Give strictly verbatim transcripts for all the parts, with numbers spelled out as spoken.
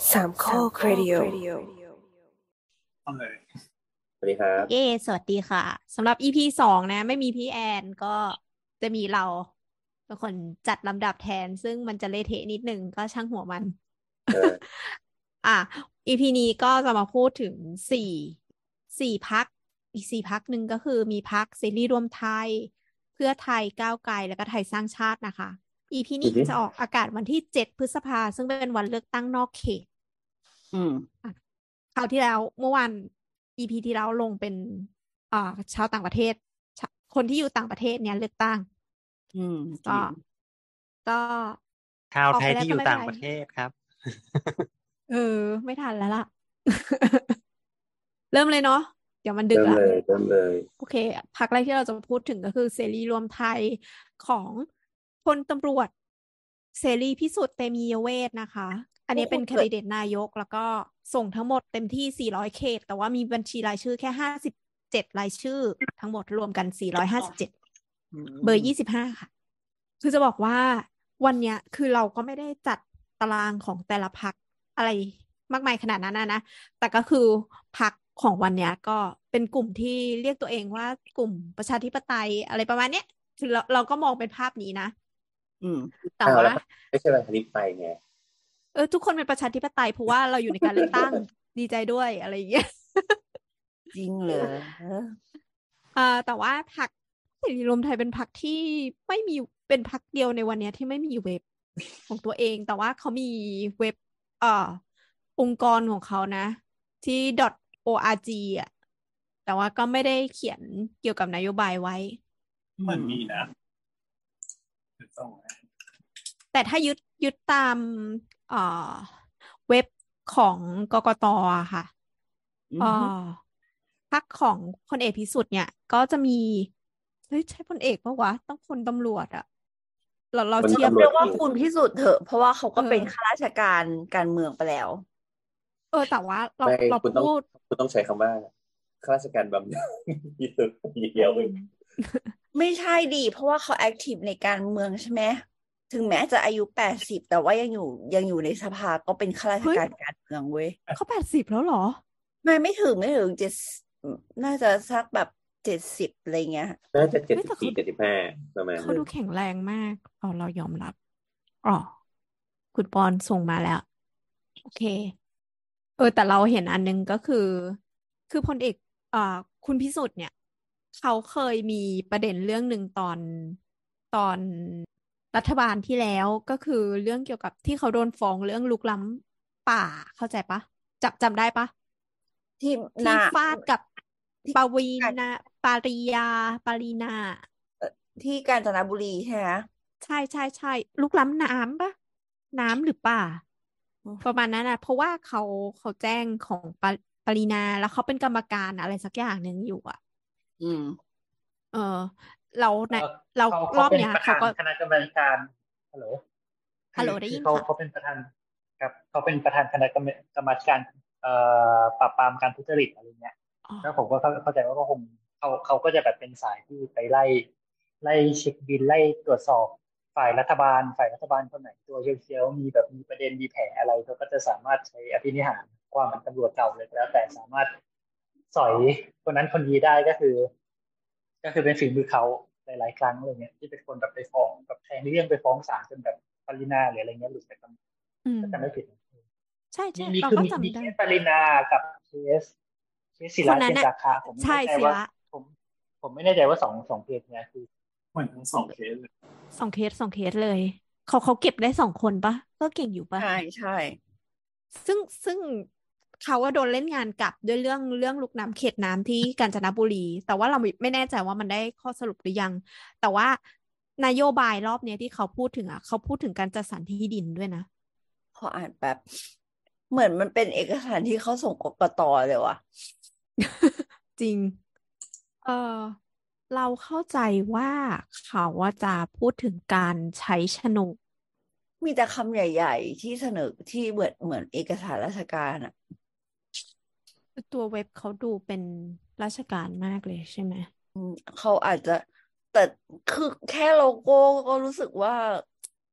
สามข้อครดิโอเอาเลยสวัสดีครับเย้สวัสดีค่ะสำหรับ อี พี สองนะไม่มีพี่แอนก็จะมีเราเป็นคนจัดลำดับแทนซึ่งมันจะเละเทะนิดนึงก็ช่างหัวมันเอออ่ะ อี พี นี้ก็จะมาพูดถึงสี่สี่พักอีกสี่พักหนึ่งก็คือมีพักเสรีรวมไทยเพื่อไทยก้าวไกลแล้วก็ไทยสร้างชาตินะคะ อี พี นี้จะออกอากาศวันที่เจ็ดพฤษภาซึ่งเป็นวันเลือกตั้งนอกเขตอืมคราวที่แล้วเมื่อวาน อี พี ที่แล้วลงเป็นอ่าชาวต่างประเทศชาคนที่อยู่ต่างประเทศเนี่ยเลือกตั้งอืมก็ก็ชาวออกไทไปยแล้วที่อก็ยู่ไม่เป็ต่าน งไรประเทศครับเออ ไม่ทันแล้วล่ะ เริ่มเลยเนาะเดี๋ยวมันดึกเริ่มละเลยเริ่มเลยโอเคพักแรกที่เราจะพูดถึงก็คือเสรีรวมไทยของพลตำรวจเสรีพิสุทธิ์เตมียเวทนะคะ อันนี้เป็นแคนดิเดตนายกแล้วก็ส่งทั้งหมดเต็มที่สี่ร้อยเขตแต่ว่ามีบัญชีรายชื่อแค่ห้าสิบเจ็ดรายชื่อ ทั้งหมดรวมกันสี่ร้อยห้าสิบเจ็ดเบอร์ยี่สิบห้าค่ะ คือจะบอกว่าวันเนี้ยคือเราก็ไม่ได้จัดตารางของแต่ละพรรคอะไรมากมายขนาดนั้นนะนะแต่ก็คือพรรคของวันเนี้ยก็เป็นกลุ่มที่เรียกตัวเองว่ากลุ่มประชาธิปไตยอะไรประมาณเนี้ยคือเราเราก็มองเป็นภาพนี้นะอืมแต่อ้าวว่าแล้วไม่ใช่ประชาธิปไตยไงเออทุกคนเป็นประชาธิปไตยเพราะว่าเราอยู่ในการเลือกตั้ง ดีใจด้วยอะไรอย่างเงี้ยจริงเหรออ่าแต่ว่าพรรคเสรีรวมไทยเป็นพรรคที่ไม่มีเป็นพรรคเดียวในวันเนี้ยที่ไม่มีเว็บของตัวเอง แต่ว่าเขามีเว็บเอ่อองค์กรของเขานะ ที่ .org อ่ะแต่ว่าก็ไม่ได้เขียนเกี่ยวกับนโยบายไว้เหมือนมีนะถูกต้องไหมแต่ถ้ายึดยึดตามเอ่อเว็บของกกตอะค่ะอืเอ่มอพรรคของพลเอกพิสุทธิ์เนี่ย ก็จะมีเฮ้ยใช่พลเอกปะวะต้องพลตำรวจอะเราเราพลเทียบตำรวจเรียกว่าคุณพิสุทธิ์เถอะ เพราะว่าเขาก็เออเป็นข้าราชการการเมืองไปแล้วเออแต่ว่าเราไม่เราคุณต้องพูดคุณต้องใช้คำว่าข้าราชการบำนาญที่สุดเดียวเองไม่ใช่ดี เพราะว่าเขาแอคทีฟในการเมืองใช่ไหมถึงแม้จะอายุแปดสิบแต่ว่ายังอยู่ยังอยู่ในสภาก็เป็นข้าราชการการเมืองเว้ยเขาแปดสิบแล้วเหรอไม่ไม่ถึงไม่ถึงเจ็ดน่าจะสักแบบเจ็ดสิบอะไรเงี้ยน่าจะเจ็ดเฮ้ยสิแต่บสี่เขาเจ็ดสิบห้าประมาณเขานั้นดูแข็งแรงมากอ๋อเรายอมรับอ๋อคุณปอนส่งมาแล้ว โอเค เออแต่เราเห็นอันนึงก็คือ คือพลเอกเอ่อคุณพิสุทธิ์เนี่ย เขาเคยมีประเด็นเรื่องหนึ่งตอนตอนรัฐบาลที่แล้วก็คือเรื่องเกี่ยวกับที่เขาโดนฟ้องเรื่องรุกล้ำป่าเข้าใจปะจับจำได้ปะที่ที่นาฟาดกับที่ปวีณาปาริยาปารีนาที่กาญจนบุรีใช่ไหมใช่ใช่ใช่ลุกล้ำน้ำปะน้ำหรือป่าอืมประมาณนั้นนะเพราะว่าเขาเขาแจ้งของปาปรินาแล้วเขาเป็นกรรมการอะไรสักอย่างหนึ่งอยู่อ่ะอืมเออ เราในเออเราเขารเขาอบเป็นเนี้ยประเขาธานก็คณะกรรมการฮัลโหลฮัลโหลคือได้คืยิอน เขาค่ะเขาเป็นประธานครับเขาเป็นประธานคณะกรรมกรรมการเอ่อปราบปรามการทุจริตอะไรเงี้ยอ๋อแล้วผมก็เข้าเข้าใจว่าก็คงเขาเขาก็จะแบบเป็นสายที่ไปไล่ไล่เช็คบิลไล่ตรวจสอบฝ่ายรัฐบาลฝ่ายรัฐบาลคนไหนตัวเชียวๆมีแบบมีประเด็นมีแผลอะไรเขาก็จะสามารถใช้อภินิหารความเป็นตำรวจเก่าเลยก็แล้วแต่สามารถสอยคนนั้นคนนี้ได้ก็คือ ก็คือเป็นฝีมือเขาหลายๆครั้งอะไรเงี้ยที่เป็นคนแบบไปฟ้องแบบแทงเรื่องไปฟ้องศาลจนแบบปรินาหรืออะไรเงี้ยหลุดจากตำแหน่งอืมถ้าจำไม่ผิดใช่มีใช่มีเราคือก็มีมีจำเคได้สปรินากับเคสเคสศิคระนนั้เจนนน่ะจาคะผมไม่ใช่แน่ใจศิว่าระผมผมไม่แน่ใจว่าสองสองเคสเนี่ยคือเหมือนทั้งสองเคสเลยสองเคสสองเคสเลย เขาเขาเก็บได้สองคนปะก็เก่งอยู่ปะใช่ใช่ซึ่งซึ่งเขาว่าโดนเล่นงานกลับด้วยเรื่องเรื่องลุกน้ำเขตน้ำที่กาญจนบุรี แต่ว่าเราไม่ไม่แน่ใจว่ามันได้ข้อสรุปหรือยัง แต่ว่านโยบายรอบเนี้ยที่เขาพูดถึงอ่ะเขาพูดถึงการจัดสรรที่ดินด้วยนะขออ่านแบบ เหมือนมันเป็นเอกสารที่เขาส่งกกตเลยว่ะจริง เออเราเข้าใจว่าเขาว่าจะพูดถึงการใช้โฉนดมีแต่คำใหญ่ ๆ ที่เสนอที่เหมือนเหมือนเอกสารราชการอ่ะตัวเว็บเขาดูเป็นราชการมากเลยใช่ไหมอืมเขาอาจจะแต่คือแค่โลโก้ก็รู้สึกว่า ข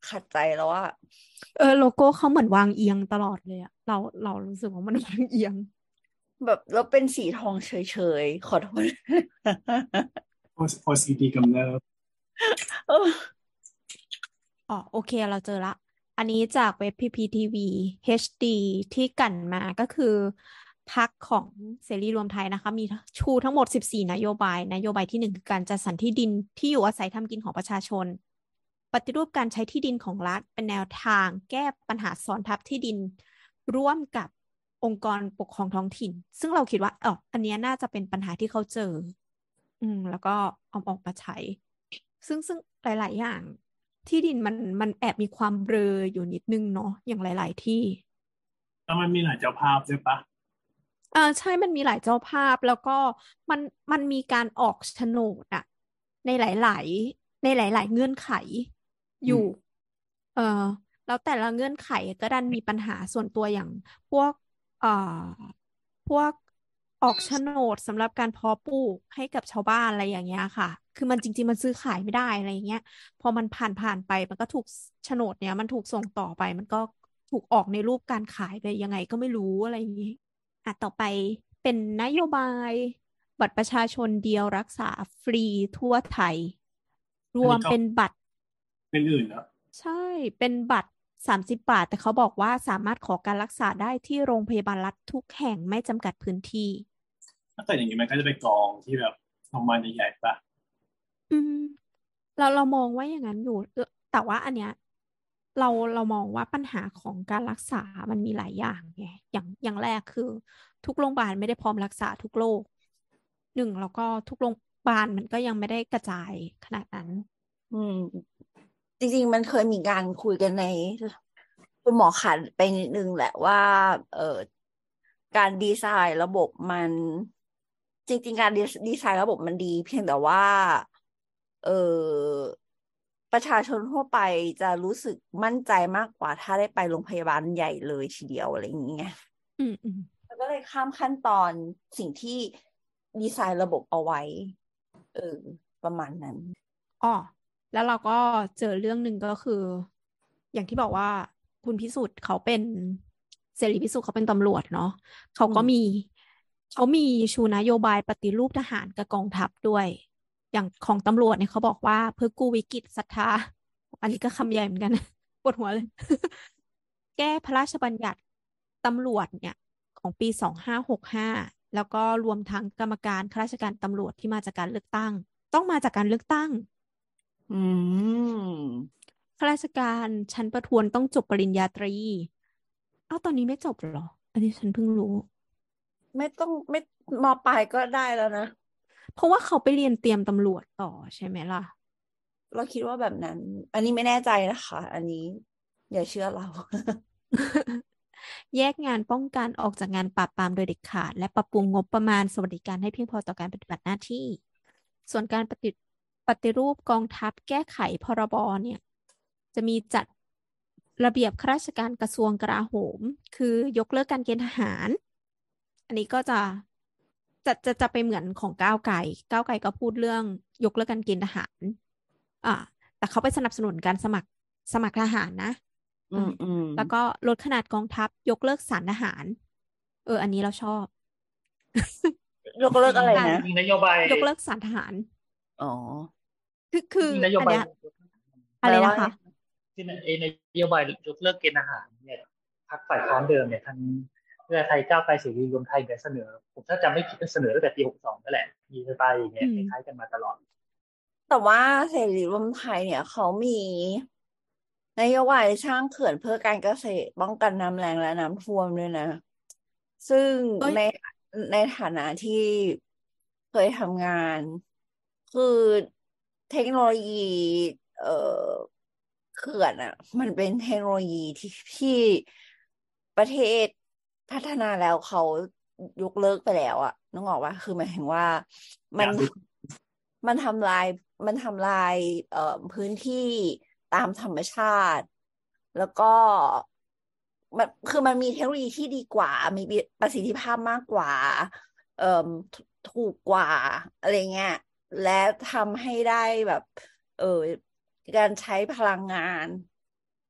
ขัดใจแล้วว่าเออโลโก้เขาเหมือนวางเอียงตลอดเลยอะเราเรารู้สึกว่ามันวางเอียงแบบแล้วเป็นสีทองเฉยๆขอโทษโอ ซี ดี กำเนิดเอออ๋อโอเคเราเจอละ อันนี้จากเว็บ พี พี ที วี เอช ดี ที่กลั่นมาก็คือพรรคของเสรีรวมไทยนะคะ มีชูทั้งหมดสิบสี่นโยบาย นโยบายที่หนึ่งคือการจัดสรรที่ดินที่อยู่อาศัยทำกินของประชาชน ปฏิรูปการใช้ที่ดินของรัฐเป็นแนวทางแก้ปัญหาซ้อนทับที่ดิน ร่วมกับองค์กรปกครองท้องถิ่น ซึ่งเราคิดว่าอ๋ออันเนี้ยน่าจะเป็นปัญหาที่เขาเจอ อืม แล้วก็เอาออกมาใช้ ซึ่งซึ่งหลาย ๆ อย่าง ที่ดินมันมันแอบมีความเบลออยู่นิดนึงเนาะอย่างหลาย ๆ ที่แล้วมันมีหลายเจ้าภาพใช่ปะอ่าใช่มันมีหลายเจ้าภาพแล้วก็มันมันมีการออกโฉนดอะในหลาย ๆ ในหลาย ๆ เงื่อนไขอยู่ เออแล้วแต่ละเงื่อนไขก็ดันมีปัญหาส่วนตัวอย่างพวกเอ่อพวกออกโฉนดสำหรับการเพาะปลูกให้กับชาวบ้านอะไรอย่างเงี้ยค่ะ คือมันจริง ๆ มันซื้อขายไม่ได้อะไรอย่างเงี้ย พอมันผ่านผ่านไปมันก็ถูกโฉนดเนี้ยมันถูกส่งต่อไป มันก็ถูกออกในรูปการขายไปยังไงก็ไม่รู้อะไรอย่างงี้ อ่ะต่อไปเป็นนโยบายบัตรประชาชนเดียวรักษาฟรีทั่วไทย รอันวมนี้ก็เป็นบัตรเป็นอื่นเนอะใช่เป็นบัตรสามสิบบาท แต่เขาบอกว่าสามารถขอการรักษาได้ที่โรงพยาบาลรัฐทุกแห่งไม่จำกัดพื้นที่ถ้าเกิดอย่างนี้มันก็จะไปกองที่แบบโรงพยาบาลใหญ่ๆปะอืมเราเรามองว่าอย่างนั้นอยู่เออแต่ว่าอันเนี้ยเราเรามองว่าปัญหาของการรักษามันมีหลายอย่างไงอย่างอย่างแรกคือ ทุกโรงพยาบาลไม่ได้พร้อมรักษาทุกโรคหนึ่งแล้วก็ทุกโรงพยาบาลมันก็ยังไม่ได้กระจายขนาดนั้นอืม จริงๆมันเคยมีการคุยกันในคุณหมอขันไปนิดนึงแหละว่า เออการดีไซน์ระบบมัน จริงๆการดีดีไซน์ระบบมันดี เพียงแต่ว่า เออประชาชนทั่วไปจะรู้สึกมั่นใจมากกว่าถ้าได้ไปโรงพยาบาลใหญ่เลยทีเดียวอะไรอย่างเงี้ยอืมอืมแล้วก็เลยข้ามขั้นตอนสิ่งที่ดีไซน์ระบบเอาไว้ เออ ประมาณนั้นอ๋อแล้วเราก็เจอเรื่องหนึ่งก็คือ อย่างที่บอกว่าคุณพิสุทธิ์เขาเป็นเสรีพิสุทธิ์เขาเป็นตำรวจเนาะเขาก็อืมมีเขามีชูนโยบายปฏิรูปทหารกับกองทัพด้วย อย่างของตำรวจเนี่ยเขาบอกว่าเพื่อกู้วิกฤตศรัทธา อันนี้ก็คำใหญ่เหมือนกัน ปวดหัวเลย แก้พระราชบัญญัติตำรวจเนี่ย ของปีสองห้าหกห้าแล้วก็รวมทั้งกรรมการข้าราชการตำรวจที่มาจากการเลือกตั้ง ต้องมาจากการเลือกตั้งอืมข้าราชการชั้นประทวนต้องจบปริญญาตรี เอ้าตอนนี้ไม่จบเหรอ อันนี้ฉันเพิ่งรู้ไม่ต้องไม่มปลายก็ได้แล้วนะเพราะว่าเขาไปเรียนเตรียมตำรวจต่อใช่ไหมล่ะเราคิดว่าแบบนั้น อันนี้ไม่แน่ใจนะคะ อันนี้อย่าเชื่อเราแยกงานป้องกันออกจากงานปราบปรามโดยเด็ดขาด และปรับปรุงงบประมาณสวัสดิการให้เพียงพอต่อการปฏิบัติหน้าที่ ส่วนการปฏิปฏิรูปกองทัพแก้ไขพรบเนี่ย จะมีจัดระเบียบข้าราชการกระทรวงกลาโหม คือยกเลิกการเกณฑ์ทหาร อันนี้ก็จะจะจะจะไปเหมือนของก้าวไกลก้าวไกลก็พูดเรื่องยกเลิกการเกณฑ์ทหาร อ่า แต่เขาไปสนับสนุนการสมัครสมัครทหารนะอืมอืมแล้วก็ลดขนาดกองทัพยกเลิกศาลทหาร เออ อันนี้เราชอบยกเลิกอะไรการนะจริงๆนโยบายยกเลิกศาลทหารอ๋อคือคือจริงๆนโยอันบายเนี้ยอะไรแปลว่านะคะที่ในในนโยบายยกเลิกเกณฑ์ทหารเนี่ยพรรคฝ่ายค้านเดิมเนี่ยทั้งเพื่อไทยก้าวไกลเสรีรวมไทยเนี่ยเสนอ ผมถ้าจำไม่ผิดก็เสนอตั้งแต่ปีหกสองนั่นแหละมีสไตล์อย่างเงี้ยอืมคล้ายๆกันมาตลอดแต่ว่าเสรีรวมไทยเนี่ยเขามีนโยบายสร้างเขื่อนเพื่อการเกษตรป้องกันน้ำแล้งและน้ำท่วมด้วยนะ ซึ่งเอ้ยในในฐานะที่เคยทำงาน คือเทคโนโลยี เอ่อเขื่อนอ่ะ มันเป็นเทคโนโลยีที่ที่ประเทศพัฒนาแล้วเขายกเลิกไปแล้วอ่ะนึกออกว่าคือหมายถึงว่ามันอยากรู้มันทำลายมันทำลายเอ่อพื้นที่ตามธรรมชาติ แล้วก็มันคือมันมีเทคโนโลยีที่ดีกว่า มีประสิทธิภาพมากกว่า เอ่อถูถูกกว่าอะไรเงี้ย และทำให้ได้แบบ เออการใช้พลังงาน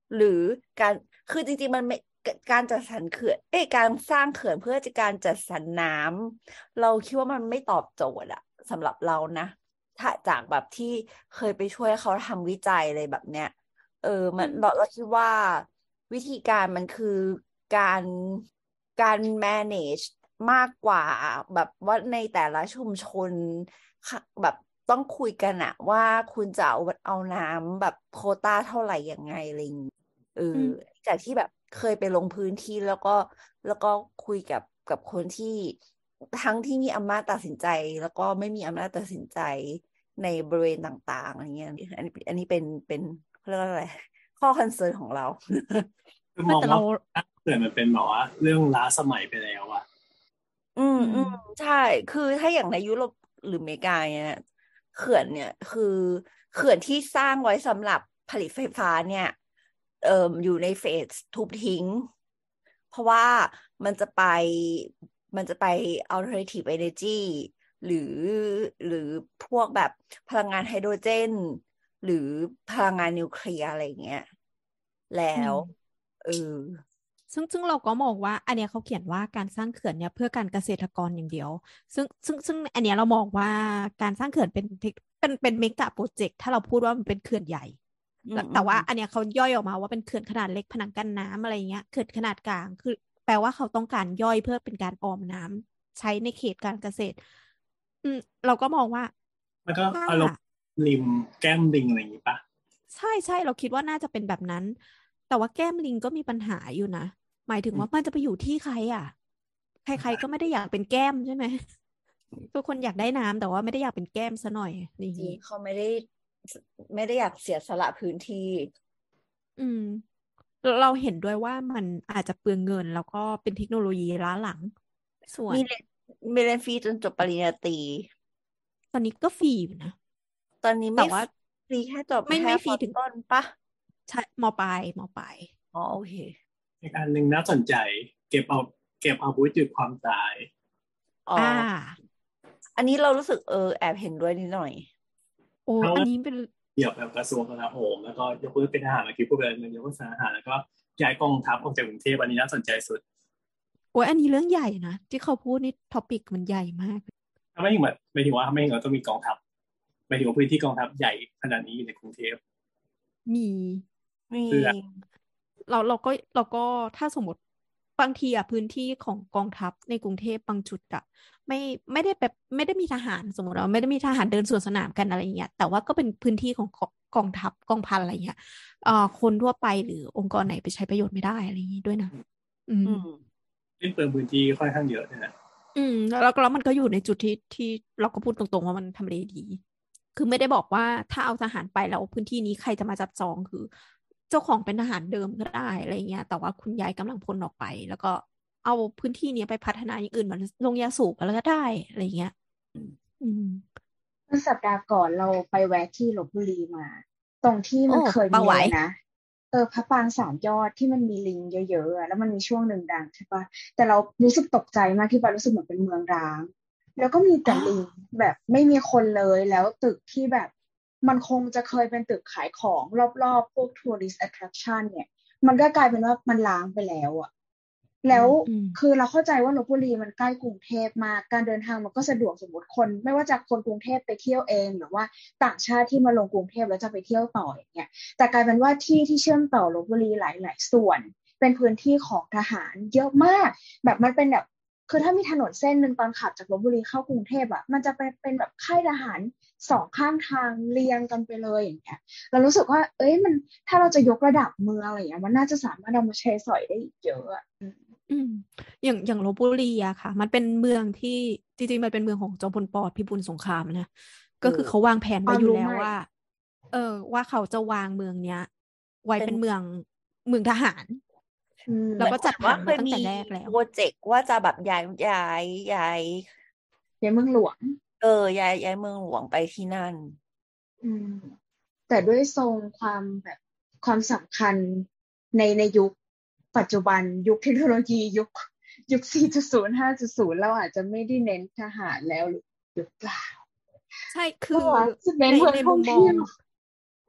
หรือการคือจริงๆมันไม่การจัดสรรเขื่อนเอ้ยการสร้างเขื่อนเพื่อจะการจัดสรรน้ำเราคิดว่ามันไม่ตอบโจทย์อะสำหรับเรานะถ้าจากแบบที่เคยไปช่วยเขาทำวิจัยอะไรแบบเนี้ยเออมันเราเราคิดว่าวิธีการมันคือการการ manage มากกว่าแบบว่าในแต่ละชุมชนแบบต้องคุยกันอะว่าคุณจะเอาเอาน้ำแบบโควต้าเท่าไหร่ยังไงอะไรอย่างงี้เออจากที่แบบเคยไปลงพื้นที่แล้วก็แล้วก็คุยกับกับคนที่ทั้งที่มีอำนาจตัดสินใจแล้วก็ไม่มีอำนาจตัดสินใจในบริเวณต่างๆอะไรเงี้ยอันนี้อันนี้เป็นเป็นเรียกว่าอะไรข้อคอนเซิร์นของเราคือมองว่าเกิดมันเป็นแบบว่าเรื่องล้าสมัยไปแล้วอะอืมอืมใช่คือถ้าอย่างในยุโรปหรืออเมริกาเนี่ยเขื่อนเนี่ยคือเขื่อนที่สร้างไว้สำหรับผลิตไฟฟ้าเนี่ยเอ่ออยู่ในเฟสทุบทิ้งเพราะว่ามันจะไปมันจะไป alternative energy หรือหรือพวกแบบพลังงานไฮโดรเจนหรือพลังงานนิวเคลียร์อะไรเงี้ยแล้วเออซึ่งซึ่งเราก็มองว่าอันเนี้ยเขาเขียนว่าการสร้างเขื่อนเนี่ยเพื่อการเกษตรกรอย่างเดียวซึ่งซึ่งซึ่งอันเนี้ยเรามองว่าการสร้างเขื่อนเป็นเป็นเป็นเมกะโปรเจกต์ถ้าเราพูดว่ามันเป็นเขื่อนใหญ่แต่ว่าอันเนี้ยเขาย่อยออกมาว่าเป็นเขื่อนขนาดเล็กผนังกั้นน้ำอะไรเงี้ยเขื่อนขนาดกลางคือแปลว่าเขาต้องการย่อยเพื่อเป็นการออมน้ำใช้ในเขตการเกษตรอืมเราก็มองว่ามันก็อารมณ์ริมแก้มลิงอะไรอย่างงี้ปะใช่ใช่เราคิดว่าน่าจะเป็นแบบนั้นแต่ว่าแก้มลิงก็มีปัญหาอยู่นะหมายถึงว่ามันจะไปอยู่ที่ใครอ่ะใครๆก็ไม่ได้อยากเป็นแก้มใช่ไหมทุกคนอยากได้น้ำแต่ว่าไม่ได้อยากเป็นแก้มซะหน่อยนี่จริงเขาไม่ได้ไม่ได้อยากเสียสละพื้นที่อืมเราเห็นด้วยว่ามันอาจจะเปลืองเงินแล้วก็เป็นเทคโนโลยีล้าหลังส่วนมีเรียนมีเรียนฟรีจนจบปริญญาตรีตอนนี้ก็ฟรีอยู่นะตอนนี้แต่ไม่ว่าฟรีแค่จบไม่แค่ไม่ฟรีถึงต้นปะใช่มปลายมปลายอ๋อโอเคอีกอันหนึ่งน่าสนใจเก็บเอาเก็บอาวุธจุดความตายอ๋ออันนี้เรารู้สึกเออแอบเห็นด้วยนิดหน่อยโอ้อันนี้เป็นเกี่ยวกับกระทรวงกลาโหมแล้วก็ยกเลิกเป็นทหารเมื่อกี้พูดไปแล้วยกเลิกทหารแล้วก็ย้ายกองทัพออกจากกรุงเทพอันนี้น่าสนใจสุดโอ้ยอันนี้เรื่องใหญ่นะที่เขาพูดนี่ท็อปิกมันใหญ่มากไม่ถึงแบบไม่ถึงว่าไม่ถึงว่าต้องมีกองทัพไม่ถึงว่าพื้นที่กองทัพใหญ่ขนาดนี้อยู่ในกรุงเทพมีมีเราเราก็เราก็ถ้าสมมติบางทีอะพื้นที่ของกองทัพในกรุงเทพบางจุดอะไม่ไม่ได้แบบไม่ได้มีทหารสมมติเราไม่ได้มีทหารเดินสวนสนามกันอะไรอย่างเงี้ยแต่ว่าก็เป็นพื้นที่ของกองทัพกองพันอะไรเงี้ยเอ่อคนทั่วไปหรือองค์กรไหนไปใช้ประโยชน์ไม่ได้อะไรอย่างงี้ด้วยนะอืมเล่นเปลืองพื้นที่ค่อนข้างเยอะเลยนะอืมแล้วแล้วมันก็อยู่ในจุดที่ที่เราก็พูดตรงๆว่ามันทำเลดีคือไม่ได้บอกว่าถ้าเอาทหารไปแล้วพื้นที่นี้ใครจะมาจับจองคือเจ้าของเป็นทหารเดิมก็ได้อะไรเงี้ยแต่ว่าคุณย้ายกำลังพลออกไปแล้วก็เอาพื้นที่นี้ไปพัฒนาอย่างอื่นมันลงยาสูบแล้วก็ได้อะไรเงี้ยอืมเมื่อสัปดาห์ก่อนเราไปแวะที่ลพบุรีมาตรงที่มันเคยมีอะไรนะเออพระปรางสามยอดที่มันมีลิงเยอะๆแล้วมันมีช่วงหนึ่งดังใช่ปะแต่เรารู้สึกตกใจมากที่ว่ารู้สึกเหมือนเป็นเมืองร้างแล้วก็มีแต่ลิงแบบไม่มีคนเลยแล้วตึกที่แบบมันคงจะเคยเป็นตึกขายของรอบๆพวก tourist attraction เนี่ยมันก็กลายเป็นว่ามันล้างไปแล้วอะแล้วคือเราเข้าใจว่าลพบุรีมันใกล้กรุงเทพมากการเดินทางมันก็สะดวกสมมติคนไม่ว่าจะคนกรุงเทพไปเที่ยวเองหรือว่าต่างชาติที่มาลงกรุงเทพแล้วจะไปเที่ยวต่ออย่างเงี้ยแต่กลายเป็นว่าที่ที่เชื่อมต่อลพบุรีหลายๆส่วนเป็นพื้นที่ของทหารเยอะมากแบบมันเป็นแบบคือถ้ามีถนนเส้นหนึ่งตอนขับจากลพบุรีเข้ากรุงเทพอ่ะมันจะเป็นเป็นแบบค่ายทหารสองข้างทางเรียงกันไปเลยอย่างเงี้ยเรารู้สึกว่าเอ้ยมันถ้าเราจะยกระดับเมืองอะไรอย่างเงี้ยมันน่าจะสามารถเอามาใช้สอยได้อีกเยอะอ่ะอืมอย่างอย่างลพบุรีอะค่ะมันเป็นเมืองที่จริงๆมันเป็นเมืองของจอมพลป. พิบูลสงครามนะก็คือเขาวางแผนไว้อยู่แล้วว่าเออว่าเขาจะวางเมืองเนี้ยไว้เป็นเมืองเมืองทหารแล้วก็จัดผังมาตั้งแต่แรกแล้วโปรเจกต์ว่าจะแบบย้ายย้ายย้ายย้ายเมืองหลวงเออย้ายย้ายเมืองหลวงไปที่นั่นอืมแต่ด้วยทรงความแบบความสำคัญในในยุคปัจจุบันยุคเทคโนโลยียุคยุค สี่จุดศูนย์ ห้าจุดศูนย์ เราอาจจะไม่ได้เน้นทหารแล้วหรือเปล่าใช่คือในในมุมมอง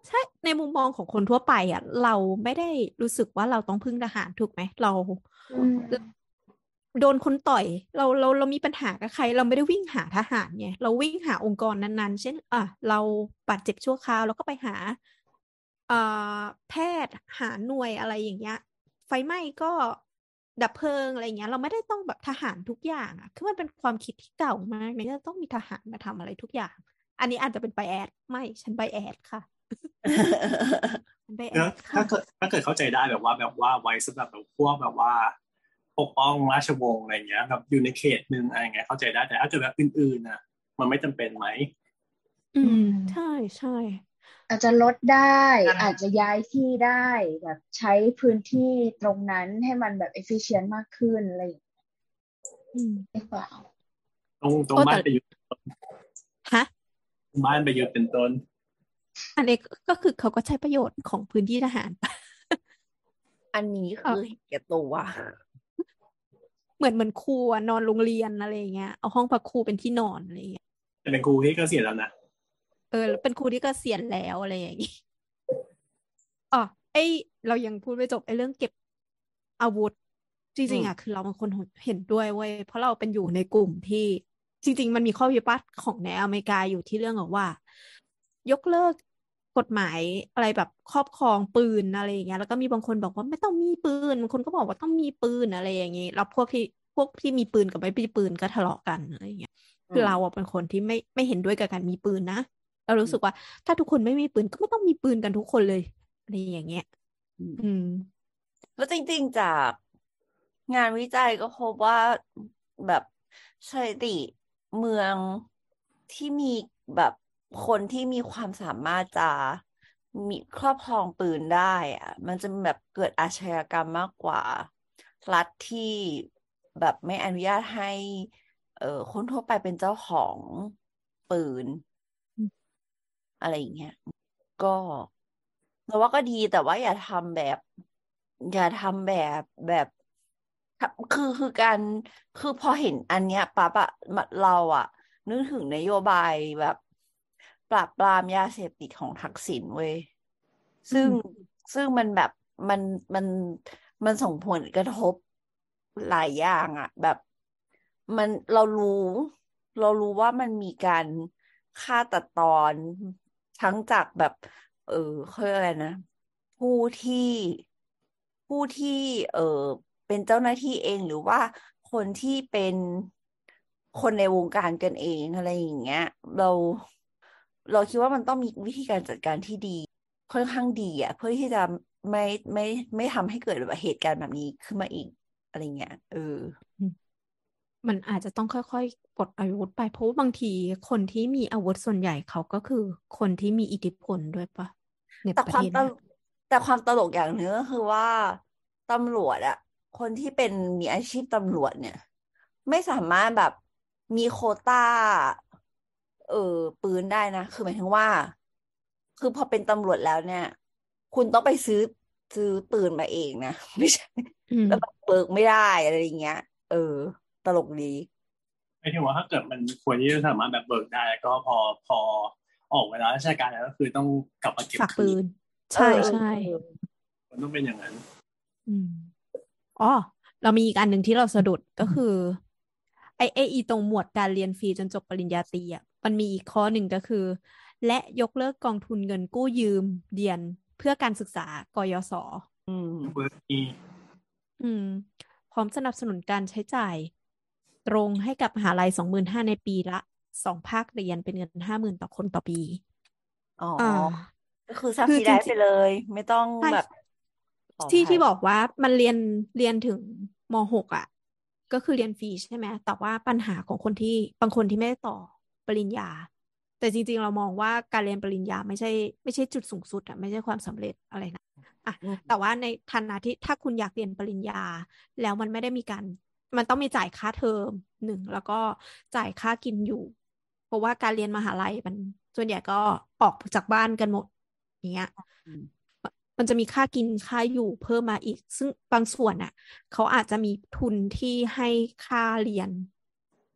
ใช่ในมุมมองของคนทั่วไปอ่ะเราไม่ได้รู้สึกว่าเราต้องพึ่งทหารถูกไหมเราอืมโดนคนต่อยเราเราเรามีปัญหากับใครเราไม่ได้วิ่งหาทหารไงเราวิ่งหาองค์กรนั้นๆเช่นอ่ะเราบาดเจ็บชั่วคราวเราก็ไปหาอ่าแพทย์หาหน่วยอะไรอย่างเงี้ยไฟไหม้ก็ดับเพลิงอะไรอย่างเงี้ยเราไม่ได้ต้องแบบทหารทุกอย่างอ่ะคือมันเป็นความคิดที่เก่ามากเนี่ยจะต้องมีทหารมาทำอะไรทุกอย่างอันนี้อาจจะเป็นไบแอดไม่ฉันไบแอดค่ะฉันไบแอแล้วดถ้าค่ะเกิดถ้าเกิดเข้าใจได้แบบว่าแบบว่าไว้สำหรับแบบพวกแบบว่าปกป้องราชวงศ์อะไรเงี้ยแบบอยู่ในเขตหนึ่งอะไรเงี้ยเข้าใจได้แต่ถ้าเกิดแบบอื่นๆน่ะมันไม่จำเป็นไหมอืมอืมใช่ใช่อาจจะลดได้ อาจจะย้ายที่ได้แบบใช้พื้นที่ตรงนั้นให้มันแบบ efficient มากขึ้นอะไรอย่างเงี้ยอืมหรือเปล่าตรงตรงโอ้บ้าแต่นประยุทธ์ฮะบ้านประยุทธ์เป็นต้นอันนี้ก็คือเขาก็ใช้ประโยชน์ของพื้นที่ทหารอันนี้เอ่คืออเห็นแก่ตัวเหมือนเหมือนครูอะนอนโรงเรียนอะไรอย่างเงี้ยเอาห้องพักครูเป็นที่นอนอะไรอย่างเงี้ยแต่เป็นครูที่เกษียณแล้วนะเออแล้วเป็นครูที่เกษียณแล้วอะไรอย่างงี้ อ๋อไอเรายังพูดไม่จบไอเรื่องเก็บอาวุธจอืริงมๆอ่ะคือเราเป็นคนเห็นด้วยเว้ยเพราะเราเป็นอยู่ในกลุ่มที่จริง ๆ มันมีข้อพิพาทของในอเมริกาอยู่ที่เรื่องของว่า ยกเลิกกฎหมายอะไรแบบครอบครองปืนอะไรอย่างเงี้ยแล้วก็มีบางคนบอกว่าไม่ต้องมีปืนบางคนก็บอกว่าต้องมีปืนอะไรอย่างงี้แล้วพวกที่พวกที่มีปืนกับไม่มีปืนก็ทะเลาะกันอะไรอย่างเงี้ยอืคือมเราอะเป็นคนที่ไม่ไม่เห็นด้วยกับการมีปืนนะเราอืรู้สึมกว่าถ้าทุกคนไม่มีปืนก็ไม่ต้องมีปืนกันทุกคนเลยอะไรอย่างเงี้ยอืมอืมแล้วจริงๆจากงานวิจัยก็พบว่าแบบสถิติเมืองที่มีแบบคนที่มีความสามารถจะมีครอบครองปืนได้อะมันจะแบบเกิดอาชญากรรมมากกว่ารัฐที่แบบไม่อนุญาตให้เอ่อคนทั่วไปเป็นเจ้าของปืนอะไรอย่างเงี้ยก็เราว่าก็ดีแต่ว่าอย่าทำแบบอย่าทำแบบแบบ คือคือการคือพอเห็นอันเนี้ยปั๊บอะมาเราอะนึกถึงนโยบายแบบปราบปรามยาเสพติดของทักษิณเว้ยอืซึ่งมซึ่งมันแบบมันมันมันส่งผลกระทบหลายอย่างอะแบบมันเรารู้ เรารู้ว่ามันมีการฆ่าตัดตอนทั้งจากแบบเออเขาเรียกอะไรนะ ผู้ที่ผู้ที่เออเป็นเจ้าหน้าที่เองหรือว่าคนที่เป็นคนในวงการกันเองอะไรอย่างเงี้ยเราเราคิดว่ามันต้องมีวิธีการจัดการที่ดีค่อนข้างดีอ่ะเพื่อที่จะไม่ไม่ไม่ทำให้เกิดแบบเหตุการณ์แบบนี้ขึ้นมาอีกอะไรเงี้ยเออมันอาจจะต้องค่อยๆปลดอาวุธไปเพราะว่าบางทีคนที่มีอาวุธส่วนใหญ่เขาก็คือคนที่มีอิทธิพลด้วยปะในแต่ประเทศความตลเนี้ยกแต่ความตลกอย่างหนึ่งก็คือว่าตำรวจอะคนที่เป็นมีอาชีพตำรวจเนี่ยไม่สามารถแบบมีโควต้าเออปืนได้นะคือหมายถึงว่าคือพอเป็นตำรวจแล้วเนี่ยคุณต้องไปซื้อซื้อปืนมาเองนะไม่ใช่อืมแล้วแบบเบิกไม่ได้อะไรอย่างเงี้ยเออตลกดีไม่ถึงว่าถ้าเกิดมันควรที่จะสามารถแบบเบิกได้ก็พอพอออกเวลาราชการแล้วก็คือต้องกลับมาเก็บฝากคืปืนนเออใช่เออใช่เออมันต้องเป็นอย่างนั้นอืมอ๋อเรามีอีกอันหนึ่งที่เราสะดุดก็คือ ไอไออีตรงหมวดการเรียนฟรีจนจบปริญญาตรีอ่ะมันมีอีกข้อหนึ่งก็คือ และยกเลิกกองทุนเงินกู้ยืมเรียนเพื่อการศึกษากยศอืมเบิร์นี่อืม พร้อมสนับสนุนการใช้จ่าย ตรงให้กับมหาลัยสองหมื่นห้าในปีละสองภาคเรียนเป็นเงินห้าหมื่นต่อคนต่อปีอ๋ออ่าก็คือซับคือซิจได้ริไปงเลย ไม่ต้องๆใช่แบบขออที่ภัที่ยบอกว่ามันเรียนเรียนถึงม หก อ่ะ ก็คือเรียนฟรีใช่ไหมแต่ว่าปัญหาของคนที่บางคนที่ไม่ได้ต่อปริญญา แต่จริง ๆ เรามองว่าการเรียนปริญญาไม่ใช่ไม่ใช่จุดสูงสุดอ่ะไม่ใช่ความสำเร็จอะไรนะอ่ะอืมแต่ว่าในฐานะที่ถ้าคุณอยากเรียนปริญญา แล้วมันไม่ได้มีการมันต้องมีจ่ายค่าเทอมหนึ่งแล้วก็จ่ายค่ากินอยู่ เพราะว่าการเรียนมหาลัยมันส่วนใหญ่ก็ออกจากบ้านกันหมดอย่างเงี้ยอืมมันจะมีค่ากินค่าอยู่เพิ่มมาอีก ซึ่งบางส่วนน่ะเขาอาจจะมีทุนที่ให้ค่าเรียน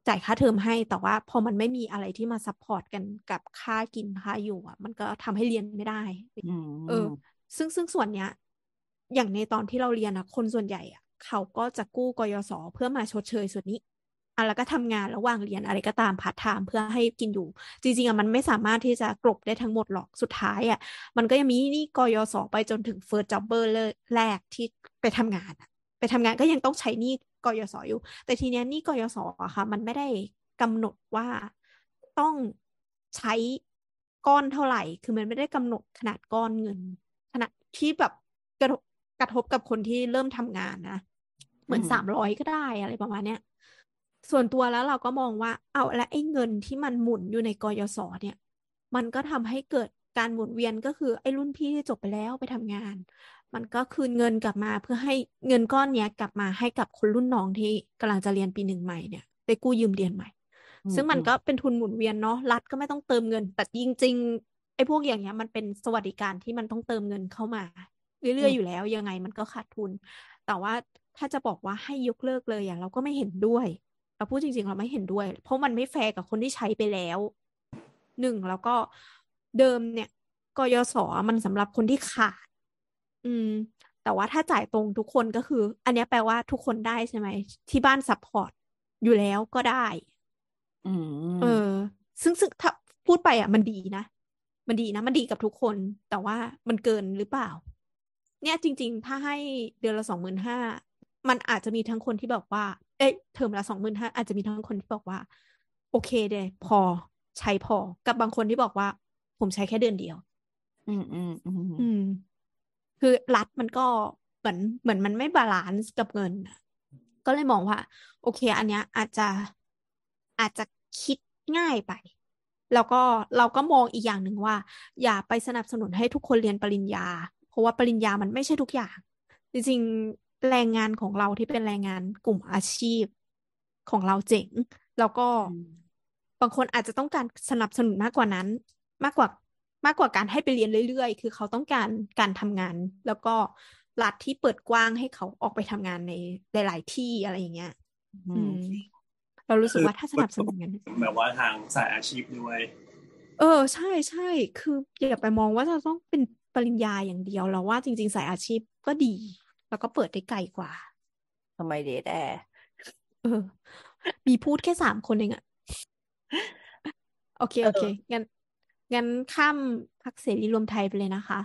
จ่ายค่าเทอมให้แต่ว่าพอมันไม่มีอะไรที่มาซัพพอร์ตกันกับค่ากินค่าอยู่อ่ะมันก็ทำให้เรียนไม่ได้เออซึ่งซึ่งส่วนเนี้ยอย่างในตอนที่เราเรียนอ่ะคนส่วนใหญ่อ่ะเขาก็จะกู้กยศเพื่อมาชดเชยส่วนนี้อ่ะแล้วก็ทำงานระหว่างเรียนอะไรก็ตามพาร์ทไทม์เพื่อให้กินอยู่จริงๆอ่ะมันไม่สามารถที่จะกลบได้ทั้งหมดหรอกสุดท้ายอ่ะมันก็ยังมีหนี้กยศไปจนถึงเฟิร์สจ็อบเบอร์แรกที่ไปทำงานอ่ะไปทำงานก็ยังต้องใช้หนี้กยศอยู่แต่ทีเนี้ยหนี้กยศอะค่ะมันไม่ได้กำหนดว่าต้องใช้ก้อนเท่าไหร่คือมันไม่ได้กำหนดขนาดก้อนเงินขนาดที่แบบกระทบกระทบกับคนที่เริ่มทำงานนะเหมือนสามร้อยก็ได้อะไรประมาณเนี้ยส่วนตัวแล้วเราก็มองว่าเอาและไอ้เงินที่มันหมุนอยู่ในกยศเนี่ยมันก็ทำให้เกิดการหมุนเวียนก็คือไอ้รุ่นพี่ที่จบไปแล้วไปทำงานมันก็คืนเงินกลับมาเพื่อให้เงินก้อนเนี้ยกลับมาให้กับคนรุ่นน้องที่กำลังจะเรียนปีหนึ่งใหม่เนี่ยได้กู้ยืมเรียนใหม่ซึ่งมันก็เป็นทุนหมุนเวียนเนาะรัฐก็ไม่ต้องเติมเงินแต่จริงๆไอ้พวกอย่างเงี้ยมันเป็นสวัสดิการที่มันต้องเติมเงินเข้ามาเรื่อยๆอยู่แล้วยังไงมันก็ขาดทุนแต่ว่าถ้าจะบอกว่าให้ยกเลิกเลยอ่ะเราก็ไม่เห็นด้วยเราพูดจริงๆเราไม่เห็นด้วยเพราะมันไม่แฟร์กับคนที่ใช้ไปแล้วหนึ่งแล้วก็เดิมเนี่ยกยศมันสำหรับคนที่ขาดอืมแต่ว่าถ้าจ่ายตรงทุกคนก็คืออันนี้แปลว่าทุกคนได้ใช่ไหมที่บ้านซัพพอร์ตอยู่แล้วก็ได้อืมเออซึ่งซึ่งถ้าพูดไปอ่ะมันดีนะมันดีนะมันดีกับทุกคนแต่ว่ามันเกินหรือเปล่าเนี่ยจริงๆถ้าให้เดือนละสองหมื่นห้ามันอาจจะมีทั้งคนที่บอกว่าเอ้ยเทอมละสองหมื่นห้าอาจจะมีทั้งคนที่บอกว่าโอเคเดยพอใช้พอกับบางคนที่บอกว่าผมใช้แค่เดือนเดียวอืมอืมอืมอืมคือรัฐมันก็เหมือนเหมือนมันไม่บาลานซ์กับเงินก็เลยมองว่าโอเคอันเนี้ยอาจจะอาจจะคิดง่ายไปแล้วก็เราก็มองอีกอย่างหนึ่งว่าอย่าไปสนับสนุนให้ทุกคนเรียนปริญญาเพราะว่าปริญญามันไม่ใช่ทุกอย่างจริงๆแรงงานของเราที่เป็นแรงงานกลุ่มอาชีพของเราเจ๋งแล้วก็บางคนอาจจะต้องการสนับสนุนมากกว่านั้นมากกว่ามากกว่าการให้ไปเรียนเรื่อยๆคือเขาต้องการการทำงานแล้วก็รัฐที่เปิดกว้างให้เขาออกไปทำงานในหลายๆที่อะไรอย่างเงี้ยอืมเรารู้สึกว่าถ้าสนับสนุนกันแบบว่าทางสายอาชีพด้วยเออใช่ใช่คืออย่าไปมองว่าจะต้องเป็นปริญญาอย่างเดียวเราว่าจริงๆสายอาชีพก็ดีแล้วก็เปิดได้ไกลกว่าทำไมเดทแอร์เออมีพูดแค่สามคนเองอะโอเคโอเคงั้นงั้นข้ามพรรคเสรีรวมไทยไปเลยนะคะ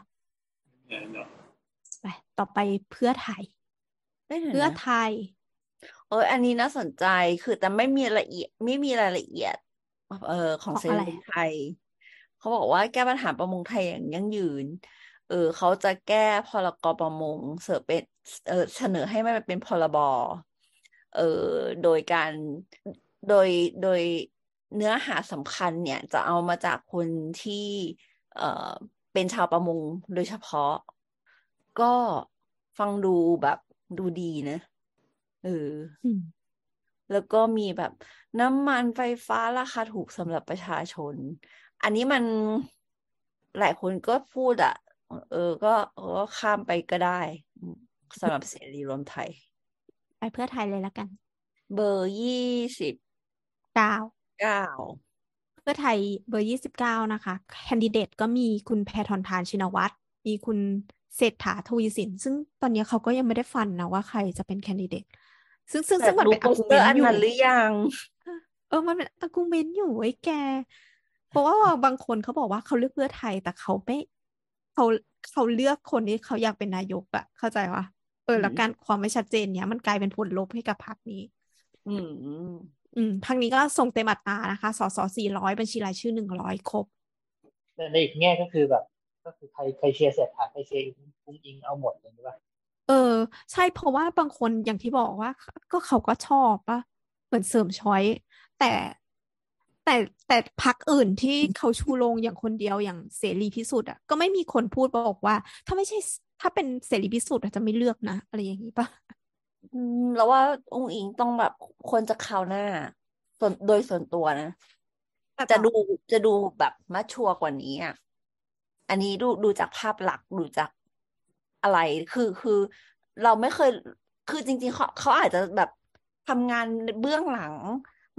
ไปต่อไปเพื่อไทยเพื่อไทยเอออันนี้น่าสนใจคือแต่ไม่มีละเอียดไม่มีรายละเอียดเออของเสรีไทยเขาบอกว่าแก้ปัญหาประมงไทยอย่างยั่งยืนเออเขาจะแก้พรกประมงเสนอเป็นเออเสนอให้มันเป็นพรบเออโดยการโดยโดยเนื้อหาสำคัญเนี่ยจะเอามาจากคนที่เออเป็นชาวประมงโดยเฉพาะก็ฟังดูแบบดูดีนะเออแล้วก็มีแบบน้ำมันไฟฟ้าราคาถูกสำหรับประชาชนอันนี้มันหลายคนก็พูดอ่ะเออก็ก็ข้ามไปก็ได้สำหรับเสรีรวมไทยไปเพื่อไทยเลยแล้วกันเบอร์ยี่สิบเก้าเก้าเพื่อไทยเบอร์ยี่สิบเก้านะคะแคนดิเดตก็มีคุณแพทองธารชินวัตรมีคุณเศรษฐาทวีสินซึ่งตอนนี้เขาก็ยังไม่ได้ฟันนะว่าใครจะเป็นแคนดิเดตซึ่งซึ่งซึ่งมันเป็นอาร์กิวเมนต์อยู่หรือยังเออมันเป็นอาร์กิวเมนต์อยู่ไอ้แกเพราะว่าบางคนเขาบอกว่าเขาเลือกเพื่อไทยแต่เขาไม่เขาเขาเลือกคนที่เขาอยากเป็นนายกอะเข้าใจปะเออแล้วการความไม่ชัดเจนเนี้ยมันกลายเป็นผลลบให้กับพรรคนี้อืมอืมพรรคนี้ก็ส่งเต็มอัตรานะคะสสสี่ร้อยบัญชีรายชื่อหนึ่งร้อยครบแต่ในอีกแง่ก็คือแบบก็คือใครใครเชียร์เสร็จหาใครเชียร์อุ้งอิงเอาหมดอย่างนี้ป่ะเออใช่เพราะว่าบางคนอย่างที่บอกว่าก็เขาก็ชอบป่ะเหมือนเสริมช้อยแต่แต่แต่พรรคอื่นที่เขาชูโรงอย่างคนเดียวอย่างเสรีพิสุทธิ์อ่ะก็ไม่มีคนพูดบอกว่าถ้าไม่ใช่ถ้าเป็นเสรีพิสุทธิ์จะไม่เลือกนะอะไรอย่างนี้ป่ะอืมแล้วว่าองค์อิงต้องแบบคนจะคราวหน้าส่วนโดยส่วนตัวนะจะดูจะดูแบบมัชชัวร์กว่านี้อ่ะอันนี้ดูดูจากภาพลักษณ์ดูจากอะไรคือคือเราไม่เคยคือจริงๆเขาเขาอาจจะแบบทำงานเบื้องหลัง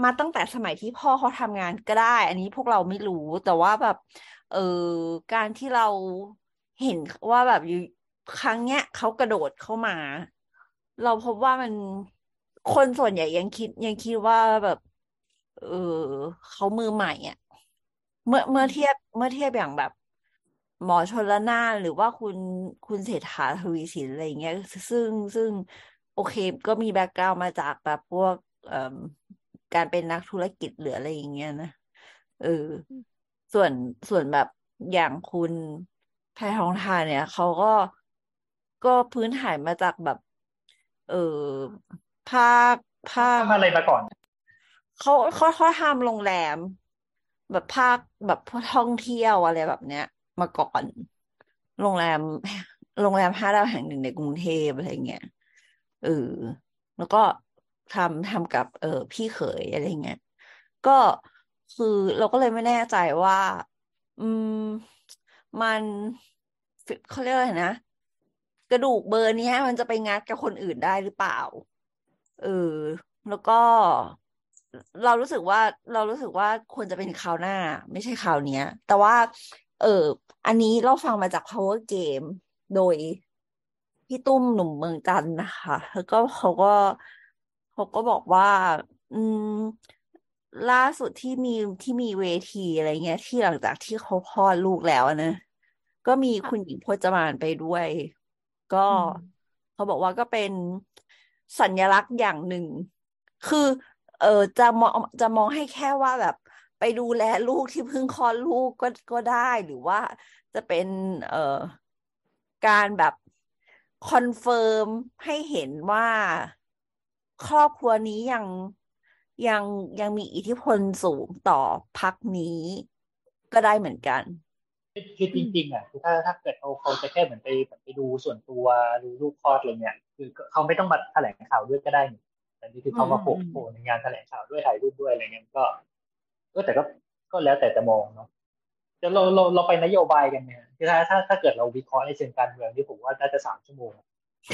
มาตั้งแต่สมัยที่พ่อเขาทำงานก็ได้ อันนี้พวกเราไม่รู้ แต่ว่าแบบเออการที่เราเห็นว่าแบบอยู่ครั้งเนี้ยเขากระโดดเข้ามา เราพบว่ามันคนส่วนใหญ่ยังคิดยังคิดว่าแบบเออเขามือใหม่อ่ะเมื่อเมื่อเทียบเมื่อเทียบอย่างแบบหมอชลนานหรือว่าคุณคุณเศรษฐาทวีสินอะไรเงี้ยซึ่งซึ่งโอเคก็มีแบ็กกราวด์มาจากแบบพวกเอ่อการเป็นนักธุรกิจหรืออะไรอย่างเงี้ยนะเออส่วนส่วนแบบอย่างคุณแพทองทานเนี่ยเขาก็ก็พื้นฐานมาจากแบบเออภาคภาคทำอะไรมาก่อนเขาเขาเขาทำโรงแรมแบบภาคแบบพวกท่องเที่ยวอะไรแบบเนี้ยมาก่อนโรงแรมโรงแรมห้าดาวแห่งหนึ่งในกรุงเทพอะไรเงี้ยเออแล้วก็ทำทำกับเออพี่เขยอะไรเงี้ยก็คือเราก็เลยไม่แน่ใจว่าอืมมันเขาเรียกอะไรนะกระดูกเบอร์เนี้ยมันจะไปงัดกับคนอื่นได้หรือเปล่าเออแล้วก็ เรารู้สึกว่าเรารู้สึกว่าควรจะเป็นคราวหน้าไม่ใช่คราวเนี้ยแต่ว่าเอออันนี้เราฟังมาจาก Power Game โดยพี่ตุ้มหนุ่มเมืองจันทร์นะคะแล้วก็เขาก็เขาก็บอกว่าอืมล่าสุดที่มีที่มีเวทีอะไรเงี้ยที่หลังจากที่เขาคลอดลูกแล้วนะก็มีคุณหญิงพจมานไปด้วยก็เขาบอกว่าก็เป็นสัญลักษณ์อย่างหนึ่งคือ เออจะมองจะมองให้แค่ว่าแบบไปดูแลลูกที่เพิ่งคลอดลูกก็ก็ได้หรือว่าจะเป็นเอ่อการแบบคอนเฟิร์มให้เห็นว่าครอบครัวนี้ยังยังยังมีอิทธิพลสูงต่อพรรคนี้ก็ได้เหมือนกันคือจริงๆอ่ะคือถ้าถ้าเกิดเขาเขาจะแค่เหมือนไปแบบไปดูส่วนตัวดูลูกคลอดอะไรเงี้ยคือเขาไม่ต้องมาแถลงข่าวด้วยก็ได้นี่แต่นี่คืออืเขามาโผล่มโผล่ในงานแถลงข่าวด้วยถ่ายรูปด้วยอะไรเงี้ยก็ก็แต่ก็ก็แล้วแต่จะมองเนาะจะเราเราเราไปนโยบายกันเนี่ยคือถ้าถ้าถ้าเกิดเราวิเคราะห์ในเชิงการเมืองที่ผมว่าน่าจะสามชั่วโมง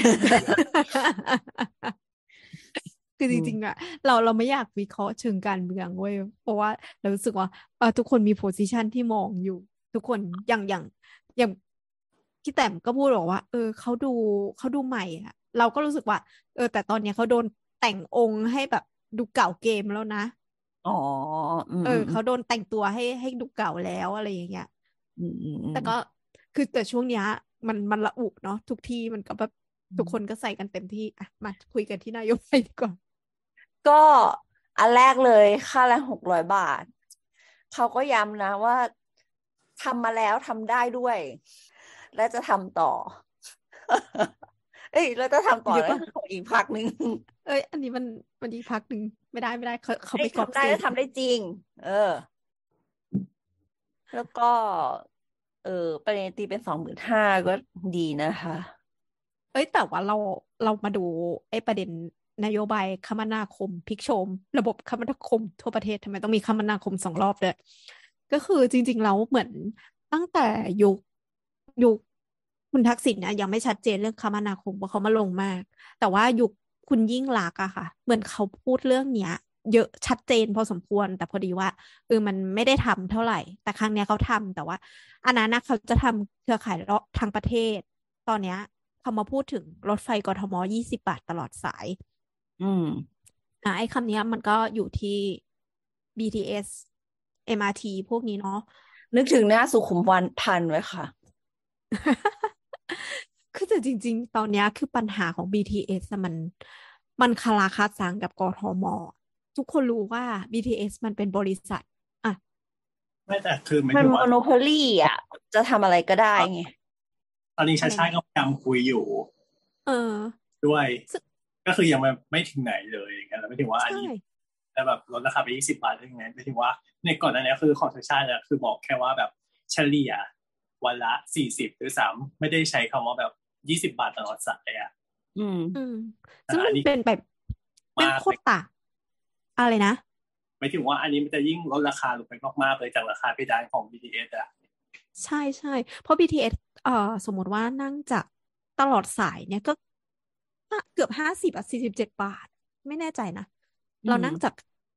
คือจริงๆอะเราเราไม่อยากวิเคราะห์เชิงการเมืองเว้ยเพราะว่าเรารู้สึกว่าเออทุกคนมีโพสิชันที่มองอยู่ทุกคนอย่างอย่างอย่างพี่แต้มก็พูดบอกว่าเออเขาดูเขาดูใหม่อะเราก็รู้สึกว่าเออแต่ตอนเนี้ยเขาโดนแต่งองค์ให้แบบดูเก่าเกมแล้วนะอ๋ออืมเอออืมเขาโดนแต่งตัวให้ให้ดูเก่าแล้วอะไรอย่างเงี้ยอืมอืมอืมแต่ก็คือแต่ช่วงเนี้ยมันมันระอุเนาะทุกที่มันก็แบบทุกคนก็ใส่กันเต็มที่อ่ะมาคุยกันที่นายกไปดีกว่าก็อันแรกเลยค่าแรงหกร้อยบาทเขาก็ย้ำนะว่าทำมาแล้วทำได้ด้วย และจะทำต่อ เอ้ยแล้วจะทำต่อเดี๋ยวก็แล้วของอีกพักหนึ่งเอ้ย อันนี้มันมันอีกพักหนึ่งไม่ได้ไม่ได้เขาเขาเอ้ไปยกอบทำได้เสียแล้วทำได้จริง เออ แล้วก็ เออประเด็นตีเป็นสองหมื่นห้าก็ดีนะคะเอ้ย แต่ว่าเราเรามาดูไอ้ประเด็นนโยบายคมนาคมพลิกโฉมระบบคมนาคมทั่วประเทศทำไมต้องมีคมนาคมสองรอบเลยก็คือจริงๆแล้วเหมือนตั้งแต่ยุคยุคคุณทักษิณนะยังไม่ชัดเจนเรื่องคมนาคมเพราะเขามาลงมาก แต่ว่ายุคคุณยิ่งลักษณ์อะค่ะเหมือนเขาพูดเรื่องเนี้ยเยอะชัดเจนพอสมควรแต่พอดีว่าเออมันไม่ได้ทำเท่าไหร่แต่ครั้งเนี้ยเขาทำแต่ว่าอันนั้นนะเขาจะทำเครือข่ายทางประเทศตอนเนี้ยเขามาพูดถึงรถไฟกทมยี่สิบบาทตลอดสายอืมอ่ะไอ้คำนี้มันก็อยู่ที่ บี ที เอส เอ็ม อาร์ ที พวกนี้เนาะนึกถึงหน้าสุขุมวันทันไว้ค่ะคือแต่จริงๆ ตอนเนี้ยคือปัญหาของ บี ที เอส อะมันมันคาราคาซังกับกทม ทุกคนรู้ว่า บี ที เอส มันเป็นบริษัทอ่ะไม่แต่คือหมายมันถึงโมว่าโนโพลีอ่ะ จะทำอะไรก็ได้ไงตอนนี้ชาชาติก็พยายามคุยอยู่เออด้วยซึ่งก็คือยังไม่ไม่ถึงไหนเลยอย่างเงี้ยแล้วไม่ถึงว่าอันใช่นี้แต่แบบลดราคาไปยี่สิบบาทได้ยังไงไม่ถึงว่าในก่อนหน้านี้คือของชาชาติเนี่ยคือบอกแค่ว่าแบบเฉลี่ยวันละสี่สิบหรือสามไม่ได้ใช้คำว่าแบบยี่สิบบาทตลอดสายอ่ะอืมอืมซึ่งอัมัน นนี้เป็นแบบเป็นมากโคตรต่างอะไรนะหมายถึงว่าอันนี้มันจะยิ่งลดราคาลงไปมากๆเลยจากราคาเพดานของ บี ที เอส อ่ะใช่ใช่เพราะ บี ที เอส เอ่อสมมติว่านั่งจากตลอดสายเนี่ยก็เกือบห้าสิบอ่ะสี่สิบเจ็ดบาท ไม่แน่ใจนะอืมเรานั่งจาก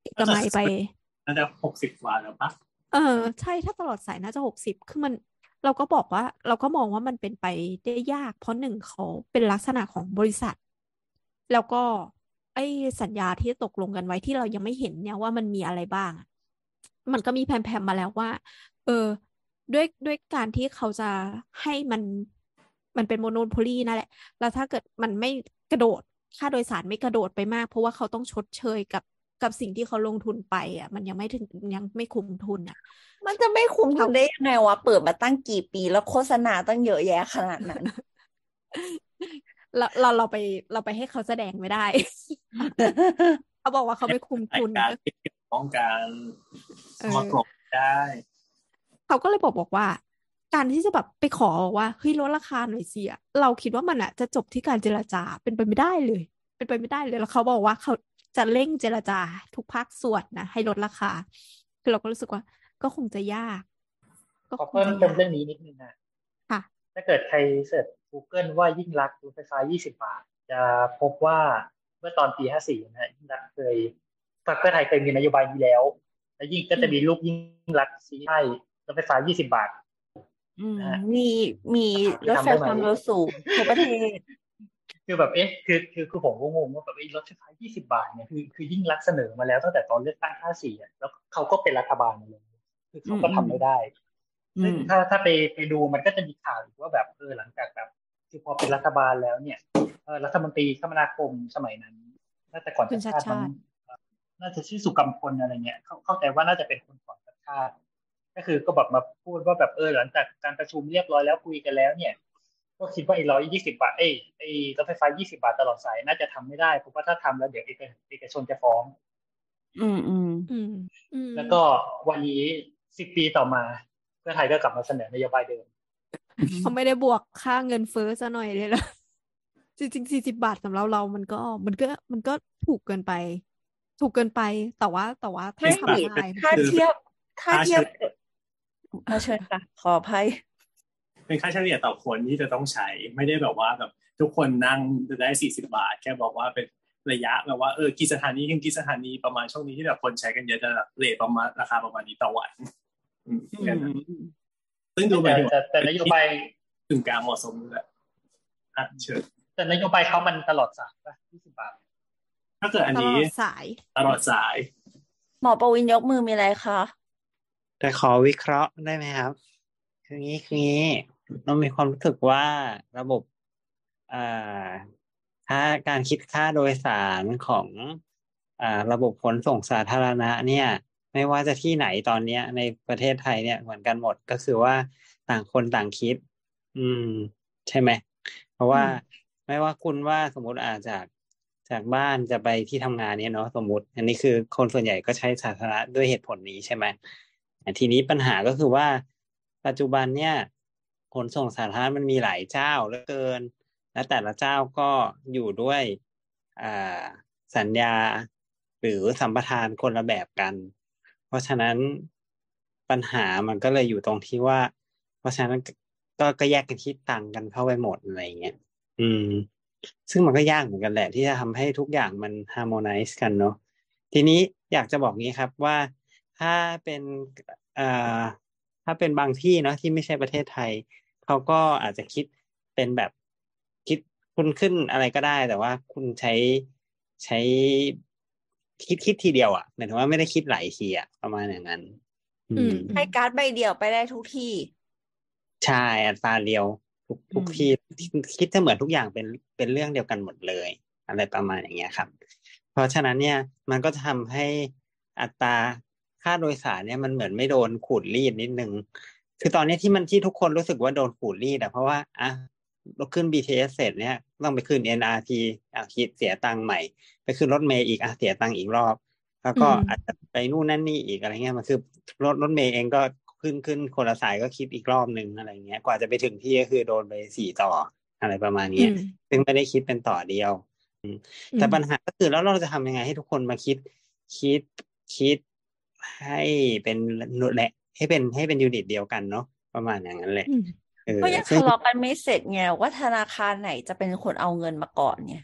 ติดกำไรไปน่าจะหกสิบกว่าแล้วปะเออใช่ถ้าตลอดสายน่าจะหกสิบคือมันเราก็บอกว่าเราก็มองว่ามันเป็นไปได้ยากเพราะหนึ่งเขาเป็นลักษณะของบริษัทแล้วก็ไอ้สัญญาที่ตกลงกันไว้ที่เรายังไม่เห็นเนี่ยว่ามันมีอะไรบ้างมันก็มีแผนๆมาแล้วว่าเออด้วยด้วยการที่เขาจะให้มันมันเป็นโมโนโพลีนั่นแหละแล้วถ้าเกิดมันไม่กระโดดค่าโดยสารไม่กระโดดไปมากเพราะว่าเขาต้องชดเชยกับกับสิ่งที่เขาลงทุนไปอ่ะมันยังไม่ถึงยังไม่คุ้มทุนอ่ะมันจะไม่คุ้มทุนได้ยังไงวะเปิดมาตั้งกี่ปีแล้วโฆษณาตั้งเยอะแยะขนาดนั้นเราเราเราไปเราไปให้เขาแสดงไม่ได้ เขาบอกว่าเขาไม่คุ้มทุนการเกี่ยวข้องการมากรบได้เขาก็เลยบอกบอกว่าการที่จะแบบไปขอว่าเฮ้ยลดราคาหน่อยสิอ่ะเราคิดว่ามันอ่ะจะจบที่การเจรจาเป็นไปไม่ได้เลยเป็นไปไม่ได้เลยแล้วเขาบอกว่าเขาจะเร่งเจรจาทุกภาคส่วนนะให้ลดราคาคือเราก็รู้สึกว่าก็คงจะยากขอเพิ่มเติมเรื่องนี้นิดนึงนะค่ะถ้าเกิดใครเสิร์ช Google ว่ายิ่งรักรถไฟฟ้ายี่สิบบาทจะพบว่าเมื่อตอนปีห้าสี่นะยิ่งรักเคยพรรคเพื่อไทยเคยมีนโยบายนี้แล้วและยิ่งก็จะมีรูปยิ่งรักซีให้รถไฟฟ้ายี่สิบบาทมีมีรถไฟความเร็วสูงทั่วประเทศคือแบบเอ๊ะคือคือคือผมก็งงว่าแบบรถไฟฟ้ายี่สิบบาทเนี่ยคือคือยิ่งรักเสนอมาแล้วตั้งแต่ตอนเลือกตั้งห้าสี่อ่ะแล้วเขาก็เป็นรัฐบาลมาเลยคือเขาก็ทำไม่ได้ซึ่งถ้าถ้าไปไปดูมันก็จะมีข่าวอีกว่าแบบเออหลังจากแบบคือพอเป็นรัฐบาลแล้วเนี่ยเออรัฐมนตรีคมนาคมสมัยนั้นน่าจะก่อนชาตินั้นน่าจะชื่อสุกัมพลอะไรเงี้ยเขาเข้าใจว่าน่าจะเป็นคนก่อนชาติก็คือก็แบบมาพูดว่าแบบเออหลังจากการประชุมเรียบร้อยแล้วคุยกันแล้วเนี่ยก็คิดว่าไอ้ร้อยยี่สิบบาทเอ้ยไอ้รถไฟฟ้ายี่สิบบาทตลอดสายน่าจะทำไม่ได้เพราะว่าถ้าทำแล้วเดี๋ยวเอกชนจะฟ้องอืมอืมอืมแล้วก็วันนี้สิบปีต่อมาเพื่อไทยก็กลับมาเสนอนโยบายเดิมเขาไม่ได้บวกค่าเงินเฟ้อซะหน่อยเลยล่ะจริงๆสี่สิบบาทสำหรับเรามันก็มันก็มันก็ถูกเกินไปถูกเกินไปแต่ว่าแต่ว่าถ้าทำได้ถ้าเทียบถ้าเทียบมาเชิญค่ะขออภัยเป็นค่าเฉลี่ยต่อคนที่จะต้องใช้ไม่ได้แบบว่าแบบทุกคนนั่งจะได้สี่สิบบาทแค่บอกว่าเป็นระยะแบบว่าเออกี่สถานีกี่สถานีประมาณช่วงนี้ที่แบบคนใช้กันเยอะจะเรทประมาณราคาประมาณนี้ต่อวันซึ่งดูแบบแต่นโยบายถึงกลางเหมาะสมเลยแหละอ่ะเชิญแต่นโยบายเขามันตลอดสายป่ะยี่สิบบาทถ้าเกิดอันนี้ตลอดสายตลอดสายหมอประวินยกมือมีอะไรคะแต่ขอวิเคราะห์ได้ไหมครับคืองี้คืองี้เรามีความรู้สึกว่าระบบอ่าถ้าการคิดค่าโดยสารของอ่าระบบขนส่งสาธารณะเนี่ยไม่ว่าจะที่ไหนตอนนี้ในประเทศไทยเนี่ยเหมือนกันหมดก็คือว่าต่างคนต่างคิดอืมใช่ไหมเพราะว่าไม่ว่าคุณว่าสมมติอาจจากจากบ้านจะไปที่ทำงานเนี่ยเนาะสมมติอันนี้คือคนส่วนใหญ่ก็ใช้สาธารณะด้วยเหตุผลนี้ใช่ไหมทีนี้ปัญหาก็คือว่าปัจจุบันเนี่ยขนส่งสาธารณะมันมีหลายเจ้าเหลือเกินและแต่ละเจ้าก็อยู่ด้วยอ่าสัญญาหรือสัมปทานคนละแบบกันเพราะฉะนั้นปัญหามันก็เลยอยู่ตรงที่ว่าเพราะฉะนั้นก็ก็แยกกันคิดตังกันเข้าไปหมดอะไรเงี้ยอืมซึ่งมันก็ยากเหมือนกันแหละที่จะทำให้ทุกอย่างมันฮาร์โมไนซ์กันเนาะทีนี้อยากจะบอกงี้ครับว่าถ้าเป็นอ่าถ้าเป็นบางที่เนาะที่ไม่ใช่ประเทศไทยเขาก็อาจจะคิดเป็นแบบคิดคุณขึ้นอะไรก็ได้แต่ว่าคุณใช้ใช้คิดคิดทีเดียวอ่ะหมายถึงว่าไม่ได้คิดหลายทีอ่ะประมาณอย่างนั้นให้การ์ดใบเดียวไปได้ทุกที่ใช่อัตราเดียวทุกทุกที่คิดจะเหมือนทุกอย่างเป็นเป็นเรื่องเดียวกันหมดเลยอะไรประมาณอย่างเงี้ยครับเพราะฉะนั้นเนี่ยมันก็จะทำให้อัตราค่าโดยสารเนี่ยมันเหมือนไม่โดนขูดรีดนิดนึงคือตอนนี้ที่มันที่ทุกคนรู้สึกว่าโดนขูดรีดอ่ะเพราะว่าอ่ะเราขึ้น บี ที เอส เสร็จเนี่ยต้องไปขึ้น เอ็น อาร์ ที อ่ะคิดเสียตังค์ใหม่ไปขึ้นรถเมล์อีกอ่ะเสียตังค์อีกรอบแล้วก็อาจจะไปนู่นนั่นนี่อีกอะไรเงี้ยมันคือรถรถเมล์เองก็ขึ้นขึ้นคนละสายก็คิดอีกรอบนึงอะไรเงี้ยกว่าจะไปถึงที่ก็คือโดนไปสี่ต่ออะไรประมาณนี้ซึ่งไม่ได้คิดเป็นต่อเดียวแต่ปัญหาก็คือแล้วเราจะทำยังไงให้ทุกคนมาคิดคิดคิดให้เป็นแหละให้เป็นให้เป็นยูนิตเดียวกันเนาะประมาณอย่างนั้นแหละก็ยังทะเลาะกันไม่เสร็จไงว่าธนาคารไหนจะเป็นคนเอาเงินมาก่อนไง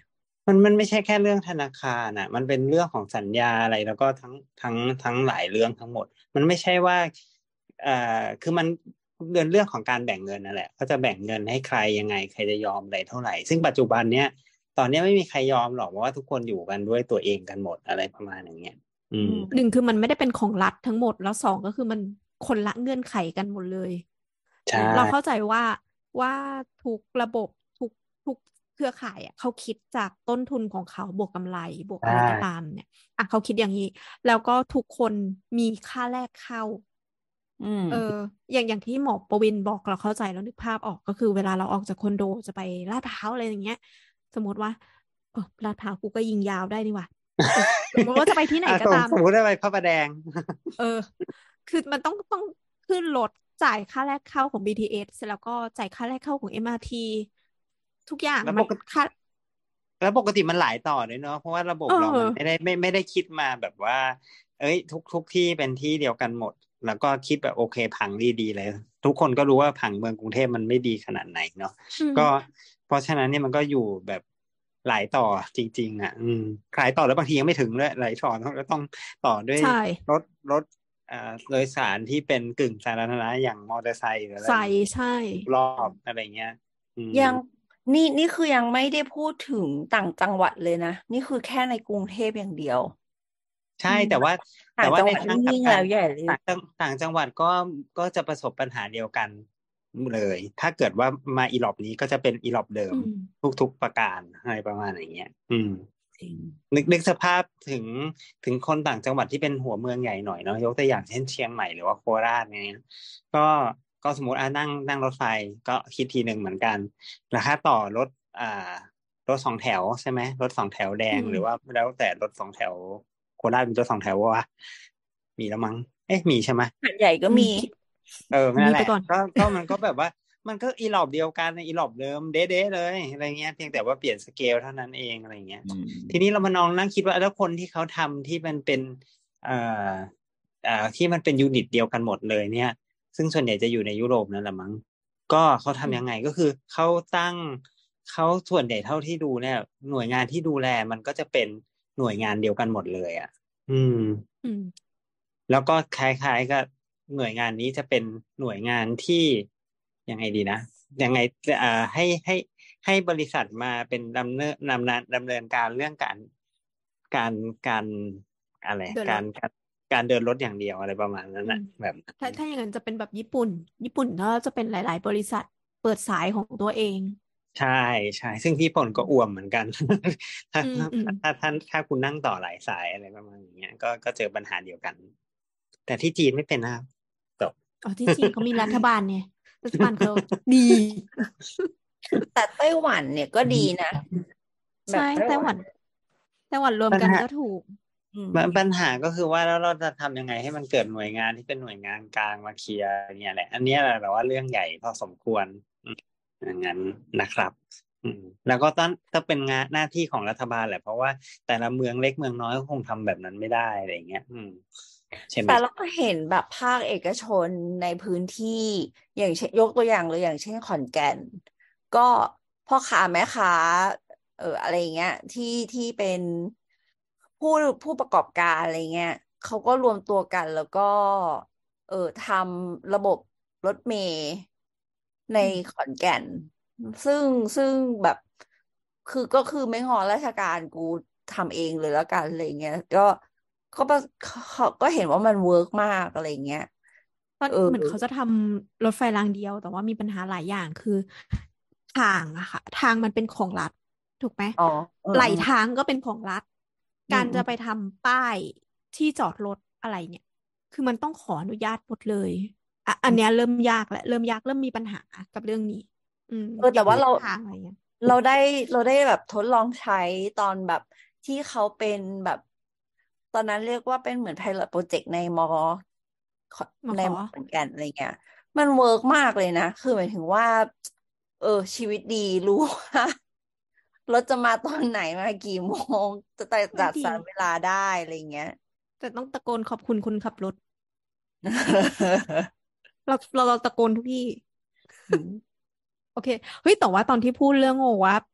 มันมันไม่ใช่แค่เรื่องธนาคารอ่ะมันเป็นเรื่องของสัญญาอะไรแล้วก็ทั้งทั้งทั้งหลายเรื่องทั้งหมดมันไม่ใช่ว่าเอ่อคือมันเรื่องเรื่องของการแบ่งเงินนั่นแหละเขาจะแบ่งเงินให้ใครยังไงใครจะยอมอะไรเท่าไหร่ซึ่งปัจจุบันเนี้ยตอนนี้ไม่มีใครยอมหรอกเพราะว่าทุกคนอยู่กันด้วยตัวเองกันหมดอะไรประมาณอย่างเงี้ยอืมหนึ่งคือมันไม่ได้เป็นของรัฐทั้งหมดแล้วสองก็คือมันคนละเงื่อนไขกันหมดเลยใช่เราเข้าใจว่าว่าทุกระบบทุกทุกเครือข่ายอ่ะเขาคิดจากต้นทุนของเขาบวกกำไรบวกอะไรก็ตามเนี่ยอ่ะเขาคิดอย่างนี้ แล้วก็ทุกคนมีค่าแรกเข้าอืมเออ อย่างอย่างที่หมอประวินบอกเราเข้าใจแล้วนึกภาพออกก็คือเวลาเราออกจากคอนโดจะไปลาดพร้าวอะไรอย่างเงี้ย สมมติว่าเออลาดพร้าวกูก็ยิงยาวได้นี่หว่าเออสมมติว่าจะไปที่ไหนอ่ะก็สมตามสมมติว่าไปพระประแดงเออ คือมันต้องต้องขึ้นรถจ่ายค่าแรกเข้าของ บี ที เอส เสร็จแล้วก็จ่ายค่าแรกเข้าของ เอ็ม อาร์ ที ทุกอย่างแล้วมัปนกติค่าแล้วปกติมันหลายต่อเลยเนาะเพราะว่าระบบเออเรามันไม่ได้ไม่ไม่ได้คิดมาแบบว่า เอ้ย ทุกทุกที่เป็นที่เดียวกันหมด แล้วก็คิดแบบโอเคผังดีๆเลย ทุกคนก็รู้ว่าผังเมืองกรุงเทพมันไม่ดีขนาดไหนเนาะอืมก็เพราะฉะนั้นเนี่ยมันก็อยู่แบบหลายต่อจริง ๆ อ่ะ อืมหลายต่อแล้วบางทียังไม่ถึงเลยหลายต่อต้องต้องต่อด้วยใช่รถรถอ่าโดยสารที่เป็นกึ่งสาธารณะอย่างมอเตอร์ไซค์หรืออะไรใส่ใช่รอบอะไรเงี้ย อืมยังนี่นี่คือยังไม่ได้พูดถึงต่างจังหวัดเลยนะ นี่คือแค่ในกรุงเทพอย่างเดียวใช่อืมแต่ว่าต่าแต่งว่าจังหในวัดทางนี่กลับยิ่งกัแล้นวใหญ่เลยต่างจังต่างจังหวัดก็ก็จะประสบปัญหาเดียวกันเลย ถ้าเกิดว่ามาอีหลอบนี้ก็จะเป็นอีหลอบเดิมอืมทุกๆประการอะไรประมาณอย่างเงี้ย อืมจริงนึกนึกสภาพถึงถึงคนต่างจังหวัดที่เป็นหัวเมืองใหญ่หน่อยเนาะยกตัวอย่างเช่นเชียงใหม่หรือว่าโคราชเนี่ยก็ก็สมมติอ่านั่งนั่งรถไฟก็คิดทีหนึ่งเหมือนกันราคาต่อรถอ่ารถสองแถวใช่ไหมรถสองแถวแดอืงมหรือว่าแล้วแต่รถสองแถวโคราชมีรถสองแถววะมีแล้วมั้งเอ๊ะมีใช่ไหมหาดใหญ่ก็อืมมีคิดเออนั่มีนแหไปละก่อนก็ก็มันก็แบบว่า มันก็อีหลอบเดียวกันอีหลอบเดิมเด๊ะๆเลยอะไรเงี้ยเพียงแต่ว่าเปลี่ยนสเกลเท่านั้นเองอะไรเงี้ยอืมทีนี้เรามาลองนั่งคิดว่าแล้วคนที่เขาทำที่มันเป็นเอ่ออ่าที่มันเป็นยูนิตเดียวกันหมดเลยเนี่ย ซึ่งส่วนใหญ่จะอยู่ในยุโรปนั่นแหละมั้งก็เขาทำอืมยังไงก็คือเขาตั้งเขาส่วนใหญ่เท่าที่ดูเนี่ย หน่วยงานที่ดูแลมันก็จะเป็นหน่วยงานเดียวกันหมดเลยอ่ะ อืมอืมแล้วก็คล้ายๆกับหน่วยงานนี้จะเป็นหน่วยงานที่ยังไงดีนะยังไงอ่าให้ให้ให้บริษัทมาเป็นดำเนินดำเนินดำเนินการเรื่องการการการอะไรเดินรการถการการเดินรถอย่างเดียวอะไรประมาณนั้นอืนะมแบบนั้นถ้าถ้าอย่างนั้นจะเป็นแบบญี่ปุ่น ญี่ปุ่นก็จะเป็นหลาย ๆ บริษัทเปิดสายของตัวเองใช่ใช่ซึ่งญี่ปุ่นก็อ่วมเหมือนกัน ถ้าอืมอืมถ้าถ้าถ้าคุณนั่งต่อหลายสายอะไรประมาณอย่างเงี้ยก็ก็เจอปัญหาเดียวกัน แต่ที่จีนไม่เป็นนะครับจบอ๋อที่จริงเขามีรัฐบาลเนี่ยรัฐบาลเขาดีแต่ไต้หวันเนี่ยก็ดีนะ แบบใช่ไต้ไต้หหวัวัน นไต้หวันรวมปัญกันหาก็ถูกอืมปัญหาก็คือว่าแล้วเราจะทำยังไงให้มันเกิดหน่วยงานที่เป็นหน่วยงานกลางมาเคลียร์เนี่ยแหละ อันเนี้ยแหละแต่ว่าเรื่องใหญ่พอสมควรอืมอย่างนั้นนะครับ อืมแล้วก็ต้องต้องเป็นงานหน้าที่ของรัฐบาลแหละเพราะว่าแต่ละเมืองเล็กเมืองน้อยก็คงทำแบบนั้นไม่ได้อะไรอย่างเงี้ย อืม ใช่ไหมแต่เราก็เห็นแบบภาคเอกชนในพื้นที่อย่างเช่นยกตัวอย่างเลยอย่างเช่นขอนแก่น ก็พ่อค้าแม่ค้าเอออะไรเงี้ยที่ที่เป็นผู้ผู้ประกอบการอะไรเงี้ยเขาก็รวมตัวกันแล้วก็เออทำระบบรถเมล์ในอืมขอนแก่น ซึ่งซึ่งแบบคือก็คือไม่งอราชการกูทำเองเลยแล้วกันอะไรเงี้ยก็ก็ปะเขาก็เห็นว่ามันเวิร์กมากอะไรเงี้ยก็เออเหมือนเขาจะทำรถไฟรางเดียว แต่ว่ามีปัญหาหลายอย่างคือทางอะค่ะ ทางมันเป็นของรัฐ ถูกไหมอ๋อเออไหลเออทางก็เป็นของรัฐอืการมอืจะมไปทำป้ายที่จอดรถอะไรเนี่ย คือมันต้องขออนุญาตหมดเลยอ่ะอันเนี้ยเริ่มยากแล้วเริ่มยากเริ่มมีปัญหากับเรื่องนี้ อืมเอออแต่ย่างว่าเส้เรานทางอะไรเงี้ยเราได้เราได้แบบทดลองใช้ตอนแบบที่เขาเป็นแบบ ตอนนั้นเรียกว่าเป็นเหมือน pilot project ในมอขอมาในขอมอขอนแก่นอะไรเงี้ย มันเวิร์กมากเลยนะ คือหมายถึงว่า เออ ชีวิตดีรู้ว่า รถจะมาตอนไหนมากี่โมง จะแต่ไม่จัดดีสรรเวลาได้อะไรเงี้ยแต่ต้องตะโกนขอบคุณคนขับรถ เราเราเราตะโกนทุกที่อืมโอเค เฮ้ย แต่ว่าตอนที่พูดเรื่องโอว่า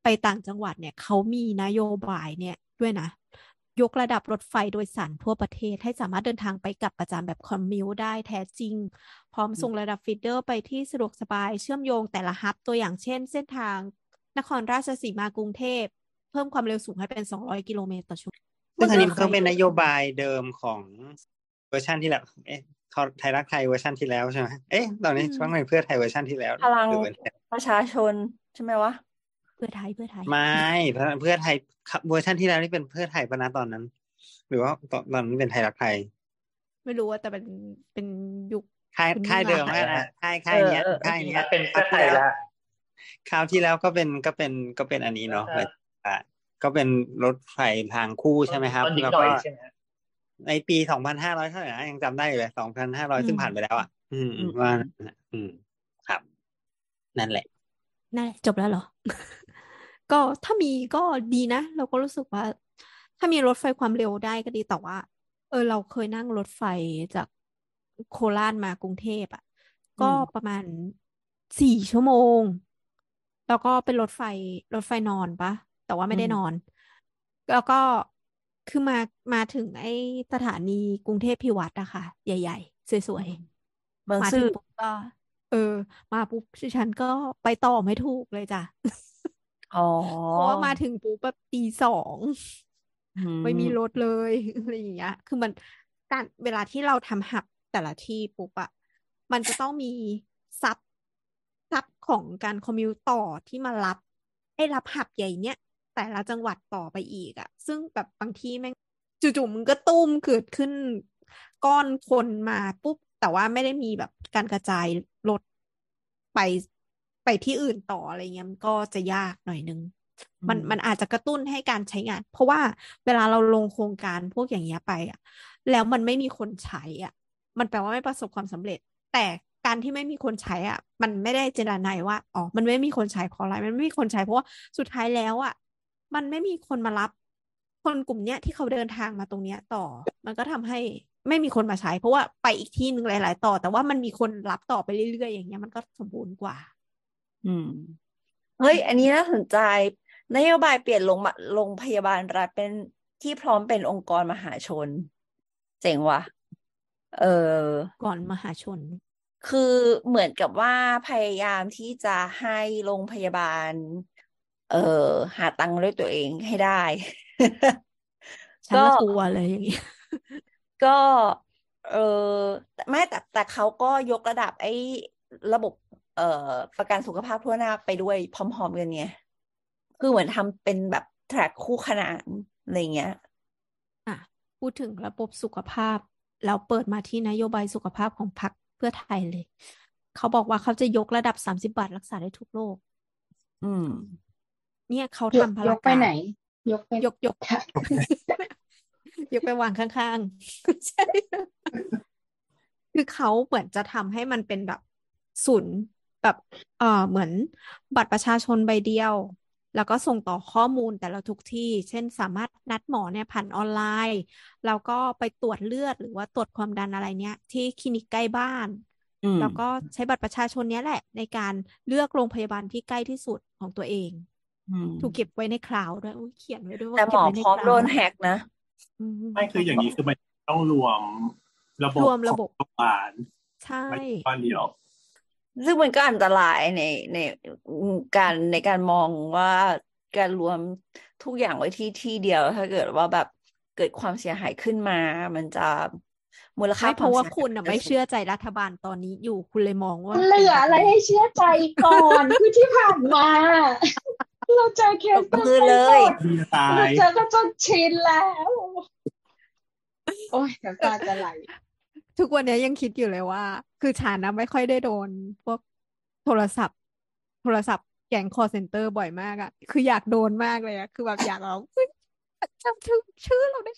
ไปต่างจังหวัดเนี่ยเขามีนโยบายเนี่ยด้วยนะยกระดับรถไฟโดยสารทั่วประเทศให้สามารถเดินทางไปกลับประจำแบบคอมมิวได้แท้จริงพร้อมส่งระดับฟีดเดอร์ไปที่สะดวกสบายเชื่อมโยงแต่ละฮับตัวอย่างเช่นเส้นทางนครราชสีมากรุงเทพเพิ่มความเร็วสูงให้เป็นสองร้อยกิโลเมตรต่อชั่วโมงซึ่งอันนี้มันก็เป็นนโยบายเดิมของเวอร์ชันที่แล้วเอ๊ะเขาไทยรักไทยเวอร์ชันที่แล้วใช่ไหมเอ๊ะตอนนี้ช่วงเป็นเพื่อไทยเวอร์ชันที่แล้วพลังหรือเป็นประชาชนใช่ไหมวะเพื่อไทยเพื่อไทยไม่เพื่อไทยเวอร์ชันที่แล้วนี่เป็นเพื่อไทยปะนะตอนนั้น หรือว่าตอนนั้นเป็นไทยรักไทยไม่รู้ว่าแต่เป็นเป็นยุคค่ายคุณค่ายยิ่งเดิรัมกษณ์นั่นแหละค่ายค่ายเออเนี้ยเออค่ายเนี้ยเป็นเพื่อไทยละคราวที่แล้วก็เป็นก็เป็นก็เป็นอันนี้เนาะเอออ่าก็เป็นรถไฟทางคู่ใช่ไหมครับตอนนิดแล้วหน่อก็ยใช่ไหมฮะในปีสองพันห้าร้อยเท่าไหร่นะยังจำได้อยู่เลยสองพันห้าร้อยซึ่งผ่านไปแล้วอ่ะ อืมว่าอืมครับ นั่นแหละนั่นแหละจบแล้วเหรอ ก็ถ้ามีก็ดีนะ เราก็รู้สึกว่า ถ้ามีรถไฟความเร็วได้ก็ดีแต่ว่า เออ เราเคยนั่งรถไฟจากโคราชมากรุงเทพอ่ะ ก็ประมาณสี่ชั่วโมง แล้วก็เป็นรถไฟรถไฟนอนปะแต่ว่าไม่ได้นอน แล้วก็คือมามาถึงไอ้สถานีกรุงเทพพิวัตรอะค่ะ ใหญ่ๆ สวยเมืองๆ มาซื่ถึองปุ๊บก็ เออ มาปุ๊บฉันก็ไปต่อไม่ถูกเลยจ้ะอ๋อเพราะว่ามาถึงปุ๊บแบบตีสองอืไม่มีมรถเลย อะไรอย่างเงี้ย คือมันการเวลาที่เราทำหับแต่ละที่ปุ๊บอะมันจะต้องมีซับซับของการคอมมิวต่อที่มารับไอ้รับหับใหญ่เนี้ยแต่ละจังหวัดต่อไปอีกอะซึ่งแบบบางที่แม่งจู่ๆมันก็ตุ้มเกิดขึ้นก้อนคนมาปุ๊บแต่ว่าไม่ได้มีแบบการกระจายรถไปไปที่อื่นต่ออะไรเงี้ยมันก็จะยากหน่อยนึง มันมันอาจจะกระตุ้นให้การใช้งาน เพราะว่าเวลาเราลงโครงการพวกอย่างเงี้ยไปอ่ะแล้วมันไม่มีคนใช้อ่ะมันแปลว่าไม่ประสบความสำเร็จ แต่การที่ไม่มีคนใช้อ่ะมันไม่ได้เจรนายว่าอ๋อมันไม่มีคนใช้เพราะอะไรมันไม่มีคนใช้เพราะว่าสุดท้ายแล้วอ่ะมันไม่มีคนมารับคนกลุ่มเนี้ยที่เขาเดินทางมาตรงเนี้ยต่อ มันก็ทำให้ไม่มีคนมาใช้ เพราะว่าไปอีกที่หนึ่งหลายๆต่อ แต่ว่ามันมีคนรับต่อไปเรื่อยๆอย่างเงี้ยมันก็สมบูรณ์กว่าอืม เฮ้ย อันนี้น่าสนใจ นโยบายเปลี่ยนโรงพยาบาลโรงพยาบาลรัฐเป็นที่พร้อมเป็นองค์กรมหาชน เจ๋งว่ะ เออก่อนมหาชนคือเหมือนกับว่าพยายามที่จะให้โรงพยาบาล เออหาตังค์ด้วยตัวเองให้ได้ฉันละกลัวเลยอย่างเงี้ยก็ เออแต่ไม่แต่แต่เขาก็ยกระดับไอ้ระบบ เอ่อประกันสุขภาพทั่วหน้าไปด้วยพร้อมๆกันไงคือเหมือนทำเป็นแบบแทร็กคู่ขนานอะไรเงี้ยอ่ะพูดถึงระบบสุขภาพแล้วเปิดมาที่นโยบายสุขภาพของพรรคเพื่อไทยเลย เขาบอกว่าเขาจะยกระดับสามสิบบาทรักษาได้ทุกโรคอืมเนี่ยเขายกทำพยลากไปการไหน ยกไปยกยก ยกไปวางข้างๆ ใช่ คือเขาเหมือนจะทำให้มันเป็นแบบศูนย์แบบเออเหมือนบัตรประชาชนใบเดียว แล้วก็ส่งต่อข้อมูลแต่ละทุกที่ เช่นสามารถนัดหมอเนี่ยผ่านออนไลน์ แล้วก็ไปตรวจเลือดหรือว่าตรวจความดันอะไรเนี่ยที่คลินิกใกล้บ้านอืมแล้วก็ใช้บัตรประชาชนเนี้ยแหละ ในการเลือกโรงพยาบาลที่ใกล้ที่สุดของตัวเองอืมถูกเก็บไว้ในคลาวด์ด้วยอุ๊ยเขียนไว้ด้วยว่าแต่หมเก็บอไว้ในพร้อมคโดลาวน ด์แฮกนะอืมไม่คืออย่างนี้คือมันต้องรวมระบบรวมระบบของโรงพยาบาลใช่ไม่ก้อนเดียวซึ่งมันก็อันตรายในในการในการมองว่าการรวมทุกอย่างไว้ที่ที่เดียว ถ้าเกิดว่าแบบเกิดความเสียหายขึ้นมา มันจะมูลค่าไม่เพความราะว่าเสียหายคุณน่ะไม่เชื่อใจรัฐบาลตอนนี้อยู่คุณเลยมองว่ามันเหลืออะไรให้เชื่อใจก่อน คือที่ผ่านมา เราเจอเคตสบมือเลยดีจะตาเรายเจอกันจนชินแล้ว โอ้ยน้ำตาจะไหลทุกวันนี้ยังคิดอยู่เลยว่า คือฉันนะไม่ค่อยได้โดนพวกโทรศัพท์ โทรศัพท์แก๊ง call center บ่อยมากอะคืออยากโดนมากเลยอะคือแบบอยากเอาเฮ้ยจำชื่อชื่อเราได้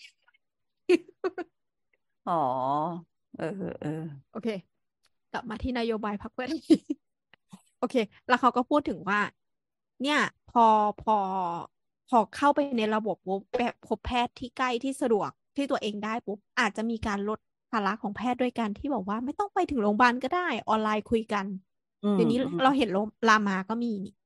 อ๋อ เออเออโอเค กลับมาที่นโยบายพรรคเพื่อไทย โอเค แล้วเขาก็พูดถึงว่า เนี่ยพอพอพอเข้าไปในระบบปุ๊บแบบพบแพทย์ที่ใกล้ที่สะดวกที่ตัวเองได้ปุ๊บอาจจะมีการลดภาระของแพทย์ด้วยการที่บอกว่าไม่ต้องไปถึงโรงพยาบาลก็ได้ออนไลน์คุยกันอืมเดี๋ยวนี้อืมเราเห็นโรงรามาก็มีนี่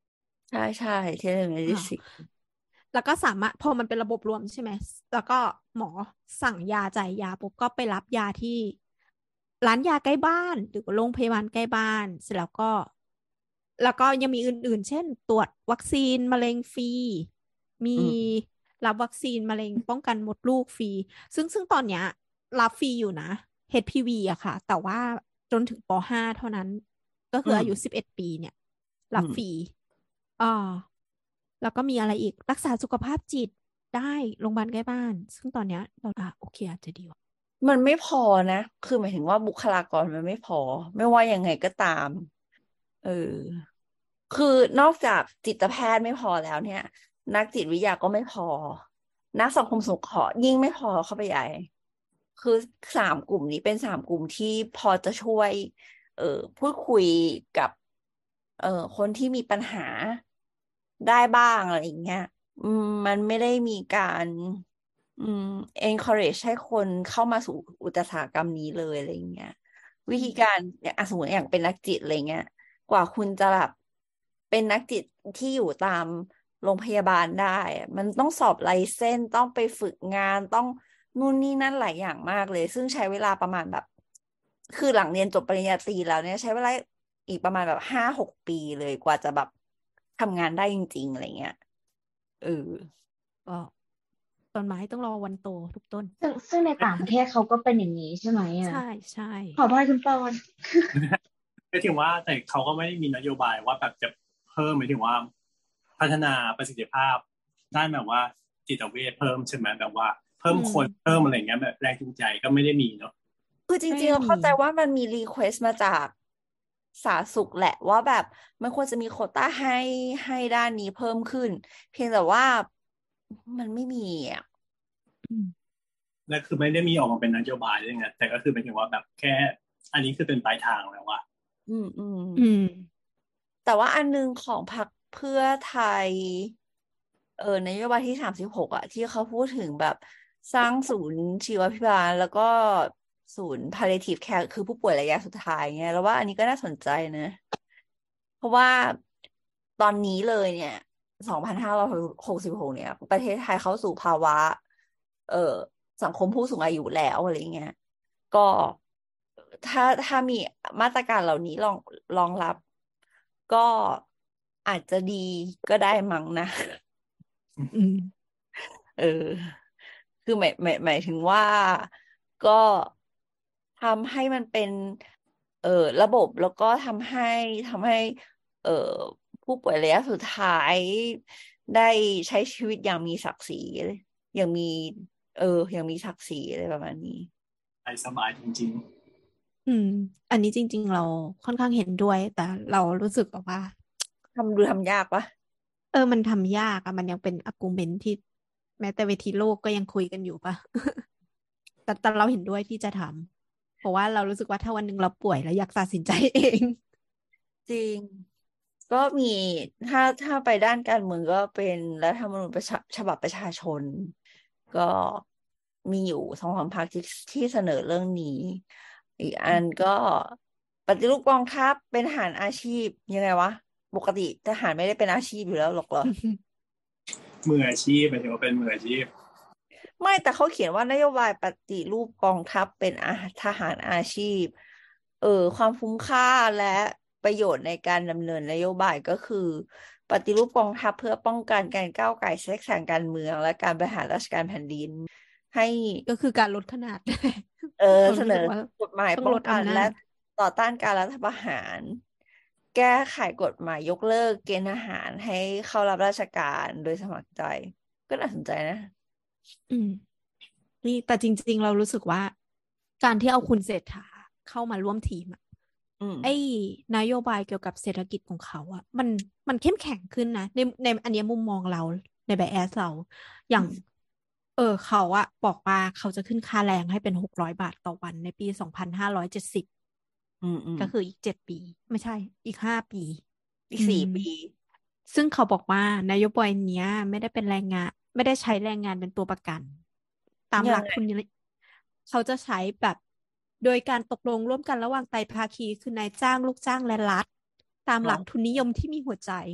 ใช่ใช่เทเลเมดิอ่าซินแล้วก็สามารถพอมันเป็นระบบรวมใช่ไหมแล้วก็หมอสั่งยาจ่ายยาปุ๊บก็ไปรับยาที่ร้านยาใกล้บ้านหรือว่าโรงพยาบาลใกล้บ้านเสร็จแล้วก็ แล้วก็ยังมีอื่นๆ เช่นตรวจวัคซีนมะเร็งฟรีมีอืมรับวัคซีนมะเร็งป้องกันมดลูกฟรีซึ่งซึ่งตอนเนี้ยรับฟรีอยู่นะ เอช พี วี อะค่ะ แต่ว่าจนถึงป ห้า เท่านั้น ก็คืออายุสิบเอ็ดปีเนี่ย รับฟรีอ่าแล้วก็มีอะไรอีกรักษาสุขภาพจิตได้โรงพยาบาลใกล้บ้าน ซึ่งตอนเนี้ยเราอ่ะโอเคอาจจะดีว่ะมันไม่พอนะ คือหมายถึงว่าบุคลากรมันไม่พอ ไม่ว่ายังไงก็ตาม เออ คือนอกจากจิตแพทย์ไม่พอแล้วเนี่ย นักจิตวิทยาก็ไม่พอ นักสังคมสงเคราะห์ยิ่งไม่พอเข้าไปใหญ่ คือสามกลุ่มนี้เป็นสามกลุ่มที่พอจะช่วย เอ่อพูดคุยกับ เอ่อคนที่มีปัญหาได้บ้างอะไรอย่างเงี้ยอืมมันไม่ได้มีการอืม encourage ให้คนเข้ามาสู่อุตสาหกรรมนี้เลยอะไรอย่างเงี้ยวิธีการอย่างอ่ะสมมติอย่างเป็นนักจิตอะไรเงี้ยกว่าคุณจะแบบเป็นนักจิตที่อยู่ตามโรงพยาบาลได้อะมันต้องสอบไลเซนส์ต้องไปฝึกงานต้องนู่นนี่นั่นหลายอย่างมากเลย ซึ่งใช้เวลาประมาณแบบ คือหลังเรียนจบปริญญาตรีแล้วเนี่ยใช้เวลาอีกประมาณแบบห้าหกปีเลยกว่าจะแบบทำงานได้จริงๆอะไรเงี้ยเออก็ต้นไม้ต้องรอวันโตทุกต้นซึ่งซึ่งในต่างประเทศเขาก็เป็นอย่างนี้ใช่ไหมอ่ะใช่ใช่ขออภัยคุณปอนก็ถึงว่าแต่เขาก็ไม่ได้มีนโยบายว่าแบบจะเพิ่มหมายถึงว่า พัฒนาประสิทธิภาพด้านแบบว่าจิตเวชเพิ่มใช่ไหมแบบว่าเพิ่มคนเพิ่มอะไรเงี้ยแบบแรงจูงใจก็ไม่ได้มีเนาะคือจริงๆเราเข้าใจว่ามันมีรีเควสต์มาจากสาธารณสุขแหละว่าแบบมันควรจะมีโควต้าให้ให้ด้านนี้เพิ่มขึ้น เพียงแต่ว่ามันไม่มีอ่ะและคือไม่ได้มีออกมาเป็นนโยบายด้วยไงแต่ก็คือเป็นถึงว่าแบบแค่อันนี้คือเป็นปลายทางแล้วว่าอืมอืมอืมแต่ว่าอันนึงของพรรคเพื่อไทย เออนโยบายที่สามสิบหกอะที่เขาพูดถึงแบบสร้างศูนย์ชีวพิบาลแล้วก็ศูนย์ palliative care คือผู้ป่วยระยะสุดท้ายเงี้ยแล้วว่าอันนี้ก็น่าสนใจนะ เพราะว่าตอนนี้เลยเนี่ยสองพันห้าร้อยหกสิบหกเนี่ย ประเทศไทยเข้าสู่ภาวะ เออสังคมผู้สูงอายุแล้วอะไรเงี้ยก็ถ้าถ้ามีมาตรการเหล่านี้รองรองรับ ก็อาจจะดีก็ได้มั้งนะอืมเออ คือหมายหมายหมายถึงว่าก็ทำให้มันเป็น เออระบบแล้วก็ทำให้ทำให้ เออผู้ป่วยระยะสุดท้ายได้ใช้ชีวิตอย่างมีศักดิ์ศรีอย่างมี เอออย่างมีศักดิ์ศรีอะไรประมาณนี้ไปสบายจริงอืม อันนี้จริง ๆ เราค่อนข้างเห็นด้วย แต่เรารู้สึกแบบว่าทำดูทำยากปะเออ มันทำยากอะมันยังเป็นอาร์กิวเมนต์ที่แม้แต่เวทีโลกก็ยังคุยกันอยู่ปะ แต่แต่เราเห็นด้วยที่จะทำเพราะว่าเรารู้สึกว่าถ้าวันหนึ่งเราป่วยแล้วอยากตัดสินใจเองจริง ก็มีถ้าถ้าไปด้านการเมืองก็เป็นรัฐธรรมนูญประชาฉบับประชาชน ก็มีอยู่สองสามพรรคที่ที่เสนอเรื่องนี้ อีกอันก็ปฏิรูปกองทัพเป็นทหารอาชีพยังไงวะ ปกติทหารไม่ได้เป็นอาชีพอยู่แล้วหรอกเหรอๆมืออาชีพหมายถึงว่าเป็นมืออาชีพไม่แต่เขาเขียนว่านโยบายปฏิรูปกองทัพเป็นอาทหารอาชีพ เออความคุ้มค่าและประโยชน์ในการดำเนินนโยบายก็คือ ปฏิรูปกองทัพเพื่อป้องกันการก้าวไก่แทรกแซงการเมือง และการบริหารราชการแผ่นดิน ให้ก็คือการลดขนาดเออเราเสรู้นสึอกว่ากฎหมายต้องป้อลงดกันอำนาและจต่อต้านการรัฐประหาร แก้ไขกฎหมายยกเลิกเกณฑ์ทหารให้เข้ารับราชการโดยสมัครใจ ก็น่าสนใจนะอืมนี่แต่จริง ๆ เรารู้สึกว่า การที่เอาคุณเศรษฐาเข้ามาร่วมทีมอะอืมไอ้นโยบายเกี่ยวกับเศรษฐกิจของเขาอะมันมันเข้มแข็งขึ้นนะในในอันเนี้ยมุมมองเราในไบแอสเรา อย่าง เออเขาอะบอกว่าเขาจะขึ้นค่าแรงให้เป็นหกร้อยบาทต่อวันในปีสองพันห้าร้อยเจ็ดสิบอืมอืมก็คืออีกเจ็ดปี ไม่ใช่อีกห้าปีอีกสี่อืมปีซึ่งเขาบอกว่านโยบายเนี้ย ไม่ได้เป็นแรงงาน ไม่ได้ใช้แรงงานเป็นตัวประกัน ตามยัหลังกไงทุนนิเขาจะใช้แบบ โดยการตกลงร่วมกันระหว่างไตรภาคีคือนายจ้างลูกจ้างและรัฐ ตามหลักเนาะทุนนิยมที่มีหัวใจ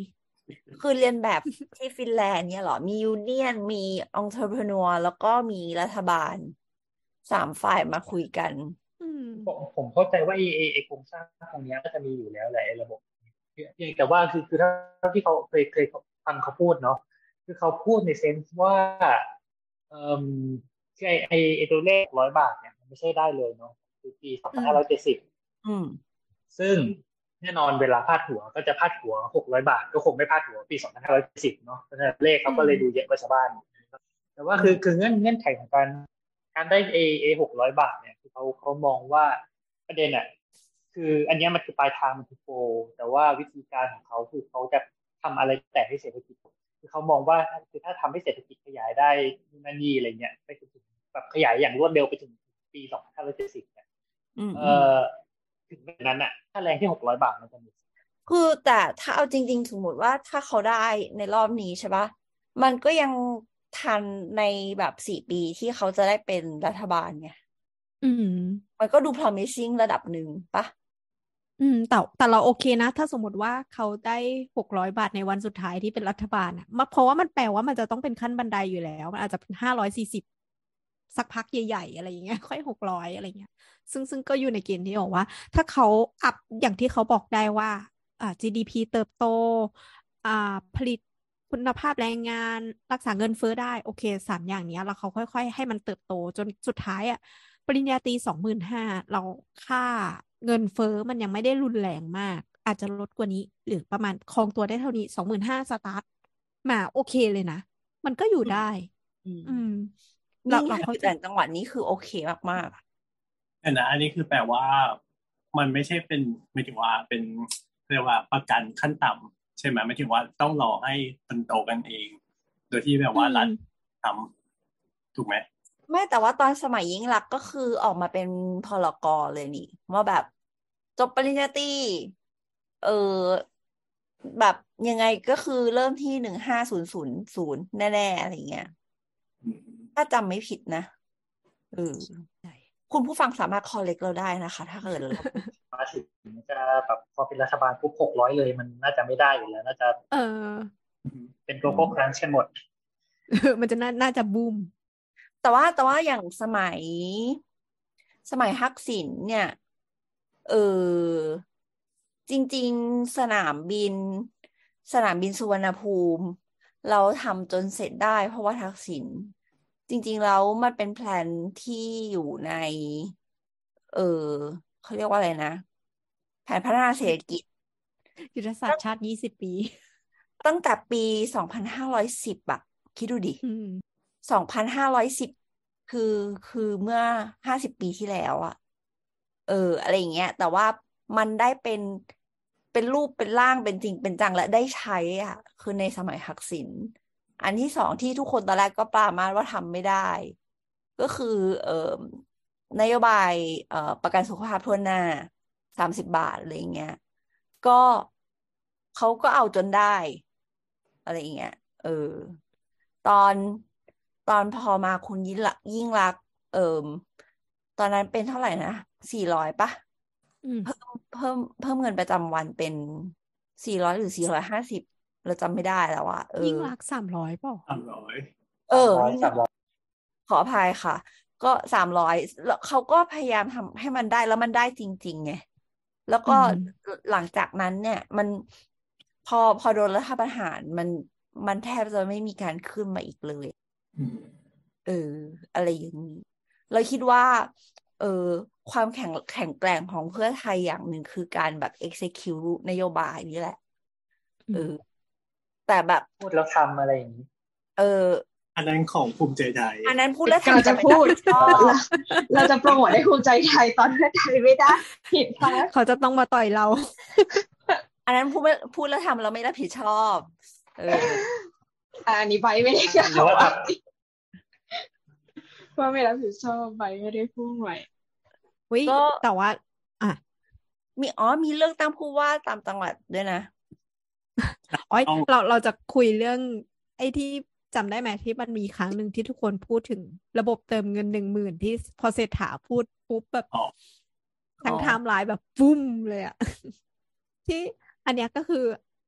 คือเรียนแบบที่ฟินแลนด์เนี่ยเหรอ มียูเนียน มีองค์ประกอบแล้วก็มีรัฐบาลสามฝ่ายมาคุยกันอืมผมผมเข้าใจว่าไอ้ไอ้ไอ้โครงสร้างตรงเนี้ยก็จะมีอยู่แล้วแหละไอ้ระบบเพียงแต่ว่าคือคือเท่าที่เขาเคยเคยฟังเขาพูดเนาะคือเขาพูดในเซนส์ว่าเอ่อคือไอ้ไอ้ไอ้ตัวเลขร้อยบาทเนี่ยมันไม่ใช่ได้เลยเนาะคือปีสองพันห้าร้อยเจ็ดสิบอืมซึ่งแน่นอนเวลาพาดหัวก็จะพาดหัวหกร้อยบาทก็คงไม่พาดหัวปีสองพันห้าร้อยเจ็ดสิบเนาะเพราะฉะนั้นเลขเขาก็เลยดูเยอะกว่าชาวบ้านแต่ว่าคือคือเงื่อนเงื่อนไขของการการได้เอเอหกร้อยบาทเนี่ยคือเขาเขามองว่าประเด็นอ่ะคืออันนี้มันคือปลายทางมันคือโกแต่ว่าวิธีการของเขาคือเขาจะทำอะไรแต่ให้เศรษฐกิจคือเขามองว่าคือถ้าทำให้เศรษฐกิจขยายได้นั่นนี่อะไรเงี้ยไปถึงแบบขยายอย่างรวดเร็วไปถึงปีสองพันห้าร้อยเจ็ดสิบเนี่ยเอ่อถึงแบบนั้นอ่ะถ้าแรงที่หกร้อยบาทมันจะมีคือแต่ถ้าเอาจริงๆสมมติว่าถ้าเขาได้ในรอบนี้ใช่ปะมันก็ยังทันในแบบสี่ปีที่เขาจะได้เป็นรัฐบาลไงอืมมันก็ดู promising ระดับหนึ่งปะอืมแต่แต่เราโอเคนะ ถ้าสมมติว่าเขาได้หกร้อยบาทในวันสุดท้ายที่เป็นรัฐบาลอ่ะมาเพราะว่ามันแปลว่ามันจะต้องเป็นขั้นบันไดอยู่แล้วมันอาจจะเป็นห้าร้อยสี่สิบสักพักใหญ่ๆอะไรอย่างเงี้ยค่อยหกร้อยอะไรเงี้ยซึ่งซึ่งก็อยู่ในเกณฑ์ที่บอกว่า ถ้าเขาอัพอย่างที่เขาบอกได้ว่าอ่า จี ดี พี เติบโตอ่าผลิตคุณภาพแรงงานรักษาเงินเฟ้อได้โอเคสามอย่างเนี้ยแล้วเขาค่อยๆให้มันเติบโตจนสุดท้ายอ่ะปริญญาตรีสองหมื่นห้าเราค่าเงินเฟ้อมันยังไม่ได้รุนแรงมากอาจจะลดกว่านี้หรือประมาณครองตัวได้เท่านี้สองหมื่นห้าสตาร์ทมาโอเคเลยนะมันก็อยู่ได้อืมอืมยิ่เรางเราหาเข้าอยู่ใจต่างจังหวัดนี้คือโอเคมากๆอะแต่นะอันนี้คือแปลว่ามันไม่ใช่เป็นไม่ถึงว่าเป็นเรียกว่าประกันขั้นต่ำใช่ไหมไม่ถึงว่าต้องรอให้มันโตกันเอง โดยที่แบบว่ารัฐทำถูกไหมไม่แต่ว่าตอนสมัยยิ่งลักษณ์ก็คือออกมาเป็นพลก.เลยนี่ว่าแบบจบปริญญาตรีเออแบบยังไงก็คือเริ่มที่หนึ่งห้าศูนย์ศูนย์ศูนย์แน่ๆอะไรเงี้ยถ้าจำไม่ผิดนะเออคุณผู้ฟังสามารถคอลเลกเราได้นะคะ ถ้าเกิดเรามาถึงจะแบบพอเป็นรัฐบาลปุ๊บหกร้อยเลยมันน่าจะไม่ได้อยู่แล้วน่าจะเออเป็นโกโก้ครั้งกันหมดมันจะน่าน่าจะบูมแต่ว่าแต่ว่าอย่างสมัย สมัยทักษิณเนี่ย เออจริงๆสนามบิน สนามบินสุวรรณภูมิ เราทำจนเสร็จได้เพราะว่าทักษิณจริงๆแล้วมันเป็นแพลนที่อยู่ใน เออเขาเรียกว่าอะไรนะ แผนพัฒนาเศรษฐกิจยุทธศาสตร์ชาติยี่สิบปีตั้งแต่ปีสองพันห้าร้อยสิบอะคิดดูดิอืมสองพันห้าร้อยสิบคือคือเมื่อห้าสิบปีที่แล้วอะเอออะไรอย่างเงี้ยแต่ว่ามันได้เป็นเป็นรูปเป็นร่างเป็นจริงเป็นจังและได้ใช้อ่ะคือในสมัยทักษิณอันที่สองที่ทุกคนตอนแรกก็ปรามาสว่าทำไม่ได้ ก็คือเอ่อนโยบายเอ่อประกันสุขภาพทั่วหน้าสามสิบบาทอะไรอย่างเงี้ยก็เขาก็เอาจนได้ อะไรอย่างเงี้ยเออ ตอนตอนพอมาคุณยิ่งลักษณ์ยิ่งรักษณ์เอ่มตอนนั้นเป็นเท่าไหร่นะสี่ร้อยปะอืมเพิ่มเพิ่มเพิ่มเงินประจำวันเป็นสี่ร้อยหรือสี่ร้อยห้าสิบเราจำไม่ได้แล้วอะเออยิ่งรักสามร้อยเปล่าสามร้อยเออสามร้อยสามร้อยขออภัยค่ะ ก็สามร้อยแล้วเขาก็พยายามทำให้มันได้แล้วมันได้จริงๆไงแล้วก็อืมหลังจากนั้นเนี่ย มันพอพอโดนรัฐประหารมันมันแทบจะไม่มีการขึ้นมาอีกเลยอืมเออ อะไรอย่างนี้ เราคิดว่า เออ ความแข็งแข็งแกร่งของเพื่อไทยอย่างหนึ่งคือการแบบ execute นโยบายนี่แหละอืเอมอ แต่แบบพูดแล้วทำอะไรอย่างนี้เอออันนั้นของภูมิใจไทยอันนั้นพูดแล้วกำลังทำจะไม่พูรับดผิดชอบเราเราจะโปรโมทให้ภูมิใจไทยตอนเพื่อไทยไม่ได้ผิดพลาดเขาจะต้องมาต่อยเราอันนั้นพูดไม่พูดแล้วทำเราไม่รับผิดชอบ เอออันนี้ใบไม่ได้กหรือว่าล่าวแบบว่าไม่รับผิดชอบใบไม่ได้พูดไว้วิก็แต่ว่า อ่ะมีอ๋อมีเลือกตั้งผู้ว่าตามจังหวัดด้วยนะอ๋อยต้องเราเราจะคุยเรื่อง ไอ้ที่จำได้ไหมที่มันมีครั้งหนึ่งที่ทุกคนพูดถึงระบบเติมเงินหนึ่งหมื่นที่พอเศรษฐาพูดปุ๊บแบบอ๋อทั้งอ๋อไทม์ไลน์แบบปุ้มเลยอะ ที่อันเนี้ยก็คือ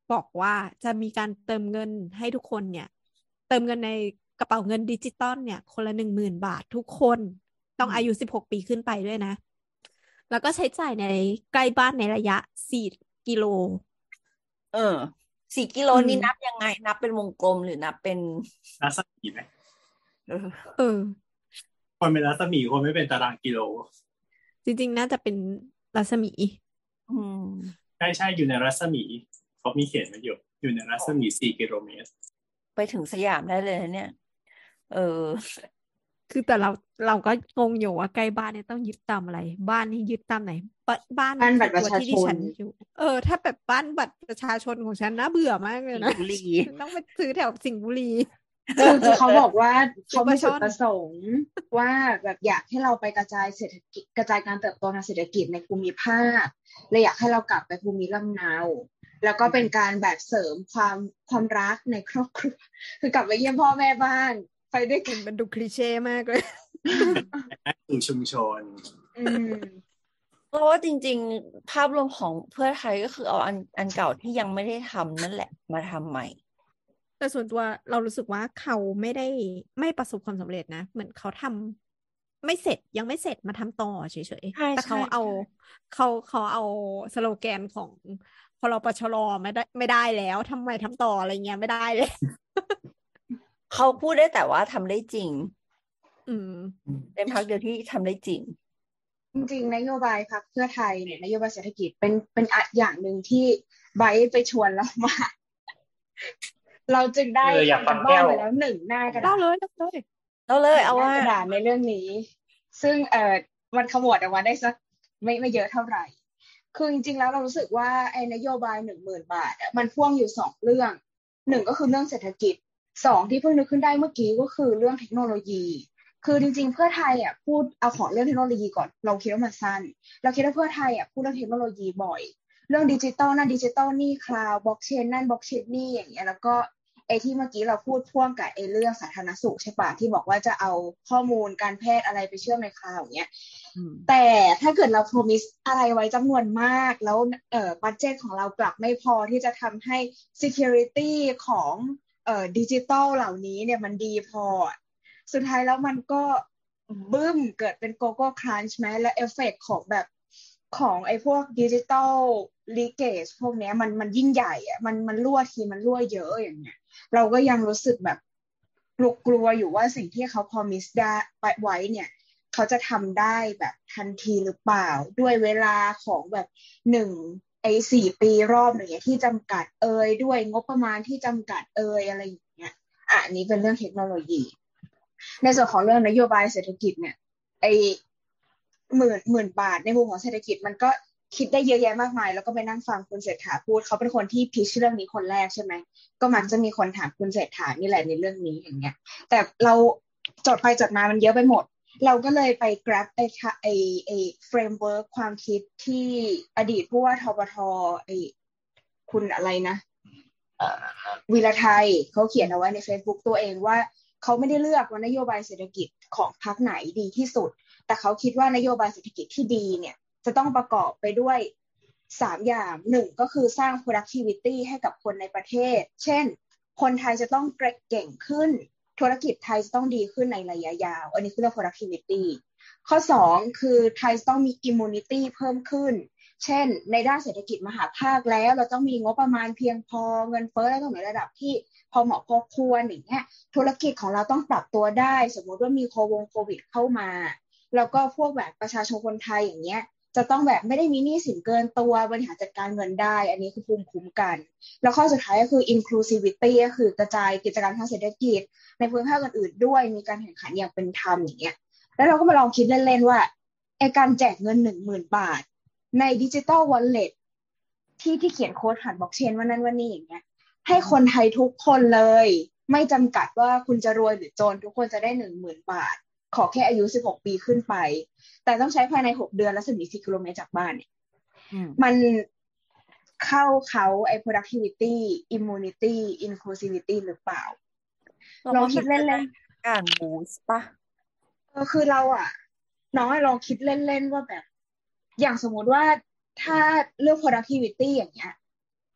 บอกว่าจะมีการเติมเงินให้ทุกคนเนี่ย เติมเงินในกระเป๋าเงินดิจิตอลเนี่ยคนละหนึ่งหมื่นบาททุกคนต้องอายุสิบหกปีขึ้นไปด้วยนะแล้วก็ใช้จ่ายในใกล้บ้านในระยะสี่กิโลเออสี่กิโลนี่นับยังไงนับเป็นวงกลมหรือนับเป็นรัศมีไหมเออเออคนเป็นรัศมีคนไม่เป็นตารางกิโลจริงๆน่าจะเป็นรัศมีอืมใช่ใช่อยู่ในรัศมีเขามีเขียนไว้อยู่อยู่ในรัศมีสี่กิโลเมตรไปถึงสยามได้เลยนะเนี่ยเออคือแต่เราเราก็งงอยู่ว่าใกล้บ้านเนี่ยต้องยึดตามอะไรบ้านนี่ยึดตามไหนบ้านบ้านบัตรประชาชนอยู่เออถ้าแบบบ้านบัตรประชาชนของฉันน่าเบื่อมากเลยนะต้องไปซื้อแถวสิงห์บุรีคือเขาบอกว่าเขามีจุดประสงค์ว่าแบบอยากให้เราไปกระจายเศรษฐกิจกระจายการเติบโตทางเศรษฐกิจในภูมิภาคเลยอยากให้เรากลับไปภูมิลำเนาแล้วก็เป็นการแบบเสริมความความรักในครอบครัวคือกลับไปเยี่ยมพ่อแม่บ้านไปด้วยกันมันดูคลีเช่มากเลยสู่ชุมชนเพราะว่าจริงๆภาพรวมของเพื่อไทยก็คือเอาอันอันเก่าที่ยังไม่ได้ทำนั่นแหละมาทำใหม่แต่ส่วนตัวเรารู้สึกว่าเขาไม่ได้ไม่ประสบความสำเร็จนะเหมือนเขาทำไม่เสร็จยังไม่เสร็จมาทำต่อเฉยๆแต่เขาเอาเขาเขาเอาสโลแกนของพลปชรไม่ได้ไม่ได้แล้วทำไมทำต่ออะไรเงี้ยไม่ได้เลยเขาพูดได้แต่ว่าทำได้จริงอืมเป็นพรรคเดียวที่ทำได้จริงจริงๆนโยบายพรรคเพื่อไทยเนี่ยนโยบายเศรษฐกิจเป็นเป็นอย่างหนึ่งที่ไบร์ทไปชวนเรามาเราจึงได้กันบ้านไปแล้วหนึ่งหน้ากระดาษเลยเลยเราเลยเอาว่ากระดาษในเรื่องนี้ซึ่งเอ่อมันขมวดออกมาได้สักไม่ไม่เยอะเท่าไหร่คือจริงๆแล้วเรารู้สึกว่าไอ้นโยบายหนึ่งหมื่นบาทมันพ่วงอยู่สองเรื่องหนึ่งก็คือเรื่องเศรษฐกิจสองที่เพิ่งนึกขึ้นได้เมื่อกี้ก็คือเรื่องเทคโนโลยีคือจริงๆเพื่อไทยอ่ะพูดเอาของเรื่องเทคโนโลยีก่อนเราคิดว่ามันสั้นเราคิดว่าเพื่อไทยอ่ะพูดเรื่องเทคโนโลยีบ่อยเรื่องดิจิตอลนั่นดิจิตอลนี่คลาวด์บล็อกเชนนั่นบล็อกเชนนี่อย่างเงี้ยแล้วก็ไอ้ที่เมื่อกี้เราพูดพ่วงกับไอ้เรื่องสาธารณสุขใช่ปะที่บอกว่าจะเอาข้อมูลการแพทย์อะไรไปเชื่อมในคลาวด์อย่างเงี้ยแต่ถ้าเกิดเรา promise อะไรไว้จำนวนมากแล้วเอ่อบัดเจ็ตของเรากลับไม่พอที่จะทำให้ security ของเอ่อดิจิตอลเหล่านี้เนี่ยมันดีพอสุดท้ายแล้วมันก็บึ้มเกิดเป็นโกโก้ครันช์ไหมและเอฟเฟกต์ของแบบของไอ้พวกดิจิตอลลีเกจพวกนี้มันมันยิ่งใหญ่อะมันมันรั่วทีมันรั่วเยอะอย่างเงี้ยเราก็ยังรู้สึกแบบกลัวอยู่ว่าสิ่งที่เขาพอมิสได้ไว้เนี่ยเขาจะทำได้แบบทันทีหรือเปล่าด้วยเวลาของแบบหนึ่งไอ้สี่ปีรอบหนึ่งที่จำกัดเอ่ยด้วยงบประมาณที่จำกัดเอ่ยอะไรอย่างเงี้ยอ่ะอันนี้เป็นเรื่องเทคโนโลยีในส่วนของเรื่องนโยบายเศรษฐกิจเนี่ยไอ้หมื่นหมื่นบาทในมุมของเศรษฐกิจมันก็คิดได้เยอะแยะมากมายแล้วก็ไปนั่งฟังคุณเศรษฐาพูดเขาเป็นคนที่พิชเรื่องนี้คนแรกใช่ไหมก็มักจะมีคนถามคุณเศรษฐานี่แหละในเรื่องนี้อย่างเงี้ยแต่เราจดไปจดมามันเยอะไปหมดเราก็เลยไป grab ไอ้ไอ้ไอ้ framework ความคิดที่อดีตผู้ว่าทปทไอ้คุณอะไรนะวีระไทยเขาเขียนเอาไว้ใน Facebook ตัวเองว่าเขาไม่ได้เลือกว่านโยบายเศรษฐกิจของพรรคไหนดีที่สุดแต่เขาคิดว่านโยบายเศรษฐกิจที่ดีเนี่ยจะต้องประกอบไปด้วยสามอย่างหนึ่งก็คือสร้าง productivity ให้กับคนในประเทศเช่นคนไทยจะต้องเก่งขึ้นธุรกิจไทยจะต้องดีขึ้นในระยะยาวอันนี้คือเรื่อง productivity ข้อสองคือไทยต้องมี immunity เพิ่มขึ้นเช่นในด้านเศรษฐกิจมหาภาคแล้วเราต้องมีงบประมาณเพียงพอเงินเฟ้อแล้วต้องในระดับที่พอเหมาะพอควรอย่างเงี้ยธุรกิจของเราต้องปรับตัวได้สมมติว่ามีโควงโควิดเข้ามาแล้วก็พวกแบบประชาชนคนไทยอย่างเงี้ยจะต้องแบบไม่ได้มีหนี้สินเกินตัวบริหารจัดการเงินได้อันนี้คือภูมิคุ้มกันแล้วข้อสุดท้ายก็คือ inclusivity ก็คือกระจายกิจการทางเศรษฐกิจในภูมิภาคอื่นๆด้วยมีการแข่งขันอย่างเป็นธรรมอย่างเงี้ยแล้วเราก็มาลองคิดเล่นๆว่าไอ้การแจกเงิน หนึ่งหมื่น บาทในดิจิตอลวอลเล็ตที่ที่เขียนโค้ดผ่านบล็อกเชนวันนั้นวันนี้อย่างเงี้ยให้คนไทยทุกคนเลยไม่จำกัดว่าคุณจะรวยหรือจนทุกคนจะได้ หนึ่งหมื่น บาทขอแค่อายุสิบหกปีขึ้นไปแต่ต้องใช้ภายในหกเดือนและรัศมีสี่กิโลเมตรจากบ้านเนี่ยมันเข้าเขาไอ้ productivity immunity inclusivity หรือเปล่าลองคิดเล่นๆการบูสต์ป่ะเออคือเราอ่ะน้องลองคิดเล่นๆว่าแบบอย่างสมมติว่าถ้าเรื่อง productivity อย่างเงี้ย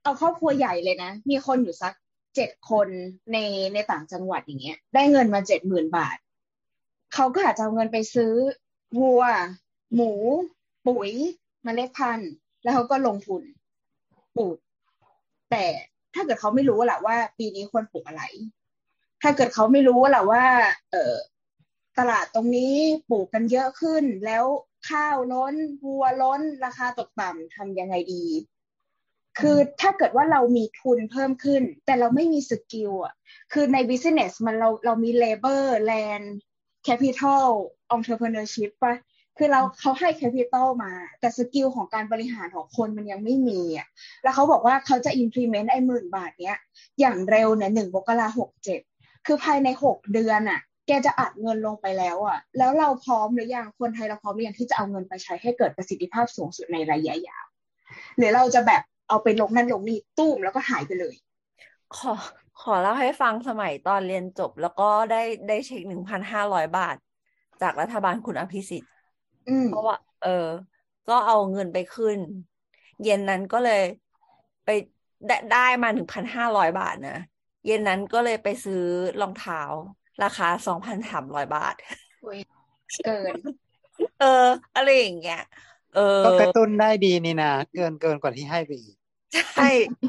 เอาครอบครัวใหญ่เลยนะมีคนอยู่สักเจ็ดคนในในต่างจังหวัดอย่างเงี้ยได้เงินมาเจ็ดหมื่นบาทเขาก็อาจจะเอาเงินไปซื้อวัวหมูปุ๋ยเมล็ดพันธุ์แล้วเขาก็ลงทุนปลูกแต่ถ้าเกิดเขาไม่รู้แหละว่าปีนี้ควรปลูกอะไรถ้าเกิดเขาไม่รู้แหละว่าเออตลาดตรงนี้ปลูกกันเยอะขึ้นแล้วข้าวล้นวัวล้นราคาตกต่ำทำยังไงดีคือถ้าเกิดว่าเรามีทุนเพิ่มขึ้นแต่เราไม่มีสกิลอ่ะคือใน business มันเราเรามี labor land capital entrepreneurship ป่ะคือเราเขาให้ capital มาแต่สกิลของการบริหารของคนมันยังไม่มีอ่ะแล้วเขาบอกว่าเขาจะ implement ไอ้หมื่นบาทเนี้ยอย่างเร็วเนี่ยหนึ่งมกราคมหกเจ็ดคือภายในหกเดือนอ่ะแกจะอัดเงินลงไปแล้วอ่ะแล้วเราพร้อมหรือยังคนไทยเราพร้อมหรือยังที่จะเอาเงินไปใช้ให้เกิดประสิทธิภาพสูงสุดในระยะยาวหรือเราจะแบบเอาไปลงนั่นลงนี่ตุ้มแล้วก็หายไปเลยขอขอเล่าให้ฟังสมัยตอนเรียนจบแล้วก็ได้ได้เช็คหนึ่งพันห้าร้อยบาทจากรัฐบาลคุณอภิสิทธิ์เพราะว่าเออก็เอาเงินไปขึ้นเย็นนั้นก็เลยไปได้ได้มาหนึ่งพันห้าร้อยบาทนะเย็นนั้นก็เลยไปซื้อรองเท้าราคาสองพันสามร้อยบาทเกินเอออะไรอย่างเงี้ยเออก็กระตุ้นได้ดีนี่นะเกินเกินกว่าที่ให้ไปอีกใช่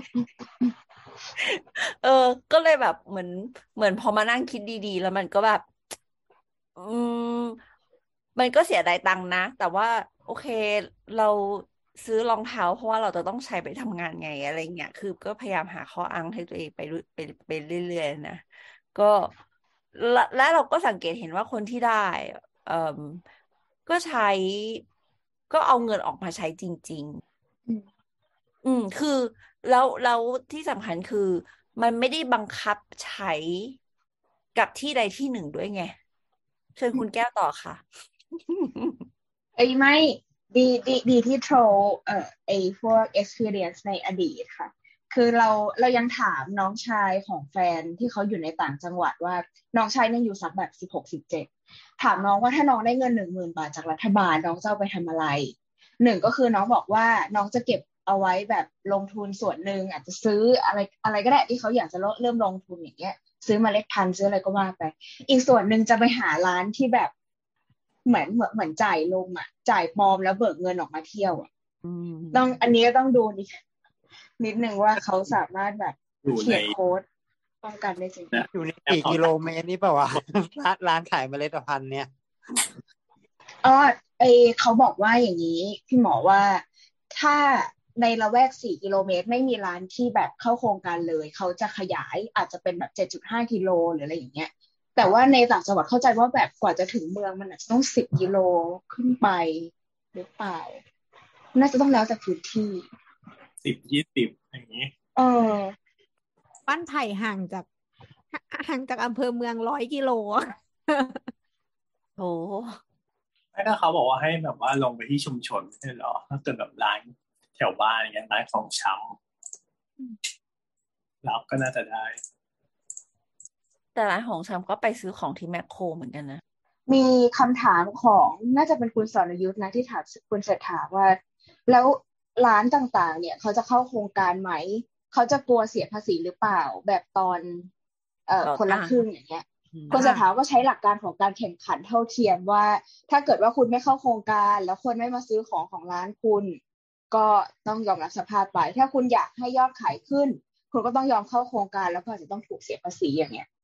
เออก็เลยแบบเหมือนเหมือนพอมานั่งคิดดีๆแล้วมันก็แบบอืมมันก็เสียดายตังค์นะแต่ว่าโอเคเราซื้อรองเท้าเพราะว่าเราจะต้องใช้ไปทำงานไงอะไรเงี้ยคือก็พยายามหาข้ออ้างให้ตัวเองไปไปไปเรื่อยๆนะก็และและเราก็สังเกตเห็นว่าคนที่ได้เอ่อก็ใช้ก็เอาเงินออกมาใช้จริงๆอืมคือแล้วแล้วที่สำคัญคือมันไม่ได้บังคับใช้กับที่ใดที่หนึ่งด้วยไงเชิญคุณแก้วต่อค่ะไอ้ไม่ดีดีดีที่โทรเอ่อไอ้พวก experience ในอดีตค่ะคือเราเรายังถามน้องชายของแฟนที่เขาอยู่ในต่างจังหวัดว่าน้องชายเนี่ยอยู่สักแบบสิบหกสิบเจ็ดถามน้องว่าถ้าน้องได้เงินหนึ่งหมื่นบาทจากรัฐบาลน้องจะเอาไปทำอะไรหนึ่งก็คือน้องบอกว่าน้องจะเก็บเอาไว้แบบลงทุนส่วนหนึ่งอาจจะซื้ออะไรอะไรก็ได้ที่เขาอยากจะเริ่มลงทุนอย่างเงี้ยซื้อเมล็ดพันธุ์ซื้ออะไรก็ว่าไปอีกส่วนหนึ่งจะไปหาร้านที่แบบเหมือนเหมือนเหมือนจ่ายลมอ่ะจ่ายปลอมแล้วเบิกเงินออกมาเที่ยวอ่ะต้องอันนี้ก็ต้องดูนิดนิดนึงว่าเขาสามารถแบบเขียนโค้ดป้องกันได้จริงอยู่ในกี่กิโลเมตรนี่เปล่าวะร้านร้านขายเมล็ดพันธุ์เนี่ยอ๋อไอเขาบอกว่าอย่างนี้พี่หมอว่าถ้าในละแวกสี่กิโลเมตรไม่มีร้านที่แบบเข้าโครงการเลยเขาจะขยายอาจจะเป็นแบบ เจ็ดจุดห้า กิโลหรืออะไรอย่างเงี้ยแต่ว่าในต่างจังหวัดเข้าใจว่าแบบกว่าจะถึงเมืองมันอาจจะต้องสิบกิโลขึ้นไปหรือเปล่าน่าจะต้องแล้วแต่พื้นที่สิบยี่สิบอย่างนี้เออบ้านไผ่ห่างจากห่างจากอำเภอเมืองร้อยกิโลโอ้ไม่ถ้าเขาบอกว่าให้แบบว่าลงไปที่ชุมชนไม่ใช่หรอถ้าเกิดแบบร้านแถวบ้านอย่างเงี้ยร้านของชำแล้วก็น่าจะได้แต่ร้านของชำก็ไปซื้อของที่แมคโครเหมือนกันนะมีคำถามของน่าจะเป็นคุณสรยุทธนะที่ถามคุณเศรษฐาว่าแล้วร้านต่างๆเนี่ยเขาจะเข้าโครงการไหมเขาจะกลัวเสียภาษีหรือเปล่าแบบตอนเอ่อคนละครึ่งอย่างเงี้ยคุณเศรษฐาก็ใช้หลักการของการแข่งขันเท่าเทียมว่าถ้าเกิดว่าคุณไม่เข้าโครงการแล้วคนไม่มาซื้อของของร้านคุณก็ต้องยอมรับสภาพไปถ้าคุณอยากให้ยอดขายขึ้นคุณก็ต้องยอมเข้าโครงการแล้วก็อาจจะต้องถูกเสียภาษีอย่างเงี้ย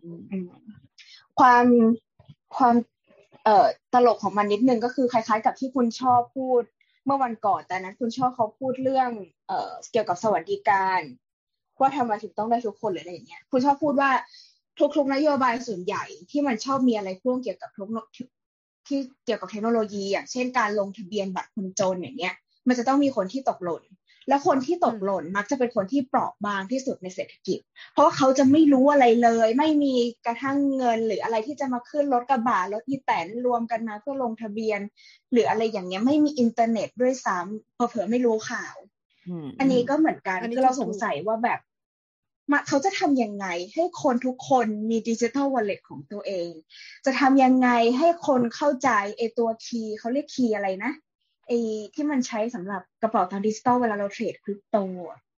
ความความเอ่อตลกของมันนิดนึงก็คือคล้ายๆกับที่คุณชอบพูดเมื่อวันก่อนแต่นั้นคุณชอบเขาพูดเรื่องเอ่อเกี่ยวกับสวัสดิการว่าทำไมถึงต้องได้ทุกคนหรืออะไรอย่างเงี้ยคุณชอบพูดว่าทุกๆนโยบายส่วนใหญ่ที่มันชอบมีอะไรพ่วงเกี่ยวกับทุกที่เกี่ยวกับเทคโนโลยีอย่างเช่นการลงทะเบียนบัตรคนจนอย่างเงี้ยมันจะต้องมีคนที่ตกหล่นและคนที่ตกหล่นมักจะเป็นคนที่เปราะบางที่สุดในเศรษฐกิจเพราะว่าเขาจะไม่รู้อะไรเลยไม่มีกระทั่งเงินหรืออะไรที่จะมาขึ้นรถกระบะรถอีแตนรวมกันมาเพื่อลงทะเบียนหรืออะไรอย่างเงี้ยไม่มีอินเทอร์เน็ตด้วยซ้ำเผลอๆไม่รู้ข่าวอันนี้ก็เหมือนกันคือเราสงสัยว่าแบบเขาจะทำยังไงให้คนทุกคนมีดิจิทัลวอลเล็ตของตัวเองจะทำยังไงให้คนเข้าใจไอตัวคีย์เขาเรียกคีย์อะไรนะไอ้ที่มันใช้สำหรับกระเป๋าตังค์ดิจิตอลเวลาเราเทรดคริปโต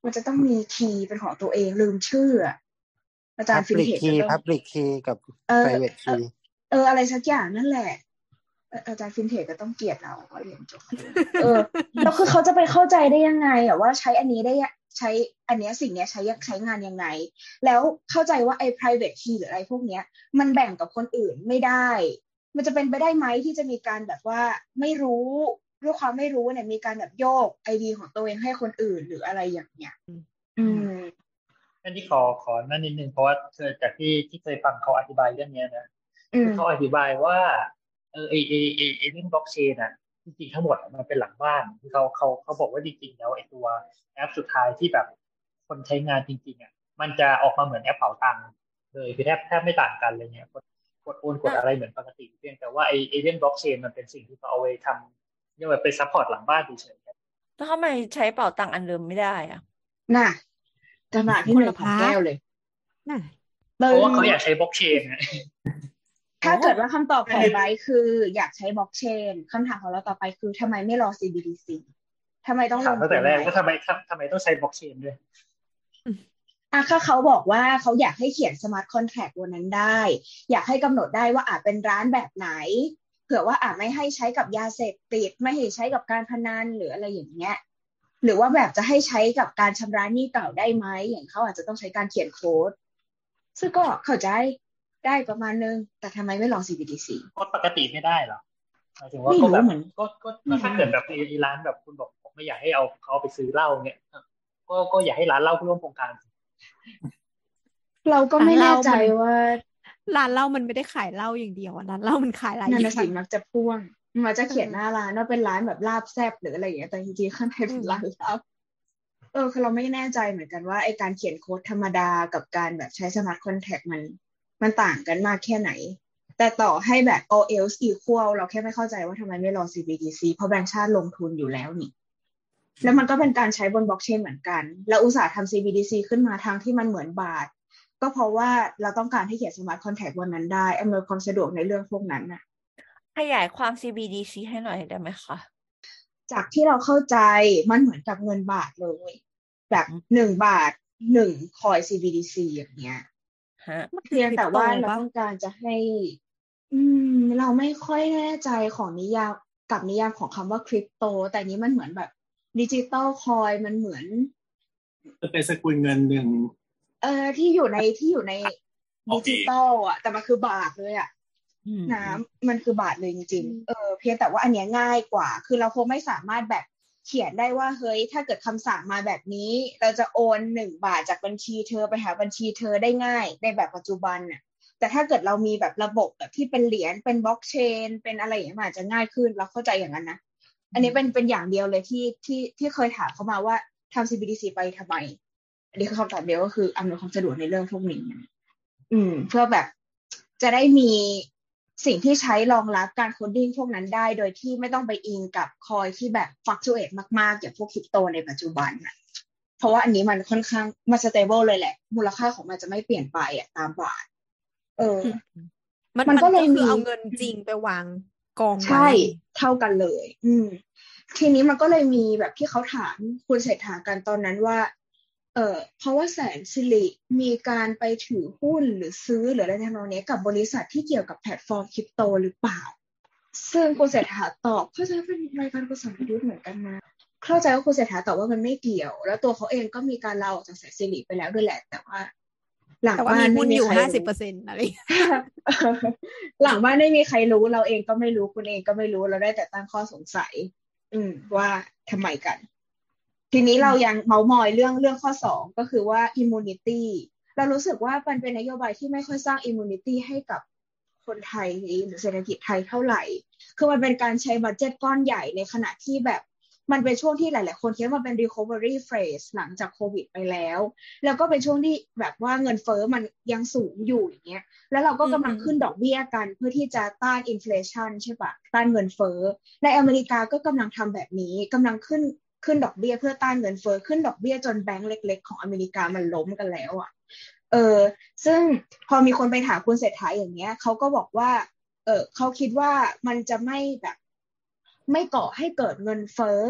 มันจะต้องมีคีย์เป็นของตัวเองลืมชื่ออาจารย์ฟิน Public เทจ key ก็ต้อง Public key กับเออ private key เอออะไรสักอย่างนั่นแหละอาจารย์ฟินเทจก็ต้องเกลียดเราเพราะเรียนจบเออแล้วคือเขาจะไปเข้าใจได้ยังไงอะว่าใช้อันนี้ได้ใช้อันเนี้ยสิ่งเนี้ยใช้ใช้งานยังไงแล้วเข้าใจว่าไอ้ private key หรืออะไรพวกเนี้ยมันแบ่งกับคนอื่นไม่ได้มันจะเป็นไปได้ไหมที่จะมีการแบบว่าไม่รู้ด้วยความไม่รู้เนี่ยมีการแบบโยกไอดีของตัวเองให้คนอื่นหรืออะไรอย่างเงี้ยอืมอันนี้ขอขอนั่นนิดนึงเพราะว่าเธอจากที่ที่เคยฟังเขาอธิบายเรื่องนี้นะคือเขาอธิบายว่าเออไอไอไอไอเรื่องบล็อกเชนอ่ะจริงๆทั้งหมดมันเป็นหลังบ้านคือเขาเขาเขาบอกว่าจริงๆแล้วไอตัวแอปสุดท้ายที่แบบคนใช้งานจริงๆอ่ะมันจะออกมาเหมือนแอปเป๋าตังค์เลยคือแทบแทบไม่ต่างกันเลยเนี่ยกดกดโอนกดอะไรเหมือนปกติเพียงแต่ว่าไอไอเรื่องบล็อกเชนมันเป็นสิ่งที่เขาเอาไว้ทำเรียกว่าเป็นซัพพอร์ตหลังบ้านเฉยๆแล้วทำไมใช้เป๋าตังค์อันเดิมไม่ได้อ่ะน่ะขนาดที่หนึ่งของแก้วเลยน่ะเพราะว่าเขาอยากใช้บล็อกเชนนะถ้าเกิดว่าคำตอบของไบร์ทคืออยากใช้บล็อกเชนคำถามของเราต่อไปคือทำไมไม่รอ ซี บี ดี ซี ทำไมต้องลงตั้งแต่แรกว่าทำไมทำไมต้องใช้บล็อกเชนด้วยอ่ะถ้าเขาบอกว่าเขาอยากให้เขียนสมาร์ทคอนแทรคบนนั้นได้อยากให้กำหนดได้ว่าอาจเป็นร้านแบบไหนเผื่อว่าอาจไม่ให้ใช้กับยาเสพติดไม่ให้ใช้กับการพนันหรืออะไรอย่างเงี้ยหรือว่าแบบจะให้ใช้กับการชำระหนี้เก่าได้ไหมอย่างเขาอาจจะต้องใช้การเขียนโค้ดซึ่งก็เข้าใจได้ประมาณนึงแต่ทำไมไม่ลอง ซี บี ดี ซีโค้ดปกติไม่ได้หรอหมายถึงว่าก็แบบก็ก็ถ้าเกิดแบบในร้านแบบคุณบอกผมไม่อยากให้เอาเขาไปซื้อเหล้าเนี่ยก็ก็อยากให้ร้านเหล้าร่วมโครงการเราก็ไม่แน่ใจว่าร้านเหล้ามันไม่ได้ขายเหล้าอย่างเดียวร้านเหล้ามันขายหลายอย่างนั่นสิมักจะพ่วงมันจะเขียนหน้าร้านว่าเป็นร้านแบบลาบแซ่บหรืออะไรอย่างเงี้ยแต่จริงๆข้างในเป็นร้านเหล้าเออคือเราไม่แน่ใจเหมือนกันว่าไอการเขียนโค้ดธรรมดากับการแบบใช้สมาร์ทคอนแทคมันมันต่างกันมากแค่ไหนแต่ต่อให้แบบ all else equal เราแค่ไม่เข้าใจว่าทำไมไม่รอ ซี บี ดี ซี เพราะแบงก์ชาติลงทุนอยู่แล้วนี่แล้วมันก็เป็นการใช้บนบล็อกเชนเหมือนกันแล้วอุตสาห์ทำ ซี บี ดี ซี ขึ้นมาทางที่มันเหมือนบาทก็เพราะว่าเราต้องการให้เขียนสมาร์ทคอนแทคบนนั้นได้อำนวยความสะดวกในเรื่องพวกนั้นน่ะขยายความ ซี บี ดี ซี ให้หน่อยได้ไหมคะจากที่เราเข้าใจมันเหมือนกับเงินบาทเลยแบบหนึ่งบาทหนึ่งคอย ซี บี ดี ซี อย่างเงี้ยเพียงแต่ว่าเราต้องการจะให้อืมเราไม่ค่อยแน่ใจของนิยามกับนิยามของคำว่าคริปโตแต่นี้มันเหมือนแบบดิจิตอลคอยมันเหมือนเป็นสกุลเงินหนึ่งเออที่อยู่ในที่อยู่ในดิจิตอลอ่ะแต่มันคือบาทเลยอ่ะน้ำมันคือบาทเลยจริงๆเออเพียงแต่ว่าอันเนี้ยง่ายกว่าคือเราคงไม่สามารถแบบเขียนได้ว่าเฮ้ยถ้าเกิดคำสั่งมาแบบนี้เราจะโอนหนึ่งบาทจากบัญชีเธอไปหาบัญชีเธอได้ง่ายในแบบปัจจุบันน่ะแต่ถ้าเกิดเรามีแบบระบบแบบที่เป็นเหรียญเป็นบล็อกเชนเป็นอะไรอย่างเงี้ยมันอาจจะง่ายขึ้นเราเข้าใจอย่างนั้นนะอันนี้เป็นเป็นอย่างเดียวเลยที่ที่ที่เคยถามเขามาว่าทำ ซี บี ดี ซี ไปทำไมอันนี้คือคำตอบเดียวก็คืออำนวยความสะดวกในเรื่องพวกนี้อืมเพื่อแบบจะได้มีสิ่งที่ใช้รองรับการโคดดิ้งพวกนั้นได้โดยที่ไม่ต้องไปอิงกับคอยที่แบบฟลักชูเอทมากๆอย่างพวกคริปโตในปัจจุบันนะเพราะว่าอันนี้มันค่อนข้างมาสเตเบิลเลยแหละมูลค่าของมันจะไม่เปลี่ยนไปอ่ะตามบาทเออมันก็เลยมีเอาเงินจริงไปวางกองไว้ใช่เท่ากันเลยอืมทีนี้มันก็เลยมีแบบที่เขาถามคุณเศรษฐากันตอนนั้นว่าเอ่อเพราะว่าแสนสิริมีการไปถือหุ้นหรือซื้อหรืออะไรทำนองนี้กับบริษัทที่เกี่ยวกับแพลตฟอร์มคริปโตหรือเปล่าซึ่งคุณเศรษฐาตอบเข้าใจเป็นรายการภาษาอังกฤษเหมือนกันนะเข้าใจว่าคุณเศรษฐาตอบว่ามันไม่เกี่ยวแล้วตัวเขาเองก็มีการลาออกจากแสนสิริไปแล้วด้วยแหละแต่ว่าหลังบ้านไม่มีใครรู้ ห้าสิบเปอร์เซ็นต์ อะไรหลังบ้านไม่มีใครรู้เราเองก็ไม่รู้คุณเองก็ไม่รู้เราได้แต่ตั้งข้อสงสัยอืมว่าทำไมกันทีนี้เรายังเมามอยเรื่องเรื่องข้อสองก็คือว่า immunity เรารู้สึกว่ามันเป็นนโยบายที่ไม่ค่อยสร้าง immunity ให้กับคนไทยหรือเศรษฐกิจไทยเท่าไหร่คือมันเป็นการใช้บัดเจ็ตก้อนใหญ่ในขณะที่แบบมันเป็นช่วงที่หลายๆคนคิดว่ามันเป็น recovery phase หลังจากโควิดไปแล้วแล้วก็เป็นช่วงที่แบบว่าเงินเฟ้อมันยังสูงอยู่อย่างเงี้ยแล้วเราก็กำลังขึ้นดอกเบี้ยกันเพื่อที่จะต้าน inflation ใช่ปะต้านเงินเฟ้อในอเมริกาก็กำลังทำแบบนี้กำลังขึ้นขึ้นดอกเบี้ยเพื่อต้านเงินเฟ้อขึ้นดอกเบี้ยจนแบงก์เล็กๆของอเมริกามันล้มกันแล้วอ่ะเออซึ่งพอมีคนไปถามคุณเศรษฐาอย่างเงี้ยเขาก็บอกว่าเออเขาคิดว่ามันจะไม่แบบไม่ก่อให้เกิดเงินเฟ้อ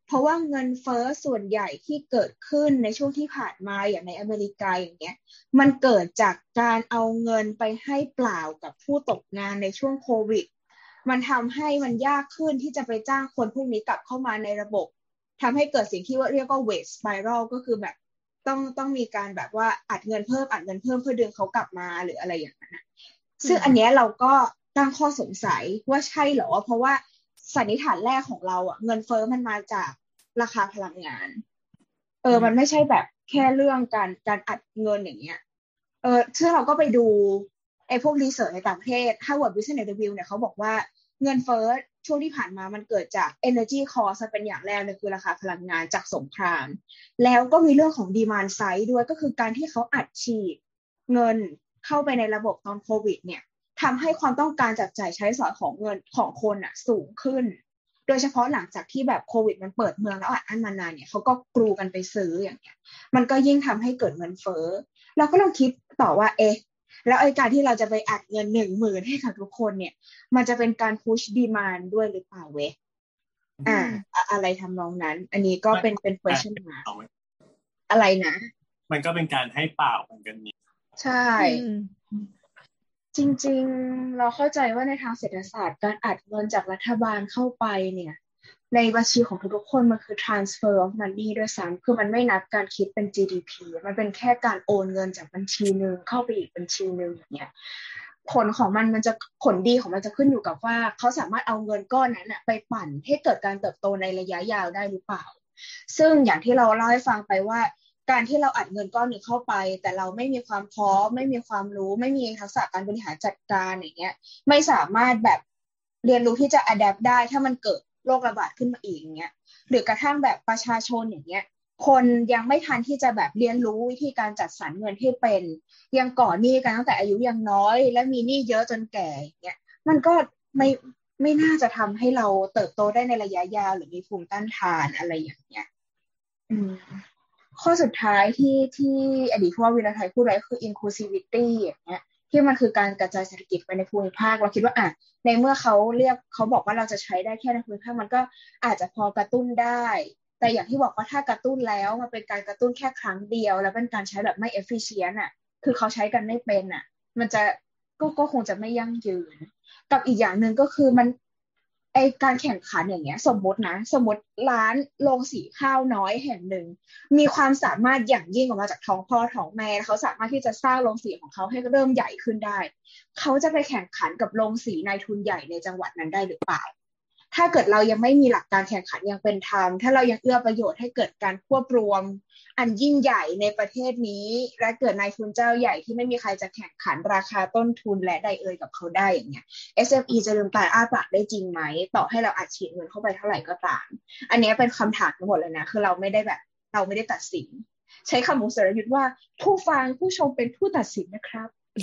เพราะว่าเงินเฟ้อส่วนใหญ่ที่เกิดขึ้นในช่วงที่ผ่านมาอย่างในอเมริกาอย่างเงี้ยมันเกิดจากการเอาเงินไปให้เปล่ากับผู้ตกงานในช่วงโควิดมันทำให้มันยากขึ้นที่จะไปจ้างคนพวกนี้กลับเข้ามาในระบบทำให้เกิดสิ่งที่ว่าเรียกว่า wage spiral ก็คือแบบต้องต้องมีการแบบว่าอัดเงินเพิ่มอัดเงินเพิ่มเพื่อดึงเขากลับมาหรืออะไรอย่างนั้นนะซึ่งอันเนี้ยเราก็ตั้งข้อสงสัยว่าใช่เหรอเพราะว่าสันนิษฐานแรกของเราอ่ะเงินเฟ้อมันมาจากราคาพลังงานเออมันไม่ใช่แบบแค่เรื่องการการอัดเงินอย่างเงี้ยเออซึ่งเราก็ไปดูไอ้พวกรีเสิร์ชในต่างประเทศ Harvard Business Review เนี่ยเขาบอกว่าเงินเฟ้อช่วงที่ผ่านมามันเกิดจาก energy cost เป็นอย่างแรกเลยคือราคาพลังงานจากสงครามแล้วก็มีเรื่องของ demand side ด้วยก็คือการที่เขาอัดฉีดเงินเข้าไปในระบบตอนโควิดเนี่ยทำให้ความต้องการจับจ่ายใช้สอยของเงินของคนอ่ะสูงขึ้นโดยเฉพาะหลังจากที่แบบโควิดมันเปิดเมืองแล้วอัดอั้นมานานเนี่ยเขาก็กรูกันไปซื้ออย่างเงี้ยมันก็ยิ่งทำให้เกิดเงินเฟ้อเราก็ลองคิดต่อว่าเอ๊ะแล้วไอ้การที่เราจะไปอัดเงินหนึ่งหมื่นให้กับทุกคนเนี่ยมันจะเป็นการ push demand ด้วยหรือเปล่าเว้ยอ่าอะไรทำนองนั้นอันนี้ก็เป็นเป็น question mark อะไรนะมันก็เป็นการให้เปล่าเหมือนกันนี่ใช่จริงๆเราเข้าใจว่าในทางเศรษฐศาสตร์การอัดเงินจากรัฐบาลเข้าไปเนี่ยในบัญชีของทุกๆคนมันคือ transfer of money ด้วยซ้ำคือมันไม่นับการคิดเป็น จี ดี พี มันเป็นแค่การโอนเงินจากบัญชีนึงเข้าไปอีกบัญชีนึงอย่างเงี้ยผลของมันมันจะผลดีของมันจะขึ้นอยู่กับว่าเขาสามารถเอาเงินก้อนนั้นไปปั่นให้เกิดการเติบโตในระยะยาวได้หรือเปล่าซึ่งอย่างที่เราเล่าให้ฟังไปว่าการที่เราอัดเงินก้อนหนึ่งเข้าไปแต่เราไม่มีความพร้อมไม่มีความรู้ไม่มีทักษะการบริหารจัดการอย่างเงี้ยไม่สามารถแบบเรียนรู้ที่จะ adapt ได้ถ้ามันเกิดโรคระบาดขึ้นมาอีกอย่างเงี้ยหรือกระทั่งแบบประชาชนอย่างเงี้ยคนยังไม่ทันที่จะแบบเรียนรู้วิธีการจัดสรรเงินให้เป็นยังก่อหนี้กันตั้งแต่อายุยังน้อยและมีหนี้เยอะจนแก่อย่างเงี้ยมันก็ไม่ไม่น่าจะทำให้เราเติบโตได้ในระยะยาวหรือมีภูมิต้านทานอะไรอย่างเงี้ยอืมข้อสุดท้ายที่ที่อดีตผู้ว่าวีระไทยพูดไว้คือ inclusivity อย่างเงี้ยที่มันคือการกระจายเศรษฐกิจไปในภูมิภาคเราคิดว่าอ่ะในเมื่อเขาเรียกเขาบอกว่าเราจะใช้ได้แค่ในภูมิภาคมันก็อาจจะพอกระตุ้นได้แต่อย่างที่บอกว่าถ้ากระตุ้นแล้วมันเป็นการกระตุ้นแค่ครั้งเดียวแล้วเป็นการใช้แบบไม่ efficient อ่ะคือเขาใช้กันไม่เป็นอ่ะมันจะก็ก็คงจะไม่ยั่งยืนกับอีกอย่างหนึ่งก็คือมันไอการแข่งขันอย่างเงี้ยสมมตินะสมมติร้านโรงสีข้าวน้อยแห่งหนึ่งมีความสามารถอย่างยิ่งออกมาจากท้องพ่อท้องแม่เขาสามารถที่จะสร้างโรงสีของเขาให้เริ่มใหญ่ขึ้นได้เขาจะไปแข่งขันกับโรงสีนายทุนใหญ่ในจังหวัดนั้นได้หรือเปล่าถ้าเกิดเรายังไม่มีหลักการแข่งขันอย่างเป็นธรรมถ้าเรายังเอื้อประโยชน์ให้เกิดการควบรวมอันยิ่งใหญ่ในประเทศนี้และเกิดนายทุนเจ้าใหญ่ที่ไม่มีใครจะแข่งขันราคาต้นทุนและใดเอ่ยกับเขาได้อย่างเงี้ย เอส เอ็ม อี จะลืมตาอ้าปากได้จริงไหมต่อให้เราอัดฉีดเงินเข้าไปเท่าไหร่ก็ตามอันนี้เป็นคำถามทั้งหมดเลยนะคือเราไม่ได้แบบเราไม่ได้ตัดสินใช้คำของสรยุทธว่าผู้ฟังผู้ชมเป็นผู้ตัดสินนะครับ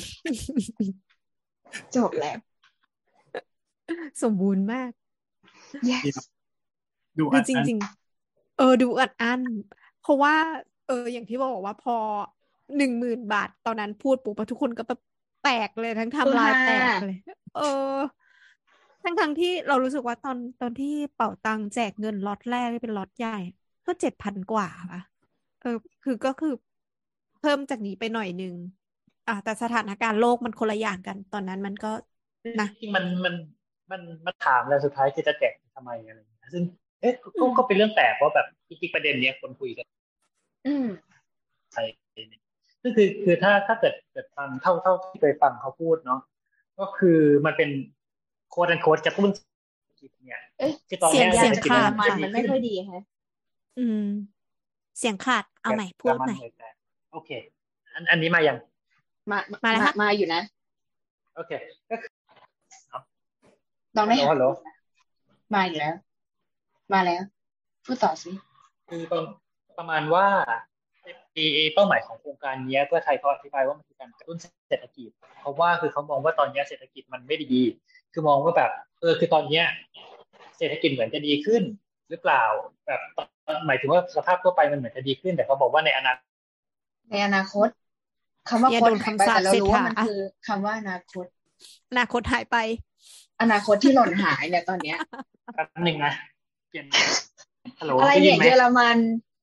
จบแล้วสมบูรณ์มาก yes ดูจริงๆเออดูอัดอั้นเพราะว่าเอออย่างที่บอกว่าพอหนึ่งหมื่นบาทตอนนั้นพูดปุ๊บทุกคนก็แบบแตกเลยทั้งทำลายแตกเลยเออทั้งทั้งที่เรารู้สึกว่าตอนตอนที่เป่าตังแจกเงินล็อตแรกเป็นล็อตใหญ่ก็เจ็ดพันกว่าป่ะเออคือก็คือเพิ่มจากนี้ไปหน่อยนึงอ่ะแต่สถานการณ์โลกมันคนละอย่างกันตอนนั้นมันก็นะจริงมันมันมันมันถามแล้วสุดท้ายคือจะแจกทำไมอะไรอย่างเงี้ยซึ่งเอ๊ะก็ก็เป็นเรื่องแปลกว่าแบบจริงๆประเด็นเนี้ยคนคุยกันอืมใช่เนี่ยก็คือคือถ้าถ้าเกิดเกิดฟังเท่าเท่าที่เคยฟังเขาพูดเนาะก็คือมันเป็นโค้ดอันโค้ดกระตุ้นเศรษฐกิจเนี่ยที่ตอนนี้เสียงขาดมันไม่ค่อยดีฮะอืมเสียงขาดเอาใหม่พูดใหม่โอเคอันอันนี้มายังมามาแล้วมาอยู่นะโอเคก็ลองได้ฮัลโหลมาอีกแล้วมาแล้วพูดต่อสิคือประมาณว่าเป้าหมายของโครงการนี้เพื่อไทยเขาอธิบายว่ามันคือการกระตุ้นเศรษฐกิจเพราะว่าคือเขามองว่าตอนนี้เศรษฐกิจมันไม่ดีคือมองว่าแบบเออคือตอนนี้เศรษฐกิจเหมือนจะดีขึ้นหรือเปล่าแบบหมายถึงว่าสภาพทั่วไปมันเหมือนจะดีขึ้นแต่เขาบอกว่าในอนาคตในอนาคตคำว่าคนหายไปแต่เรารู้ว่ามันคือคำว่าอนาคตอนาคตหายไปอนาคตที่หล่นหายเนี่ยตอนเนี้ยแป๊บนึงนะเปลี่ยนฮัลโหลอะไรได้ยิเนี่นยไหมเยอรมัน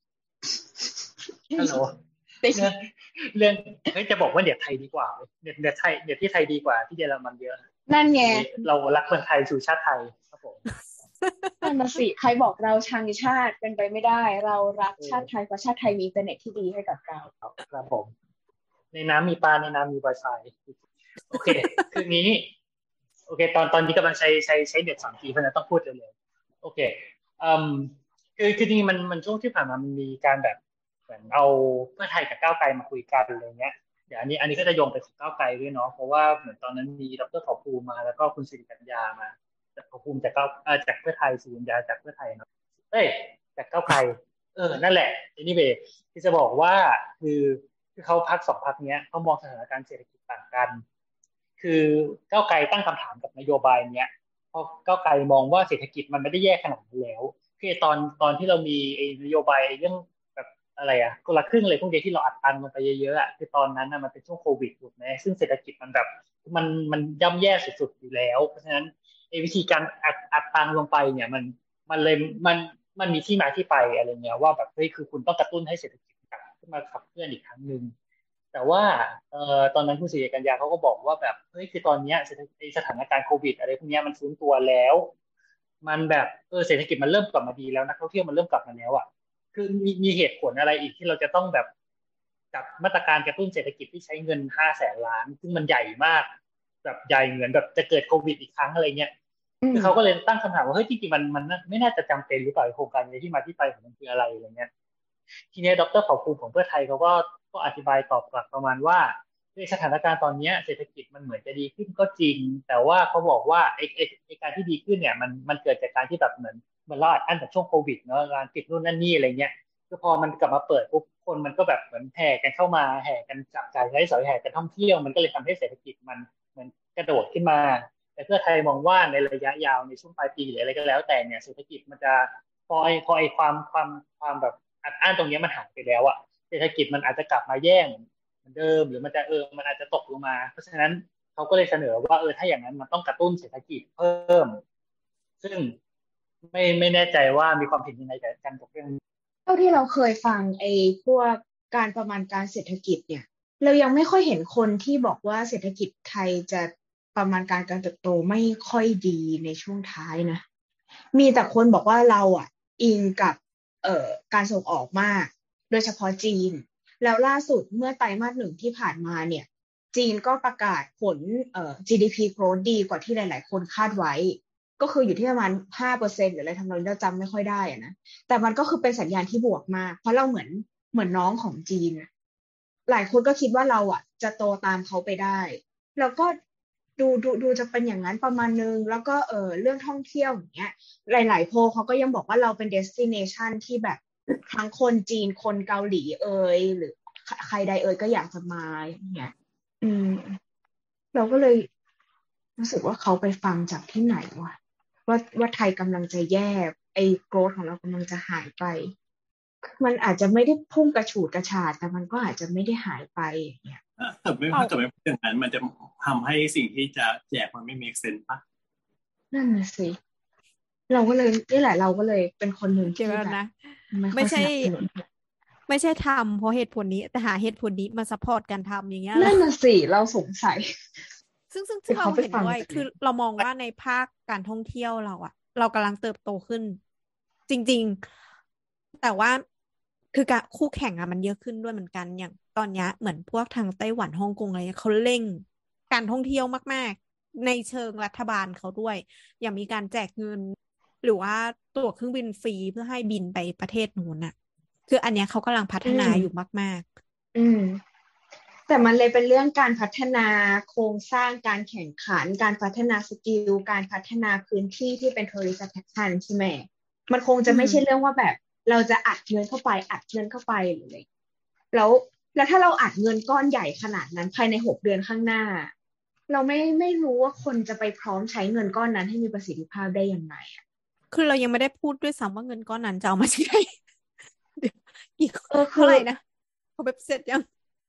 ฮัลโหลเรื่องเรื่องเฮ้ยจะบอกว่าเน็ตไทยดีกว่าเน็ตเน็ตไทยเน็ตที่ไทยดีกว่าที่เยอรมันเยอะนั่นไงเรารักคนไทยสู่ชาติไทยครับผมนั่นน่ะสิใครบอกเราชังชาติเป็นไปไม่ได้ เรารักชาติไทยเพราะชาติไทยมีอินเทอร์เน็ตที่ดีให้กับเราครับผมในน้ำมีปลาในน้ำมี Wi-Fi โอเค คือนี้โอเคตอนตอนนี้กำลังใช้ใช้ใช้เน็ต ทรี จี เพราะฉะนั้นต้องพูดเร็วๆโอเคอืมคือคือจริงๆมันมันช่วงที่ผ่านมามันมีการแบบเหมือนเอาเพื่อไทยกับก้าวไกลมาคุยกันอะไรเงี้ยเดี๋ยวอันนี้อันนี้ก็จะโยงไปถึงก้าวไกลด้วยเนาะเพราะว่าเหมือนตอนนั้นมีดร.เผ่าภูมิมาแล้วก็คุณสิริกัญญามาจากเผ่าภูมิจากก้าวเอ่อจากเพื่อไทยสิริกัญญาจากเพื่อไทยเนาะเอ้ยจากก้าวไกลเออนั่นแหละ anyway ที่จะบอกว่าคือคือเขาพักสองพักเนี้ยเขามองสถานการณ์เศรษฐกิจต่างกันคือก้าวไกลตั้งคำถามกับนโยบายเนี้ยเพราะก้าวไกลมองว่าเศรษฐกิจมันไม่ได้แย่ขนาดนั้นแล้วคือตอนตอนที่เรามีไอ้นโยบายเรื่องแบบอะไรอะคนละครึ่งเลยพวกเดียวที่เราอัดตังค์ลงไปเยอะๆอะคือตอนนั้นน่ะมันเป็นช่วงโควิดถูกไหมซึ่งเศรษฐกิจมันแบบมันมันย่ำแย่สุดๆอยู่แล้วเพราะฉะนั้นไอ้วิธีการอัดอัดตังค์ลงไปเนี่ยมันมันเลยมันมันมีที่มาที่ไปอะไรเงี้ยว่าแบบเฮ้ยคือคุณต้องกระตุ้นให้เศรษฐกิจกลับขึ้นมาขับเคลื่อนอีกครั้งนึงแต่ว่าเอ่อตอนนั้นคุณสิริกัญญาเขาก็บอกว่าแบบเฮ้ยคือตอนเนี้ยสถานการณ์โควิดอะไรพวกเนี้ยมันฟื้นตัวแล้วมันแบบเออเศรษฐกิจมันเริ่มกลับมาดีแล้วนักท่องเที่ยวมันเริ่มกลับมาแล้วอ่ะคือมีมีเหตุผลอะไรอีกที่เราจะต้องแบบกับมาตรการกระตุ้นเศรษฐกิจที่ใช้เงินห้าแสนล้านซึ่งมันใหญ่มากแบบใหญ่เหมือนแบบจะเกิดโควิดอีกครั้งอะไรเงี้ยคือเขาก็เลยตั้งคำถามว่าเฮ้ยจริงๆมันมันไม่น่าจะจำเป็นหรือเปล่าโครงการนี้ที่มาที่ไปของมันคืออะไรอะไรเงี้ยทีนี้ดร.เผ่าภูมิของเพื่อไทยเขาก็ก็อธิบายตอบกลับประมาณว่าในสถานการณ์ตอนนี้เศรษฐกิจมันเหมือนจะดีขึ้นก็จริงแต่ว่าเขาบอกว่าไอ้ไอ้ไอ้การที่ดีขึ้นเนี่ยมันมันเกิดจากการที่แบบเหมือนเหมือนเราอัดอั้นจากช่วงโควิดเนาะการปิดนู่นนั่นนี่อะไรเงี้ยคือพอมันกลับมาเปิดปุ๊บคนมันก็แบบเหมือนแห่กันเข้ามาแห่กันจับจ่ายใช้สอยแห่กันท่องเที่ยวมันก็เลยทำให้เศรษฐกิจมันเหมือนกระโดดขึ้นมาแต่เพื่อไทยมองว่าในระยะยาวในช่วงปลายปีหรืออะไรก็แล้วแต่เนี่ยเศรษฐกิจมันจะพอไอ้พอไอ้ความความความแบบอัดอั้นตรงนี้มันหายไปแล้วอะเศรษฐกิจมันอาจจะกลับมาแย่งเหมือนเดิมหรือมันจะเออมันอาจจะตกลงมาเพราะฉะนั้นเขาก็เลยเสนอว่าเออถ้าอย่างนั้นมันต้องกระตุ้นเศรษฐกิจเพิ่มซึ่งไม่ไม่แน่ใจว่ามีความเห็นยังไงกันกับเรื่องเท่าที่เราเคยฟังไอ้พวกการประมาณการเศรษฐกิจเนี่ยเรายังไม่ค่อยเห็นคนที่บอกว่าเศรษฐกิจไทยจะประมาณการการเติบโตไม่ค่อยดีในช่วงท้ายนะมีแต่คนบอกว่าเราอ่ะอิงกับเอ่อการส่งออกมากโดยเฉพาะจีนแล้วล่าสุดเมื่อไตรมาสหนึ่งที่ผ่านมาเนี่ยจีนก็ประกาศผลเอ่อ จี ดี พี growth ดีกว่าที่หลายๆคนคาดไว้ก็คืออยู่ที่ประมาณ ห้าเปอร์เซ็นต์ หรืออะไรทำนองนี้เราจำไม่ค่อยได้อะนะแต่มันก็คือเป็นสัญญาณที่บวกมากเพราะเราเหมือนเหมือนน้องของจีนหลายคนก็คิดว่าเราอ่ะจะโตตามเขาไปได้แล้วก็ดูดูดูจะเป็นอย่างนั้นประมาณนึงแล้วก็เออเรื่องท่องเที่ยวอย่างเงี้ยหลายๆโพลเขาก็ยังบอกว่าเราเป็น destination ที่แบบทั้งคนจีนคนเกาหลีเอ่ยหรือใครใดเอ่ยก็อยากจะมาอย่างเงี้ยอืมเราก็เลยรู้สึกว่าเขาไปฟังจากที่ไหนวะว่าว่าไทยกำลังจะแย่ไอ้โกรธของเรากำลังจะหายไปมันอาจจะไม่ได้พุ่งกระฉูดกระฉาดแต่มันก็อาจจะไม่ได้หายไปอย่างเงี้ยแต่ไม่ถ้าเกิดไม่พูดอย่างนั้นมันจะทำให้สิ่งที่จะแจกมันไม่ make sense ป่ะนั่นน่ะสิเราก็เลยนี่แหละเราก็เลยเป็นคนหนึ่งที่แบบนะไม่ค่ไม่อยสใช่นับสนุนไม่ใช่ทำเพราะเหตุผลนี้แต่หาเหตุผลนี้มาซัพพอร์ตการทำอย่างเงี้ยนั่นน่ะสิเราสงสัยซึ่งซึ่งซึ่งเราเห็นด้วยคือเรามองว่าในภาคการท่องเที่ยวเราอะเรากำลังเติบโตขึ้นจริงๆแต่ว่าคือการคู่แข่งอะมันเยอะขึ้นด้วยเหมือนกันอย่างตอนนี้เหมือนพวกทางไต้หวันฮ่องกงอะไรเขาเร่งการท่องเที่ยวมากๆในเชิงรัฐบาลเขาด้วยอย่างมีการแจกเงินหรือว่าตั๋วเครื่องบินฟรีเพื่อให้บินไปประเทศนู้นน่ะคืออันเนี้ยเขากำลังพัฒนาอยู่มากๆอืมแต่มันเลยเป็นเรื่องการพัฒนาโครงสร้างการแข่งขันการพัฒนาสกิลการพัฒนาพื้นที่ที่เป็น tourist attraction ใช่ไหมมันคงจะไม่ใช่เรื่องว่าแบบเราจะอัดเงินเข้าไปอัดเงินเข้าไปหรืออะไรแล้วแล้วถ้าเราอัดเงินก้อนใหญ่ขนาดนั้นภายในหกเดือนข้างหน้าเราไม่ไม่รู้ว่าคนจะไปพร้อมใช้เงินก้อนนั้นให้มีประสิทธิภาพได้ยังไงอ่ะคือเรายังไม่ได้พูดด้วยซ้ำว่าเงินก้อนนั้นจะเอามาใช้เดี๋ยวกี่เออเท่าไหร่นะเขาแบบเสร็จยัง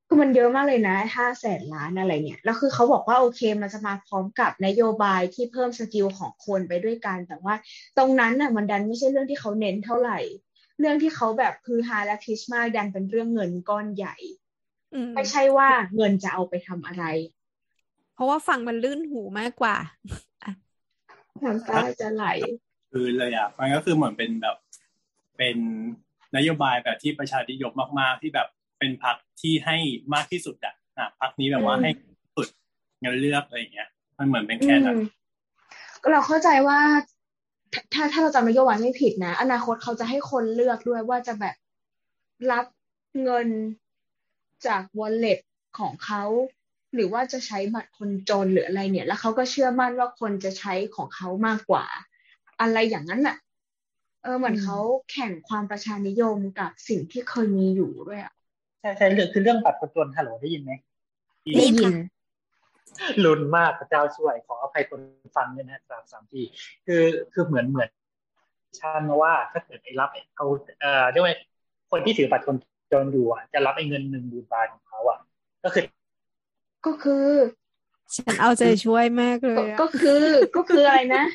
คือมันเยอะมากเลยนะห้าแสนล้านอะไรเนี่ยแล้วคือเขาบอกว่าโอเคมันจะมาพร้อมกับนโยบายที่เพิ่มสกิลของคนไปด้วยกันแต่ว่าตรงนั้นน่ะมันดันไม่ใช่เรื่องที่เขาเน้นเท่าไหร่เรื่องที่เขาแบบคือฮาและพิชมากดันเป็นเรื่องเงินก้อนใหญ่ไม่ใช่ว่าเงินจะเอาไปทำอะไรเพราะว่าฟังมันลื่นหูมากกว่าน้ำตาจะไหลคือเลยอ่ะมันก็คือเหมือนเป็นแบบเป็นนโยบายแบบที่ประชานิยมมากๆที่แบบเป็นพรรคที่ให้มากที่สุดอ่ะอ่ะพรรคนี้แบบว่าให้สุดเงินเลือกอะไรอย่างเงี้ยมันเหมือนเป็นแค่นั้นก็เราเข้าใจว่าถ้าถ้าเราจำนโยบายไม่ผิดนะอนาคตเขาจะให้คนเลือกด้วยว่าจะแบบรับเงินจาก wallet ของเขาหรือว่าจะใช้บัตรคนจนหรืออะไรเนี่ยแล้วเขาก็เชื่อมั่นว่าคนจะใช้ของเขามากกว่าอะไรอย่างนั้นน่ะเออเหมือนเขาแข่งความประชานิยมกับสิ่งที่เคยมีอยู่ด้วยอ่ะใช่ใช่เรื่องคือเรื่องบัตรคนจนฮัลโหลได้ยินไหมได้ยินลุ้นมากพระเจ้าช่วยขออภัยคนฟังด้วยนะสามสามทีคือคือเหมือนเหมือนชันว่าถ้าเกิดไอ้รับเอาเอ่อเรียกว่าคนที่ถือบัตรคนจนอยู่อ่ะจะรับไอ้เงินหนึ่งหมื่นบาทของเขาอ่ะก็คือก็คือฉันเอาใจช่วยมากเลยก็คือก็คืออะไรนะ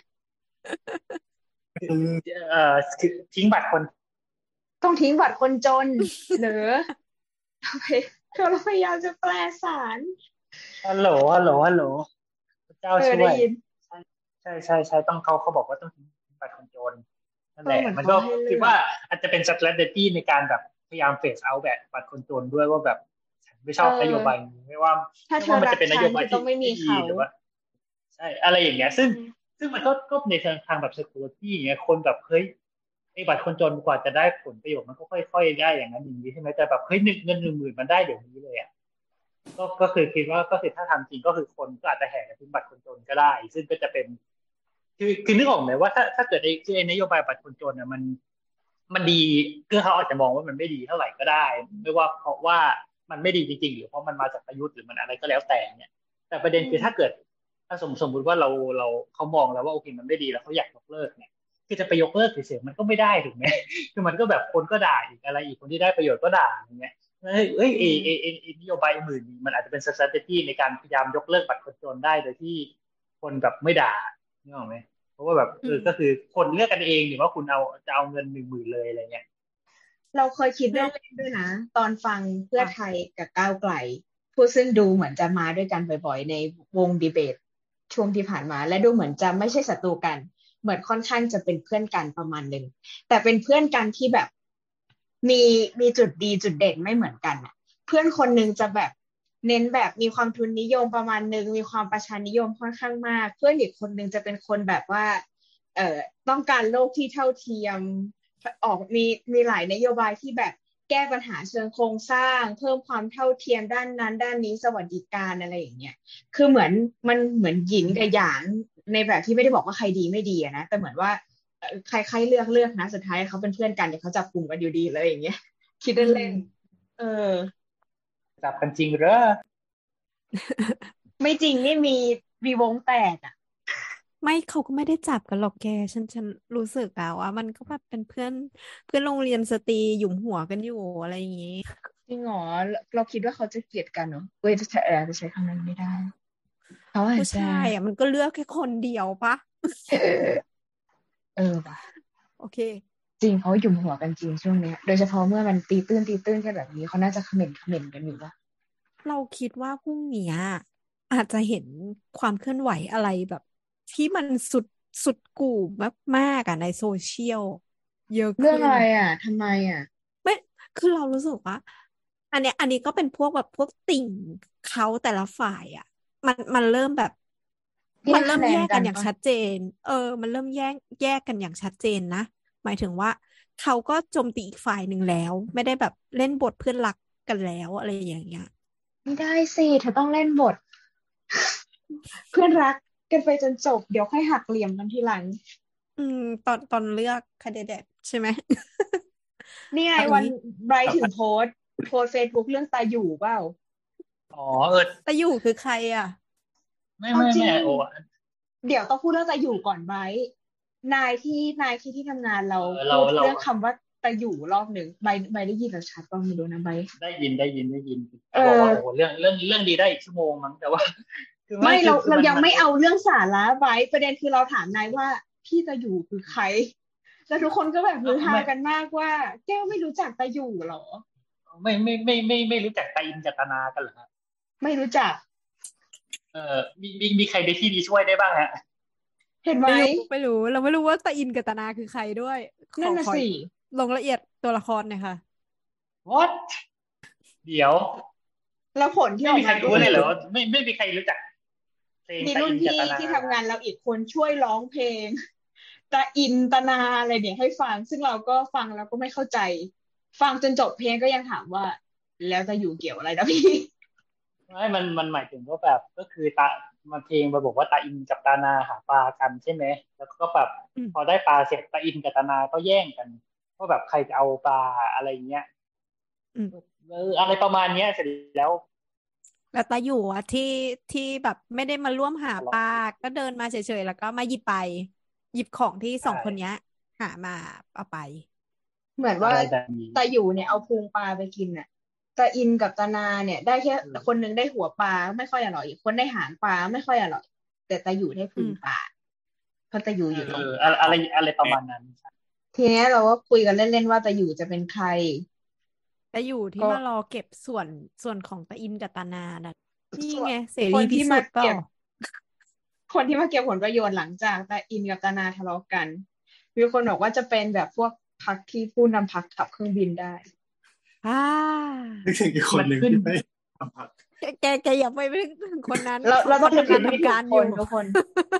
คือเอ่อทิ้งบัตรคนต้องทิ้งบัตรคนจนหรือทำไมเราพยายามจะแปลสารฮัลโหลฮัลโหลฮัลโหลพระเจ้าช่วยใช่ใช่ใช่ต้องเขาเขาบอกว่าต้องทิ้งบัตรคนจนนั่นแหละมันก็คิดว่าอาจจะเป็น strategy ในการแบบพยายามเฟสเอาท์แบบบัตรคนจนด้วยว่าแบบฉันไม่ชอบนโยบายนี้ไม่ว่าไม่ว่ามันจะเป็นนโยบายที่ไม่ดีหรือว่าใช่อะไรอย่างเงี้ยซึ่งซึ่งมันก็ก็ในทางทางแบบ security อย่างเงี้ยคนแบบเฮ้ยไอ้บัตรคนจนกว่าจะได้ผลประโยชน์มันก็ค่อยๆได้อย่างนั้นอย่างนี้ใช่ไหมแต่แบบเฮ้ยเงินหนึ่งหมื่นมันได้เดี๋ยวนี้เลยอ่ะก็ก็คือคิดว่าก็คือถ้าทำจริงก็คือคนก็อาจจะแห่ทิ้งบัตรคนจนก็ได้ซึ่งก็จะเป็นคือคือนึกออกไหมว่าถ้าถ้าเกิดไอ้ไอ้นโยบายบัตรคนจนอ่ะมันมันดีคือเขาอาจจะมองว่ามันไม่ดีเท่าไหร่ก็ได้ไม่ว่าเพราะว่ามันไม่ดีจริงๆหรือเพราะมันมาจากประยุทธ์หรือมันอะไรก็แล้วแต่เนี่ยแต่ประเด็นคือถ้าเกิดถ้าสมสมมติว่าเราเราเขามองแล้วว่าโอเคมันไม่ดีแล้วเขาอยากยกเลิกเนี่ยคือจะไปยกเลิกเฉยๆมันก็ไม่ได้ถูกไหมคือมันก็แบบคนก็ด่าอีกอะไรอีกคนที่ได้ประโยชน์ก็ด่าอย่างเงี้ยเฮ้ยเอ้ยเอเอเอเอนโยบายหมื่นมันอาจจะเป็น strategy ในการพยายามยกเลิกบัตรคนจนได้โดยที่คนแบบไม่ด่านึกออกไหมเพราะว่าแบบเออก็คือคนเลือกกันเองหรือว่าคุณเอาจะเอาเงินหนึ่งหมื่นเลยอะไรเงี้ยเราเคยคิดเรื่องเล่นด้วยนะตอนฟังเพื่อไทยกับก้าวไกลผู้ซึ่งดูเหมือนจะมาด้วยกันบ่อยๆในวงดีเบตช่วงที่ผ่านมาและดูเหมือนจะไม่ใช่ศัตรูกันเหมือนค่อนข้างจะเป็นเพื่อนกันประมาณนึงแต่เป็นเพื่อนกันที่แบบมีมีจุดดีจุดเด่นไม่เหมือนกันอ่ะเพื่อนคนนึงจะแบบเน้นแบบมีความทุนนิยมประมาณนึงมีความประชานิยมค่อนข้างมากเพื่อนอีกคนนึงจะเป็นคนแบบว่าเอ่อต้องการโลกที่เท่าเทียมออกมีมีหลายนโยบายที่แบบแก้ปัญหาเชิงโครงสร้างเพิ่มความเท่าเทียมด้านนั้นด้านนี้สวัสดิการอะไรอย่างเงี้ยคือเหมือนมันเหมือนหยินกับหยางในแบบที่ไม่ได้บอกว่าใครดีไม่ดีนะแต่เหมือนว่าใครใครเลือกเลือกนะสุดท้ายเขาเป็นเพื่อนกันเดี๋ยวเขาจับกลุ่มกันอยู่ดีเลยอย่างเงี้ยคิดเล่นเออจับกันจริงเหรอไม่จริงนี่มีมีวงแตกอ่ะไม่เขาก็ไม่ได้จับกันหรอกแกฉันฉันรู้สึกอะว่ามันก็แบบเป็นเพื่อนเพื่อนโรงเรียนสตรีหยุมหัวกันอยู่อะไรอย่างงี้จริงเหรอเราคิดว่าเขาจะเกลียดกันเนาะเว้ยจะใช้จะใช้คำนั้นไม่ได้เขาอาจจะผู้ชายอะมันก็เลือกแค่คนเดียวปะเออเออป่ะโอเคจริงเขาหยุมหัวกันจริงช่วงนี้โดยเฉพาะเมื่อมันตีตื้นตีตื้นกันแบบนี้เขาน่าจะคอมเมนต์คอมเมนต์กันอยู่ว่าเราคิดว่าพรุ่งนี้อาจจะเห็นความเคลื่อนไหวอะไรแบบที่มันสุดสุดกู่มากๆอะในโซเชียลเยอะเรื่องขึ้นอะไรอ่ะทำไมอ่ะไม่คือเรารู้สึกว่าอันเนี้ยอันนี้ก็เป็นพวกแบบพวกติ่งเขาแต่ละฝ่ายอ่ะมันมันเริ่มแบบมันเริ่มแยกกันอย่างชัดเจนเออมันเริ่มแยกแยกกันอย่างชัดเจนนะหมายถึงว่าเขาก็โจมตีอีกฝ่ายหนึ่งแล้วไม่ได้แบบเล่นบทเพื่อนรักกันแล้วอะไรอย่างเงี้ยไม่ได้สิเธอต้องเล่นบทเพื่อนรักกันไปจนจบเดี๋ยวค่อยหักเหลี่ยมกันทีหลังอืมตอนตอนเลือกคาเดเดตใช่ไหมนี่ไงวันไบรท์ถึงโพสโพสเฟซบุ๊กเรื่องตาอยู่เปล่าอ๋อเออตาอยู่คือใครอ่ะไม่ไม่ไม่โอ้เดี๋ยวต้องพูดเรื่องตาอยู่ก่อนไบรท์นายที่นายที่ที่ทำงานเราพูดเรื่องคำว่าแต่อยู่รอบหนึ่งใบใบได้ยินแล้วชัดป่ะไม่รู้นะใบได้ยินได้ยินได้ยินบอกว่าโอ้โหเรื่องเรื่องเรื่องดีได้อีกชั่วโมงมั้งแต่ว่าคือไม่เราคือเรามันยังมันไม่เอาเรื่องสาระไว้ประเด็นคือเราถามนายว่าพี่ตาอยู่คือใครแล้วทุกคนก็แบบฮือฮากันมากว่าแก้วไม่รู้จักตาอยู่เหรอไม่ไม่ไม่ไม่ไม่รู้จักตาอินจัตนากันเหรอฮะไม่รู้จักเออมีมีมีใครในที่นี้ช่วยได้บ้างฮะเห็นไหมไม่รู้ไม่รู้เราไม่รู้ว่าตาอินกับตานาคือใครด้วยนั่นน่ะสิลงละเอียดตัวละครหน่อยค่ะ what เดี๋ยวแล้วผลที่ออกมาไม่มีใครรู้เลยเหรอไม่ไม่มีใครรู้จักมีรุ่นพี่ที่ทำงานเราอีกคนช่วยร้องเพลงตาอินตานาอะไรเนี่ยให้ฟังซึ่งเราก็ฟังแล้วก็ไม่เข้าใจฟังจนจบเพลงก็ยังถามว่าแล้วจะอยู่เกี่ยวอะไรนะพี่ไม่มันมันหมายถึงว่าแบบก็คือตามาเพลงมาบอกว่าตาอินกับตานาหาปลากันใช่ไหมแล้วก็แบบพอได้ปลาเสร็จตาอินกับตานาก็แย่งกันว่าแบบใครจะเอาปลาอะไรเงี้ยเอออะไรประมาณเนี้ยเสร็จแล้วแล้วตาอยู่อ่ะที่ที่แบบไม่ได้มาร่วมหาปลาก็เดินมาเฉยๆแล้วก็มาหยิบไปหยิบของที่สองคนนี้หามาเอาไปเหมือนว่าตาอยู่เนี่ยเอาพุงปลาไปกินน่ะตาอินกับตานาเนี่ยได้แค่คนนึงได้หัวปลาไม่ค่อยอร่อยอีกคนได้หางปลาไม่ค่อยอร่อยแต่ตาอยู่ได้พุงปลาเพราะตาอยู่อยู่ตรงอะไรอะไรประมาณนั้นทีนี้เราก็คุยกันเล่นๆว่าตาอยู่จะเป็นใครตาอยู่ที่มารอเก็บส่วนส่วนของตาอินกับตานาน่ะนี่ไงเสรีพิสุทธิ์เปล่าคนที่มาเก็บผลประโยชน์หลังจากตาอินกับตานาทะเลาะกันมีคนบอกว่าจะเป็นแบบพวกพรรคที่ผู้นำพรรคขับเครื่องบินได้อ่านึกถึงอีกคนหนึ่งที่ไม่ทำพรรคแกแกอย่าไปถึงคนนั้นเราเราต้องทำงานทำการอยู่ทุกคน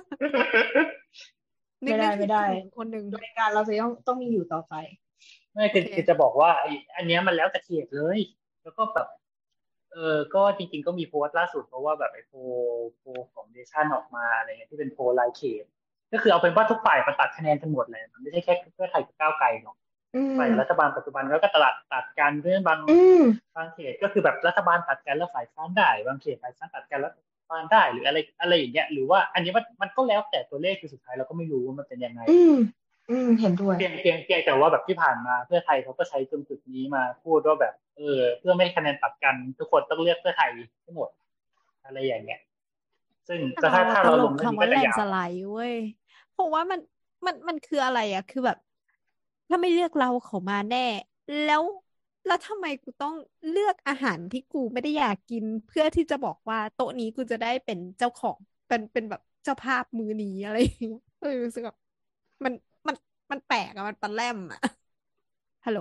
ไม่ได้ไม่ได้คนหนึ่งรายการเราจะต้องต้องมีอยู่ต่อไปไม่คือจะบอกว่าอันนี้มันแล้วแต่เขตเลยแล้วก็แบบเออก็จริงๆก็มีโพสต์ล่าสุดเพราะว่าแบบไอ้โพโพของเนชั่นออกมาอะไรเงี้ยที่เป็นโพรายเขตก็คือเอาเป็นว่าทุกฝ่ายมาตัดคะแนนกันหมดเลยมันไม่ใช่แค่เพื่อไทยกับก้าวไกลหรอกฝ่ายรัฐบาลปัจจุบันก็ตลาดตัดกันเรื่องบางบางเขตก็คือแบบรัฐบาลตัดกันแล้วฝ่ายค้านได้บางเขตฝ่ายค้านตัดกันแล้วรัฐบาลได้หรืออะไรอะไรอย่างเงี้ยหรือว่าอันนี้มันมันก็แล้วแต่ตัวเลขคือสุดท้ายเราก็ไม่รู้ว่ามันเป็นยังไงอืมเห็นด้วยเพียงเพียงเพียงแต่ว่าแบบที่ผ่านมาเพื่อไทยเขาก็ใช้ตรงจุดนี้มาพูดว่าแบบเออเพื่อไม่ให้คะแนนตัดกันทุกคนต้องเลือกเพื่อไทยทั้งหมดอะไรอย่างเงี้ยซึ่งถ้าถ้าเราลงคำว่าแลนสไลด์เว้ยเพราะว่ามันมันมันคืออะไรอ่ะคือแบบถ้าไม่เลือกเราเขามาแน่แล้วแล้วทำไมกูต้องเลือกอาหารที่กูไม่ได้อยากกินเพื่อที่จะบอกว่าโต๊ะนี้กูจะได้เป็นเจ้าของเป็นเป็นแบบเจ้าภาพมือนี้อะไรอย่างเงี้ยเออรู้สึกแบบมันมันมันแปลกอะมันปลาแรมอะฮัลโหล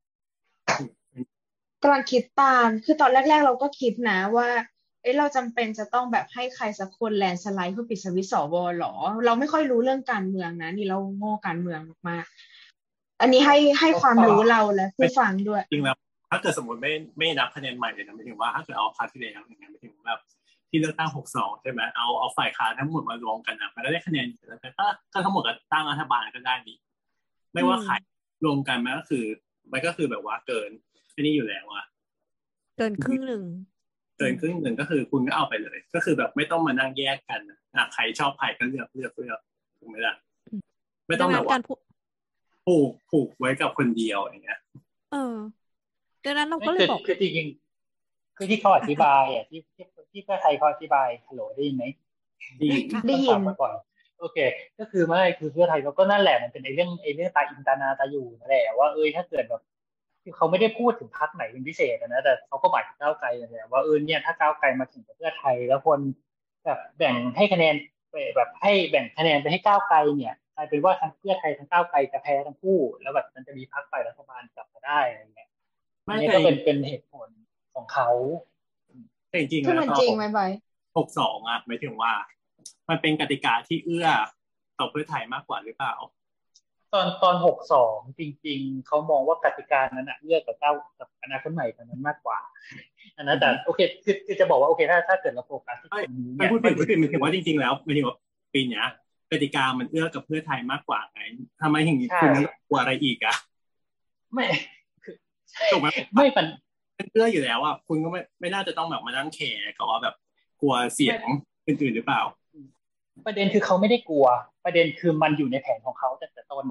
กำลังคิดตามคือตอนแรกๆเราก็คิดนะว่าเอ้ยเราจำเป็นจะต้องแบบให้ใครสักคนแลนสไลด์เพื่อปิดสวิตช์สวหรอเราไม่ค่อยรู้เรื่องการเมืองนะนี่เราโง่การเมืองมากอันนี้ให้ให้ความรู้เราและผู้ฟังด้วยจริงแล้วถ้าเกิดสมมติไม่ไม่นับคะแนนใหม่เลยนะหมายถึงว่าถ้าเกิดเอาคราวที่แล้วอย่างเงี้ยหมายถึงแบบที่เลือกตั้งหกสิบสองใช่ไหมเอาเอาฝ่ายค้านทั้งหมดมารวมกันนะมันก็ได้คะแนนแต่ถ้าถ้าทั้งหมดก็ตั้งรัฐบาลก็ได้นี่ไม่ว่าใครรวมกันมันก็คือมันก็คือแบบว่าเกินอันนี้อยู่แล้วอะเกินครึ่งหนึ่งเกินครึ่งหนึ่งก็คือคุณก็เอาไปเลยก็คือแบบไม่ต้องมานั่งแยกกันอ่ะใครชอบใครก็เลือกเลือกเลือกถูกไหมล่ะไม่ต้องแบบว่าผูกผูกไว้กับคนเดียวอย่างเงี้ยเออดังนั้นเราก็เลยบอกคือจริงๆคือที่เขาอธิบายอ่ะที่ที่ที่เพื่อไทยเขาอธิบายฮัลโหลได้ยินไหมดีได้ยินมาก่อนโอเคก็คือไม่คือเพื่อไทยเขาก็นั่นแหละมันเป็นไอ้เรื่องไอ้เรื่องตาอินตานาตาอยู่นั่นแหละว่าเอ้ยถ้าเกิดแบบคือเขาไม่ได้พูดถึงพรรคไหนเป็นพิเศษนะแต่เขาก็หมายถึงก้าวไกลนั่นแหละว่าเออเนี่ยถ้าก้าวไกลมาถึงกับเพื่อไทยแล้วคนแบบแบ่งให้คะแนนแบบให้แบ่งคะแนนไปให้ก้าวไกลเนี่ยกลายเป็นว่าทั้งเพื่อไทยทั้งก้าวไกลจะแพ้ทั้งคู่แล้วแบบมันจะมีพรรคฝ่ายรัฐบาลกลับมาได้อะไรเงี้ยนี่ก็เป็นเป็นเหตุผลของเขาแต่จริงๆแล้วมันจริงไหมใบหกสิบสองอ่ะหมายถึงว่ามันเป็นกติกาที่เอื้อต่อเพื่อไทยมากกว่าหรือเปล่าตอนตอนหกสิบสองจริงๆเขามองว่ากติกานั้นน่ะเอื้อกับก้าวกับอนาคตใหม่ตอนนั้นมากกว่าอันนั้นแต่โอเคคือคือจะบอกว่าโอเคถ้าถ้าเกิดเราโฟกัสที่ตรงนี้เนี่ยพูดถึงพูดถึงหมายถึงว่าจริงๆแล้วหมายถึงว่าปีเนี้ยกติกามันเอื้อกับเพื่อไทยมากกว่าไงทำไมถึงคุณกลัวอะไรอีกอ่ะไม่คือถูกไหมไม่เป็นเอื้ออยู่แล้วอ่ะคุณก็ไม่ไม่น่าจะต้องแบบมานั่งแคร์กับว่าแบบกลัวเสียงอื่นๆหรือเปล่าประเด็นคือเขาไม่ได้กลัวประเด็นคือมันอยู่ในแผนของเขาตั้งแต่ต้น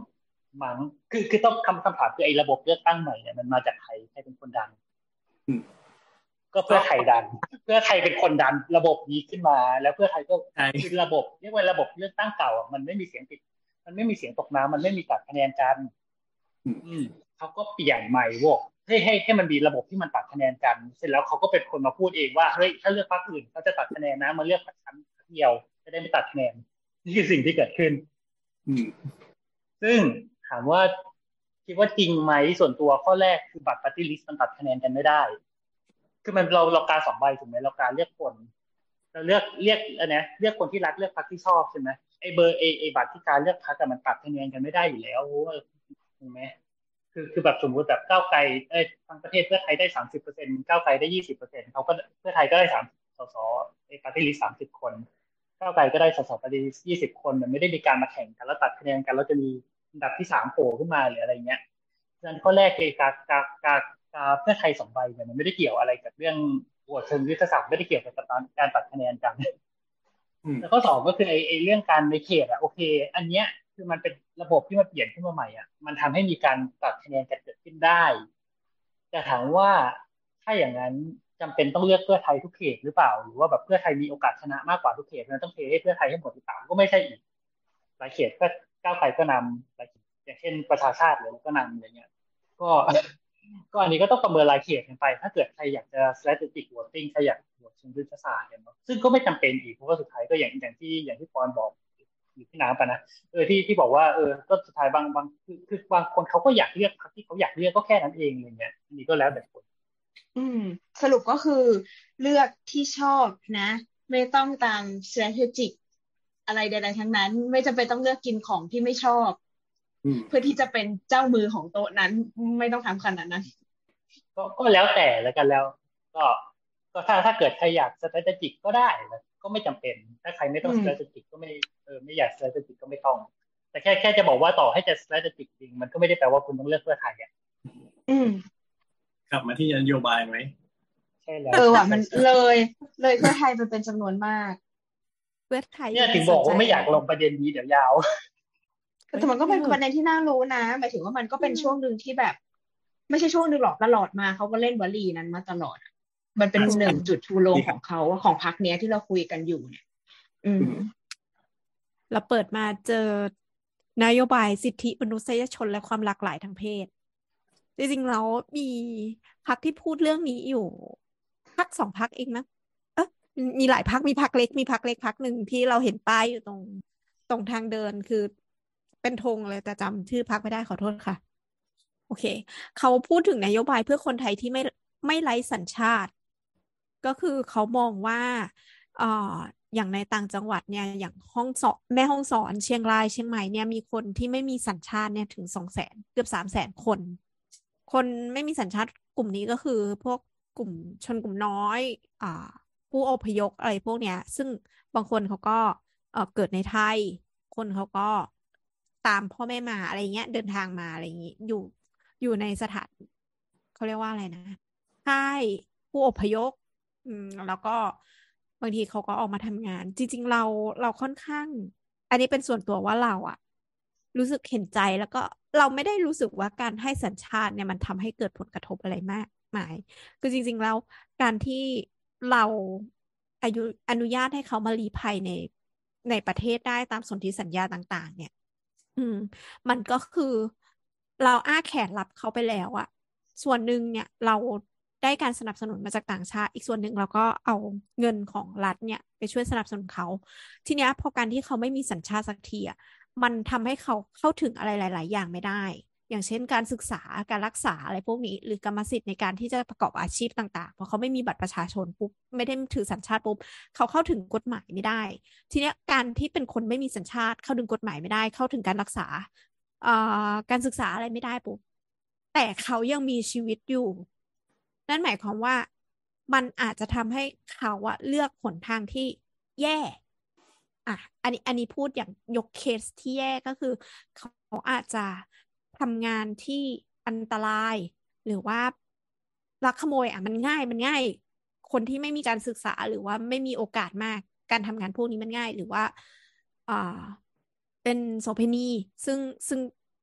มั้งคือคือต้องคำคำถามคือไอ้ระบบเลือกตั้งใหม่เนี่ยมันมาจากใครใครเป็นคนดันก็เพื่อไทยดันเพื่อไทยเป็นคนดันระบบนี้ขึ้นมาแล้วเพื่อไทยก็คือระบบเรียกว่าระบบเลือกตั้งเก่ามันไม่มีเสียงติดมันไม่มีเสียงตกน้ำมันไม่มีตัดคะแนนกันอืมเขาก็เปลี่ยนใหม่วอกให้ให้ให้มันมีระบบที่มันตัดคะแนนกันเสร็จแล้วเขาก็เป็นคนมาพูดเองว่าเฮ้ยถ้าเลือกพรรคอื่นเขาจะตัดคะแนนนะมาเลือกพรรคฉันพรรคเดียวจะได้ไม่ตัดคะแนนนี่คือสิ่งที่เกิดขึ้นซึ่งถามว่าคิดว่าจริงไหมส่วนตัวข้อแรกคือบัตรปาร์ตี้ลิสต์มันตัดคะแนนกันไม่ได้คือมันเราเราการสองใบถูกไหมเราการเลือกคนเราเลือกเลือกอันนี้เลือกคนที่รักเลือกพรรคที่ชอบใช่ไหมไอเบอร์ไอไอบัตรที่การเลือกพรรคมันตัดคะแนนกันไม่ได้อยู่แล้วถูกไหมคือคือแบบสมมติแบบก้าวไกลเอ้ยทั้งประเทศเพื่อไทยได้ สามสิบเปอร์เซ็นต์ ก้าวไกลได้ ยี่สิบเปอร์เซ็นต์ เขาก็เพื่อไทยก็ได้สามสสไอปาร์ตี้ลิสต์สามสิบคนก้าวไกลก็ได้สสปาร์ตี้ลิสต์ยี่สิบคนมันไม่ได้มีการมาแข่งกันแล้วตัดคะแนนกันแล้วจะมีอันดับที่สามโผล่ขึ้นมาหรืออะไรเงี้ยฉะนั้นข้อแรกคือการการการการเพื่อไทยสองใบเนี่ยมันไม่ได้เกี่ยวอะไรกับเรื่องโหวตเชิงยุทธศาสตร์ไม่ได้เกี่ยวกับการตัดคะแนนกันแล้วข้อสองก็คือไอ้ไอ้เรื่องการในเขตอะโอเคอันเนี้ยคือมันเป็นระบบที่มันเปลี่ยนขึ้นมาใหม่อ่ะมันทำให้มีการตัดคะแนนกันเกิดขึ้นได้แต่ถามว่าถ้าอย่างนั้นจำเป็นต้องเลือกเพื่อไทยทุกเขตหรือเปล่าหรือว่าแบบเพื่อไทยมีโอกาสชนะมากกว่าทุกเขตมันต้องเทให้เพื่อไทยให้หมดหรือเปล่าก็ไม่ใช่อีกหลายเขตก็ก้าวไกลก็นำหลายอย่างเช่นประชาชาติเลยก็นำอะไรเงี้ยก็ก็อันนี้ก็ต้องประเมินรายเขตกันไปถ้าเกิดใครอยากจะ strategic voting ใครอยากโหวตเชิงยุทธศาสตร์เนี่ยซึ่งก็ไม่จำเป็นอีกเพราะว่าสุดท้ายก็อย่างอย่างที่อย่างที่ปอนบอกอยู่ที่น้ำปะนะเออที่ที่บอกว่าเออก็สุดท้ายบางบางคือคือบางคนเขาก็อยากเลือกพรรคที่เขาอยากเลือกก็แค่นั้นเองอะไรเงี้ยอันนี้ก็แล้วแต่คนอืมสรุปก็คือเลือกที่ชอบนะไม่ต้องตาม strategic อะไรใดๆทั้งนั้นไม่จำเป็นต้องเลือกกินของที่ไม่ชอบเพื่อที่จะเป็นเจ้ามือของโต๊ะนั้นไม่ต้องทำขนาดนั้นก็ก็แล้วแต่แล้วกันแล้วก็ก็ถ้าถ้าเกิดใครอยาก strategic ก็ได้ก็ไม่จำเป็นถ้าใครไม่ต้อง strategic ก็ไม่เออไม่อยาก strategic ก็ไม่ต้องแต่แค่แค่จะบอกว่าต่อให้จะ strategic จริงมันก็ไม่ได้แปลว่าคุณต้องเลือกเพื่อไทยอ่ะอืมกลับมาที่นโยบายไหมใช่แล้วเออว่ะมันเลยเลยเพื่อไทยมันเป็นจำนวนมากเพื่อไทยเนี่ยถึงบอกว่าไม่อยากลงประเด็นนี้เดี๋ยวยาวแต่มันก็เป็นประเด็นที่น่ารู้นะหมายถึงว่ามันก็เป็นช่วงหนึ่งที่แบบไม่ใช่ช่วงหนึ่งหรอกตลอดมาเขาก็เล่นวลีนั้นมาตลอดมันเป็นหนึ่งจุดชูโรงของเขาของพรรคเนี้ยที่เราคุยกันอยู่เนี่ยอืมเราเปิดมาเจอนโยบายสิทธิมนุษยชนและความหลากหลายทางเพศจริงๆแล้วมีพรรคที่พูดเรื่องนี้อยู่พรรคสองพรรคเองนะเอ๊ะมีหลายพรรคมีพรรคเล็กมีพรรคเล็กพรรคหนึ่งที่เราเห็นป้ายอยู่ตรงตรงทางเดินคือเป็นธงเลยแต่จำชื่อพรรคไม่ได้ขอโทษค่ะโอเคเขาพูดถึงนโยบายเพื่อคนไทยที่ไม่ไม่ไร้สัญชาติก็คือเขามองว่าเอ่ออย่างในต่างจังหวัดเนี่ยอย่างห้องสอนแม่ฮ่องสอนเชียงรายเชียงใหม่เนี่ยมีคนที่ไม่มีสัญชาติเนี่ยถึงสองแสนเกือบสามแสนคนคนไม่มีสัญชาติกลุ่มนี้ก็คือพวกกลุ่มชนกลุ่มน้อยอ่าผู้อพยพอะไรพวกเนี้ยซึ่งบางคนเขาก็เอ่อเกิดในไทยคนเขาก็ตามพ่อแม่มาอะไรเงี้ยเดินทางมาอะไรอย่างงี้อยู่อยู่ในสถานเขาเรียกว่าอะไรนะค่ายผู้อพยพอืมแล้วก็บางทีเขาก็ออกมาทำงานจริงๆเราเราค่อนข้างอันนี้เป็นส่วนตัวว่าเราอะรู้สึกเห็นใจแล้วก็เราไม่ได้รู้สึกว่าการให้สัญชาติเนี่ยมันทำให้เกิดผลกระทบอะไรมากมายคือจริงๆแล้วการที่เราอายุอนุญาตให้เขามาลี้ภัยในในประเทศได้ตามสนธิสัญญาต่าง ๆ เนี่ยอืมมันก็คือเราอ้าแขนรับเขาไปแล้วอะส่วนหนึ่งเนี่ยเราได้การสนับสนุนมาจากต่างชาติอีกส่วนหนึ่งเราก็เอาเงินของรัฐเนี่ยไปช่วยสนับสนุนเขาทีเนี้ยพอการที่เขาไม่มีสัญชาติสักทีอะมันทำให้เขาเข้าถึงอะไรหลายๆอย่างไม่ได้อย่างเช่นการศึกษาการรักษาอะไรพวกนี้หรือกรรมสิทธิ์ในการที่จะประกอบอาชีพต่างๆเพราะเขาไม่มีบัตรประชาชนปุ๊บไม่ได้ถือสัญชาติปุ๊บเขาเข้าถึงกฎหมายไม่ได้ทีเนี้ยการที่เป็นคนไม่มีสัญชาติเข้าถึงกฎหมายไม่ได้เข้าถึงการรักษาเอ่อการศึกษาอะไรไม่ได้ปุ๊บแต่เขายังมีชีวิตอยู่นั่นหมายความว่ามันอาจจะทำให้เขาอะเลือกหนทางที่แย่อ่ะอันนี้อันนี้พูดอย่างยกเคสที่แย่ก็คือเขาอาจจะทำงานที่อันตรายหรือว่าลักขโมยอ่ะมันง่ายมันง่ายคนที่ไม่มีการศึกษาหรือว่าไม่มีโอกาสมากการทำงานพวกนี้มันง่ายหรือว่าอ่าเป็นโสเภณีซึ่งซึ่ง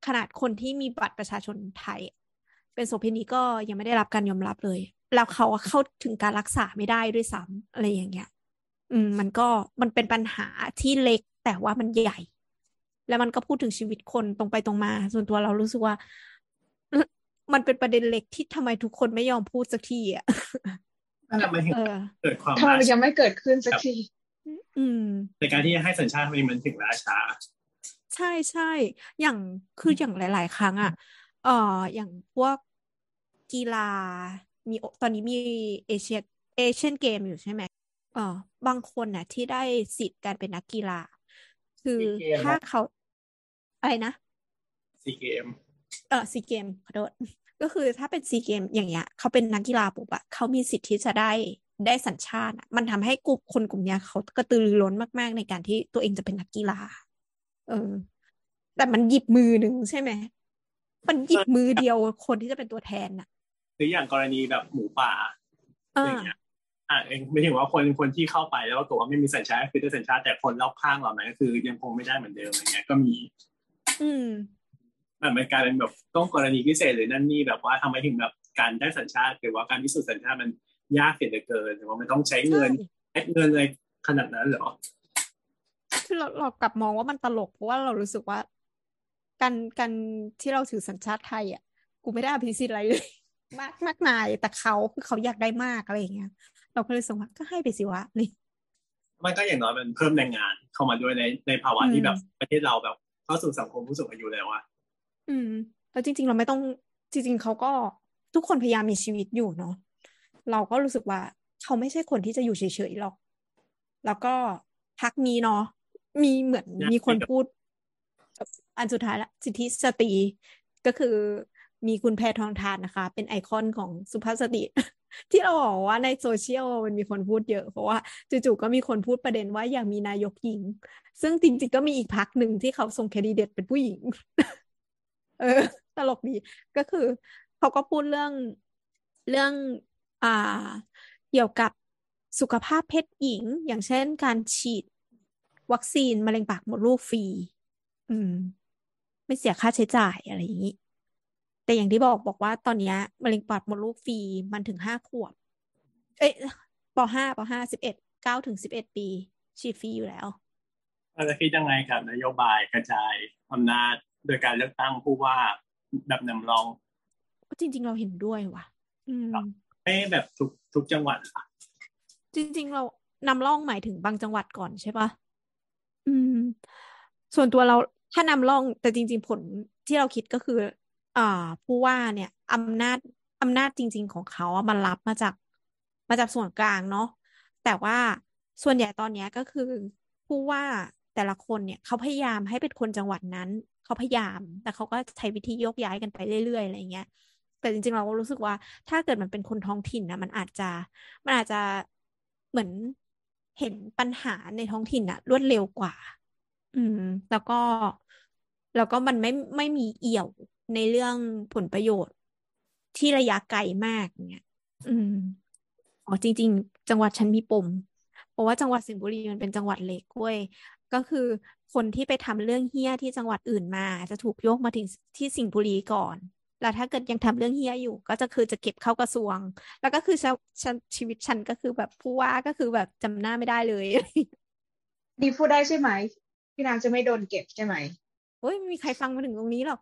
ขนาดคนที่มีบัตรประชาชนไทยเป็นโสเภณีก็ยังไม่ได้รับการยอมรับเลยแล้วเขาเข้าถึงการรักษาไม่ได้ด้วยซ้ำอะไรอย่างเงี้ยอืมมันก็มันเป็นปัญหาที่เล็กแต่ว่ามันใหญ่แล้วมันก็พูดถึงชีวิตคนตรงไปตรงมาส่วนตัวเรารู้สึกว่ามันเป็นประเด็นเล็กที่ทำไมทุกคนไม่ยอมพูดสักทีอ่ะทำไมถึงเกิดความทำไมมันยังไม่เกิดขึ้นสักทีอืมในการที่ให้สัญชาติมันถึงล่าช้าใช่ใช่อย่างคืออย่างหลายๆครั้งอ่ะเอ่ออย่างพวกกีฬามีตอนนี้มีเอเชียเอเชียนเกมอยู่ใช่ไหมเออบางคนน่ะที่ได้สิทธิ์การเป็นนักกีฬาคือถ้าเขาอะไรนะซีเกมเออซีเกมขอโทษก็คือถ้าเป็นซีเกมอย่างเงี้ยเขาเป็นนักกีฬาปุ๊บอะเขามีสิทธิ์ที่จะได้ได้สัญชาติอะมันทำให้กลุ่มคนกลุ่มเนี้ยเขากระตือรือร้นมากๆในการที่ตัวเองจะเป็นนักกีฬาเออแต่มันหยิบมือหนึ่งใช่ไหมมันหยิบมือเดียวคนที่จะเป็นตัวแทนน่ะหรืออย่างกรณีแบบหมูป่าอย่างเงี้ยอ่าเองไม่ถึงว่าคนคนที่เข้าไปแล้วก็ตัวว่าไม่มีสัญชาติคือได้สัญชาติแต่คนรอบข้างเรานั้นก็คือยังคงไม่ได้เหมือนเดิมอย่างเงี้ยก็มีอืมมันเป็นการเป็นแบบต้องกรณีพิเศษหรือนั่นนี่แบบว่าทำไมถึงแบบการได้สัญชาติหรือว่าการพิสูจน์สัญชาติมันยากเสียเหลือเกินหรือว่ามันต้องใช้เงินแอดเงินอะไรขนาดนั้นเหรอคือเราเรากลับมองว่ามันตลกเพราะว่าเรารู้สึกว่าการการที่เราถือสัญชาติไทยอ่ะกูไม่ได้อภิสิทธิ์อะไรเลยมากมากมายแต่เขาคือเขาอยากได้มากอะไรอย่างเงี้ยเราก็เลยรู้สึกว่าก็ให้ไปสิวะนี่มันก็อย่างน้อยมันเพิ่มแรงงานเข้ามาด้วยในในภาวะที่แบบประเทศเราแบบเข้าสู่สังคมผู้สูงอายุแล้วอะอืมแล้วจริงๆเราไม่ต้องจริงๆเขาก็ทุกคนพยายามมีชีวิตอยู่เนาะเราก็รู้สึกว่าเขาไม่ใช่คนที่จะอยู่เฉยๆหรอกแล้วก็พักนี้เนาะมีเหมือนมีคนพูดอันสุดท้ายละสิทธิสตรีก็คือมีคุณแพทองธารนะคะเป็นไอคอนของสุภาพสตรีที่เราบอกว่าในโซเชียลมันมีคนพูดเยอะเพราะว่าจู่ๆก็มีคนพูดประเด็นว่าอยากมีนายกหญิงซึ่งจริงๆก็มีอีกพรรคหนึ่งที่เขาส่งแคนดิเดตเป็นผู้หญิงเออตลกดีก็คือเขาก็พูดเรื่องเรื่องอ่าเกี่ยวกับสุขภาพเพศหญิงอย่างเช่นการฉีดวัคซีนมะเร็งปากมดลูกฟรีอืมไม่เสียค่าใช้จ่ายอะไรอย่างนี้แต่อย่างที่บอกบอกว่าตอนนี้มะเร็งปากมดลูกฟรีมันถึงห้าขวบเอ้ยปห้าปห้าสิบเอ็ดเก้าถึงสิบเอ็ดปีฉีดฟรีอยู่แล้วเราจะคิดยังไงกับนโยบายกระจายอำนาจโดยการเลือกตั้งผู้ว่าแบบนำรองจริงๆเราเห็นด้วยว่ะอืมไม่แบบทุกทุกจังหวัดอ่ะจริงๆเรานำร่องหมายถึงบางจังหวัดก่อนใช่ปะอืมส่วนตัวเราถ้านำร่องแต่จริงๆผลที่เราคิดก็คืออ่าผู้ว่าเนี่ยอำนาจอำนาจจริงๆของเขาอะมันรับมาจากมาจากส่วนกลางเนาะแต่ว่าส่วนใหญ่ตอนนี้ก็คือผู้ว่าแต่ละคนเนี่ยเขาพยายามให้เป็นคนจังหวัดนั้นเขาพยายามแต่เขาก็ใช้วิธีโยกย้ายกันไปเรื่อยๆอะไรเงี้ยแต่จริงๆเราก็รู้สึกว่าถ้าเกิดมันเป็นคนท้องถิ่นนะมันอาจจะมันอาจจะเหมือนเห็นปัญหาในท้องถิ่นอะรวดเร็วกว่า อืมแล้วก็แล้วก็มันไม่ไม่มีเอี่ยวในเรื่องผลประโยชน์ที่ระยะไกลมากเนี่ยอืมอ๋อจริงๆจังหวัดฉันมีปมเพราะว่าจังหวัดสิงห์บุรีมันเป็นจังหวัดเล็กเว้ยก็คือคนที่ไปทำเรื่องเฮี้ยที่จังหวัดอื่นมาจะถูกโยกมาถึงที่สิงห์บุรีก่อนแล้วถ้าเกิดยังทำเรื่องเฮี้ยอยู่ก็จะคือจะเก็บเข้ากระทรวงแล้วก็คือฉันชีวิตฉันก็คือแบบผู้ว่าก็คือแบบจำหน้าไม่ได้เลยดีพูดได้ใช่ไหมพี่น้ำจะไม่โดนเก็บใช่ไหมเฮ้ยไม่มีใครฟังมาถึงตรงนี้หรอก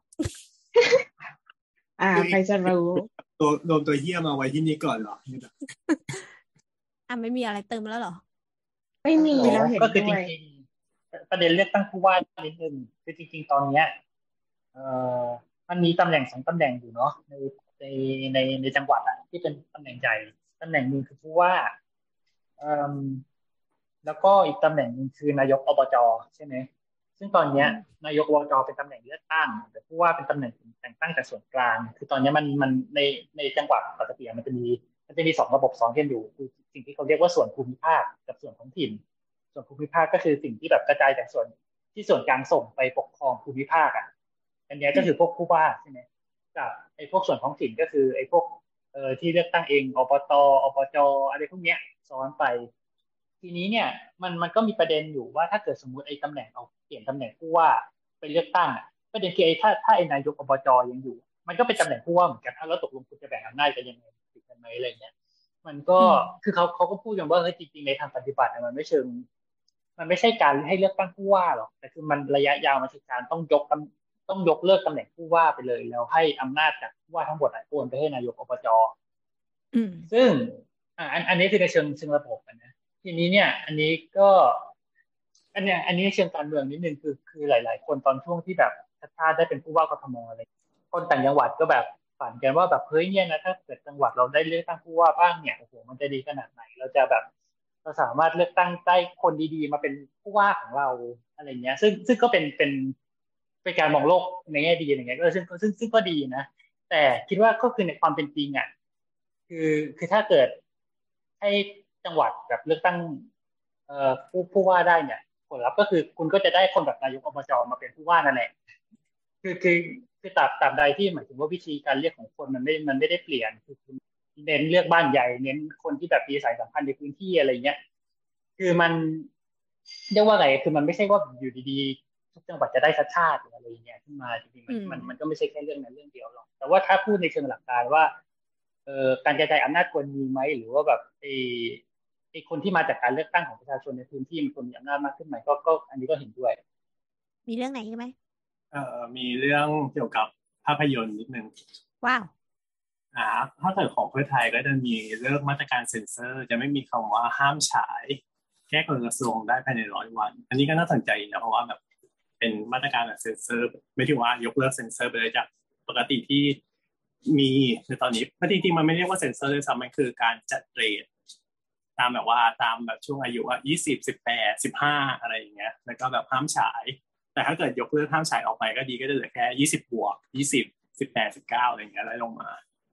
อ่าใครจะรู้ตัวโดนตัวเหี้ยมาไว้ที่นี่ก่อนเหรออ่ะไม่มีอะไรเติมแล้วเหรอไม่มีเราเห็นก็คือจริงๆประเด็นเลือกตั้งผู้ว่านิดนึงคือจริงๆตอนเนี้ยเอ่อมันมีตำแหน่งสองตำแหน่งอยู่เนาะในในในในจังหวัดอ่ะที่เป็นตำแหน่งใหญ่ตำแหน่งนึงคือผู้ว่าเอ่อแล้วก็อีกตำแหน่งนึงคือนายกอบจใช่ไหมซึ่งตอนเนี้ยนายกอบจเป็นตำแหน่งเลือกตั้งแต่ผู้ว่าเป็นตำแหน่งแต่งตั้งจากส่วนกลางคือตอนนี้มันมันในในจังหวัดปกติมันจะมีมันจะมีสองระบบซ้อนกันอยู่คือสิ่งที่เขาเรียกว่าส่วนภูมิภาคกับส่วนท้องถิ่นส่วนภูมิภาคก็คือสิ่งที่แบบกระจายจากส่วนที่ส่วนกลางส่งไปปกครองภูมิภาคอ่ะอันนี้ก็คือพวกผู้ว่าใช่ไหมกับไอ้พวกส่วนท้องถิ่นก็คือไอ้พวกเอ่อที่เลือกตั้งเองอบตอบจอะไรพวกเนี้ยซ้อนไปทีนี้เนี่ยมันมันก็มีประเด็นอยู่ว่าถ้าเกิดสมมุติไอ้ตำแหน่งเอาเปลี่ยนตำแหน่งผู้ว่าไปเลือกตั้งอ่ะประเด็นคือไอ้ถ้าถ้าไอ้นายกอบจยังอยู่มันก็เป็นตำแหน่งผู้ว่าเหมือนกันถ้าแล้วตกลงคุณจะแบ่งอำนาจกันยังไงติดกันไหมอะไรเงี้ยมันก็คือเขาเขาก็พูดกันว่าเฮ้ยจริงๆในทางปฏิบัติมันไม่เชิงมันไม่ใช่การให้เลือกตั้งผู้ว่าหรอกแต่คือมันระยะยาวมันคือการต้องยกต้องยกเลิกตำแหน่งผู้ว่าไปเลยแล้วให้อำนาจจากผู้ว่าทั้งหมดโอนไปให้นายกอบจซึ่งอ่าอันอันนี้คือในเชิงเชิงระบบนะทีนี้เนี่ยอันนี้ก็อันเนี้ยอันนี้เชิงการเมืองนิดนึงคือคือหลายๆคนตอนช่วงที่แบบถ้าได้เป็นผู้ว่ากทมอะไรคนต่างจังหวัดก็แบบฝันกันว่าแบบเฮ้ยเนี่ยนะถ้าเกิดจังหวัดเราได้เลือกตั้งผู้ว่าบ้างเนี่ยโอ้โหมันจะดีขนาดไหนเราจะแบบเราสามารถเลือกตั้งได้คนดีๆมาเป็นผู้ว่าของเราอะไรเงี้ยซึ่งซึ่งก็เป็นเป็นเป็นการมองโลกในแง่ดีอย่างเงี้ยก็ซึ่งซึ่งซึ่งก็ดีนะแต่คิดว่าก็คือในความเป็นจริงอ่ะคือคือถ้าเกิดให้จังหวัดแบบเลือกตั้งเอ่อผู้ผู้ว่าได้เนี่ยผลลัพธ์ก็คือคุณก็จะได้คนแบบนายกอบจมาเป็นผู้ว่านั่นแหละคือคือคือตราบตราบใดที่หมายถึงว่าวิธีการเลือกของคนมันไม่มันไม่ได้เปลี่ยนคือคุณเน้นเลือกบ้านใหญ่เน้นคนที่แบบมีสายสัมพันธ์ในพื้นที่อะไรเงี้ยคือมันเรียกว่าไงคือมันไม่ใช่ว่าอยู่ดีๆทุกจังหวัดจะได้ชัดชาติหรืออะไรเงี้ยขึ้นมาจริงๆมันมันมันก็ไม่ใช่แค่เรื่องนั้นเรื่องเดียวหรอกแต่ว่าถ้าพูดในเชิงหลักการว่าเอ่อการกระจายอำนาจควรมีไหมหรือว่าแบบไอ้ไอ้คนที่มาจากการเลือกตั้งของประชาชนในพื้นที่มันควรมีอำนาจมากขึ้นไหมก็ก็อันนี้ก็เห็นด้วยมีเรื่องไหนไหมเอ่อมีเรื่องเกี่ยวกับภาพยนตร์นิดนึงว้าวอ่าถ้าเกิดของเพื่อไทยก็จะมีเรื่องมาตรการเซ็นเซอร์จะไม่มีคำว่าห้ามฉายแก้กฎกระทรวงได้ภายในร้อยวันอันนี้ก็น่าสนใจนะเพราะว่าแบบเป็นมาตรการแบบเซ็นเซอร์ไม่ถึงว่ายกเลิกเซ็นเซอร์ไปเลยจากปกติที่มีในตอนนี้จริงๆมันไม่เรียกว่าเซ็นเซอร์เลยซ้ำมันคือการจัดเรทตามแบบว่าตามแบบช่วงอายุอ่ะยี่สิบ สิบแปด สิบห้าอะไรอย่างเงี้ยแล้วก็แบบห้ามฉายแต่ถ้าเกิดยกเลิกห้ามฉายออกไปก็ดีก็จะเหลือแค่ยี่สิบบวกยี่สิบ สิบแปด สิบเก้าอะไรอย่างเงี้ยไล่ลงมา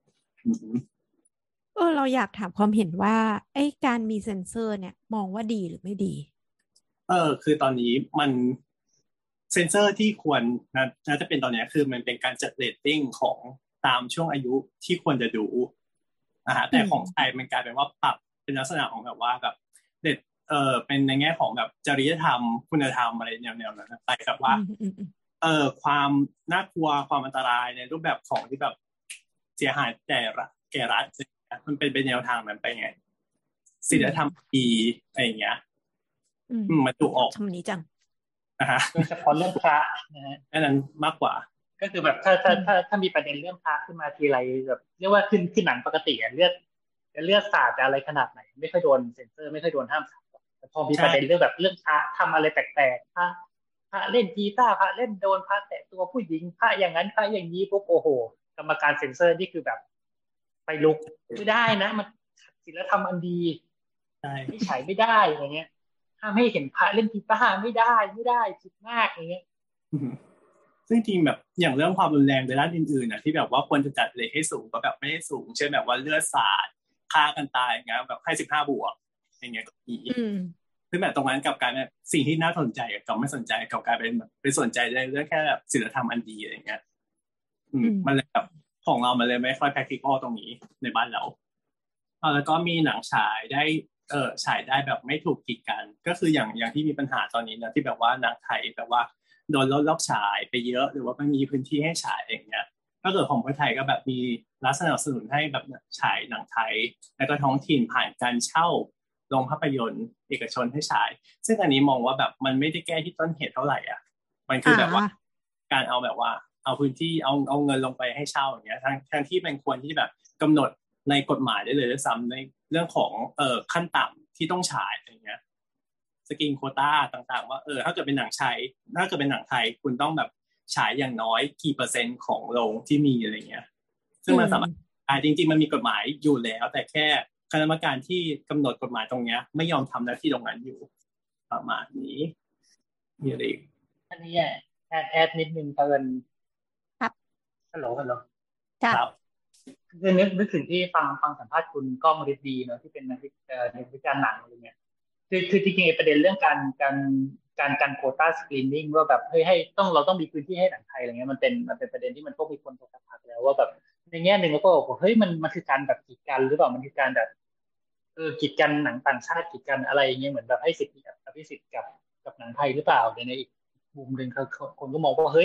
เออเราอยากถามความเห็นว่าไอ้การมีเซ็นเซอร์เนี่ยมองว่าดีหรือไม่ดีเออคือตอนนี้มันเซ็นเซอร์ที่ควรนะน่าจะเป็นตอนนี้คือมันเป็นการจัดเรตติ้งของตามช่วงอายุที่ควรจะดูอ่าแต่ของไทยมันกลายเป็นว่าปรับเป็นลักษณะของแบบว่าแบบเด็ดเออเป็นในแง่ของแบบจริยธรรมคุณธรรมอะไรแนวๆนั้นไปกับว่าเออความน่ากลัวความอันตรายในรูปแบบของที่แบบเสียหายแต่แก่รัฐมันเป็นเป็นแนวทางนั้นไปไงศีลธรรมดีอะไรอย่างเงี้ยมันถูกออกทำนี้จังนะฮะโดยเฉพาะเรื่องพระนะฮะอันนั้นมากกว่าก็คือแบบถ้าถ้าถ้าถ้ามีประเด็นเรื่องพระขึ้นมาทีไรแบบเรียกว่าขึ้นขึ้นหนังปกติเลือดเลือดสาดอะไรขนาดไหนไม่ค่อยโดนเซ็นเซอร์ไม่ค่อยโดนห้ามแต่พอมีประเด็นเรื่องแบบเรื่องพระทำอะไรแปลกๆพระพระเล่นกีตาร์พระเล่นโดนพระแตะตัวผู้หญิงพระอย่างนั้นพระอย่างนี้ปุ๊บโอ้โหกรรมการเซ็นเซอร์นี่คือแบบไปลุกไม่ได้นะมันศีลธรรมอันดีไม่ฉายไม่ได้อย่างเงี้ยห้ามให้เห็นพระเล่นกีตาร์ไม่ได้ไม่ได้ผิดมากอย่างเงี้ยซึ่งจริงแบบอย่างเรื่องความรุนแรงในด้านอื่นๆนะที่แบบว่าควรจะจัดเลทให้สูงก็แบบไม่ได้สูงเช่นแบบว่าเลือดสาดฆ่ากันตายอย่างเงี้ยแบบให้สิบห้าบวกอย่างเงี้ยก็มีซึ่งแบบตรงนั้นกับการสิ่งที่น่าสนใจกับไม่สนใจกับการเป็นแบบไปสนใจในเรื่องแค่แบบศีลธรรมอันดีอะไรเงี้ยมันเลยแบบของเรามันเลยไม่ค่อย practical ตรงนี้ในบ้านเราแล้วก็มีหนังฉายได้เออฉายได้แบบไม่ถูกกีดกันก็คืออย่างอย่างที่มีปัญหาตอนนี้นะที่แบบว่าหนังไทยแบบว่าโดนลดรอบฉายไปเยอะหรือว่าไม่มีพื้นที่ให้ฉายอย่างเงี้ยถ้าเกิดของประเทศไทยก็แบบมีรัฐสนับสนุนให้แบบฉายหนังไทยแล้วก็ท้องถิ่นผ่านการเช่าโรงภาพยนตร์เอกชนให้ฉายซึ่งอันนี้มองว่าแบบมันไม่ได้แก้ที่ต้นเหตุเท่าไหร่อ่ะมันคือแบบว่าการเอาแบบว่าเอาพื้นที่เอาเอาเงินลงไปให้เช่าอย่างเงี้ยทั้งทั้งที่เป็นควรที่แบบกำหนดในกฎหมายได้เลยด้วยซ้ำในเรื่องของเอ่อขั้นต่ำที่ต้องฉายอย่างเงี้ยสกินโควต้าต่างๆว่าเออถ้าเกิดเป็นหนังไทยถ้าเกิดเป็นหนังไทยคุณต้องแบบฉายอย่างน้อยกี่เปอร์เซ็นต์ของโรงที่มีอะไรเงี้ยซึ่งมันสามารถอ่าจริงๆมันมีกฎหมายอยู่แล้วแต่แค่คณะกรรมการที่กำหนดกฎหมายตรงเนี้ยไม่ยอมทำหน้าที่ตรงนั้นอยู่ประมาณนี้มีอะไรอีกอันนี้แอดแอดนิดนึงเพิ่นครับฮัลโหลฮัลโหลครับคือนึกนึกถึงที่ฟังฟังสัมภาษณ์คุณก้องฤทธิ์ดีเนาะที่เป็นนักเอ่อนักวิจารณ์หนังอะไรเงี้ยคือคือจริงๆประเด็นเรื่องการการการการโควต้าสกรีนนิ่งว่าแบบเฮ้ยให้ต้องเราต้องมีพื้นที่ให้หนังไทยอะไรเงี้ยมันเป็นมันเป็นประเด็นที่มันก็มีคนถกถักแล้วว่าแบบในแง่นึงแล้วก็บอกเฮ้ยมันมันคือการแบบกีดกันหรือเปล่ามันคือการแบบเออกีดกันหนังต่างชาติกีดกันอะไรอย่างเงี้ยเหมือนแบบให้สิทธิอภิสิทธิ์กับกับหนังไทยหรือเปล่าในในอีกมุมนึงคนก็มองว่าเฮ้ย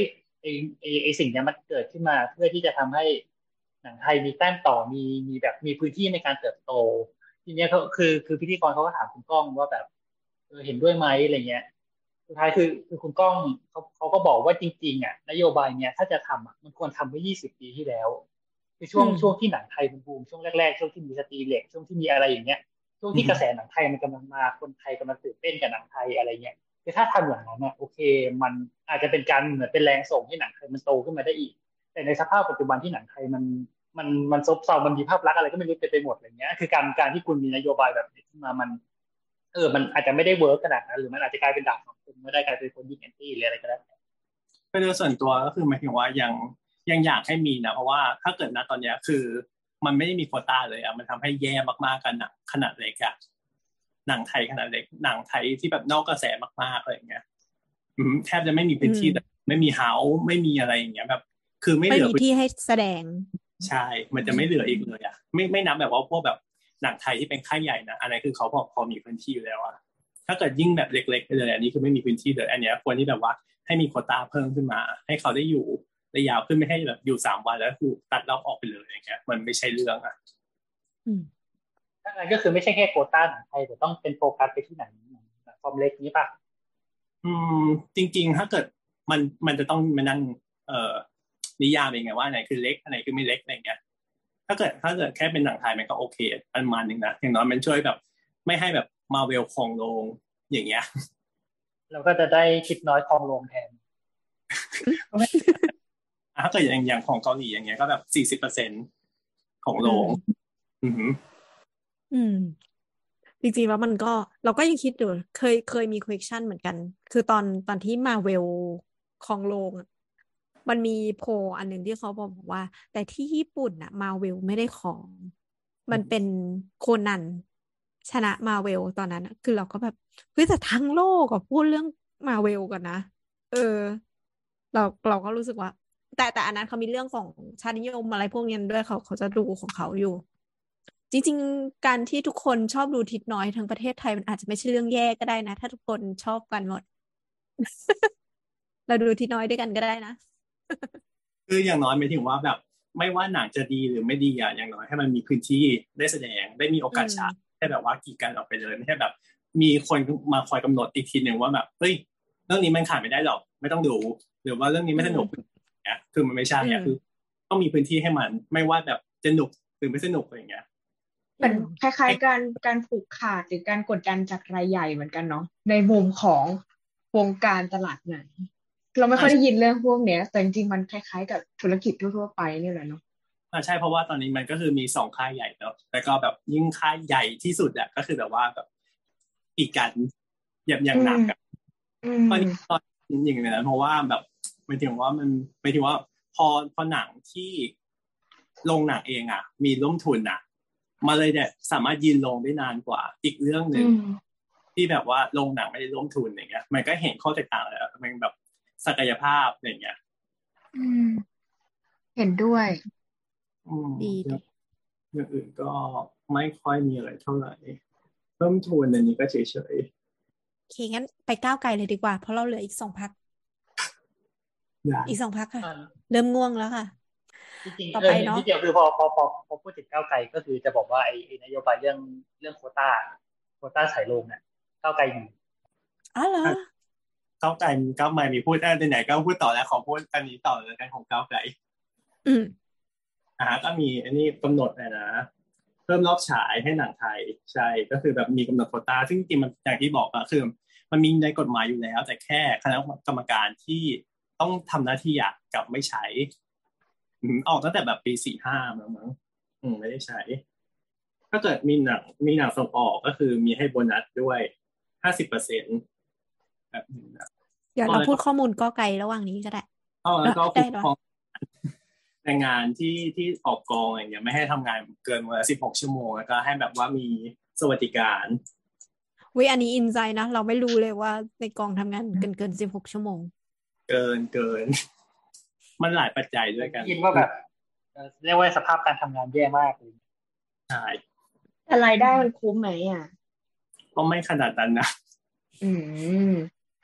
ไอ้ไอ้ไอ้สิ่งเนี้ยมันเกิดขึ้นมาเพื่อที่จะทำให้หนังไทยมีแต้มต่อมีมีแบบมีพื้นที่ในการเติบโตทีเนี้ยเขาคือคือพิธีกรเขาก็ถามคุณก้องว่าแบบเออเห็นด้วยไหมอะไรเงี้ยสุดท้ายคือคือคุณก้องเขาเขาก็บอกว่าจริงๆอ่ะนโยบายเนี้ยถ้าจะทำอ่ะมันควรทำเมื่อยี่สิบปีที่แล้วคือช่วงช่วงที่หนังไทยมันบูมช่วงแรกๆช่วงที่มีสตรีเหล็กช่วงที่มีอะไรอย่างเงี้ยช่วงที่กระแสหนังไทยมันกำลังมาคนไทยกำลังตื่นเต้นกับหนังไทยอะไรเงี้ยคือถ้าทำอย่างนั้นอ่ะโอเคมันอาจจะเป็นการเหมือนเป็นแรงส่งให้หนังไทยมันโตขึ้นมาได้อีกแต่ในสภาพปัจจุบันที่หนังไทยมันมันมันซบเซามันมีภาพลักษณ์อะไรก็ไม่รู้เต็มไปหมดอะไรเงี้ยคือการการที่คุณมีนโยบายแบบนี้ขึ้นมามันเออมันอาจจะไม่ได้เวิร์กขนาดนั้นหรือมันอาจจะกลายเป็นดาบสองคมไม่ได้กลายเป็นคนยิงแอนตี้หรืออะไรก็ได้ก็โดยส่วนตัวก็คือหมายถึงว่ายังยังอยากให้มีนะเพราะว่าถ้าเกิดณตอนนี้คือมันไม่ได้มีโควต้าเลยอ่ะมันทำให้แย่มากๆกันหนังขนาดเล็กอ่ะหนังไทยขนาดเล็กหนังไทยที่แบบนอกกระแสมากๆอะไรอย่างเงี้ยแทบจะไม่มีพื้นที่ไม่มีเฮาส์ไม่มีอะไรอย่างเงี้ยแบบคือไม่เหลือไม่มีที่ให้แสดงใช่มันจะไม่เหลืออีกเลยอ่ะไม่ไม่นับแบบว่าพวกแบบหนังไทยที่เป็นค่ายใหญ่นะอะไรคือเขาพอพอมีพื้นที่อยู่แล้วอ่ะถ้าเกิดยิ่งแบบเล็กๆไปเลยอันนี้คือไม่มีพื้นที่เลยอันเนี้ยควรที่แบบว่าให้มีโควต้าเพิ่มขึ้นมาให้เขาได้อยู่ได้ยาวขึ้นไม่ให้แบบอยู่สามวันแล้วคือตัดรอบออกไปเลยอย่างเงี้ยมันไม่ใช่เรื่องอ่ะอืมถ้างั้นก็คือไม่ใช่แค่โควต้าหนังไทยแต่ต้องเป็นโฟกัสไปที่หนังหนังฟอร์มเล็กนี้ป่ะอืมจริงๆถ้าเกิดมันมันจะต้องมานั่งเอ่อนิยามเองไงว่าไหนคือเล็กอันไหนคือไม่เล็กอะไรเงี้ยถ้าเกิดถ้าเกิดแค่เป็นหนังไทยมันก็โอเคประมาณนึงนะอย่างน้อยมันช่วยแบบไม่ให้แบบมาเวลคองโรงอย่างเงี้ยเราก็จะได้คิดน้อยคองโรงแทนถ้าเกิดอย่างอย่างของเกาหลีอย่างเงี้ยก็แบบสี่สิบเปอร์เซ็นต์ของโรงอืมอืมจริงๆแล้วมันก็เราก็ยังคิดอยู่เคยเคยมี question เหมือนกันคือตอนตอนที่มาเวลของโรงมันมีโพลอันหนึ่งที่เขาบอกว่าแต่ที่ญี่ปุ่นน่ะมาเวลไม่ได้ของมันเป็นโคนันชนะมาเวลตอนนั้นนะคือเราก็แบบเฮ้ยแต่ทั้งโลกก็พูดเรื่องมาเวลกันนะเออเราเราก็รู้สึกว่าแต่แต่อันนั้นเขามีเรื่องของชาตินิยมอะไรพวกนี้ด้วยเขาเขาจะดูของเขาอยู่จริงๆการที่ทุกคนชอบดูทิศน้อยทั้งประเทศไทยมันอาจจะไม่ใช่เรื่องแย่ก็ได้นะถ้าทุกคนชอบกันหมด เราดูทิศน้อยด้วยกันก็ได้นะคืออย่างน้อยหมายถึงว่าแบบไม่ว่าหนังจะดีหรือไม่ดีอ่ะอย่างน้อยให้มันมีพื้นที่ได้แสดงได้มีโอกาสฉายให้แบบว่ากีดกันออกไปเลยไม่ใช่แบบมีคนมาคอยกำหนดอีกทีหนึ่งว่าแบบเฮ้ยเรื่องนี้มันขาดไม่ได้หรอกไม่ต้องดูหรือว่าเรื่องนี้ไม่สนุกเนี่ยคือมันไม่ใช่อ่ะคือต้องมีพื้นที่ให้มันไม่ว่าแบบจะสนุกหรือไม่สนุกอะไรอย่างเงี้ยเป็นคล้ายๆการการผูกขาดหรือการกดดันจากรายใหญ่เหมือนกันเนาะในมุมของวงการตลาดหนังเราไม่ค่อยได้ยินเรื่องพวกเนี้ยแต่จริงๆมันคล้ายๆกับธุรกิจทั่วๆไปนี่แหละเนาะอ่าใช่เพราะว่าตอนนี้มันก็คือมีสองค่ายใหญ่แล้วแล้วก็แบบยิ่งค่ายใหญ่ที่สุดอ่ะก็คือแบบว่าแบบอีกกันอย่างอย่างหนักอ่ะตอนนี้ตอนอย่างนี้นะเพราะว่าแบบหมายถึงว่ามันหมายถึงว่าพอพอหนังที่โรงหนังเองอ่ะมีร่วมทุนอ่ะมาเลยเนี่ยสามารถยืนลงได้นานกว่าอีกเรื่องหนึ่งที่แบบว่าโรงหนังไม่ได้ร่วมทุนอย่างเงี้ยมันก็เห็นข้อแตกต่างเลยมันแบบศักยภาพอย่างเงี้ยอืมเห็นด้วยดีอย่างอื่นก็ไม่ค่อยมีอะไรเท่าไหร่เพิ่มทุนอันนี้ก็เฉยๆโอเคงั้นไปก้าวไกลเลยดีกว่าเพราะเราเหลืออีกสองพักอีกสองพักค่ะเริ่มง่วงแล้วค่ะจริงๆเออนิดเดียวคือพอพอพอพอพูดถึงก้าวไกลก็คือจะบอกว่าไอ้นโยบายเรื่องเรื่องโควต้าโควต้าสายโรงเนี่ยก้าวไกลมีอ๋อเหรอก้าวไกลก้าวไกลมีพูดได้ไหนก็พูดต่อแล้วขอพูดอันนี้ต่อเลยกันของก้าวไกลอืมอ่าก็มีอันนี้กำหนดเลยนะเพิ่มรอบฉายให้หนังไทยใช่ก็คือแบบมีกำหนดโควต้าซึ่งจริงๆมันอย่างที่บอกอะคือมันมีในกฎหมายอยู่แล้วแต่แค่คณะกรรมการที่ต้องทำหน้าที่อะกับไม่ใช้ออกตั้งแต่แบบปีสี่ห้ามั้งมั้งอืมไม่ได้ใช้ถ้าเกิดมีหนังมีหนังส่งออกก็คือมีให้โบนัสด้วยห้าสิบเปอร์เซ็นต์แบบนี้นะเดี๋ยวเราพูดข้อมูลก็ไกลระหว่างนี้ก็ได้อ๋อแล้วก็คุ้มครองแรงงานที่ที่ออกกองอย่างเงี้ยไม่ให้ทำงานเกินวันละสิบหกชั่วโมงแล้วก็ให้แบบว่ามีสวัสดิการวิอันนี้อินไซด์นะเราไม่รู้เลยว่าในกองทำงานเกินเกินสิบหกชั่วโมงเกินเกินมันหลายปัจจัยด้วยกันคิดว่าแบบเรียกว่าสภาพการทำงานแย่มากเลยใช่แต่รายได้มันคุ้มไหมอ่ะก็ไม่ขนาดนั้นนะอืม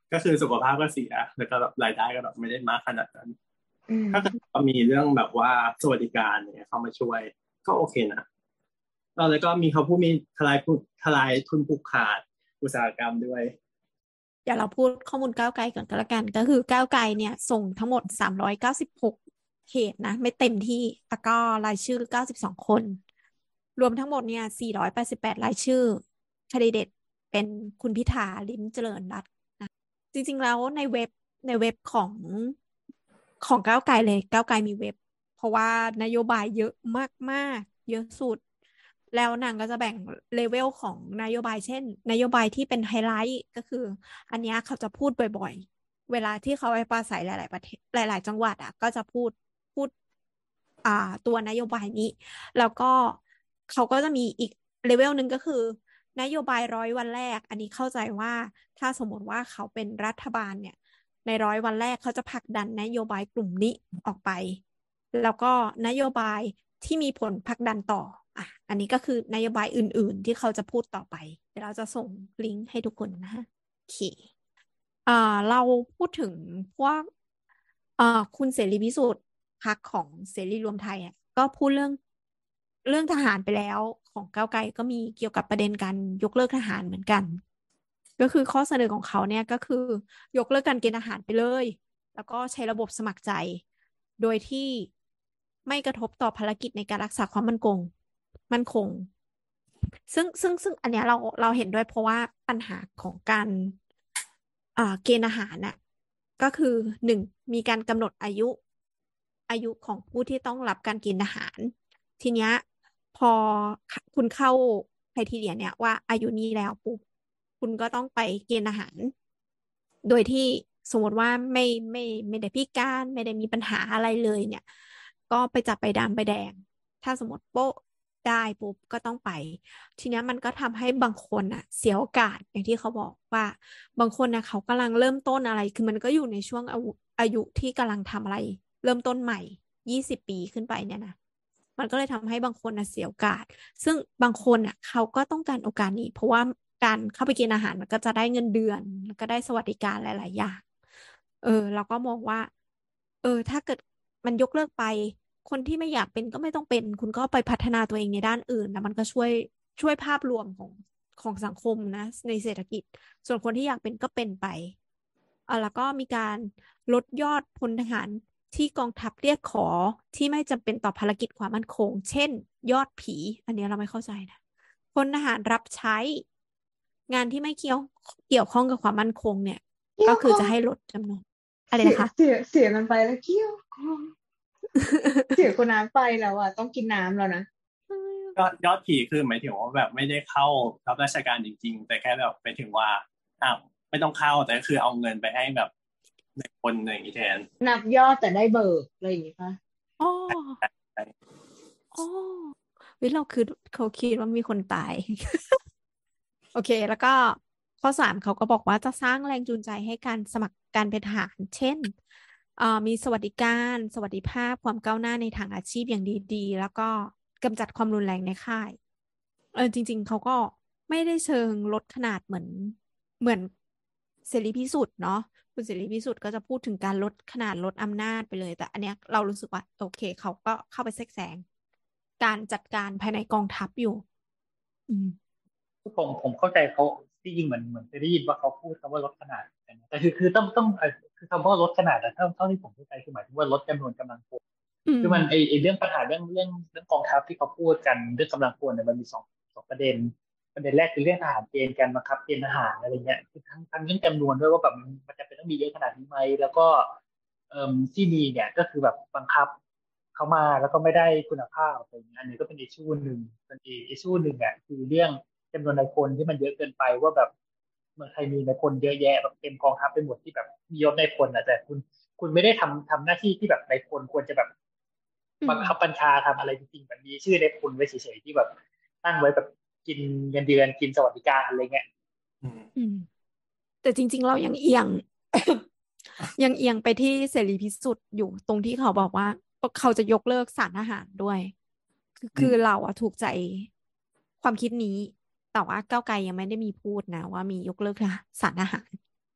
ก็คือสุขภาพก็เสียแล้วก็รายได้ก็แบบไม่ได้มากขนาดนั้นอืมถ้าเกิดว่ามีเรื่องแบบว่าสวัสดิการเนี่ยเข้ามาช่วยก็โอเคนะแล้วก็มีเขาผู้มีทลายทลายทุนผูกขาดอุตสาหกรรมด้วยเดี๋ยวเราพูดข้อมูลก้าวไกลก่อนก็แล้วกันก็คือก้าวไกลเนี่ยส่งทั้งหมดสามร้อยเก้าสิบหกเขตนะไม่เต็มที่แล้วก็รายชื่อเก้าสิบสองคนรวมทั้งหมดเนี่ยสี่ร้อยแปดสิบแปดรายชื่อแคนดิเดตเป็นคุณพิธาลิ้มเจริญรัตน์นะจริงๆแล้วในเว็บในเว็บของของก้าวไกลเลยก้าวไกลมีเว็บเพราะว่านโยบายเยอะมากๆเยอะสุดแล้วนางก็จะแบ่งเลเวลของนโยบายเช่นนโยบายที่เป็นไฮไลท์ก็คืออันนี้เขาจะพูดบ่อยๆเวลาที่เขาไปปราศัยหลายๆประเทศหลายๆจังหวัดอ่ะก็จะพูดพูดอ่าตัวนโยบายนี้แล้วก็เขาก็จะมีอีกเลเวลหนึ่งก็คือนโยบายร้อยวันแรกอันนี้เข้าใจว่าถ้าสมมติว่าเขาเป็นรัฐบาลเนี่ยในร้อยวันแรกเขาจะผลักดันนโยบายกลุ่มนี้ออกไปแล้วก็นโยบายที่มีผลผลักดันต่ออ่ะอันนี้ก็คือนโยบายอื่นๆที่เขาจะพูดต่อไปเดี๋ยวเราจะส่งลิงก์ให้ทุกคนนะโอเคอ่าเราพูดถึงพวกอ่าคุณเสรีพิสุทธิ์พรรคของเสรีรวมไทยอ่ะก็พูดเรื่องเรื่องทหารไปแล้วของก้าวไกลก็มีเกี่ยวกับประเด็นการยกเลิกทหารเหมือนกันก็คือข้อเสนอของเขาเนี่ยก็คือยกเลิกการเกณฑ์ทหารไปเลยแล้วก็ใช้ระบบสมัครใจโดยที่ไม่กระทบต่อภารกิจในการรักษาความมั่นคงมั่นคงซึ่งซึ่งซึ่งอันเนี้ยเราเราเห็นด้วยเพราะว่าปัญหาของการอ่าเกณฑ์อาหารน่ะก็คือหนึ่งมีการกำหนดอายุอายุของผู้ที่ต้องรับการเกณฑ์อาหารทีเนี้ยพอคุณเข้าไครทีเรียเนี่ยว่าอายุนี้แล้วปุ๊บคุณก็ต้องไปเกณฑ์อาหารโดยที่สมมติว่าไม่ไม่ไม่ได้พิการไม่ได้มีปัญหาอะไรเลยเนี่ยก็ไปจับใบดำใบแดงถ้าสมมติโป๊ะได้ปุ๊บก็ต้องไปทีนี้มันก็ทำให้บางคนอ่ะเสียโอกาสอย่างที่เขาบอกว่าบางคนนะเขากำลังเริ่มต้นอะไรคือมันก็อยู่ในช่วงอายุอายุที่กำลังทำอะไรเริ่มต้นใหม่ยี่สิบปีขึ้นไปเนี่ยนะมันก็เลยทำให้บางคนนะเสียโอกาสซึ่งบางคนอ่ะเขาก็ต้องการโอกาสนี้เพราะว่าการเข้าไปกินอาหารมันก็จะได้เงินเดือนแล้วก็ได้สวัสดิการหลายๆอย่างเออเราก็มองว่าเออถ้าเกิดมันยกเลิกไปคนที่ไม่อยากเป็นก็ไม่ต้องเป็นคุณก็ไปพัฒนาตัวเองในด้านอื่นแล้วมันก็ช่วยช่วยภาพรวมของของสังคมนะในเศรษฐกิจส่วนคนที่อยากเป็นก็เป็นไปอ่าแล้วก็มีการลดยอดพลทหารที่กองทัพเรียกขอที่ไม่จำเป็นต่อภารกิจความมั่นคงเช่นยอดผีอันนี้เราไม่เข้าใจนะพลทหารรับใช้งานที่ไม่เกี่ยวเกี่ยวข้องกับความมั่นคงเนี่ยก็คือจะให้ลดจำนวนอะไรนะคะเสียเสียมันไปแล้วเกี่ยวเสียคนน้ำไปแล้วอ่ะต้องกินน้ำแล้วนะยอดยอดผีคือหมายถึงว่าแบบไม่ได้เข้ารับราชการจริงๆแต่แค่แบบไปถึงว่าอ้าวไม่ต้องเข้าแต่คือเอาเงินไปให้แบบในคนอย่างนี้แทนนับยอดแต่ได้เบิกอะไรอย่างงี้ป่ะอ๋ออ๋อเฮ้ยเราคือเขาคิดว่ามีคนตาย โอเคแล้วก็ข้อสามเขาก็บอกว่าจะสร้างแรงจูงใจให้การสมัครการเป็นทหารเช่นมีสวัสดิการสวัสดิภาพความก้าวหน้าในทางอาชีพอย่างดีๆแล้วก็กำจัดความรุนแรงในค่ายเออจริงๆเขาก็ไม่ได้เชิงลดขนาดเหมือนเหมือนเสรีพิสุทธิ์เนาะคุณเสรีพิสุทธิ์ก็จะพูดถึงการลดขนาดลดอำนาจไปเลยแต่อันเนี้ยเรารู้สึกว่าโอเคเขาก็เข้าไปแทรกแซงการจัดการภายในกองทัพอยู่อืมผมผมเข้าใจเขาที่จริงเหมือนเหมือนจะได้ยินว่าเขาพูดคำว่าลดขนาดแต่คือคือต้องต้องคือคำว่าลดขนาดแต่เท่าเท่าที่ผมเข้าใจคือหมายถึงว่าลดจำนวนกำลังพลคือมันไอไอเรื่องปัญหาเรื่องเรื่องเรื่องกองทัพที่เขาพูดกันเรื่องกำลังพลเนี่ยมันมีสองสองประเด็นประเด็นแรกคือเรื่องทหารเกณฑ์การบังคับเกณฑ์ทหารอะไรเงี้ยคือทั้งทั้งเรื่องจำนวนด้วยว่าแบบมันจะเป็นต้องมีเยอะขนาดนี้ไหมแล้วก็เอ่อที่มีเนี่ยก็คือแบบบังคับเขามาแล้วก็ไม่ได้คุณภาพอะไรอย่างเงี้ยอันนี้ก็เป็นอิชชูหนึ่งเป็นอิชชูหนึ่งอ่ะคือเรื่องจำนวนนายพลที่มันเยอะเกินไปว่าแบบเมืองไทยมีนายพลเยอะแยะแบบเต็มกองทัพไปหมดที่แบบมียศนายพลอ่ะแต่คุณคุณไม่ได้ทำทำหน้าที่ที่แบบนายพลควรจะแบบบังคับบัญชาทำอะไรจริงๆแบบมีชื่อนายพลไว้เฉยๆที่แบบตั้งไว้แบบกินเงินเดือนกินสวัสดิการอะไรเงี้ยอืมแต่จริงๆเรายังเอียง ยังเอียงไปที่เสรีพิสุทธิ์อยู่ตรงที่เขาบอกว่าเขาจะยกเลิกศาลทหารด้วยคือคือเราอะถูกใจความคิดนี้แต่ว่าก้าวไกลยังไม่ได้มีพูดนะว่ามียกเลิกศาลทหาร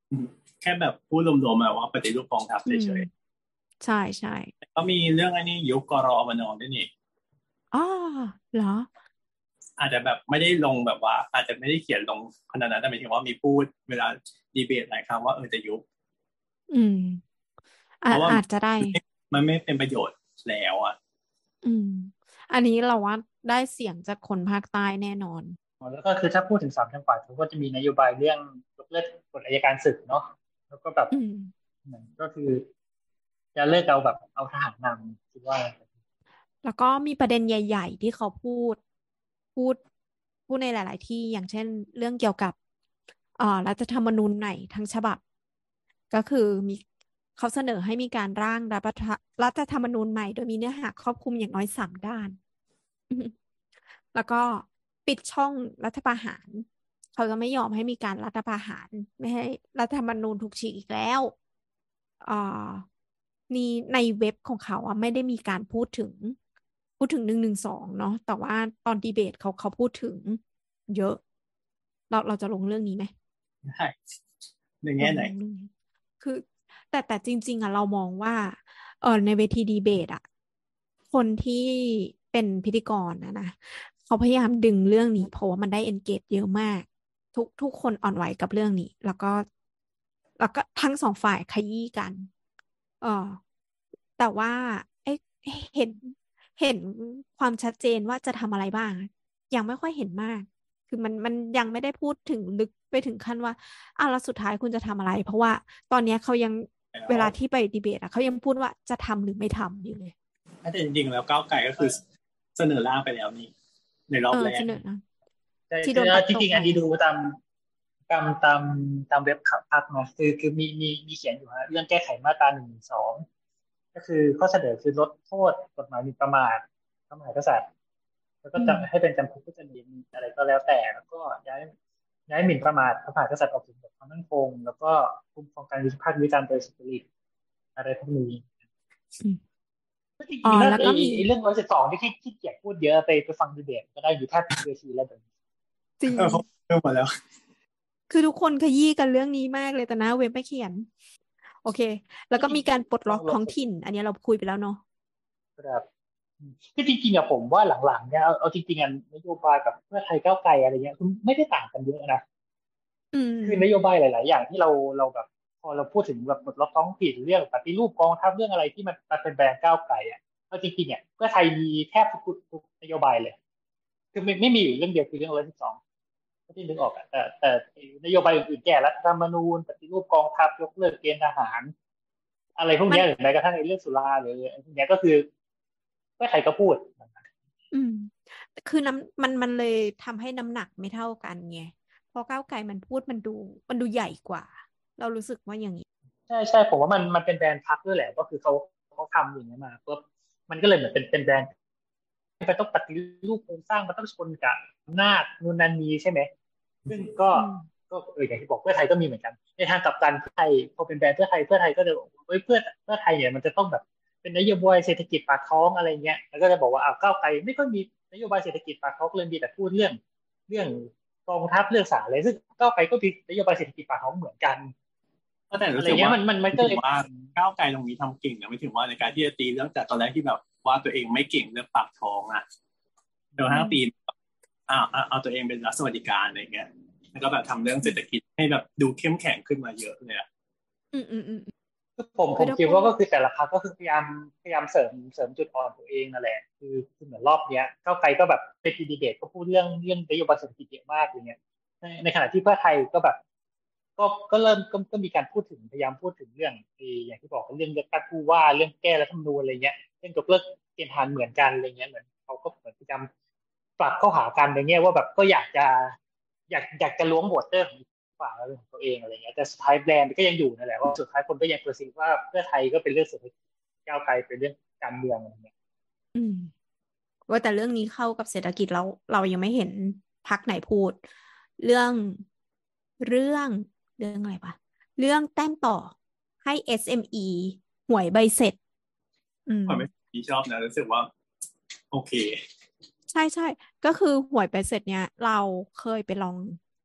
แค่แบบพูดรวมๆมาว่าปฏิรูปกองทัพเฉยๆใช่ใช่ก็มีเรื่องอันนี้ยุคกรอมนด้วยนี่อ๋อเหรออาจจะแบบไม่ได้ลงแบบว่าอาจจะไม่ได้เขียนลงขนาดนั้นแต่หมายถึงว่ามีพูดเวลาดีเบตหลายครั้งว่าเออจะยุบอืมเพราะว่าอาจจะได้มันไม่เป็นประโยชน์แล้วอ่ะอืมอันนี้เราว่าได้เสียงจากคนภาคใต้แน่นอนแล้วก็คือถ้าพูดถึงสามจังหวัดเขาก็จะมีนโยบายเรื่องยกเลิกกฎอัยการศึกเนาะแล้วก็แบบเหมือนก็คือจะเลิกเอาแบบเอาทหารนำคิดว่าแล้วก็มีประเด็นใหญ่ๆที่เขาพูดพูดพูดในหลายๆที่อย่างเช่นเรื่องเกี่ยวกับเอ่อรัฐธรรมนูญใหม่ทั้งฉบับก็คือมีเขาเสนอให้มีการร่างรัฐรัฐธรรมนูญใหม่โดยมีเนื้อหาครอบคลุมอย่างน้อยสามด้านแล้วก็ปิดช่องรัฐประหารเขาจะไม่ยอมให้มีการรัฐประหารไม่ให้รัฐธรรมนูญถูกฉีกอีกแล้วอ่านี่ในเว็บของเขาอ่ะไม่ได้มีการพูดถึงพูดถึงหนึ่งหนึ่งสองเนาะแต่ว่าตอนดีเบตเขาเขาพูดถึงเยอะเราเราจะลงเรื่องนี้ไหมใช่ในแง่ไหนคือแต่แต่จริงๆอ่ะเรามองว่าเออในเวทีดีเบตอ่ะคนที่เป็นพิธีกรนะนะเขาพยายามดึงเรื่องนี้เพราะว่ามันได้ engage เยอะมากทุกทุกคนอ่อนไหวกับเรื่องนี้แล้วก็แล้วก็ทั้งสองฝ่ายขยี้กันเออแต่ว่าไอ้เห็นเห็นความชัดเจนว่าจะทำอะไรบ้างยังไม่ค่อยเห็นมากคือมันมันยังไม่ได้พูดถึงลึกไปถึงขั้นว่าอ้าวแล้วสุดท้ายคุณจะทำอะไรเพราะว่าตอนนี้เขายังเวลาที่ไปดีเบตอะเขายังพูดว่าจะทำหรือไม่ทำอยู่เลยแต่จริงๆแล้วก้าวไกลก็คือเสนอร่างไปแล้วนี่ในรอบแรกเสนอที่โดนจริงๆอันนี้ดูตามตามตามตามเว็บพักเนาะคือคือมีมีมีเขียนอยู่ฮะเรื่องแก้ไขมาตราหนึ่งสองก็คือข้อเสนอคือลดโทษกฎหมายหมิ่นประมาทพระมหากษัตริย์แล้วก็จะให้เป็นจำคุกผู้จะมีอะไรก็แล้วแต่แล้วก็ย้ายย้ายหมิ่นประมาทพระมหากษัตริย์ออกจากบทความมั่นคงแล้วก็คุ้มครองการวิพากษ์วิจารณ์โดยสุจริตอะไรพวกนี้ก็จริงๆแล้วไอ้เรื่องร้อยสิบสองที่ขี้เกียจพูดเยอะไปไปฟังดีเบตก็ได้อยู่แทบทุกเวทีแล้วแบบจริงเริ่มมาแล้วคือทุกคนขยี้กันเรื่องนี้มากเลยแต่นะเว็บไม่เขียนโอเคแล้วก็มีการปลดล็อกท้องถิ่นอันนี้เราคุยไปแล้วเนาะครับคือจริงๆอะผมว่าหลังๆเนี่ยเอาจริงๆอันนโยบายกับเพื่อไทยก้าวไกลอะไรเงี้ยคือไม่ได้ต่างกันเยอะนะคือนโยบายหลายๆอย่างที่เราเราแบบพอเราพูดถึงแบบปลดล็อกท้องถิ่นเรื่องปฏิรูปกองทัพเรื่องอะไรที่มันมันเป็นแบรนด์ก้าวไกลอะเอาจริงๆเนี่ยเพื่อไทยมีแทบทุกทุกนโยบายเลยคือไม่ไม่มีอยู่เรื่องเดียวคือเรื่องร้อยสิบสองที่นึกออกอะแต่แต่นโยบายอื่นๆแก้รัฐธรรมนูญปฏิรูปกองทัพยกเลิกเกณฑ์ทหารอะไรพวกนี้หรือแม้กระทั่งในเรื่องสุราหรืออะไรพวกนี้ก็คือเพื่อไทยก็พูดอืมคือน้ำมันมันเลยทำให้น้ำหนักไม่เท่ากันไงเพราะก้าวไกลมันพูดมันดูมันดูใหญ่กว่าเรารู้สึกว่าอย่างนี้ใช่ใช่ผมว่ามันมันเป็นแบรนด์พรรคด้วยแหละก็คือเขาเขาทำอย่างนี้มาปุ๊บมันก็เลยเหมือนเป็นเป็นแบรนด์มันต้องปฏิรูปโครงสร้างมันต้องชนกับอำนาจนู่นนั่นนี้ใช่ไหมซึ่งก็ก็เอออย่างที่บอกเพื่อไทยก็มีเหมือนกันในทางกลับกันเพื่อไทยพอเป็นแบรนด์เพื่อไทยเพื่อไทยก็จะบอกเฮ้ยเพื่อเพื่อไทยเนี่ยมันจะต้องแบบเป็นนโยบายเศรษฐกิจปากท้องอะไรเงี้ยแล้วก็จะบอกว่าอ้าวก้าวไกลไม่ค่อยมีนโยบายเศรษฐกิจปากท้องเลยมีแต่พูดเรื่องเรื่องกองทัพเรื่องสารอะไรซึ่งก้าวไกลก็มีนโยบายเศรษฐกิจปากท้องเหมือนกันแต่รู้สึกว่ามันมันมันก็เลยว่าก้าวไกลตรงนี้ทำเก่งนะไม่ถึงว่าในการที่จะตีเรื่องจากตอนแรกที่แบบว่าตัวเองไม่เก่งเรื่องปากท้องอ่ะเดี๋ยวทั้งปีอ้าวเอาตัวเองเป็นรัฐสวัสดิการอะไรเงี้ยแล้วก็แบบทำเรื่องเศรษฐกิจให้แบบดูเข้มแข็งขึ้นมาเยอะเลยอ่ะอืมอืมอืมผมผมคิดว่าก็คือแต่ละพรรคก็คือพยายามพยายามเสริมเสริมจุดอ่อนตัวเองนั่นแหละคือคือเหมือนรอบเนี้ยก้าวไกลก็แบบเป็นดีเบตก็พูดเรื่องเรื่องนโยบายเศรษฐกิจเยอะมากอย่างเงี้ยในในขณะที่เพื่อไทยก็แบบก็ก็เริ่มก็ก็มีการพูดถึงพยายามพูดถึงเรื่องอย่างที่บอกเรื่องเลือกตั้งผู้ว่าเรื่องแก้รัฐธรรมนูญอะไรเงี้ยเรื่องยกเลิกเกณฑ์ทหารเหมือนกันอะไรเงี้ยเหมือนเขาก็เหมือนพยายามปรับเข้าหากันในแง่ว่าแบบก็อยากจะอยากอยากจะล้วงโหวตเตอร์ของฝ่ายของตัวเองอะไรเงี้ยแต่สุดท้ายแบรนด์ก็ยังอยู่นั่นแหละว่าสุดท้ายคนก็ยังเปอร์ซีฟว่าเพื่อไทยก็เป็นเรื่องเศรษฐกิจก้าวไกลเป็นเรื่องการเมืองอะไรเงี้ยอืมว่าแต่เรื่องนี้เข้ากับเศรษฐกิจแล้วเรายังไม่เห็นพรรคไหนพูดเรื่องเรื่องเรื่องอะไรปะเรื่องแต้มต่อให้ เอส เอ็ม อี หวยใบเสร็จอืมไม่ชอบนะรู้สึกว่าโอเคใช่ใช่ก็คือหวยใบเสร็จเนี้ยเราเคยไปลอง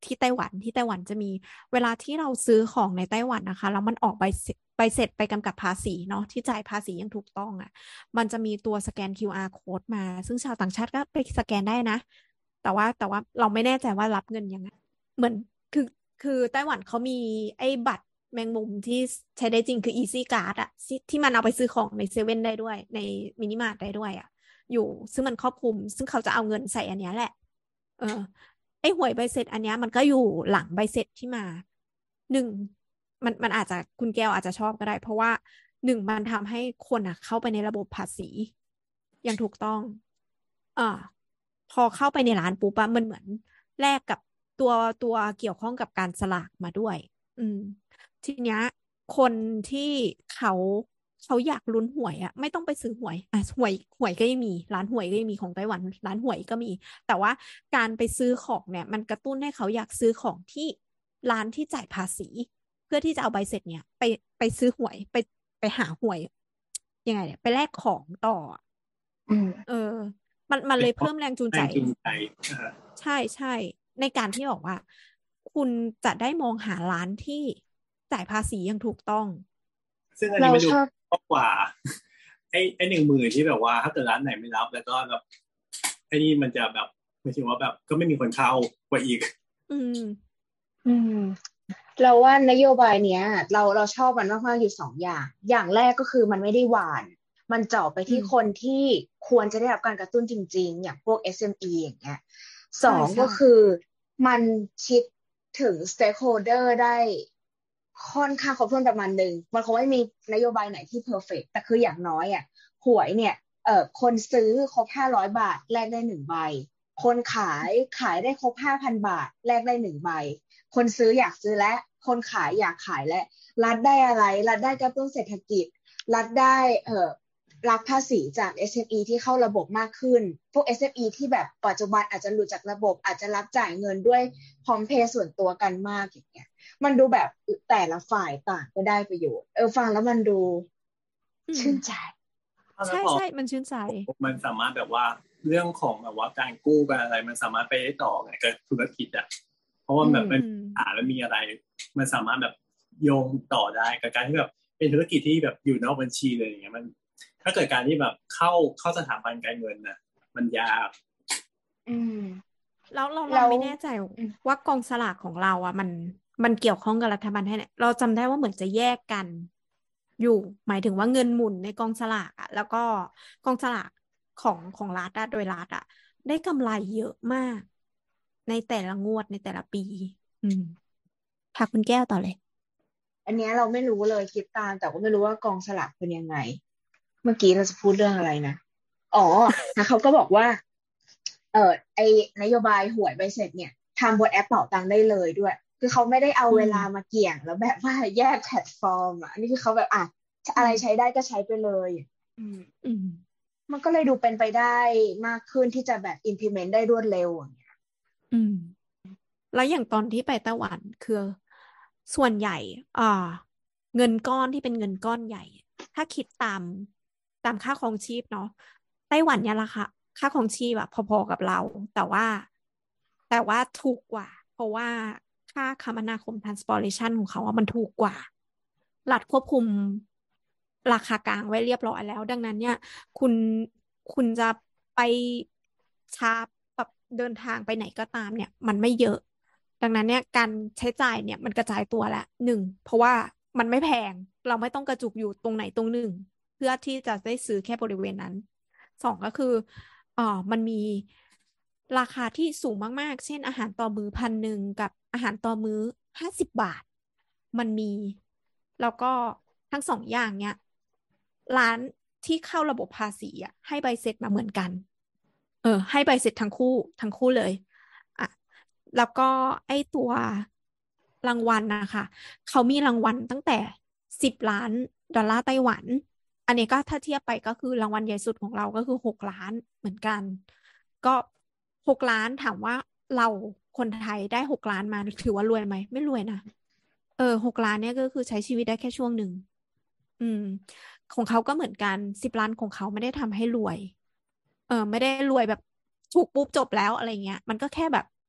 ที่ไต้หวันที่ไต้หวันจะมีเวลาที่เราซื้อของในไต้หวันนะคะแล้วมันออกใบเสร็จใบเสร็จไปกำกับภาษีเนาะที่จ่ายภาษีอย่างถูกต้องอ่ะมันจะมีตัวสแกน คิว อาร์ code มาซึ่งชาวต่างชาติก็ไปสแกนได้นะแต่ว่าแต่ว่าเราไม่แน่ใจว่ารับเงินยังไงเหมือนคือคือไต้หวันเขามีไอ้บัตรแมงมุมที่ใช้ได้จริงคือ Easy Card อะที่ที่มันเอาไปซื้อของในเซเว่นได้ด้วยในมินิมาร์ทได้ด้วยอะอยู่ซึ่งมันครอบคลุมซึ่งเขาจะเอาเงินใส่อันเนี้ยแหละเออไอ้หวยใบเสร็จอันเนี้ยมันก็อยู่หลังใบเสร็จที่มาหนึ่งมันมันอาจจะคุณแก้วอาจจะชอบก็ได้เพราะว่าหนึ่งมันทำให้คนอะเข้าไปในระบบภาษีอย่างถูกต้องอ่าพอเข้าไปในร้านปุ๊บอะมันเหมือนแลกกับตัวตัวเกี่ยวข้องกับการสลากมาด้วยอืมทีเนี้ยคนที่เขาเขาอยากลุ้นหวยอ่ะไม่ต้องไปซื้อหวยอ่ะหวยหวยก็ยังมีร้านหวยก็ยังมีของไต้หวันร้านหวยก็มีแต่ว่าการไปซื้อของเนี่ยมันกระตุ้นให้เขาอยากซื้อของที่ร้านที่จ่ายภาษีเพื่อที่จะเอาใบเสร็จเนี่ยไปไปซื้อหวยไปไปหาหวยยังไงเนี่ยไปแลกของต่ออืมเออมันมันเลยเพิ่มแรงจูงใจแรงจูงใจเออใช่ใช่ในการที่บอกว่า คุณจะได้มองหาร้านที่จ่ายภาษีอย่างถูกต้องซึ่งอันนี้มันดูมากกว่าไอ้ไอ้หนึ่งหมื่นที่แบบว่าถ้าเกิดร้านไหนไม่รับแล้วก็แบบไอ้นี่มันจะแบบไม่ใช่ว่าแบบก็ไม่มีคนเข้ากว่าอีกอืมอืมเราว่านโยบายเนี้ย เราเราชอบมันมากๆอยู่สองอย่าง อย่างแรกก็คือมันไม่ได้หวาน มันเจาะไปที่คนที่ควรจะได้รับการกระตุ้นจริงๆอย่างพวก เอส เอ็ม อี อย่างเงี้ยสองก็คือมันคิดถึง stakeholder ได้ค่อนข้างครบถ้วนประมาณหนึ่งมันคงไม่มีนโยบายไหนที่ perfect แต่คืออย่างน้อยอ่ะหวยเนี่ยเอ่อคนซื้อครบห้าร้อยบาทแลกได้หนึ่งใบคนขายขายได้ครบ ห้าพัน บาทแลกได้หนึ่งใบคนซื้ออยากซื้อและคนขายอยากขายและรัฐได้อะไรรัฐได้กระตุ้นเศรษฐกิจรัฐได้เอ่อรับภาษีจาก เอส เอ็ม อี ที่เข้าระบบมากขึ้นพวก เอส เอ็ม อี ที่แบบปัจจุบันอาจจะหลุดจากระบบอาจจะรับจ่ายเงินด้วยพร้อมเพย์ส่วนตัวกันมากอย่างเงี้ยมันดูแบบแต่ละฝ่ายต่างก็ได้ประโยชน์เออฟังแล้วมันดูชื่นใจใช่ใช่มันชื่นใจมันสามารถแบบว่าเรื่องของแบบว่าการกู้การอะไรมันสามารถไปได้ต่อไงกับธุรกิจอ่ะเพราะว่าแบบมันหาแล้วมีอะไรมันสามารถแบบโยงต่อได้กับการที่แบบเป็นธุรกิจที่แบบอยู่นอกบัญชีเลยอย่างเงี้ยมันถ้าเกิดการที่แบบเข้าเข้าสถาบันการเงินน่ะมันยากอืมแล้วเราเราไม่แน่ใจว่ากองสลากของเราอ่ะมันมันเกี่ยวข้องกับรัฐบาลแค่ไหนเราจำได้ว่าเหมือนจะแยกกันอยู่หมายถึงว่าเงินหมุนในกองสลากอ่ะแล้วก็กองสลากของของรัฐอ่ะโดยรัฐอ่ะได้กำไรเยอะมากในแต่ละงวดในแต่ละปีอืมพาคุณแก้วต่อเลยอันนี้เราไม่รู้เลยคิดตามแต่ก็ไม่รู้ว่ากองสลากเป็นยังไงเมื่อกี้เราจะพูดเรื่องอะไรนะอ๋อแล้วเขาก็บอกว่าเออไอนโยบายหวยใบเสร็จเนี่ยทำบนแอปเป๋าตังค์ได้เลยด้วยคือเขาไม่ได้เอาเวลามาเกี่ยงแล้วแบบว่าแยกแพลตฟอร์มอ่ะอันนี้คือเขาแบบอ่ะอะไรใช้ได้ก็ใช้ไปเลยอืมอืมมันก็เลยดูเป็นไปได้มากขึ้นที่จะแบบ implement ได้รวดเร็วอย่างเงี้ยอืมแล้วอย่างตอนที่ไปไต้หวันคือส่วนใหญ่อ่าเงินก้อนที่เป็นเงินก้อนใหญ่ถ้าคิดตามตามค่าครองชีพเนาะไต้หวันเนี่ยราคาค่าครองชีพอะพอๆกับเรา แต่ว่าแต่ว่าถูกกว่า เพราะว่าค่าคมนาคม transportation ของเขาอะมันถูกกว่ารัฐควบคุมราคากลางไว้เรียบร้อยแล้ว ดังนั้นเนี่ยคุณคุณจะไปชาร์จแบบเดินทางไปไหนก็ตามเนี่ย มันไม่เยอะ ดังนั้นเนี่ยการใช้จ่ายเนี่ยมันกระจายตัวละหนึ่งเพราะว่ามันไม่แพงเราไม่ต้องกระจุกอยู่ตรงไหนตรงหนึ่งเพื่อที่จะได้ซื้อแค่บริเวณนั้นสองก็คือเอ่อมันมีราคาที่สูงมากๆเช่นอาหารต่อมื้อพันหนึ่งกับอาหารต่อมื้อห้าสิบบาทมันมีแล้วก็ทั้งสองอย่างเนี่ยร้านที่เข้าระบบภาษีอ่ะให้ใบเสร็จมาเหมือนกันเออให้ใบเสร็จทั้งคู่ทั้งคู่เลยอ่ะแล้วก็ไอ้ตัวรางวัลนะคะเขามีรางวัลตั้งแต่สิบล้านดอลลาร์ไต้หวันอันนี้ก็ถ้าเทียบไปก็คือรางวัลใหญ่สุดของเราก็คือหกล้านเหมือนกันก็หกล้านถามว่าเราคนไทยได้หกล้านมาถือว่ารวยไหมไม่รวยนะเออหกล้านเนี่ยก็คือใช้ชีวิตได้แค่ช่วงหนึ่งอืมของเขาก็เหมือนกันสิบล้านของเขาไม่ได้ทำให้รวยเออไม่ได้รวยแบบถูกปุ๊บจบแล้วอะไรเงี้ยมันก็แค่แบบ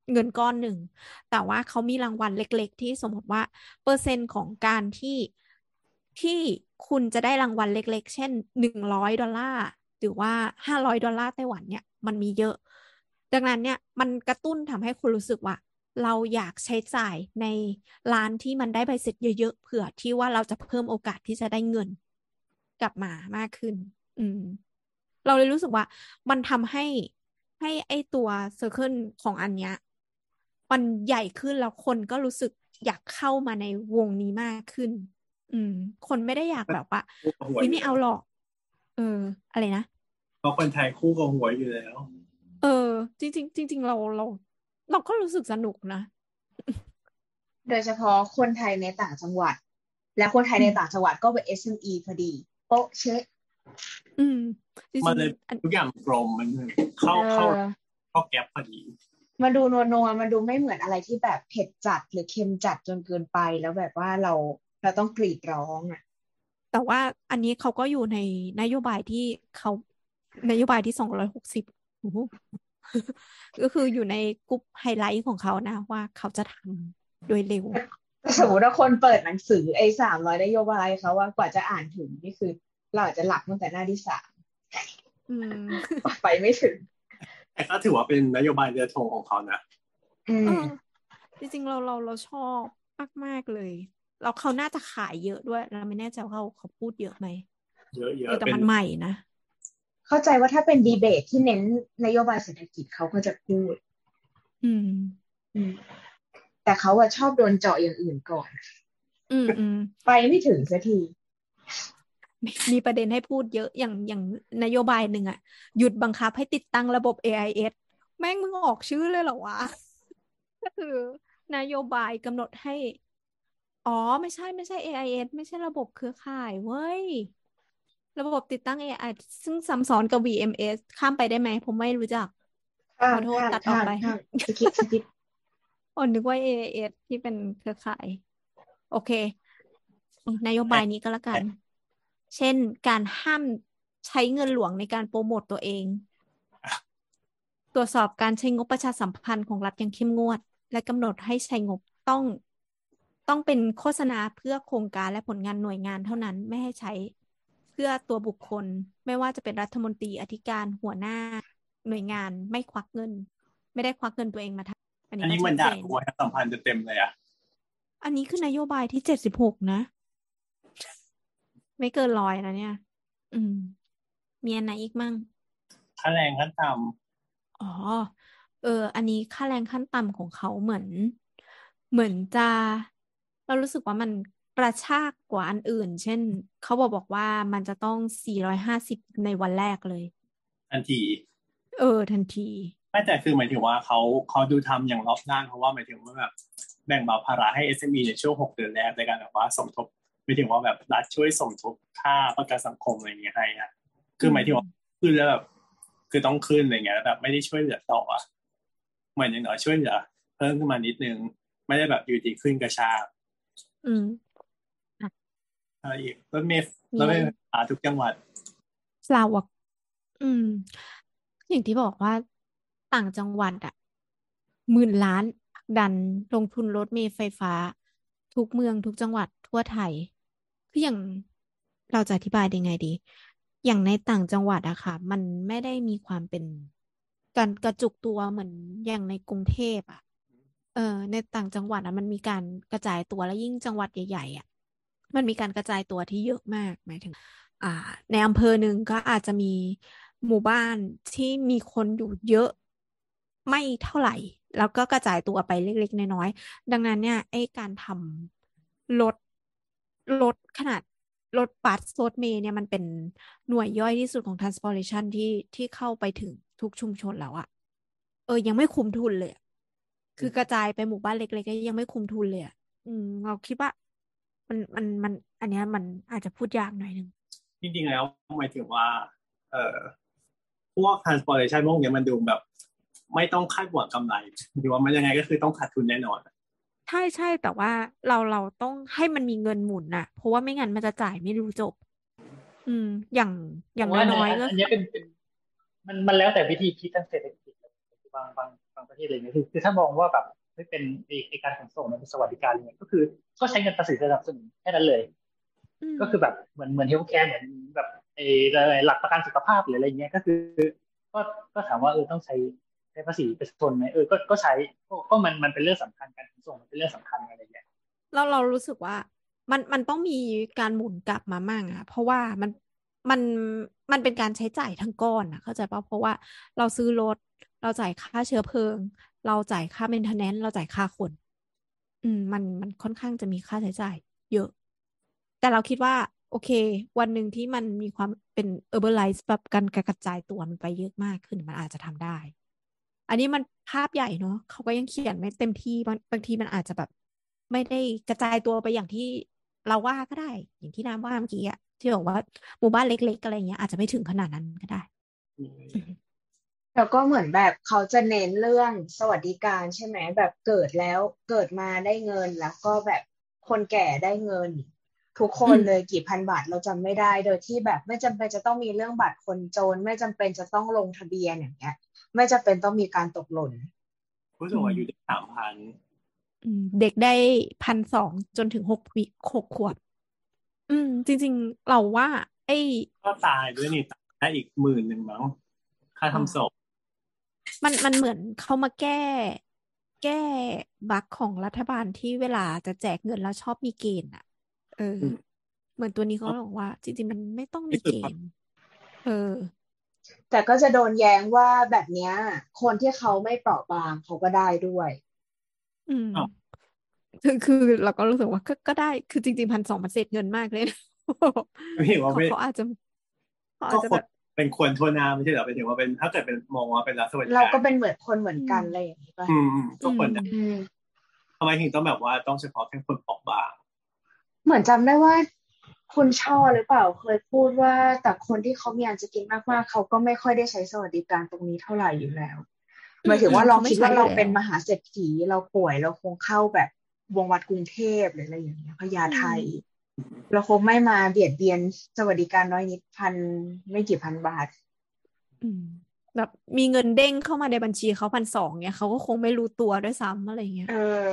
เงินก้อนหนึ่งแต่ว่าเขามีรางวัลเล็กๆที่สมมติว่าเปอร์เซ็นต์ของการที่ที่คุณจะได้รางวัลเล็กๆเช่นหนึ่งร้อยดอลลาร์หรือว่าห้าร้อยดอลลาร์ไต้หวันเนี่ยมันมีเยอะดังนั้นเนี่ยมันกระตุ้นทำให้คุณรู้สึกว่าเราอยากใช้จ่ายในร้านที่มันได้ใบเสร็จเยอะๆเผื่อที่ว่าเราจะเพิ่มโอกาสที่จะได้เงินกลับมามากขึ้นอืมเราเลยรู้สึกว่ามันทำให้ให้ไอตัวเซอร์เคิลของอันเนี้ยมันใหญ่ขึ้นแล้วคนก็รู้สึกอยากเข้ามาในวงนี้มากขึ้นอืมคนไม่ได้อยากแบบว่าคู่กับหวยเฮ้ยอไม่ยู่แล้เอาวหรอกเอออะไรนะเพราะคนไทยคู่กับหวยอยู่แล้วเออ จริงๆจริงๆเราเราเราก็รู้สึกสนุกนะโดยเฉพาะคนไทยในต่างจังหวัด และคนไทยในต่างจังหวัดก็เป็น เอส เอ็ม อี พอดีโป๊ะเช๊ะอืมจริมันงเลยๆอันทุกอย่างกลมมันเข้าเอเข้าอเข้าแก๊ปพอดีมันดูนัวๆมันดูไม่เหมือนอะไรที่แบบเผ็ดจัดหรือเค็มจัดจนเกินไปแล้วแบบว่าเราเราต้องกรีดร้องอ่ะแต่ว่าอันนี้เขาก็อยู่ในนโยบายที่เขานโยบายที่สองร้อยหกสิบโอ้โห ก็คืออยู่ในกลุ่มไฮไลท์ของเขานะว่าเขาจะทำโดยเร็วสมมติว่าคนเปิดหนังสือไอ้สามร้อยนโยบายเขาว่ากว่าจะอ่านถึงนี่คือเราอาจจะหลับตั้งแต่หน้าที่สามอืมไปไม่ถึงแต่ก็ถือว่าเป็นนโยบายเรือธงของเขานะอืเอมอ จริงๆเราเราเราชอบมากๆเลยแล้วเขาน่าจะขายเยอะด้วยเราไม่แน่ใจว่าเขาเขาพูดเยอะไหมเยอะเออๆแต่เป็นมันใหม่นะเข้าใจว่าถ้าเป็นดีเบตที่เน้นนโยบายเศรษฐกิจเขาก็จะพูดอืมอืม แต่เขาอะชอบโดนเจาะอย่างอื่นก่อนอืมอืมไปไม่ถึงสักทีมีมีประเด็นให้พูดเยอะอย่างอย่างนโยบายหนึ่งอะหยุดบังคับให้ติดตั้งระบบ เอ ไอ เอส แม่งมึงออกชื่อเลยเหรอวะ ก็คือนโยบายกำหนดให้ อ๋อไม่ใช่ไม่ใช่ เอ ไอ เอส ไม่ใช่ระบบเครือข่ายเว้ย ระบบติดตั้ง เอ ไอ ซึ่งซ้ำซ้อนกับ วี เอ็ม เอส ข้ามไปได้ไหมผมไม่รู้จักข้าขมอโทษข้ามตัดออกข้ามไปข้ามสกิปสกิปอ๋อนึกว่า เอ ไอ เอส ที่เป็นเครือข่าย โอเค นโยบายนี้ก็แล้วกัน เช่นการห้ามใช้เงินหลวงในการโปรโมตตัวเอง ตรวจสอบการใช้งบประชาสัมพันธ์ของรัฐอย่างเข้มงวด และกำหนดให้ใช้งบต้องต้องเป็นโฆษณาเพื่อโครงการและผลงานหน่วยงานเท่านั้นไม่ให้ใช้เพื่อตัวบุคคล ไม่ว่าจะเป็นรัฐมนตรีอธิการหัวหน้าหน่วยงานไม่ควักเงิน ไม่ได้ควักเงินตัวเองมาทำอันอันนี้นี้ก็มัชันดด่าเจนกลัวสัมพันธ์เต็มๆเลยอ่ะอันนี้คือนโยบายที่เจ็ดสิบหกนะ ไม่เกินร้อยนะเนี่ย อืม มีอันไหนอีกมั่งค่าแรงขั้นต่อ๋อ เออ อันนี้ค่าแรงขั้นต่ำของเขาเหมือน เหมือนจะ เรารู้สึกว่ามันกระชากกว่าอันอื่น เช่น เขาบอกบอกว่ามันจะต้องสี่ร้อยห้าสิบในวันแรกเลยำทันทีเออ ทันทีไม่แต่คือหมายถึงว่าเขาเขาดูทำอย่างรอบด้านเพราะว่าหมายถึงว่าแบบแบ่งเบาภาระให้ เอส เอ็ม อี ในช่วงหกเดือนแรกในการแบบว่าสมทบหมายถึงว่าแบบรัฐช่วยสมทบค่าประกันสังคมอะไรอย่างเงี้ยให้อ่ะคือหมายถึงว่าขึ้นแล้วแบบคือต้องขึ้นอะไรเงี้ยแล้วแบบไม่ได้ช่วยเหลือต่ออ่ะเหมือนอย่างน้อยช่วยเหลือเพิ่มขึ้นมานิดนึงไม่ได้แบบอยู่ดีขึ้นกระชากอืมอะไรอีกรถเมล์มีรถอะไรเมล์อีกไฟฟ้าทุกจังหวัดเราอะอืม อย่างที่บอกว่าต่างจังหวัดอะหมื่นล้านผลักดันลงทุนรถเมล์ไฟฟ้า ทุกเมืองทุกจังหวัดทั่วไทยคืออย่างเราจะอธิบายได้ไงดี อย่างในต่างจังหวัดอะค่ะ มันไม่ได้มีความเป็นการกระจุกตัวเหมือนอย่างในกรุงเทพอะเออ ในต่างจังหวัดอะมันมีการกระจายตัวแล้วยิ่งจังหวัดใหญ่ๆอะมันมีการกระจายตัวที่เยอะมากหมายถึง อ่า ในอำเภอหนึ่งก็อาจจะมีหมู่บ้านที่มีคนอยู่เยอะไม่เท่าไหร่ แล้วก็กระจายตัวไปเล็กๆน้อยๆดังนั้นเนี่ยไอ้การทำรถรถขนาดรถบัสรถเมล์เนี่ยมันเป็นหน่วยย่อยที่สุดของ transportation ที่ที่เข้าไปถึงทุกชุมชนแล้วอะเออ ยังไม่คุ้มทุนเลยอะคือกระจายไปหมู่บ้านเล็กๆก็ยังไม่คุ้มทุนเลยอะอืม เราคิดว่ามันมันมัน อันเนี้ยมันอาจจะพูดยากหน่อยนึงจริงๆแล้วหมายถึงว่า เอ่อพวก transportation พวกเนี้ยมันดูแบบ ไม่ต้องคาดหวังกำไรหรือว่ามันยังไงก็คือต้องขาดทุนแน่นอนใช่ใช่แต่ว่าเราเราต้องให้มันมีเงินหมุนน่ะ เพราะว่าไม่งั้นมันจะจ่ายไม่รู้จบ อืม อย่างอย่างผมว่าน้อยอันๆก็อันเนี้ยเป็นเป็นมันมันแล้วแต่วิธีคิดทางเศรษฐกิจบางบางบางางประเทศอะไรเงี้ยคือคือถ้ามองว่าแบบไม่เป็นไอ้การขนส่งมันเป็นสวัสดิการอะไรเงี้ยก็คือก็ใช้เงินภาษีสนับสนุนแค่นั้นเลยก็คือแบบเหมือนเหมือนเฮลท์แคร์เหมือนแบบไอ้หลักประกันสุขภาพหรืออะไรเงี้ยก็คือก็ก็ถามว่าเออต้องใช้ใช้ภาษีประชาชนไหมเออก็ก็ใช้ก็มันมันเป็นเรื่องสำคัญการขนส่งมันเป็นเรื่องสำคัญอะไรเงี้ยเราเรารู้สึกว่ามันมันต้องมีการหมุนกลับมามั่งอ่ะเพราะว่ามันมันมันเป็นการใช้จ่ายทั้งก้อนอ่ะเข้าใจป่ะเพราะว่าเราซื้อรถเราจ่ายค่าเชื้อเพลิงเราจ่ายค่าเมนเทนแนนซ์เราจ่ายค่าคนอืมมันมันค่อนข้างจะมีค่าใช้จ่ายเยอะแต่เราคิดว่าโอเควันหนึ่งที่มันมีความเป็น urbanize แบบการกระจายตัวมันไปเยอะมากขึ้นมันอาจจะทำได้อันนี้มันภาพใหญ่เนาะเขาก็ยังเขียนไม่เต็มที่บางบางทีมันอาจจะแบบไม่ได้กระจายตัวไปอย่างที่เราว่าก็ได้อย่างที่น้ำว่าเมื่อกี้อะที่บอกว่าหมู่บ้านเล็กๆอะไรเงี้ยอาจจะไม่ถึงขนาดนั้นก็ได้แล้วก็เหมือนแบบเขาจะเน้นเรื่องสวัสดิการใช่ไหมแบบเกิดแล้วเกิดมาได้เงินแล้วก็แบบคนแก่ได้เงินทุกคนเลยกี่พันบาทเราจำไม่ได้โดยที่แบบไม่จำเป็นจะต้องมีเรื่องบัตรคนจนไม่จำเป็นจะต้องลงทะเบียนอย่างเงี้ยไม่จำเป็นต้องมีการตกหล่นผู้สูงอายุได้สามพันเด็กได้พันสองจนถึงหกปีหกขวบอืมจริงๆเราว่าไอ้ก็ตายด้วยนี่ได้อีกหมื่นหนึ่งมั้งค่าทำศพมันมันเหมือนเขามาแก้แก้บั๊กของรัฐบาลที่เวลาจะแจกเงินแล้วชอบมีเกณฑ์อ่ะเออเหมือนตัวนี้เขาบอกว่าจริงๆมันไม่ต้องมีเกณฑ์เออแต่ก็จะโดนแย้งว่าแบบเนี้ยคนที่เขาไม่เปราะบางเขาก็ได้ด้วยอืมคือคือเราก็รู้สึกว่าก็ก็ได้คือจริงๆพันสองมันเศษเงินมากเลยนะไม่เห็นว่าเขาอาจจะเขาอาก็จจะแบบเป็นควรทั่วหน้าไม่ใช่เหรอเป็นถึงว่าเป็นถ้าเกิดเป็นมองว่าเป็นรัฐสวัสดิการเราก็เป็นเหมือนคนเหมือนกันอะไรอย่างนี้ป่ะอืมก็ควรจะทำไมถึงต้องแบบว่าต้องเฉพาะแค่คนเปราะบางเหมือนจำได้ว่าคุณช่อหรือเปล่าเคยพูดว่าแต่คนที่เขามีอันจะกินมากๆเขาก็ไม่ค่อยได้ใช้สวัสดิการตรงนี้เท่าไหร่อยู่แล้วหมายถึงว่าลองคิดว่าเราเป็นมหาเศรษฐีเราป่วยเราคงเข้าแบบวงวัดกรุงเทพหรืออะไรอย่างเงี้ยพญาไทเราคงไม่มาเบียดเบียนสวัสดิการน้อยนิดพันไม่กี่พันบาทแบบมีเงินเด้งเข้ามาในบัญชีเขาพันสองเนี่ยเขาก็คงไม่รู้ตัวด้วยซ้ำอะไรเงี้ยเออ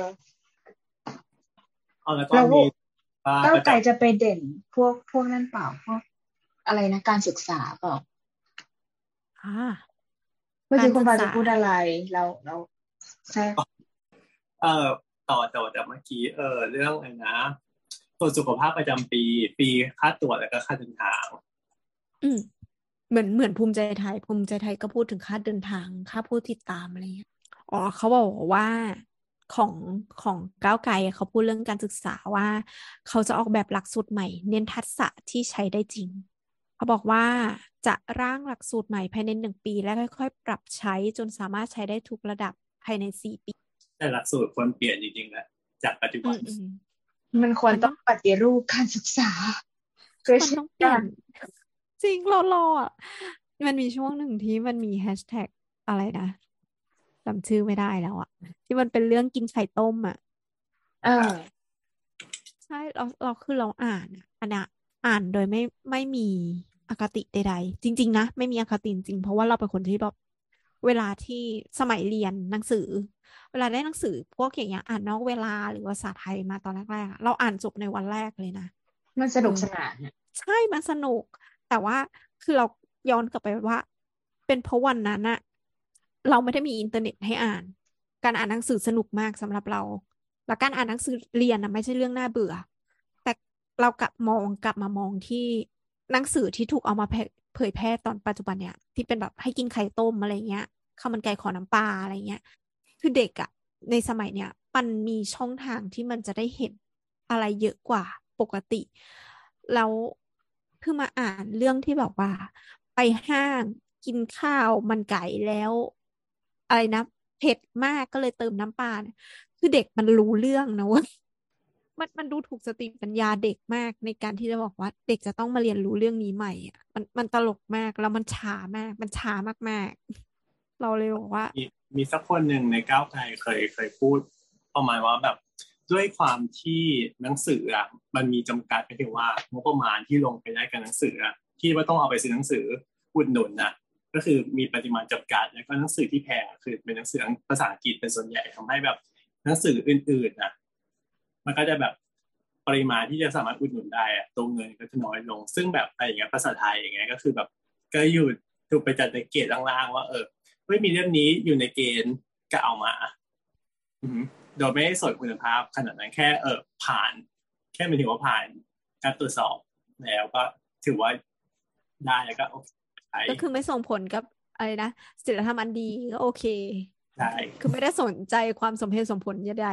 เอาแล้วก็มีก้าวไกลจะไปเด่นพวกพวกนั่นเปล่าพวกอะไรนะการศึกษาเปล่าอ่าเมื่อกี้คุณปาจะพูดอะไรเราเราใช่เออต่อต่อจากเมื่อกี้เออเรื่องอะไรนะตรวจสุขภาพประจำปีปีค่าตรวจแล้วก็ค่าเดินทางอืมเหมือนเหมือนภูมิใจไทยภูมิใจไทยก็พูดถึงค่าเดินทางค่าผู้ติดตามอะไรเงี้ยอ๋อเขาบอกว่าของของก้าวไกลเขาพูดเรื่องการศึกษาว่าเขาจะออกแบบหลักสูตรใหม่เน้นทักษะที่ใช้ได้จริงเขาบอกว่าจะร่างหลักสูตรใหม่ภายในหนึ่งปีและค่อยๆปรับใช้จนสามารถใช้ได้ทุกระดับภายในสี่ปีแต่หลักสูตรควรเปลี่ยนจริงๆแหละจากปัจจุบันมันควรต้องปฏิรูปการศึกษามันต้องเปลี่ยนจริงรอรออ่ะมันมีช่วงหนึ่งที่มันมีแฮชแท็กอะไรนะจำชื่อไม่ได้แล้วอ่ะที่มันเป็นเรื่องกินไข่ต้มอ่ะเออใช่เราเราคือเราอ่านอันนี้อ่านโดยไม่ไม่มีอคติใดๆจริงๆนะไม่มีอคติจริงเพราะว่าเราเป็นคนที่แบบเวลาที่สมัยเรียนหนังสือเวลาได้หนังสือพวกอย่างเงี้ยอ่านนอกเวลาหรือภาษาไทยมาตอนแรกๆเราอ่านจบในวันแรกเลยนะมันสนุกสนานใช่มันสนุกแต่ว่าคือเราย้อนกลับไปว่าเป็นเพราะวันนั้นอะเราไม่ได้มีอินเทอร์เน็ตให้อ่านการอ่านหนังสือสนุกมากสำหรับเราและการอ่านหนังสือเรียนนะไม่ใช่เรื่องน่าเบื่อแต่เรากลับมองกลับมามองที่หนังสือที่ถูกเอามาเผยแพร่ตอนปัจจุบันเนี่ยที่เป็นแบบให้กินไข่ต้มอะไรเงี้ยข้าวมันไก่ขอน้ำปลาอะไรเงี้ยคือเด็กอะในสมัยเนี้ยมันมีช่องทางที่มันจะได้เห็นอะไรเยอะกว่าปกติแล้วคือมาอ่านเรื่องที่แบบว่าไปห้างกินข้าวมันไก่แล้วอะไรนะเผ็ดมากก็เลยเติมน้ำปลาเนี่ยคือเด็กมันรู้เรื่องนะว่ามันมันดูถูกสติปัญญาเด็กมากในการที่จะบอกว่าเด็กจะต้องมาเรียนรู้เรื่องนี้ใหม่อ่ะมันมันตลกมากแล้วมันช้ามากมันช้ามากๆเราเลยบอกว่ามีมีสักคนหนึ่งในก้าวไกลเคยเคยพูดประมาณว่าแบบด้วยความที่หนังสืออ่ะมันมีจำกัดไม่ถึงว่างบประมาณที่ลงไปได้กับหนังสืออ่ะที่ว่าต้องเอาไปซื้อหนังสืออุดหนุนอ่ะก็คือมีปริมาณจำกัดแล้วก็หนังสือที่แพงคือเป็นหนังสือภาษาอังกฤษเป็นส่วนใหญ่ทำให้แบบหนังสืออื่นๆนะมันก็จะแบบปริมาณที่จะสามารถอุดหนุนได้อะตัวเงินก็จะน้อยลงซึ่งแบบอะไรอย่างเงี้ยภาษาไทยอย่างเงี้ยก็คือแบบก็อยู่ถูกไปจัดในเกณฑ์ล่างๆว่าเออไม่มีเล่มนี้อยู่ในเกณฑ์ก็เอามาโดยไม่ได้สนคุณภาพขนาดนั้นแค่เออผ่านแค่หมายถึงว่าผ่านการตรวจสอบแล้วก็ถือว่าได้แล้วก็โอเคก็คือไม่ส่งผลกับอะไรนะศีลธรรมอันดีก็โอเคใช่คือไม่ได้สนใจความสมเหตุสมผลใด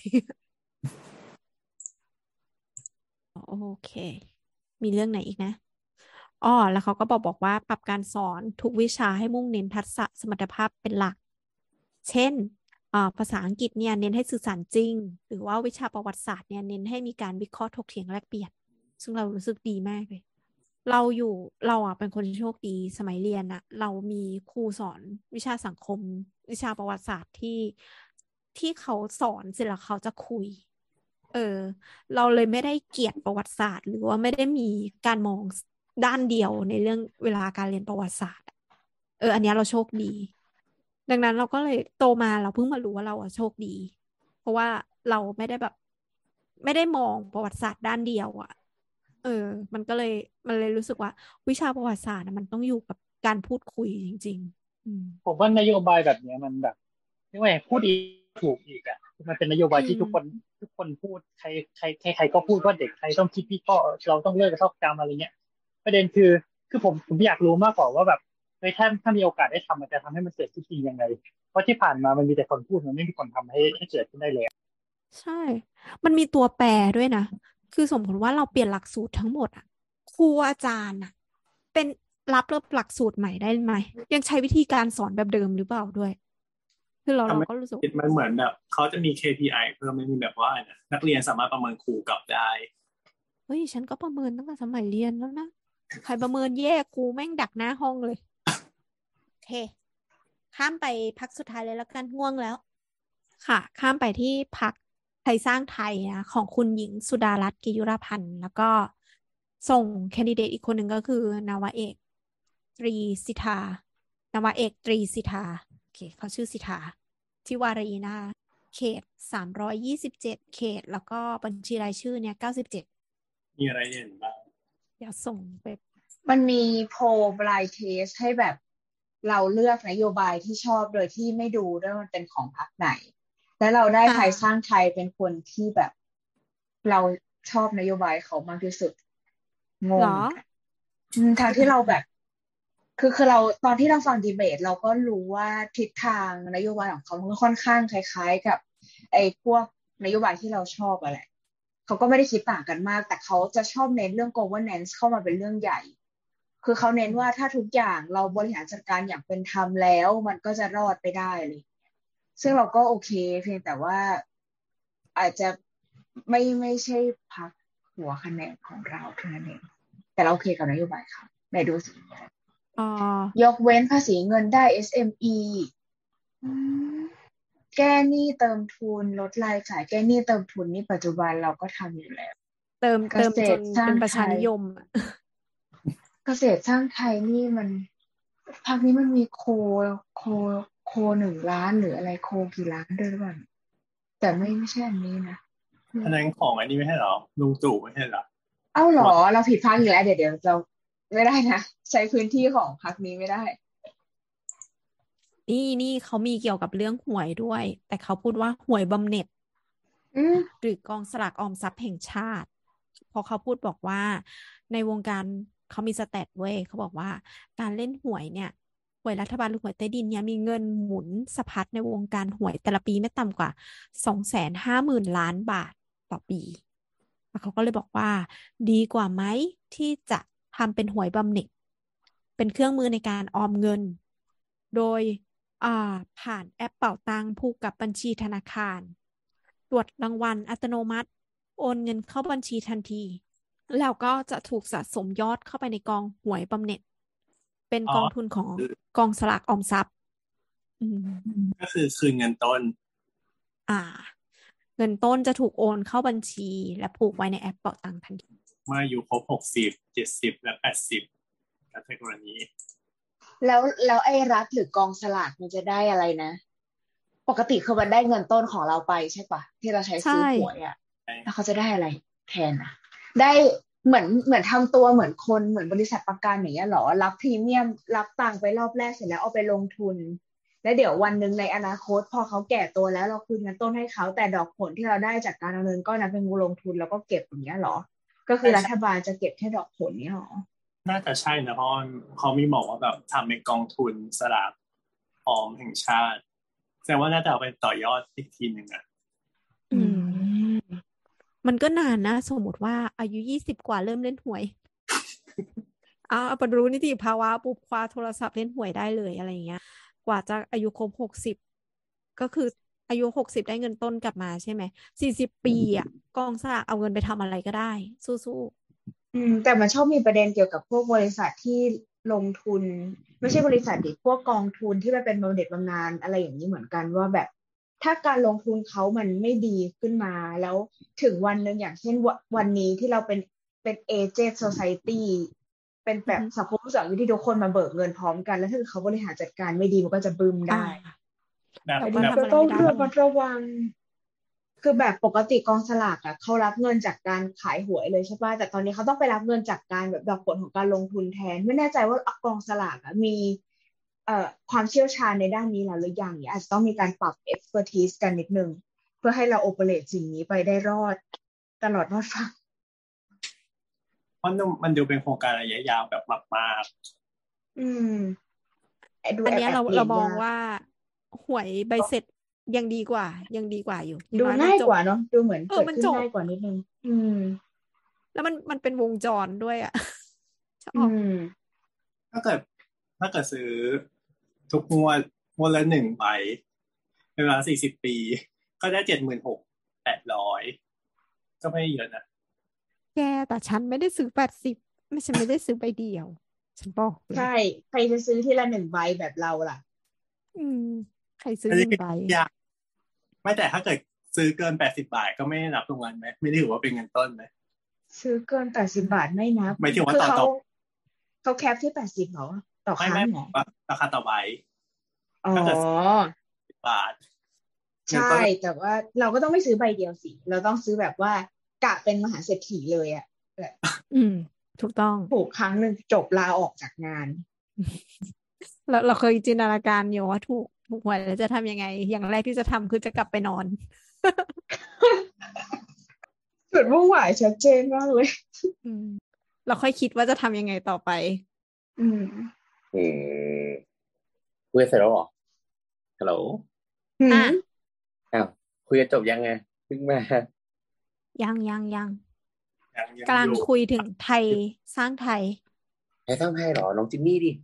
โอเคมีเรื่องไหนอีกนะอ๋อแล้วเขาก็บอกบอกว่าปรับการสอนทุกวิชาให้มุ่งเน้นทักษะสมรรถภาพเป็นหลักเช่นภาษาอังกฤษเนี่ยเน้นให้สื่อสารจริงหรือว่าวิชาประวัติศาสตร์เนี่ยเน้นให้มีการวิเคราะห์ถกเถียงแลกเปลี่ยนซึ่งเรารู้สึกดีมากเลยเราอยู่เราอ่ะเป็นคนโชคดีสมัยเรียนอ่ะเรามีครูสอนวิชาสังคมวิชาประวัติศาสตร์ที่ที่เขาสอนเสร็จแล้วเขาจะคุยเออเราเลยไม่ได้เกลียดประวัติศาสตร์หรือว่าไม่ได้มีการมองด้านเดียวในเรื่องเวลาการเรียนประวัติศาสตร์เอออันนี้เราโชคดีดังนั้นเราก็เลยโตมาเราเพิ่งมารู้ว่าเราอะโชคดีเพราะว่าเราไม่ได้แบบไม่ได้มองประวัติศาสตร์ด้านเดียวอะเออมันก็เลยมันเลยรู้สึกว่าวิชาประวัติศาสตร์มันต้องอยู่กับการพูดคุยจริงๆผมว่านโยบายแบบนี้มันแบบไม่ว่าพูดอีกถูกอีกอ่ะมันเป็นนโยบายที่ทุกคนทุกคนพูดใครใครใครใครก็พูดว่าเด็กใครต้องคิดพี่ก็เราต้องเลิกกับท่องจำอะไรเงี้ยประเด็นคือคือผมผมอยากรู้มากกว่าว่าแบบในถ้าถ้ามีโอกาสได้ทำมันจะทำให้มันเกิดขึ้นจริงยังไงเพราะที่ผ่านมามันมีแต่คนพูดมันไม่มีคนทำให้ให้เกิดขึ้นได้เลยใช่มันมีตัวแปรด้วยนะคือสมมติว่าเราเปลี่ยนหลักสูตรทั้งหมดอ่ะครูอาจารย์อ่ะเป็นรับเริ่มหลักสูตรใหม่ได้ไหมยังใช้วิธีการสอนแบบเดิมหรือเปล่าด้วยคือเราเราก็รู้สึกมันเหมือนแบบเขาจะมี เค พี ไอ เพิ่มไม่มีแบบว่านักเรียนสามารถประเมินครูกลับได้เฮ้ยฉันก็ประเมินตั้งแต่สมัยเรียนแล้วนะใครประเมินแย่ครูแม่งดักหน้าห้องเลยโอเคข้ามไปพักสุดท้ายเลยแล้วกันง่วงแล้วค่ะข้ามไปที่พักไทยสร้างไทยนะของคุณหญิงสุดารัตน์กิยุรพันธ์แล้วก็ส่งแคนดิเดตอีกคนหนึ่งก็คือนาวาเอกตรีสิทธานาวาเอกตรีสิทธาโอเคเขาชื่อสิทธาทิวารีนะคะเขตสามร้อยยี่สิบเจ็ดเขตแล้วก็บัญชีรายชื่อเนี่ยเก้าสิบเจ็ดมีอะไรเด่นบ้างเดี๋ยวส่งไปมันมีโพลบลายเทสให้แบบเราเลือกนโยบายที่ชอบโดยที่ไม่ดูด้วยมันเป็นของพรรคไหนและเราได้ไทยสร้างไทยเป็นคนที่แบบเราชอบนโยบายเขามากที่สุดงงทางที่เราแบบคือคือเราตอนที่เราฟังดีเบตเราก็รู้ว่าทิศทางนโยบายของเขาค่อนข้างคล้ายๆกับไอ้พวกนโยบายที่เราชอบอะไรเขาก็ไม่ได้คิดต่างกันมากแต่เขาจะชอบเน้นเรื่อง governance เข้ามาเป็นเรื่องใหญ่คือเขาเน้นว่าถ้าทุกอย่างเราบริหารจัดการอย่างเป็นธรรมแล้วมันก็จะรอดไปได้เลยซึ่งเราก็โอเคเพียงแต่ว่าอาจจะไม่ไม่ใช่พรรคหัวคะแนนของเราเท่านั้นเองแต่เราโอเคกับนโยบายค่ะไหนดูสิยกเว้นภาษีเงินได้ เอส เอ็ม อี แก้หนี้เติมทุนลดรายจ่ายแก้หนี้เติมทุนนี่ปัจจุบันเราก็ทำอยู่แล้วเติมเติมจนเป็นประชานิยมเกษตรสร้างไทยนี่มันภาคนี้มันมีโคโคโคหนึ่งล้านหรืออะไรโคกี่ล้านด้วยหรือเปล่าแต่ไม่ไม่ใช่อันนี้นะอันนั้นของอันนี้ไม่ใช่หรอลุงตู่ไม่ใช่หรอเอ้าหรอเราผิดพรรคอีกแล้วเดี๋ยวเดี๋ยวเราไม่ได้นะใช้พื้นที่ของพรรคนี้ไม่ได้นี่นี่เขามีเกี่ยวกับเรื่องหวยด้วยแต่เขาพูดว่าหวยบำเหน็จหรือกองสลากออมทรัพย์แห่งชาติเพราะเขาพูดบอกว่าในวงการเขามีสแตทเว้ยเขาบอกว่าการเล่นหวยเนี่ยหวยรัฐบาลหรือหวยใต้ดินเนี่ยมีเงินหมุนสะพัดในวงการหวยแต่ละปีไม่ต่ำกว่าสองแสนห้าหมื่นล้านบาทต่อปีเขาก็เลยบอกว่าดีกว่าไหมที่จะทำเป็นหวยบำเหน็จเป็นเครื่องมือในการออมเงินโดยอ่าผ่านแอปเป๋าตังค์ผูกกับบัญชีธนาคารตรวจรางวัลอัตโนมัติโอนเงินเข้าบัญชีทันทีแล้วก็จะถูกสะสมยอดเข้าไปในกองหวยบำเหน็จเป็นกองทุนของกองสลากออมทรัพย์ก็คือคืนเงินต้นอ่าเงินต้นจะถูกโอนเข้าบัญชีและผูกไว้ในแอปเป๋าตังค์ทันทีเมื่ออายุครบหกสิบ เจ็ดสิบและแปดสิบแล้วในกรณีแล้วแล้วไอ้รัฐหรือกองสลากมันจะได้อะไรนะ ปกติคือมันได้เงินต้นของเราไปใช่ปะที่เราใช้ใช่ซื้อหวยอ่ะแล้วเขาจะได้อะไรแทนอ่ะได้เหมือนเหมือนทำตัวเหมือนคนเหมือนบริษัทประกันอย่างเงี้ยเหรอรับพรีเมียมรับตังค์ไปรอบแรกเสร็จแล้วเอาไปลงทุน แล้วเดี๋ยววันหนึ่งในอนาคตพอเขาแก่ตัวแล้วเราคืนเงินต้นให้เขาแต่ดอกผลที่เราได้จากการดำเนินก้อนนั้นเป็นลงทุนแล้วก็เก็บอย่างเงี้ยเหรอก็คือรัฐบาลจะเก็บแค่ดอกผลนี้หรอน่าจะใช่นะเพราะเขามีบอกว่าแบบทำเป็นกองทุนสลากออมแห่งชาติแสดงว่าน่าจะเอาไปต่อยอดอีกทีหนึ่งอ่ะอืมมันก็นานนะสมมติว่าอายุยี่สิบกว่าเริ่มเล่นหวยเอาเอาไปรู้นิติภาวะปุ๊บคว้าโทรศัพท์เล่นหวยได้เลยอะไรเงี้ยกว่าจะอายุครบหกสิบก็คืออายุหกสิบได้เงินต้นกลับมาใช่ไหมสี่สิบปีอ่ะกองสลากเอาเงินไปทำอะไรก็ได้สู้ๆอืมแต่มันชอบมีประเด็นเกี่ยวกับพวกบริษัทที่ลงทุนไม่ใช่บริษัทดิพวกกองทุนที่มันเป็นบำเหน็จบำนาญอะไรอย่างนี้เหมือนกันว่าแบบถ้าการลงทุนเขามันไม่ดีขึ้นมาแล้วถึงวันหนึ่งอย่างเช่นววันนี้ที่เราเป็นเป็นเอเจนต์โซไซตี้เป็นแบบสังคมผู้สูงอายุที่ทุกคนมาเบิกเงินพร้อมกันแล้วถ้าเขาบริหารจัดการไม่ดีมันก็จะบึ้มได้แบบอันแบนี้บก็ต้องระมัดระวังคือแบบปกติกองสลากอ่ะเขารับเงินจากการขายหวยเลยใช่ป่ะแต่ตอนนี้เขาต้องไปรับเงินจากการแบบดอกผลของการลงทุนแทนไม่แน่ใจว่ากองสลากอ่ะมีเอ่อความเชี่ยวชาญในด้านนี้แล้วหรือยังเนี่ยอาจจะต้องมีการปรับ expertise กันนิดนึงเพื่อให้เรา operate สิ่งนี้ไปได้รอดตลอดรอดฟังเพราะมันดูเป็นโครงการระยะยาวแบบมากๆอืมอันนี้เราเรามองว่าหวยใบเสร็จยังดีกว่ายังดีกว่าอยู่ดูง่ายกว่าเนาะดูเหมือนเกิดขึ้นง่ายกว่านิดนึงอืมแล้วมันมันเป็นวงจรด้วยอ่ะชอบถ้าเกิดถ้าเกิดซื้อทุกงวดงวดละหนึ่งใบเวลาสี่สิบปีก็ได้เจ็ดหมื่นหกแปดร้อยก็ไม่เยอะนะแกแต่ฉันไม่ได้ซื้อแปดสิบไม่ฉันไม่ได้ซื้อใบเดียวฉันบอกใช่ใครจะซื้อทีละหนึ่งใบแบบเราล่ะอืมใครซื้อหนึ่งใบไม่แต่ถ้าเกิดซื้อเกินแปดสิบบาทก็ไม่นับตรงนั้นไหมไม่ได้ถือว่าเป็นเงินต้นไหมซื้อเกินแปดสิบบาทไม่นับไม่ถือว่าต่อต่อเขาแคปที่แปดสิบเหรอต่อครั้งเหรอราคาต่อใบอ๋อสิบบาทใช่แต่ว่าเราก็ต้องไม่ซื้อใบเดียวสิเราต้องซื้อแบบว่ากะเป็นมหาเศรษฐีเลยอ่ะแบบอืมถูกต้องถูกครั้งหนึ่งจบลาออกจากงานเราเราเคยจินตนาการอยู่ว่าถูกถูกหวยแล้วจะทำยังไงอย่างแรกที่จะทำคือจะกลับไปนอนจุดมุ่งหมายชัดเจนมากเลยอืมเราค่อยคิดว่าจะทำยังไงต่อไปอืมอืมคุยเสร็จแล้วหรอฮัลโหลอ่ะอ้าวคุยจบยังไงเพิ่งมายังยังยังกำลังคุยถึงไทยสร้างไทยไทยสร้างไทยหรอน้องจินนี่ดิ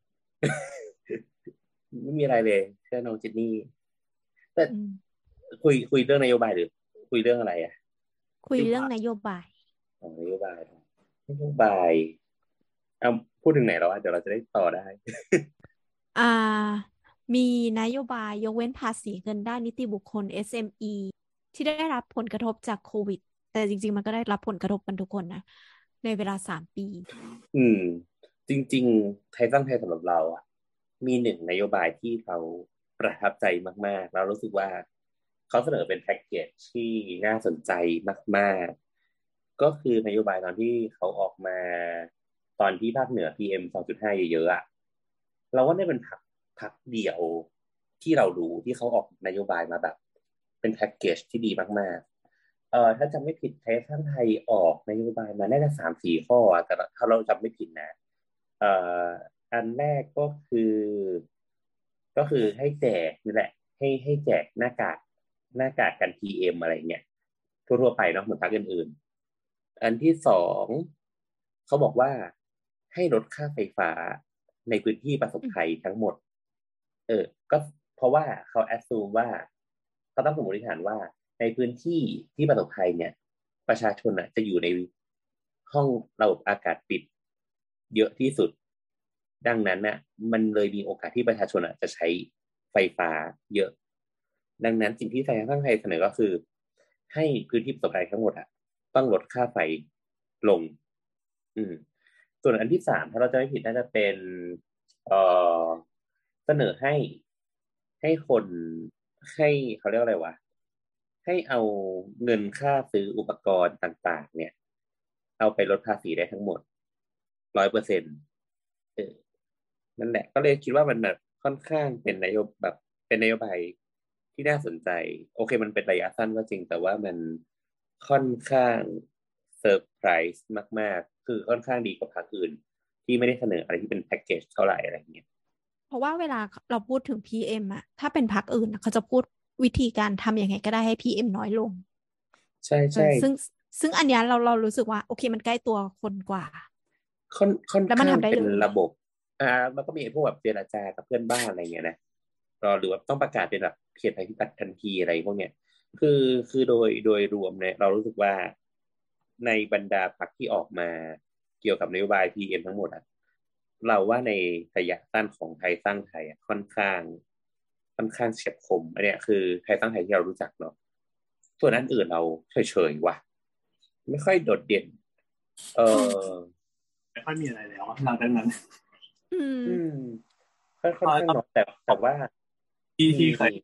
ไม่มีอะไรเลยแค่น้องจินนี่แต่คุยคุยเรื่องนโยบายหรือคุยเรื่องอะไรอ่ะคุยเรื่องนโยบายอ๋อนโยบายนโยบายเอาพูดถึงไหนแล้วอ่ะเดี๋ยวเราจะได้ต่อได้อ่ามีนโยบายยกเว้นภาษีเงินได้นิติบุคคล เอส เอ็ม อี ที่ได้รับผลกระทบจากโควิดแต่จริงๆมันก็ได้รับผลกระทบกันทุกคนนะในเวลาสามปีอืมจริงๆไทยสร้างไทยสำหรับเราอ่ะมีหนึ่งนโยบายที่เขาประทับใจมากๆเรารู้สึกว่าเขาเสนอเป็นแพ็กเกจที่น่าสนใจมากๆก็คือนโยบายตอนที่เขาออกมาตอนที่ภาคเหนือ พี เอ็ม สองจุดห้า เยอะๆอ่ะเราว่านี่เป็นพักพักเดียวที่เราดูที่เขาออกนโยบายมาแบบเป็นแพ็กเกจที่ดีมากๆเอ่อถ้าจำไม่ผิดไทยสร้างไทยออกนโยบายมาน่าจะสามสี่ข้อแต่ถ้าเราจำไม่ผิดนะเอ่ออันแรกก็คือก็คือให้แจกนี่แหละให้ให้แจกหน้ากากหน้ากากกัน พี เอ็ม อะไรเงี้ยทั่วๆไปเนาะเหมือนพรรคอื่นๆอันที่สองเขาบอกว่าให้ลดค่าไฟฟ้าในพื้นที่ประสบภัยทั้งหมดเออก็เพราะว่าเขาแอสซูมว่าเขาต้องสมมติฐานว่าในพื้นที่ที่ประสบภัยเนี่ยประชาชนอ่ะจะอยู่ในห้องระบบอากาศปิดเยอะที่สุดดังนั้นน่ะมันเลยมีโอกาสที่ประชาชนอ่ะจะใช้ไฟฟ้าเยอะดังนั้นสิ่งที่ไทยสร้างไทยเสนอก็คือให้พื้นที่ประสบภัยทั้งหมดอ่ะต้องลดค่าไฟลงอืมส่วนอันที่สามถ้าเราจะไม่ผิดน่าจะเป็นเออเสนอให้ให้คนให้เขาเรียกว่าอะไรวะให้เอาเงินค่าซื้ออุปกรณ์ต่างๆเนี่ยเอาไปลดภาษีได้ทั้งหมดร้อยเปอร์เซ็นต์เออนั่นแหละก็เลยคิดว่ามันแบบค่อนข้างเป็นนโยบายแบบเป็นนโยบายที่น่าสนใจโอเคมันเป็นระยะสั้นก็จริงแต่ว่ามันค่อนข้างเซอร์ไพรส์มากๆคือค่อนข้างดีกว่าพรรคอื่นที่ไม่ได้เสนออะไรที่เป็นแพ็กเกจเท่าไหร่อะไรเงี้ยเพราะว่าเวลาเราพูดถึง พี เอ็ม อ่ะถ้าเป็นพรรคอื่นเขาจะพูดวิธีการทำยังไงก็ได้ให้ พี เอ็ม น้อยลงใช่ใช่ซึ่งซึ่งอันนี้เราเรารู้สึกว่าโอเคมันใกล้ตัวคนกว่าค่อนค่อนแล้วมันข้างทำได้เป็นเลยระบบอ่ามันก็มีพวกแบบเจรจากับเพื่อนบ้านอะไรเงี้ยนะก็หรือว่าต้องประกาศเป็นแบบเขตภัยพิบัติทันทีอะไรพวกเนี้ยคือคือโดยโดยรวมเนี่ยเรารู้สึกว่าในบรรดาพรรคที่ออกมาเกี่ยวกับนโยบาย พี เอ็ม ทั้งหมดอ่ะเราว่าในระยะสั้นของไทยสร้างไทยอ่ะค่อนข้างค่อนข้างเฉียบคมอันเนี้ยคือไทยสร้างไทยที่เรารู้จักเนาะส่วนอันอื่นเราเฉยๆว่ะไม่ค่อยโดดเด่นเออไม่ค่อยมีอะไรแล้วหลังจากนั้นอืมอืมค่อนข้างน้อยแต่แต่ว่าที่ที่เคย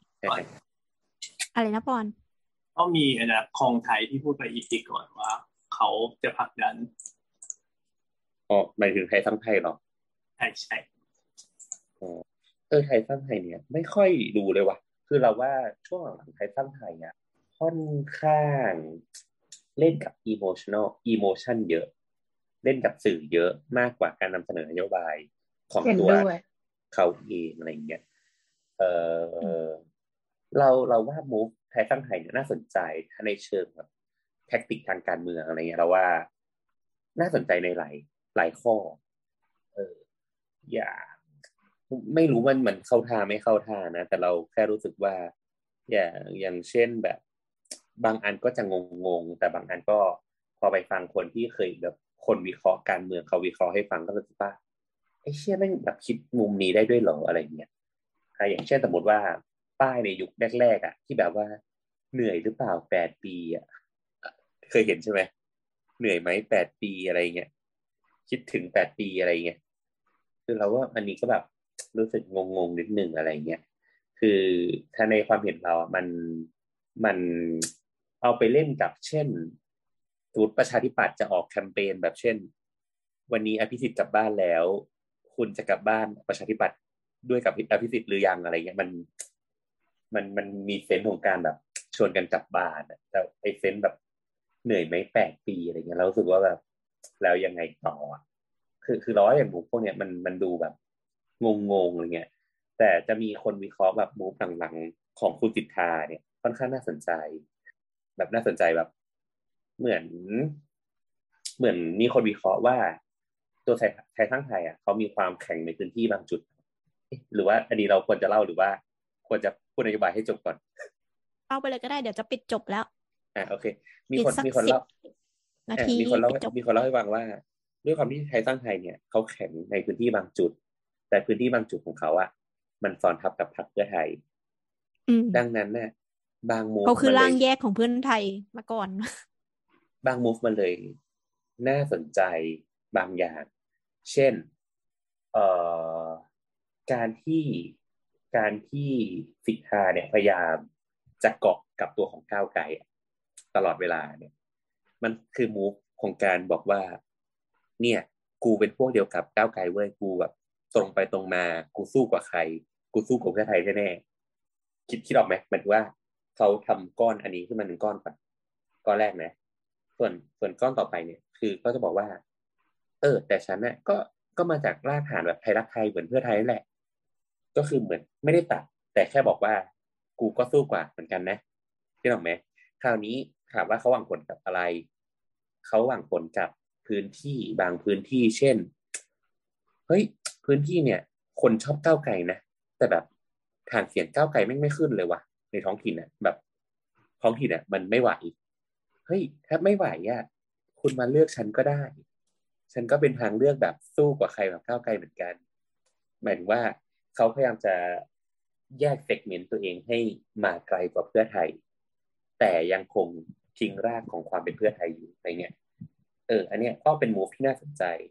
อะไรนะปอนก็มีอันนะคองไทยที่พูดไปอีกทีก่อนว่าเขาจะผลักดันอ๋อหมายถึงไทยสร้างไทยหรอใช่ใช่อ๋อเออไทยสร้างไทยเนี่ยไม่ค่อยดูเลยว่ะคือเราว่าช่วงหลังไทยสร้างไทยเนี่ยค่อนข้างเล่นกับ emotional emotion เยอะเล่นกับสื่อเยอะมากกว่าการนำเสนอนโยบายของตัวเขาเองอะไรเงี้ยเออเราเราว่า move ไทยสร้างไทยเนี่ยน่าสนใจถ้าในเชิงแบบแท็กติกทางการเมืองอะไรเงี้ยเราว่าน่าสนใจในหลายหลายข้อเอออย่าไม่รู้มันมันเข้าท่าไม่เข้าท่านะแต่เราแค่รู้สึกว่าอย่างอย่างเช่นแบบบางอันก็จะงงงแต่บางอันก็พอไปฟังคนที่เคยแบบคนวิเคราะห์การเมืองเขาวิเคราะห์ให้ฟังก็รู้สึกว่าไอ้เชี่ยแม่งแบบคิดมุมนี้ได้ด้วยเหรออะไรเงี้ยอย่างเช่นสมมติว่าป้ายในยุคแรกๆอ่ะที่แบบว่าเหนื่อยหรือเปล่าแปดปีอ่ะเคยเห็นใช่ไหมเหนื่อยไหมแปดปีอะไรเงี้ยคิดถึงแปดปีอะไรเงี้ยคือเราว่าอันนี้ก็แบบรู้สึกงงๆนิดนึงอะไรเงี้ยคือถ้าในความเห็นเรามันมันเอาไปเล่นกับเช่นสมมติประชาธิปัตย์จะออกแคมเปญแบบเช่นวันนี้อภิสิทธิ์กลับบ้านแล้วคุณจะกลับบ้านประชาธิปัตย์ด้วยกับอภิสิทธิ์หรือยังอะไรเงี้ยมันมันมันมีเซนส์ของการแบบชวนกันกลับบ้านแต่ไอเซนส์แบบเหนื่อยไหมแปดปีอะไรเงี้ยเรารู้สึกว่าแบบแล้วยังไงต่อคือคือเราว่าอย่างมูฟพวกเนี้ยมันมันดูแบบงงงอะไรเงี้ยแต่จะมีคนวิเคราะห์แบบมูฟหลังๆของคุณสิทธาเนี่ยค่อนข้างน่าสนใจแบบน่าสนใจแบบเหมือนเหมือนมีคนวิเคราะห์ว่าตัวไทยไทยสร้างไทยอ่ะเขามีความแข็งในพื้นที่บางจุดหรือว่าอันนี้เราควรจะเล่าหรือว่าควรจะพูดนโยบายให้จบก่อนเอาไปเลยก็ได้เดี๋ยวจะปิดจบแล้วอ่าโอเคมีคนมีคนเล่านาทีมีคนเล่ามีคนเล่าให้ฟังว่าด้วยความที่ไทยสร้างไทยเนี่ยเขาแข็งในพื้นที่บางจุดแต่พื้นที่บางจุดของเขาอะมันซ้อนทับกับพรรคเพื่อไทยดังนั้นเนี่ยบางมูฟเขาคือร่างแยกของเพื่อนไทยมาก่อนบางมูฟมันเลยน่าสนใจบางอย่างเช่นเอ่อการที่การที่สิทธาเนี่ยพยายามจะเกาะกับตัวของก้าวไกลตลอดเวลาเนี่ยมันคือมูฟของการบอกว่าเนี่ยกูเป็นพวกเดียวกับก้าวไกลเว้ยกูแบบตรงไปตรงมากูสู้กว่าใครกูสู้กับเพื่อไทยแน่ๆคิดคิดออกไหมหมายถึงว่าเขาทำก้อนอันนี้ขึ้นมาหนึ่งก้อนก่อนก้อนแรกนะส่วนส่วนก้อนต่อไปเนี่ยคือก็จะบอกว่าเออแต่ฉันเนี่ยก็ก็มาจากรากฐานแบบไทยรักไทยเหมือนเพื่อไทยนั่นแหละก็คือเหมือนไม่ได้ตัดแต่แค่บอกว่ากูก็สู้กว่าเหมือนกันนะคิดออกไหมคราวนี้ถามว่าเขาหวังผลกับอะไรเขาหวังผลกับพื้นที่บางพื้นที่เช่นเฮ้ยพื้นที่เนี่ยคนชอบก้าวไกลนะแต่แบบฐานเสียงก้าวไกลไม่ไม่ขึ้นเลยว่ะในท้องถิ่นเนี่ยแบบท้องถิ่นเนี่ยมันไม่ไหวเฮ้ยถ้าไม่ไหวอ่ะคุณมาเลือกฉันก็ได้ฉันก็เป็นทางเลือกแบบสู้กว่าใครแบบก้าวไกลเหมือนกันหมายถึงว่าเขาพยายามจะแยกเซกเมนต์ตัวเองให้มาไกลกว่าเพื่อไทยแต่ยังคงทิ้งรากของความเป็นเพื่อไทยอยู่ในเนี้ยเอออันเนี้ยก็เป็นมูฟที่น่าสนใจอัน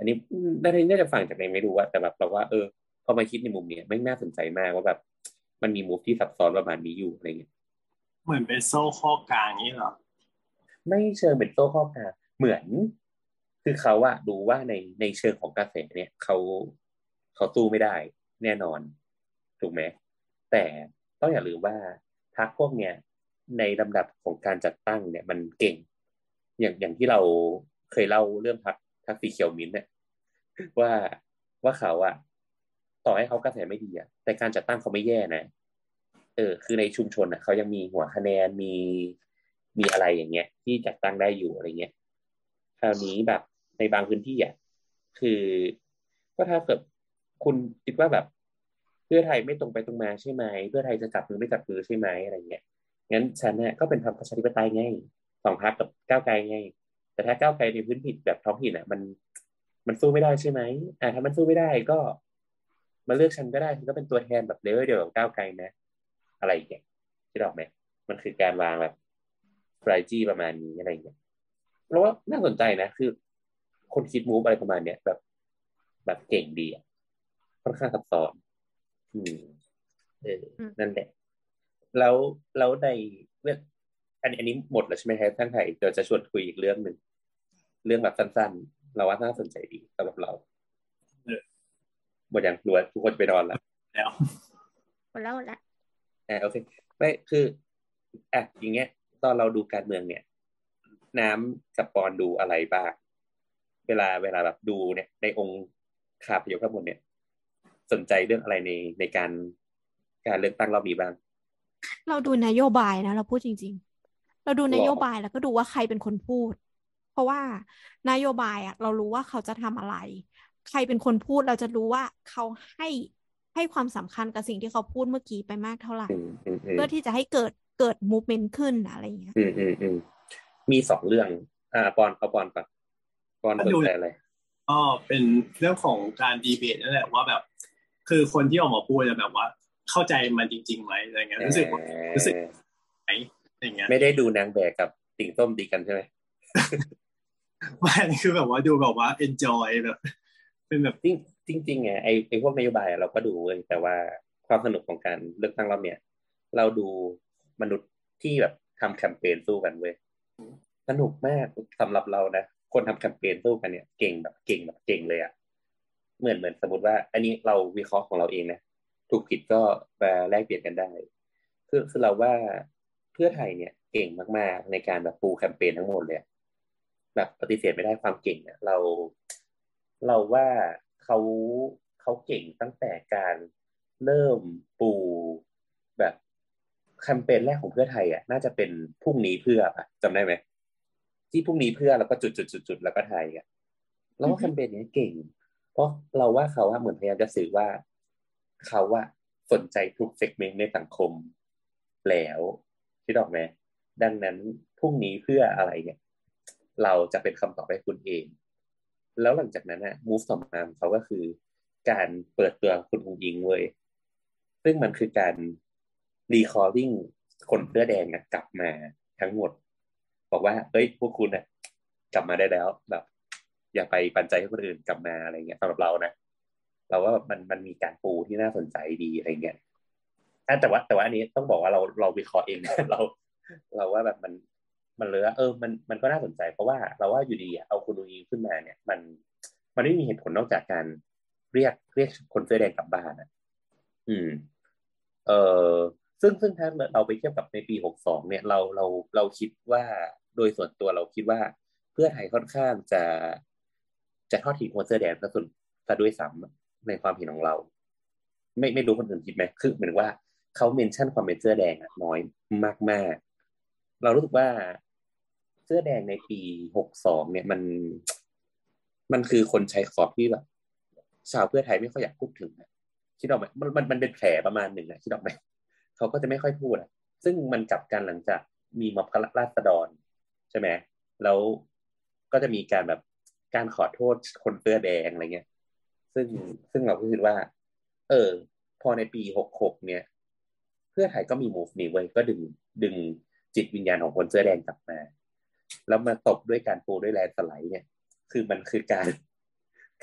นนี้น่าจะน่าจะฟังจากไหนไม่รู้ว่าแต่แบบเราว่าเออพอมาคิดในมุมเนี้ยไม่น่าสนใจมากว่าแบบมันมีมูฟที่ซับซ้อนประมาณนี้อยู่อะไรเงี้ยเหมือนเป็นโซ่ข้อกลางนี้เหรอไม่เชิงเป็นโซ่ข้อกลางเหมือนคือเขาอะดูว่าในในเชิงของกระแสเนี่ยเขาเขาสู้ไม่ได้แน่นอนถูกไหมแต่ต้องอย่าลืมว่าพรรคพวกเนี้ยในลำดับของการจัดตั้งเนี่ยมันเก่งอย่างอย่างที่เราเคยเล่าเรื่องพรรคพรรคสีเขียวมิ้นท์เนี่ยว่าว่าเขาอะต่อให้เขากระแสไม่ดีอะแต่การจัดตั้งเขาไม่แย่นะเออคือในชุมชนอะเขายังมีหัวคะแนนมีมีอะไรอย่างเงี้ยที่จัดตั้งได้อยู่อะไรเงี้ยคราวนี้แบบในบางพื้นที่อ่ะคือก็ถ้าเกิดคุณคิดว่าแบบเพื่อไทยไม่ตรงไปตรงมาใช่ไหมเพื่อไทยจะจับมือไม่จับมือใช่ไหมอะไรเงี้ยงั้นฉันเนี่ยก็เป็นพรรคประชาธิปไตยไงสองพรรคกับก้าวไกลไงแต่ถ้าก้าวไกลในพื้นที่แบบท้องถิ่นอ่ะมันมันสู้ไม่ได้ใช่ไหมอ่าถ้ามันสู้ไม่ได้ก็มาเลือกฉันก็ได้ฉันก็เป็นตัวแทนแบบเลเวลเดียวกับก้าวไกลนะอะไรอย่างเงี้ยคิดออกไหมมันคือการวางแบบ strategy ประมาณนี้อะไรอย่างเงี้ยเพราะว่าน่าสนใจนะคือคนคิดมูฟอะไรประมาณเนี้ยแบบแบบเก่งดีอ่ะค่อนข้างซับซ้อนอืมเออนั่นแหละแล้วแล้วในเรื่องอันนี้อันนี้หมดแล้วใช่ไหมครับท่านไทยเดี๋ยวจะชวนคุยอีกเรื่องหนึ่งเรื่องแบบสั้นๆเราว่าน่าสนใจดีสำหรับเราหมดอย่างรวยทุกคนไปนอนแล้วแล้วหมดแล้วหมดแล้วอ่าโอเคไม่คืออ่ะอย่างเงี้ยตอนเราดูการเมืองเนี่ยน้ำกับปอนดูอะไรบ้างเวลาเวลาแบบดูเนี่ยในองค์ขาพยพทั้งหมดเนี่ยสนใจเรื่องอะไรในในการการเลือกตั้งรอบนี้บ้างเราดูนโยบายนะเราพูดจริงๆเราดูนหรอโยบายแล้วก็ดูว่าใครเป็นคนพูดเพราะว่านโยบายอ่ะเรารู้ว่าเขาจะทำอะไรใครเป็นคนพูดเราจะรู้ว่าเขาให้ให้ความสำคัญกับสิ่งที่เขาพูดเมื่อกี้ไปมากเท่าไหร่อืมอืมอืมเพื่อที่จะให้เกิดเกิดมูฟเมนต์ขึ้นอะไรอย่างเงี้ยอืมอืมอืมมีสองเรื่องอ่าปอนเอาปอนก่อนปอนสนใจอะไรก็เป็นเรื่องของการดีเบตนั่นแหละว่าแบบคือคนที่ออกมาพูดจะแบบว่าเข้าใจมันจริงๆไหมอะไรเงี้ยรู้สึกรู้สึกไหมอย่างเงี้ยไม่ได้ดูนางแบกกับติ่งส้มดีกันใช่ไหมไม่คือแบบว่าดูแบบว่า enjoy แบบเป็นแบบจริงจริงๆไงไอไอพวกนโยบายเราก็ดูเว้ยแต่ว่าความสนุกของการเลือกตั้งรอบเนี้ยเราดูมนุษย์ที่แบบทำแคมเปญสู้กันเว้ยสนุกมากสำหรับเรานะคนทำแคมเปญสู้กันเนี่ยเก่งแบบเก่งแบบเก่งเลยอะเหมือนเหมือนสมมติว่าอันนี้เราวิเคราะห์ของเราเองนะถูกผิดก็มาแลกเปลี่ยนกันได้คือคือเราว่าเพื่อไทยเนี่ยเก่งมากๆในการแบบปูแคมเปญทั้งหมดเลยแบบปฏิเสธไม่ได้ความเก่งเนี่ยเราเราว่าเขาเขาเก่งตั้งแต่การเริ่มปูแบบแคมเปญแรกของเพื่อไทยอ่ะน่าจะเป็นพรุ่งนี้เพื่ออ่ะจำได้ไหมที่พรุ่งนี้เพื่อแล้วก็จุดจุดจุดจุดแล้วก็ไทยอ่ะแล้วแคมเปญนี้เก่งเพราะเราว่าเขาว่าเหมือนพยายามจะสื่อว่าเขาว่าสนใจทุกเซกเมนต์ในสังคมแล้วคิดออกไหมดังนั้นพรุ่งนี้เพื่ออะไรเนี่ยเราจะเป็นคำตอบให้คุณเองแล้วหลังจากนั้นนะมูฟต่อมาของเขาก็คือการเปิดตัวคุณอุ้งอิงเว้ยซึ่งมันคือการรีคอร์ดิ้งคนเสื้อแดงกลับมาทั้งหมดบอกว่าเฮ้ยพวกคุณนะกลับมาได้แล้วแบบอย่าไปปันใจให้คนอื่นกลับมาอะไรเงี้ยสำหรับเรานะเราว่ามันมันมีการปูที่น่าสนใจดีอะไรเงี้ยแต่ว่าแต่ว่าอันนี้ต้องบอกว่าเราเราวิเคราะห์เองนะเราเราว่าแบบมันมันเลยว่าเออมันมันก็น่าสนใจเพราะว่าเราว่าอยู่ดีเอาคุณอุ้งอิงขึ้นมาเนี่ยมันมันไม่มีเหตุผลนอกจากการเรียกเรียกคนเสื้อแดงกลับบ้านอ่ะอืมเออซึ่งซึ่งถ้าเราไปเทียบกับในปีหกสองเนี่ยเราเราเราคิดว่าโดยส่วนตัวเราคิดว่าเพื่อไทยค่อนข้างจะจะทอดทิ้งคนเสื้อแดงซะส่วนซะด้วยซ้ำในความเห็นของเราไม่ไม่รู้คนอื่นคิดไหมคือเหมือนว่าเขาเมนชั่นความเป็นเสื้อแดงน้อยมากๆเรารู้สึกว่าเสื้อแดงในปีหกสองเนี่ยมันมันคือคนใช้ขอบที่แบบชาวเพื่อไทยไม่ค่อยอยากพูดถึงนะคิดออกไหมมันมันมันเป็นแผลประมาณหนึ่งนะคิดออกไหมเขาก็จะไม่ค่อยพูดอ่ะซึ่งมันกลับกันหลังจากมีม็อบราษฎรใช่ไหมแล้วก็จะมีการแบบการขอโทษคนเสื้อแดงอะไรเงี้ยซึ่งซึ่งเราคิดว่าเออพอในปีหกหกเนี่ยเพื่อไทยก็มีมูฟนี้เว้ยก็ดึงดึงจิตวิญญาณของคนเสื้อแดงกลับมาแล้วมาตบด้วยการปูด้วยแลนสไลด์เนี่ยคือมันคือการ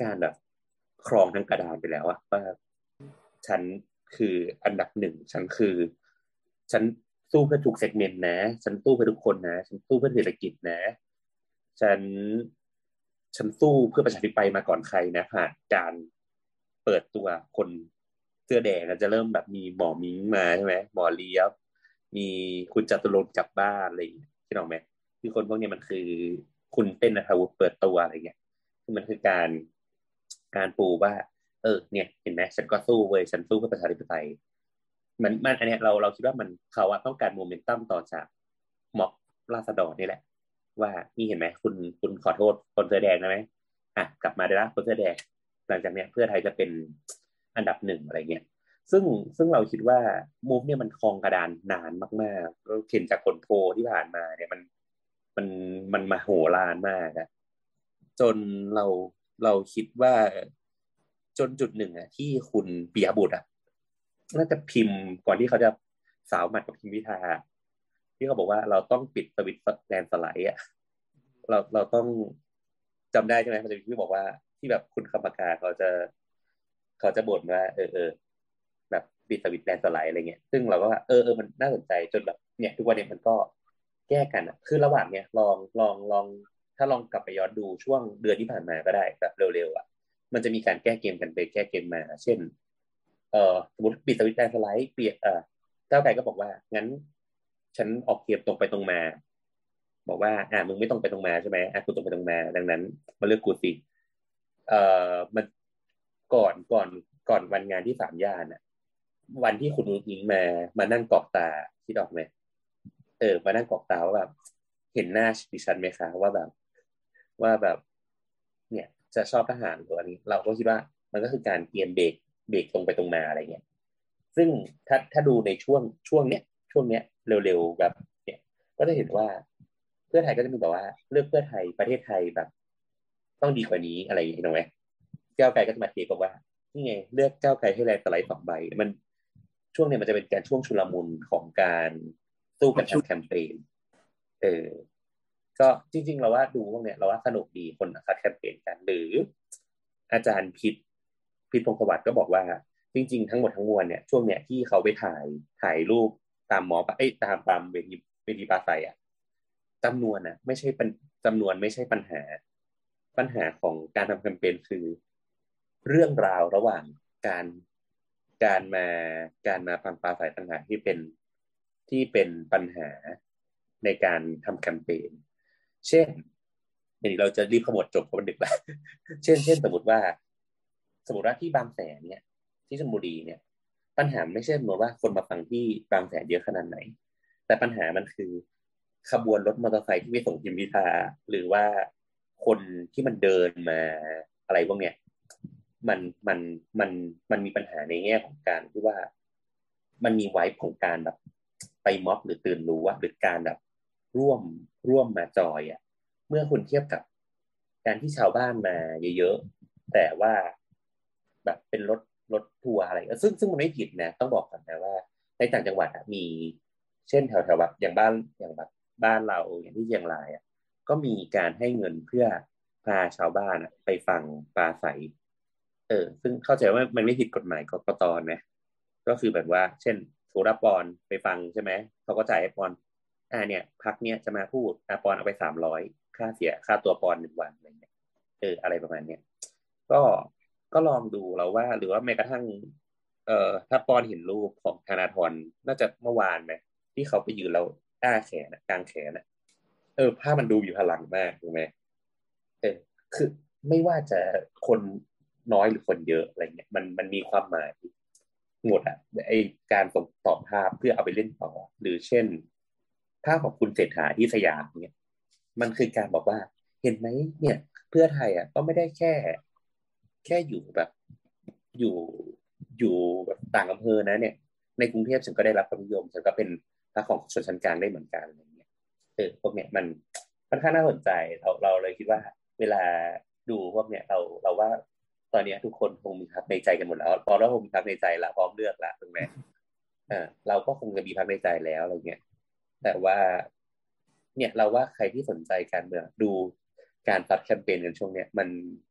การแบบครองทั้งกระดานไปแล้วอะว่าฉันคืออันดับหนึ่งฉันคือฉันสู้เพื่อทุกเซกเมนต์นะฉันสู้เพื่อทุกคนนะฉันสู้เพื่อเศรษฐกิจนะฉันฉันสู้เพื่อประชาธิปไตยมาก่อนใครนะผ่านการเปิดตัวคนเสื้อแดงจะเริ่มแบบมีหมอมิ้งมาใช่ไหมหมอเลียบมีคุณจตุรนต์กลับบ้านอะไรอย่างเงี้ยที่น้องไหมคือคนพวกนี้มันคือคุณเต้นณัฐวุฒิเปิดตัวอะไรเงี้ยคือมันคือการการปูว่าเออเนี่ยเห็นไหมฉันก็สู้เว้ยฉันสู้เพื่อประชาธิปไตยมันมันอันเนี้ยเราเราคิดว่ามันเขาอะต้องการโมเมนตัมต่อจากม็อบราษฎรนี่แหละว่านี่เห็นไหมคุณคุณขอโทษคนเสื้อแดงได้ไหมอ่ะกลับมาได้ละคนเสื้อแดงหลังจากเนี้ยเพื่อไทยจะเป็นอันดับหนึ่งอะไรเงี้ยซึ่งซึ่งเราคิดว่ามูฟเนี่ยมันครองกระดานนานมากๆเราเห็นจากผลโพลที่ผ่านมาเนี่ยมันมันมันมโหฬารมากอะจนเราเราคิดว่าจนจุดหนึ่งอะที่คุณปิยบุตรอะน่าจะพิมพ์ก่อนที่เขาจะสาวหมัดกับพิมพิธาที่เขาบอกว่าเราต้องปิดสวิตช์แลนด์สไลด์อะเราเราต้องจำได้ใช่ไหมมันจะมีที่บอกว่าที่แบบคุณคำปากาเขาจะเขาจะบ่นว่าเออเออแบบปิดสวิตช์แลนด์สไลด์อะไรเงี้ยซึ่งเราก็ว่าเออเออมันน่าสนใจจนแบบเนี่ยทุกวันนี้มันก็แก้กันอ่ะคือระหว่างเนี้ยลองลองลองถ้าลองกลับไปย้อนดูช่วงเดือนที่ผ่านมาก็ได้แบบเร็วๆอ่ะมันจะมีการแก้เกมกันไปแก้เกมมาเช่นเอ่อสมมติปิดสวิตช์แลนด์สไลด์เปลี่ยนเอ่อก้าวไกลก็บอกว่างั้นฉันออกเกมตรงไปตรงมาบอกว่าอ่ามึงไม่ตรงไปตรงมาใช่ไหมอ่ะกูตรงไปตรงมาดังนั้นมาเลือกกูสิเอ่อมันก่อนก่อนก่อนวันงานที่สามย่านอ่ะวันที่คุณนุ้งอิงมามานั่งกอกตาคิดออกไหมเออมานั่งกอกตาว่าแบบเห็นหน้าดิฉันไหมคะว่าแบบว่าแบบเนี่ยจะชอบทหารตัวนี้เราก็คิดว่ามันก็คือการเตรียมเบรกเบรกตรงไปตรงมาอะไรเงี้ยซึ่งถ้าถ้าดูในช่วงช่วงเนี้ยช่วงเนี้ยเร็วๆแบบเนี่ยก็จะเห็นว่าเพื่อไทยก็จะมีแบบว่าเลือกเพื่อไทยประเทศไทยแบบต้องดีกว่านี้อะไรอย่างเงี้ยถูกไหมก้าวไกลก็จะมาเทกับว่านี่ไงเลือกก้าวไกลให้แลนด์สไลด์สองใบมันช่วงเนี้ยมันจะเป็นการช่วงชุลมุนของการสู้กันทางแคมเปญเออก็จริงๆเราว่าดูพวกเนี้ยเราว่าสนุกดีคนคัดแคมเปญกันหรืออาจารย์พิษพิษพงศ์สวัสดิ์ก็บอกว่าจริงๆทั้งหมดทั้งมวลเนี่ยช่วงเนี้ยที่เขาไปถ่ายถ่ายรูปตามหมอเอ้ยตามตามเวทีเวทีปราศัยอ่ะจำนวนอ่ะไม่ใช่เป็นจำนวนไม่ใช่ปัญหาปัญหาของการทำแคมเปญคือเรื่องราวระหว่างการการมาการมาฟังปราศัยต่างๆที่เป็นที่เป็นปัญหาในการทำแคมเปญเช่นเดี๋ยวเราจะรีบขมวดจบเพราะมันดึกแล้วเช่นเช่นสมมติว่าสมมติว่าที่บางแสนเนี่ยที่ชลบุรีเนี่ยปัญหาไม่ใช่เหมือนว่าคนมาฟังที่บางแสนเยอะขนาดไหนแต่ปัญหามันคือขบวนรถมอเตอร์ไซค์ที่ไปส่งพิมพิธาหรือว่าคนที่มันเดินมาอะไรพวกเนี้ยมันมันมันมันมีปัญหาในแง่ของการที่ว่ามันมีไวบ์ของการแบบไปม็อบหรือตื่นรู้ว่าหรือการแบบร่วมร่วมมาจอยอ่ะเมื่อคุณเทียบกับการที่ชาวบ้านมาเยอะๆแต่ว่าแบบเป็นรถรถทัวร์อะไรซึ่งซึ่งมันไม่ผิดนะต้องบอกก่อนนะว่าในต่างจังหวัดมีเช่นแถวแถวแบบอย่างบ้านอย่างแบบบ้านเราอย่างที่เชียงรายอ่ะก็มีการให้เงินเพื่อพาชาวบ้านไปฟังปราศัยเออซึ่งเข้าใจว่ามันไม่ผิดกฎหมายกกต.นะก็คือแบบว่าเช่นสุรปรไปฟังใช่ไหมเขาก็จ่ายให้ปอนอ่าเนี่ยพักเนี้ยจะมาพูดอาปอนเอาไปสามร้อยค่าเสียค่าตัวปอนหนึ่งวันอะไรเงี้ยเอออะไรประมาณเนี้ยก็ก็ลองดูเราว่าหรือว่าแม้กระทั่งเอ่อถ้าปอนเห็นรูปของธนาธรน่าจะเมื่อวานไหมที่เขาไปยืนเราอ้าแขนกลางแขนนะเออภาพมันดูอยู่พลังมากถูกไหมเออคือไม่ว่าจะคนน้อยหรือคนเยอะอะไรเงี้ยมันมันมีความหมายหมดอ่ะไอการส่งต่อภาพเพื่อเอาไปเล่นต่อหรือเช่นภาพของคุณเศรษฐาที่สยามเนี่ยมันคือการบอกว่าเห็นไหมเนี่ยเพื่อไทยอ่ะก็ไม่ได้แค่แค่อยู่แบบอยู่อยู่แบบต่างอำเภอนะเนี่ยในกรุงเทพฉันก็ได้รับความนิยมฉันก็เป็นพรรคของชนชั้นกลางได้เหมือนกันอะไรเงี้ยเออพวกเนี้ยมันค่อนข้างน่าสนใจเราเราเลยคิดว่าเวลาดูพวกเนี้ยเราเราว่าตอนนี้ทุกคนคงมีพรรคในใจกันหมดแล้วพอเราคงมีพรรคในใจละพร้อมเลือกละถูกไหมอ่าเราก็คงจะมีพรรคในใจแล้วอะไรเงี้ยแต่ว่าเนี่ยเราว่าใครที่สนใจการเมืองดูการตัดแคมเปญกันช่วงเนี้ยมัน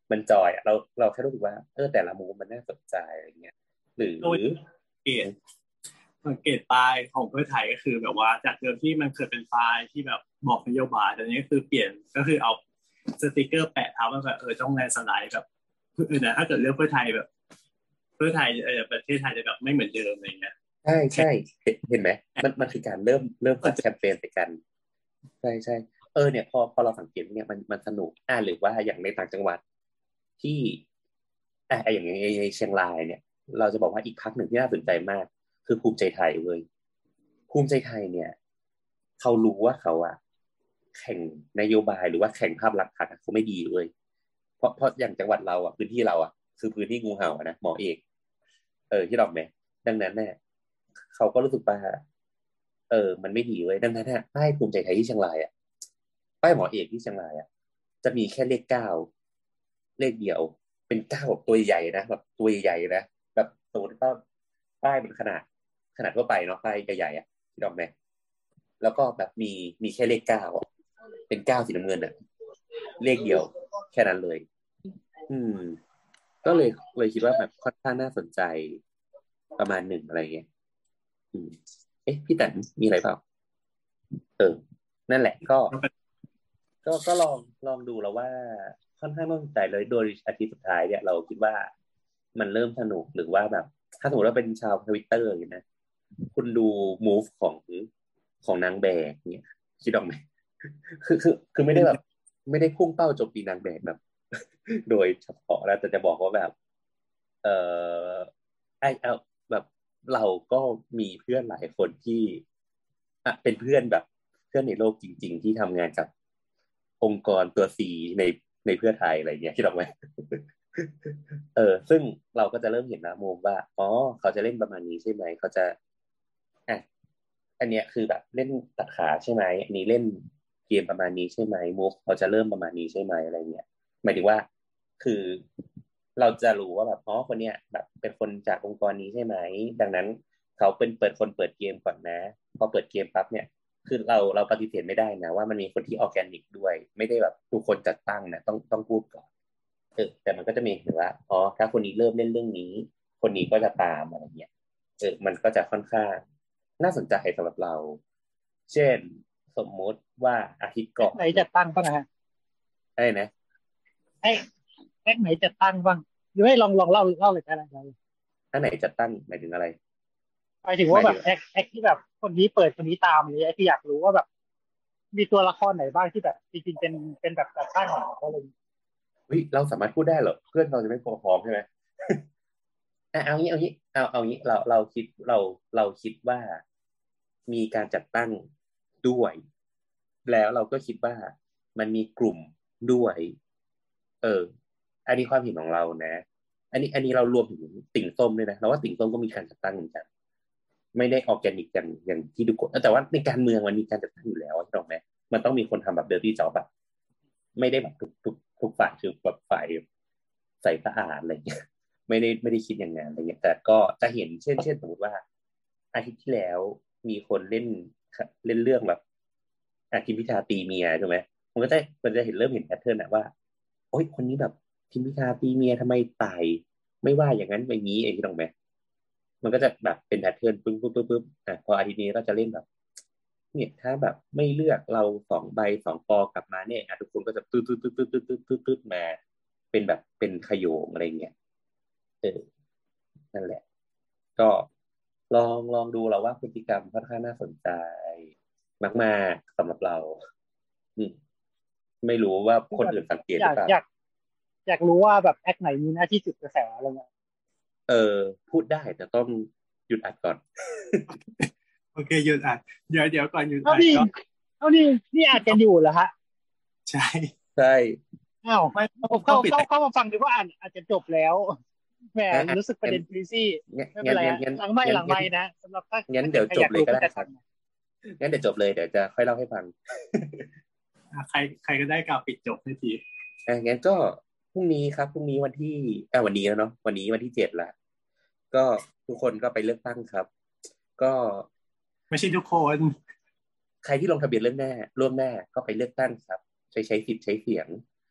มันจอยเราเราแค่รู้สึกว่าเออแต่ละมุมมันน่าสนใจอะไรเงี้ยหรือเกตสังเกตป้ายของเพื่อไทยก็คือแบบว่าจากเดิมที่มันเคยเป็นป้ายที่แบบบอกนโยบายแต่นี้คือเปลี่ยนก็คือเอาสติกเกอร์แปะทับว่าแบบเออต้องแลนสไลด์แบบเออนะถ้าเกิดเลือกเพื่อไทยแบบเพื่อไทยเออประเทศไทยจะแบบไม่เหมือนเดิมอะไรเงี้ยใช่ใช่เห็นไหมมันมันคือการเริ่มเริ่มจัดแคมเปญไปกันใช่ใช่เออเนี่ยพอพอเราสังเกตเนี่ยมันมันสนุกอ่าหรือว่าอย่างในต่างจังหวัดที่อ่าอย่างในเชียงรายเนี่ยเราจะบอกว่าอีกพรรคหนึ่งที่น่าสนใจมากคือภูมิใจไทยเว้ยภูมิใจไทยเนี่ยเขารู้ว่าเขาอะแข่งนโยบายหรือว่าแข่งภาพลักษณ์พรรคเขาไม่ดีเลยเพราะเพราะอย่างจังหวัดเราอะพื้นที่เราอะคือพื้นที่งูเห่านะหมอเอกเออที่เราไหมดังนั้นเนี่ยเขาก็รู้สึกว่าเออมันไม่ดีเลยดังนั้นเนี่ยป้ายภูมิใจไทยที่เชียงรายอ่ะป้ายหมอเอกที่เชียงรายอ่ะจะมีแค่เลขเก้าเลขเดียวเป็นเก้าแบบตัวใหญ่นะแบบตัวใหญ่นะแบบสมมติว่าป้ายเป็นขนาดขนาดทั่วไปเนาะป้ายใหญ่ๆอ่ะที่เราไหมแล้วก็แบบมีมีแค่เลขเก้าเป็นเก้าสีน้ำเงินอ่ะเลขเดียวแค่นั้นเลยอืมก็เลยเลยคิดว่าแบบค่อนข้างน่าสนใจประมาณหนึ่งอะไรเงี้ยอืมเอ๊ะพี่แตนมีอะไรเปล่าเออนั่นแหละก็ก็ก็ลองลองดูแล้วว่าค่อนข้างน่าสนใจเลยโดยอาทิตย์สุดท้ายเนี่ยเราคิดว่ามันเริ่มสนุกหรือว่าแบบถ้าสมมติว่าเป็นชาวทวิตเตอร์อย่างนี้นะคุณดู move ของของนางแบกเนี่ยคิดออกไหมคือคือคือไม่ได้แบบไม่ได้พุ่งเป้าโจมตีนางแบกแบบโดยเฉพาะแล้วแต่จะบอกว่าแบบเออไอเอาแบบเราก็มีเพื่อนหลายคนที่อ่ะเป็นเพื่อนแบบเพื่อนในโลกจริงๆที่ทำงานกับองค์กรตัวซีในในเพื่อไทยอะไรเงี้ยคิดออกไหมเออซึ่งเราก็จะเริ่มเห็นนะมุมว่าอ๋อเขาจะเล่นประมาณนี้ใช่ไหมเขาจะอ่ะอันเนี้ยคือแบบเล่นตัดขาใช่ไหมอันนี้เล่นเกมประมาณนี้ใช่ไหมมูฟเขาจะเริ่มประมาณนี้ใช่ไหมอะไรเงี้ยหมายถึงว่าคือเราจะรู้ว่าแบบอ๋อคนเนี้ยแบบเป็นคนจากองค์กรนี้ใช่ไหมดังนั้นเขาเป็นเปิดคนเปิดเกมก่อนนะพอเปิดเกมปั๊บเนี่ยคือเราเราปฏิเสธไม่ได้นะว่ามันมีคนที่ออร์แกนิกด้วยไม่ได้แบบทุกคนจัดตั้งนะต้องต้องพูดก่อนเออแต่มันก็จะมีถึงว่าอ๋อถ้าคนนี้เริ่มเล่นเรื่องนี้คนนี้ก็จะตามอะไรเงี้ยเออมันก็จะค่อนข้างน่าสนใจสำหรับเรา เช่นสมมุติว่าอาทิตย์ก่อนไหนจัดตั้งบ้างฮะไอ้นะไอ้แอคไหนจัดตั้งบ้างหรือให้ลองลองเล่าเล่าเลยกันอะไรอันไหนจัดตั้งหมายถึงอะไรหมายถึงว่าแบบแอคแอคที่แบบคนนี้เปิดคนนี้ตามเลยไอ้ที่อยากรู้ว่าแบบมีตัวละครไหนบ้างที่แบบจริงๆเป็นเป็นแบบจัดตั้งของเขาเลยเฮ้ยเราสามารถพูดได้เหรอเพื่อนเราจะไม่พร้อมใช่ไหม เอางี้เอางี้เอาเอางี้เราเราคิดเราเราคิดว่ามีการจัดตั้งด้วยแล้วเราก็คิดว่ามันมีกลุ่มด้วยเอออันนี้ความเห็นของเรานะอันนี้อันนี้เรารวมถึงติ่งส้มด้วยนะเราว่าติ่งส้มก็มีการจัดตั้งเหมือนกันไม่ได้ออร์แกนิกอย่างอย่างที่ดูกฎแต่ว่าในการเมืองมันมีการจัดตั้งอยู่แล้วถูกไหมมันต้องมีคนทำแบบเดอร์ตี้จ็อบแบบไม่ได้แบบทุกทุกทุกฝ่ายคือแบบฝ่ายใส่สะอาดอะไรอย่างเงี้ย ไม่ได้ไม่ได้คิดอย่างนั้นอะไรเงี้ยแต่ก็จะเห็นเช่นเช่นสมมติว่าอาทิตย์ที่แล้วมีคนเล่นเล่นเรื่องแบบอาทิมพิธาตีเมียใช่ไหมมันก็จะมันจะเห็นเริ่มเห็นแพทเทิร์นอะว่าโอ๊ยคนนี้แบบทิมพิธาตีเมียทำไมตายไม่ว่าอย่างนั้นอย่างนี้ไอ้ที่ตรงไหมมันก็จะแบบเป็นแพทเทิร์นปึ๊บปึ๊บปึ๊บปึ๊บอ่ะพออาทิตย์นี้ก็จะเล่นแบบเนี่ยถ้าแบบไม่เลือกเราสองใบสองปอกลับมาเนี่ยทุกคนก็จะตืดตืดตืดตืดตืดตืดตืดตืดมาเป็นแบบเป็นขโยงอะไรเงี้ยเออนั่นแหละก็ลองลองดูเราว่าพฤติกรรมค่อนข้างน่าสนใจมากๆสำหรับเราอืมไม่รู้ว่าคนอื่นสังเกตอหรือเปล่ายากอยากอยากรู้ว่าแบบแอคไหนมีหน้าที่จุดกระแสอะไรเงี้ยเออพูดได้แต่ต้องหยุดอัดก่อนโอเคหยุดอ่ะเดี๋ยวเดี๋ยวก่อนหยุดเท่าอ่ะนี้ก็เท่านี้นี่อาจจะอยู่เหรอฮะใช่ใช่อ้าวไม่ผมต้อเข้างปิดเข้าเข้ามาฟังดูว่าอ่านอาจจะจบแล้วแหมอ่ะอ่ะรู้สึกประงั้นเด็นพลีซี่ไม่เป็งั้นไรนงั้นงั้นฮะหลังไม่งั้นงั้นหลังไม่นะสำหรับถ้างั้นถ้าเกิเดี๋ยวจบเลยดใครอยากรู้ก็ได้ครับก็จะฟังงั้นเดี๋ยวจบเลยเดี๋ยวจะค่อยเล่าให้ฟังอ่ะใครใครก็ได้กล่าวปิดจบให้ทีอ่ะงั้นก็พรุ่งนี้ครับพรุ่งนี้วันที่อ่าวันนี้แล้วเนาะวันนี้วันที่เจ็ดละก็ทุกคนก็ไปเลือกตั้งครับ ก็ไม่ใช่ทุกคนใครที่ลงทะเบียนเรื่องหน้าล่วงหน้าก็ไปเลือกตั้งครับใช้ใช้สิทธิ์ใช้เสียง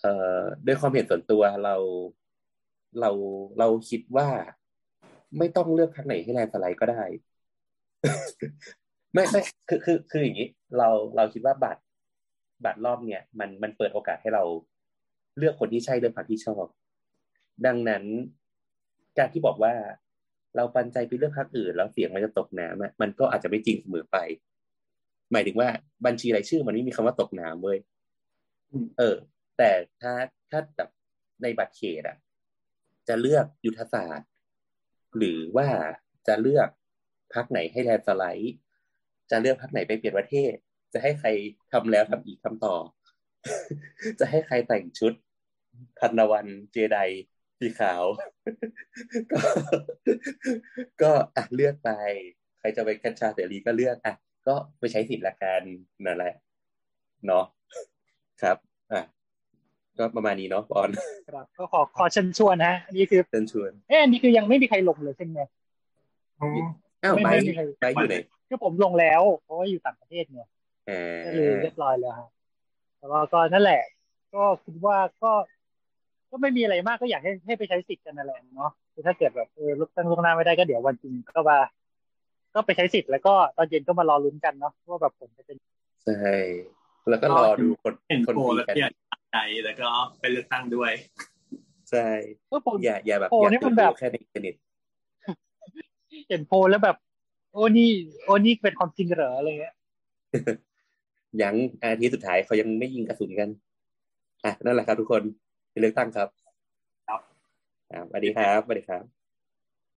เอ่อด้วยความเห็นส่วนตัวเราเราเราคิดว่าไม่ต้องเลือกพรรคไหนให้แลนด์สไลด์ก็ได้ ไม่ไม่คือคือคืออย่างนี้เราเราคิดว่าบัตรบัตรรอบเนี่ยมันมันเปิดโอกาสให้เราเลือกคนที่ใช่เลือกพรรคที่ชอบดังนั้นการที่บอกว่าเราปันใจไปเลือกพรรคอื่นแล้วเสียงมันจะตกน้ำอะมันก็อาจจะไม่จริงเสมอไปหมายถึงว่าบัญชีรายชื่อมันไม่มีคำว่าตกน้ำเว้ยเออแต่ถ้าถ้าแบบในบัตรเขตอ่ะจะเลือกยุทธศาสตร์หรือว่าจะเลือกพรรคไหนให้แลนด์สไลด์จะเลือกพรรคไหนไปเปลี่ยนประเทศจะให้ใครทำแล้วทำอีกทำต่อ จะให้ใครแต่งชุดพันวันเจไดสีขาว ก็ก็อ่ะเลือกไปใครจะไปกัญชาเสรีก็เลือกอ่ะก็ไปใช้สิทธิ์ละกันนั่นแหละเนาะครับอ่ะก็ประมาณนี้เนาะปอนครับก็ขอขอเชิญชวนฮะนี่คือเชิญชวนเอ๊ะนี่คือยังไม่มีใครลงเลยใช่ไหมอ้าวไปไปอยู่ไหนคือผมลงแล้วเพราะว่าอยู่ต่างประเทศเนี่ยก็เลยเรียบร้อยแล้วฮะแต่ว่าก็นั่นแหละก็คิดว่าก็ก็ไม่มีอะไรมากก็อยากให้ให้ไปใช้สิทธิ์กันนั่นแหละเนาะคือถ้าเกิดแบบเออลุกตั้งล่วงหน้าไม่ได้ก็เดี๋ยววันจริงก็มาก็ไปใช้สิทธิ์แล้วก็ตอนเย็นก็มารอลุ้นกันเนาะว่าแบบผลจะเป็นใช่แล้วก็รอดูคนคนตีกันอยากใจแล้วก็ไปเลือกตั้งด้วยใช่อย่าอย่าแบบอย่าดูแค่ในอินเทอร์เน็ตเห็นโพลแล้วแบบโอ้นี่โอ้นี่เป็นความจริงเหรออะไรเงี้ยยังอาทิตย์สุดท้ายเขายังไม่ยิงกระสุนกันอ่ะนั่นแหละครับทุกคนไปเลือกตั้งครับครับสวัสดีครับสวัสดีครับ